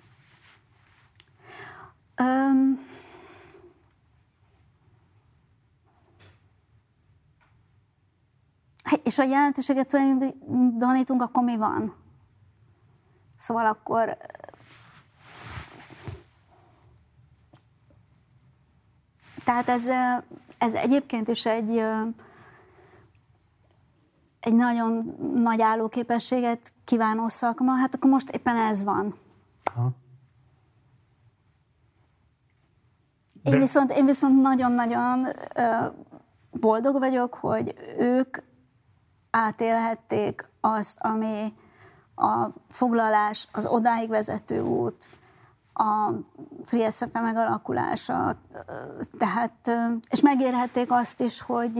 És ha jelentőséget tulajdonítunk, akkor mi van? Szóval akkor... Tehát ez egyébként is egy nagyon nagy állóképességet kívánó szakma, hát akkor most éppen ez van. Ha. Én viszont nagyon-nagyon boldog vagyok, hogy ők átélhették azt, ami a foglalás, az odáig vezető út, a Free SFM megalakulása, tehát, és megérhették azt is,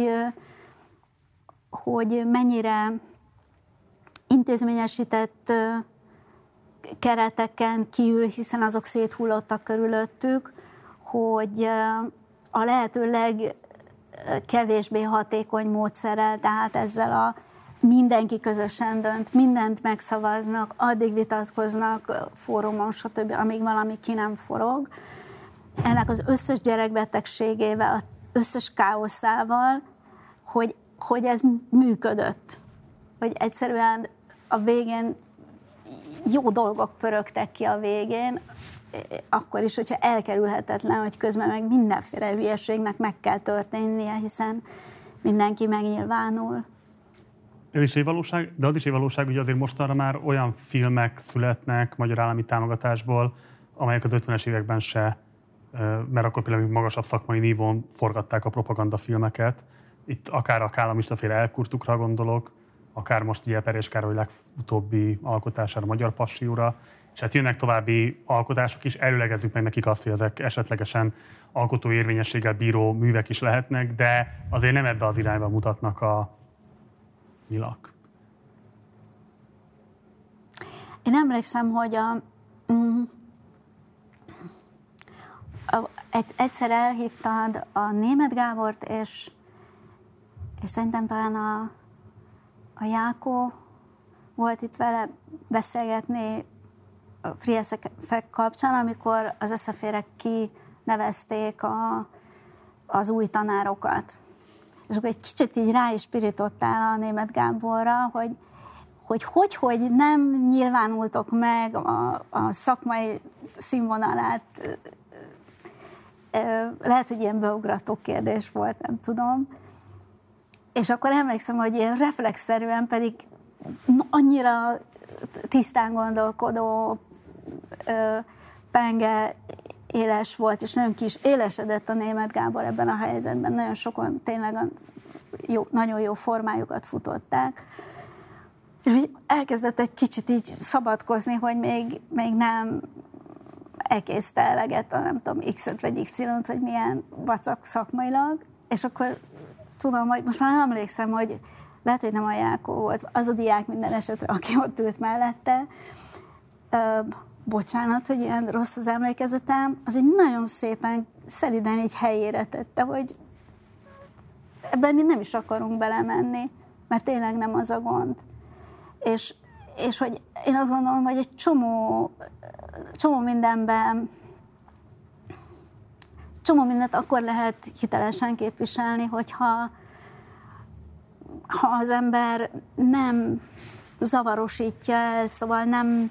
hogy mennyire intézményesített kereteken kívül, hiszen azok széthullottak körülöttük, hogy a lehető kevésbé hatékony módszerrel, tehát ezzel a mindenki közösen dönt, mindent megszavaznak, addig vitatkoznak fórumon, stb., amíg valami ki nem forog. Ennek az összes gyerekbetegségével, az összes káoszával, hogy ez működött. Hogy egyszerűen a végén jó dolgok pörögtek ki a végén, akkor is, hogyha elkerülhetetlen, hogy közben meg mindenféle hülyeségnek meg kell történnie, hiszen mindenki megnyilvánul. Ez is egy valóság, de az is egy valóság, hogy azért mostanra már olyan filmek születnek magyar állami támogatásból, amelyek az 50-es években se, mert akkor például magasabb szakmai nívón forgatták a propagandafilmeket. Itt akár a Kállamistaféle Elkurtukra gondolok, akár most ugye Perés Károly legutóbbi alkotására, Magyar Passióra, és hát jönnek további alkotások is, előlegezzük meg nekik azt, hogy ezek esetlegesen alkotói érvényességgel bíró művek is lehetnek, de azért nem ebbe az irányba mutatnak a nyilak. Én emlékszem, hogy egyszer elhívtad a Németh Gábort, és szerintem talán a Jákó volt itt vele beszélgetni a Frieszek kapcsán, amikor az eszeférek kinevezték az új tanárokat. És akkor egy kicsit így rá is pirítottál a Németh Gáborra, hogy nem nyilvánultok meg a szakmai színvonalát. Lehet, hogy ilyen beugrató kérdés volt, nem tudom. És akkor emlékszem, hogy ilyen reflexzerűen pedig annyira tisztán gondolkodó penge éles volt, és nagyon ki is élesedett a Németh Gábor ebben a helyzetben. Nagyon sokan tényleg nagyon jó formájukat futották. És úgy elkezdett egy kicsit így szabadkozni, hogy még nem ekészte eleget a nem tudom, X-et vagy Y-t, hogy milyen vacak szakmailag. És akkor tudom, hogy most már nem emlékszem, hogy lehet, hogy nem a Jákó volt, az a diák minden esetre, aki ott ült mellette. Bocsánat, hogy ilyen rossz az emlékezetem, az egy nagyon szépen, szeliden így helyére tette, hogy ebben mi nem is akarunk belemenni, mert tényleg nem az a gond. És hogy én azt gondolom, hogy egy csomó mindent akkor lehet hitelesen képviselni, hogyha az ember nem zavarosítja el, szóval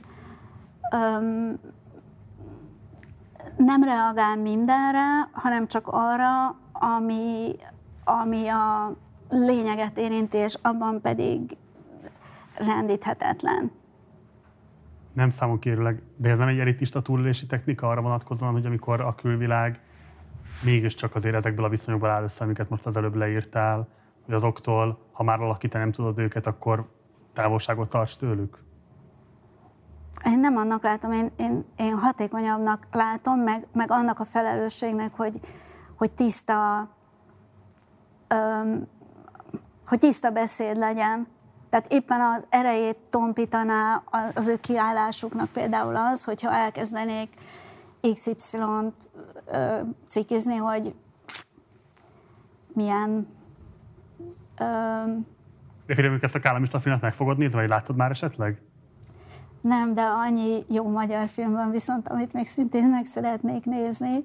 nem reagál mindenre, hanem csak arra, ami a lényeget érinti, és abban pedig rendíthetetlen. Nem számonkérőleg, de ez nem egy elitista túlélési technika arra vonatkozóan, hogy amikor a külvilág mégiscsak azért ezekből a viszonyokból áll össze, amiket most az előbb leírtál, hogy azoktól, ha már valaki te nem tudod őket, akkor távolságot tarts tőlük? Én nem annak látom, én hatékonyabbnak látom, meg annak a felelősségnek, hogy tiszta beszéd legyen. Tehát éppen az erejét tompítaná az ő kiállásuknak például az, hogyha elkezdenék XY-t cikizni, hogy milyen... De például ezt a Kállamista filmet meg fogod nézni, vagy láttad már esetleg? Nem, de annyi jó magyar film van viszont, amit még szintén meg szeretnék nézni.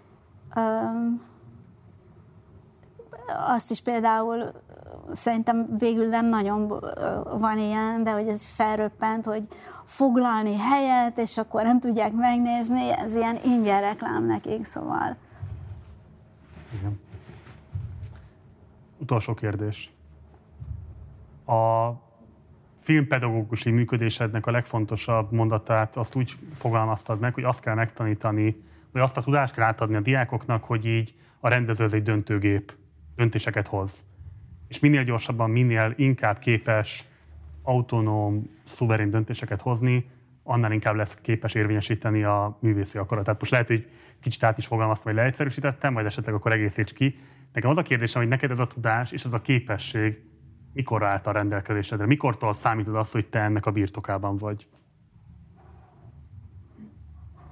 Azt is például szerintem végül nem nagyon van ilyen, de hogy ez felröppent, hogy foglalni helyet, és akkor nem tudják megnézni, ez ilyen ingyen reklám nekik, szóval. Igen. Utolsó kérdés. A filmpedagógusi működésednek a legfontosabb mondatát azt úgy fogalmaztad meg, hogy azt kell megtanítani, vagy azt a tudást kell átadni a diákoknak, hogy így a rendező az egy döntőgép, döntéseket hoz. És minél gyorsabban, minél inkább képes autonóm, szuverén döntéseket hozni, annál inkább lesz képes érvényesíteni a művészi akaratát. Most lehet, hogy kicsit át is fogalmaztam, vagy leegyszerűsítettem, majd esetleg akkor egészíts ki. Nekem az a kérdésem, hogy neked ez a tudás és ez a képesség mikor állt a rendelkezésedre? Mikortól számítod azt, hogy te ennek a birtokában vagy?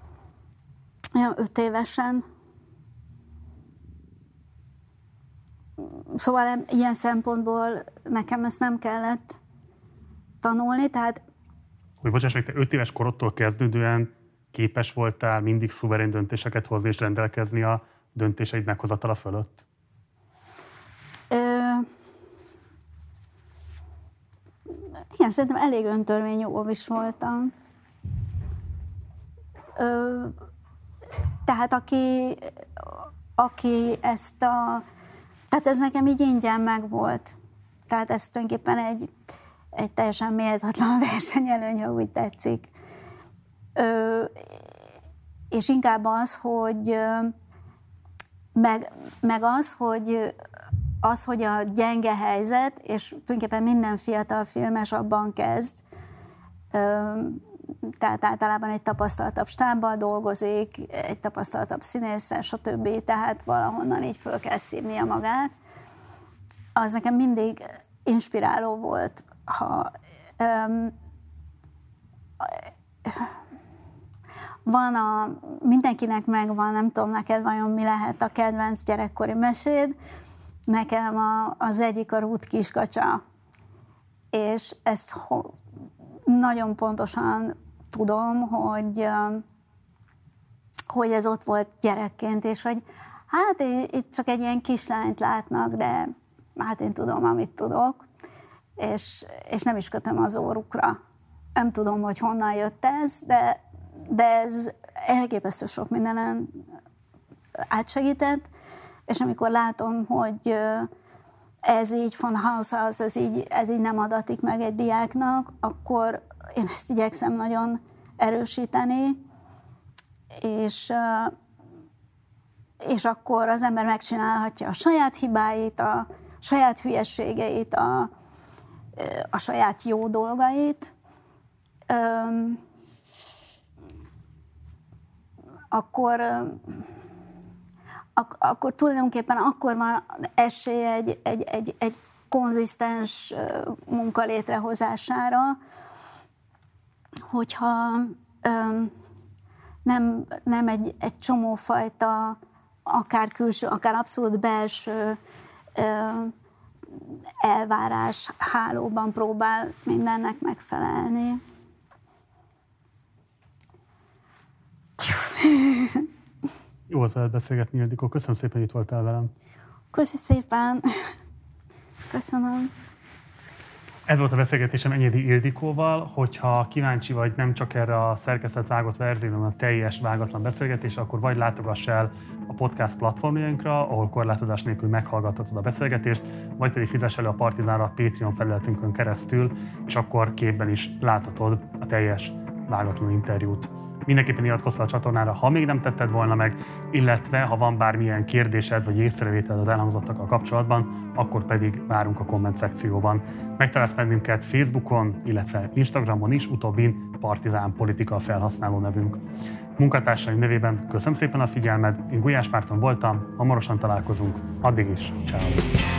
Olyan 5 évesen. Szóval ilyen szempontból nekem ezt nem kellett tanulni, tehát... Hogy bocsáss meg, te 5 éves korodtól kezdődően képes voltál mindig szuverén döntéseket hozni és rendelkezni a döntéseid meghozatala fölött? Igen, szerintem elég öntörvényjogú is voltam. Tehát aki ezt a... Tehát ez nekem így ingyen megvolt. Tehát ez tulajdonképpen egy teljesen méltatlan versenyelőny, ha úgy tetszik. És inkább az, hogy meg az, hogy a gyenge helyzet, és tulajdonképpen minden fiatal filmes abban kezd, tehát általában egy tapasztaltabb stábbal dolgozik, egy tapasztaltabb színésszel, stb. Tehát valahonnan így föl kell szívnia magát. Az nekem mindig inspiráló volt, ha mindenkinek megvan, nem tudom, neked vajon mi lehet a kedvenc gyerekkori meséd, nekem az egyik a Ruth Kiskacsa, és ezt nagyon pontosan tudom, hogy ez ott volt gyerekként, és hogy hát itt csak egy ilyen kislányt látnak, de hát én tudom, amit tudok, és nem is kötöm az órukra. Nem tudom, hogy honnan jött ez, de ez elképesztő sok mindenen átsegített, és amikor látom, hogy ez így von Haushaus, ez így nem adatik meg egy diáknak, akkor én ezt igyekszem nagyon erősíteni, és akkor az ember megcsinálhatja a saját hibáit, a saját hülyességeit, a saját jó dolgait, akkor tulajdonképpen akkor van esély egy konzisztens munka létrehozására, hogyha nem egy csomófajta, akár külső, akár abszolút belső elvárás hálóban próbál mindennek megfelelni. Jó volt veled beszélgetni, Ildikó. Köszönöm szépen, hogy itt voltál velem. Köszi szépen. Köszönöm. Ez volt a beszélgetésem Enyedi Ildikóval. Hogyha kíváncsi vagy nem csak erre a szerkesztett vágott verzióra, hanem a teljes vágatlan beszélgetés, akkor vagy látogass el a podcast platformjainkra, ahol korlátozás nélkül meghallgathatod a beszélgetést, vagy pedig fizess elő a Partizánra a Patreon felületünkön keresztül, és akkor képben is láthatod a teljes vágatlan interjút. Mindenképpen iratkozz fel a csatornára, ha még nem tetted volna meg, illetve ha van bármilyen kérdésed vagy észrevételed az elhangzottakkal kapcsolatban, akkor pedig várunk a komment szekcióban. Megtalálsz bennünket Facebookon, illetve Instagramon is, utóbbin Partizán Politika a felhasználó nevünk. Munkatársaim nevében köszönöm szépen a figyelmed, én Gulyás Márton voltam, hamarosan találkozunk, addig is, ciao.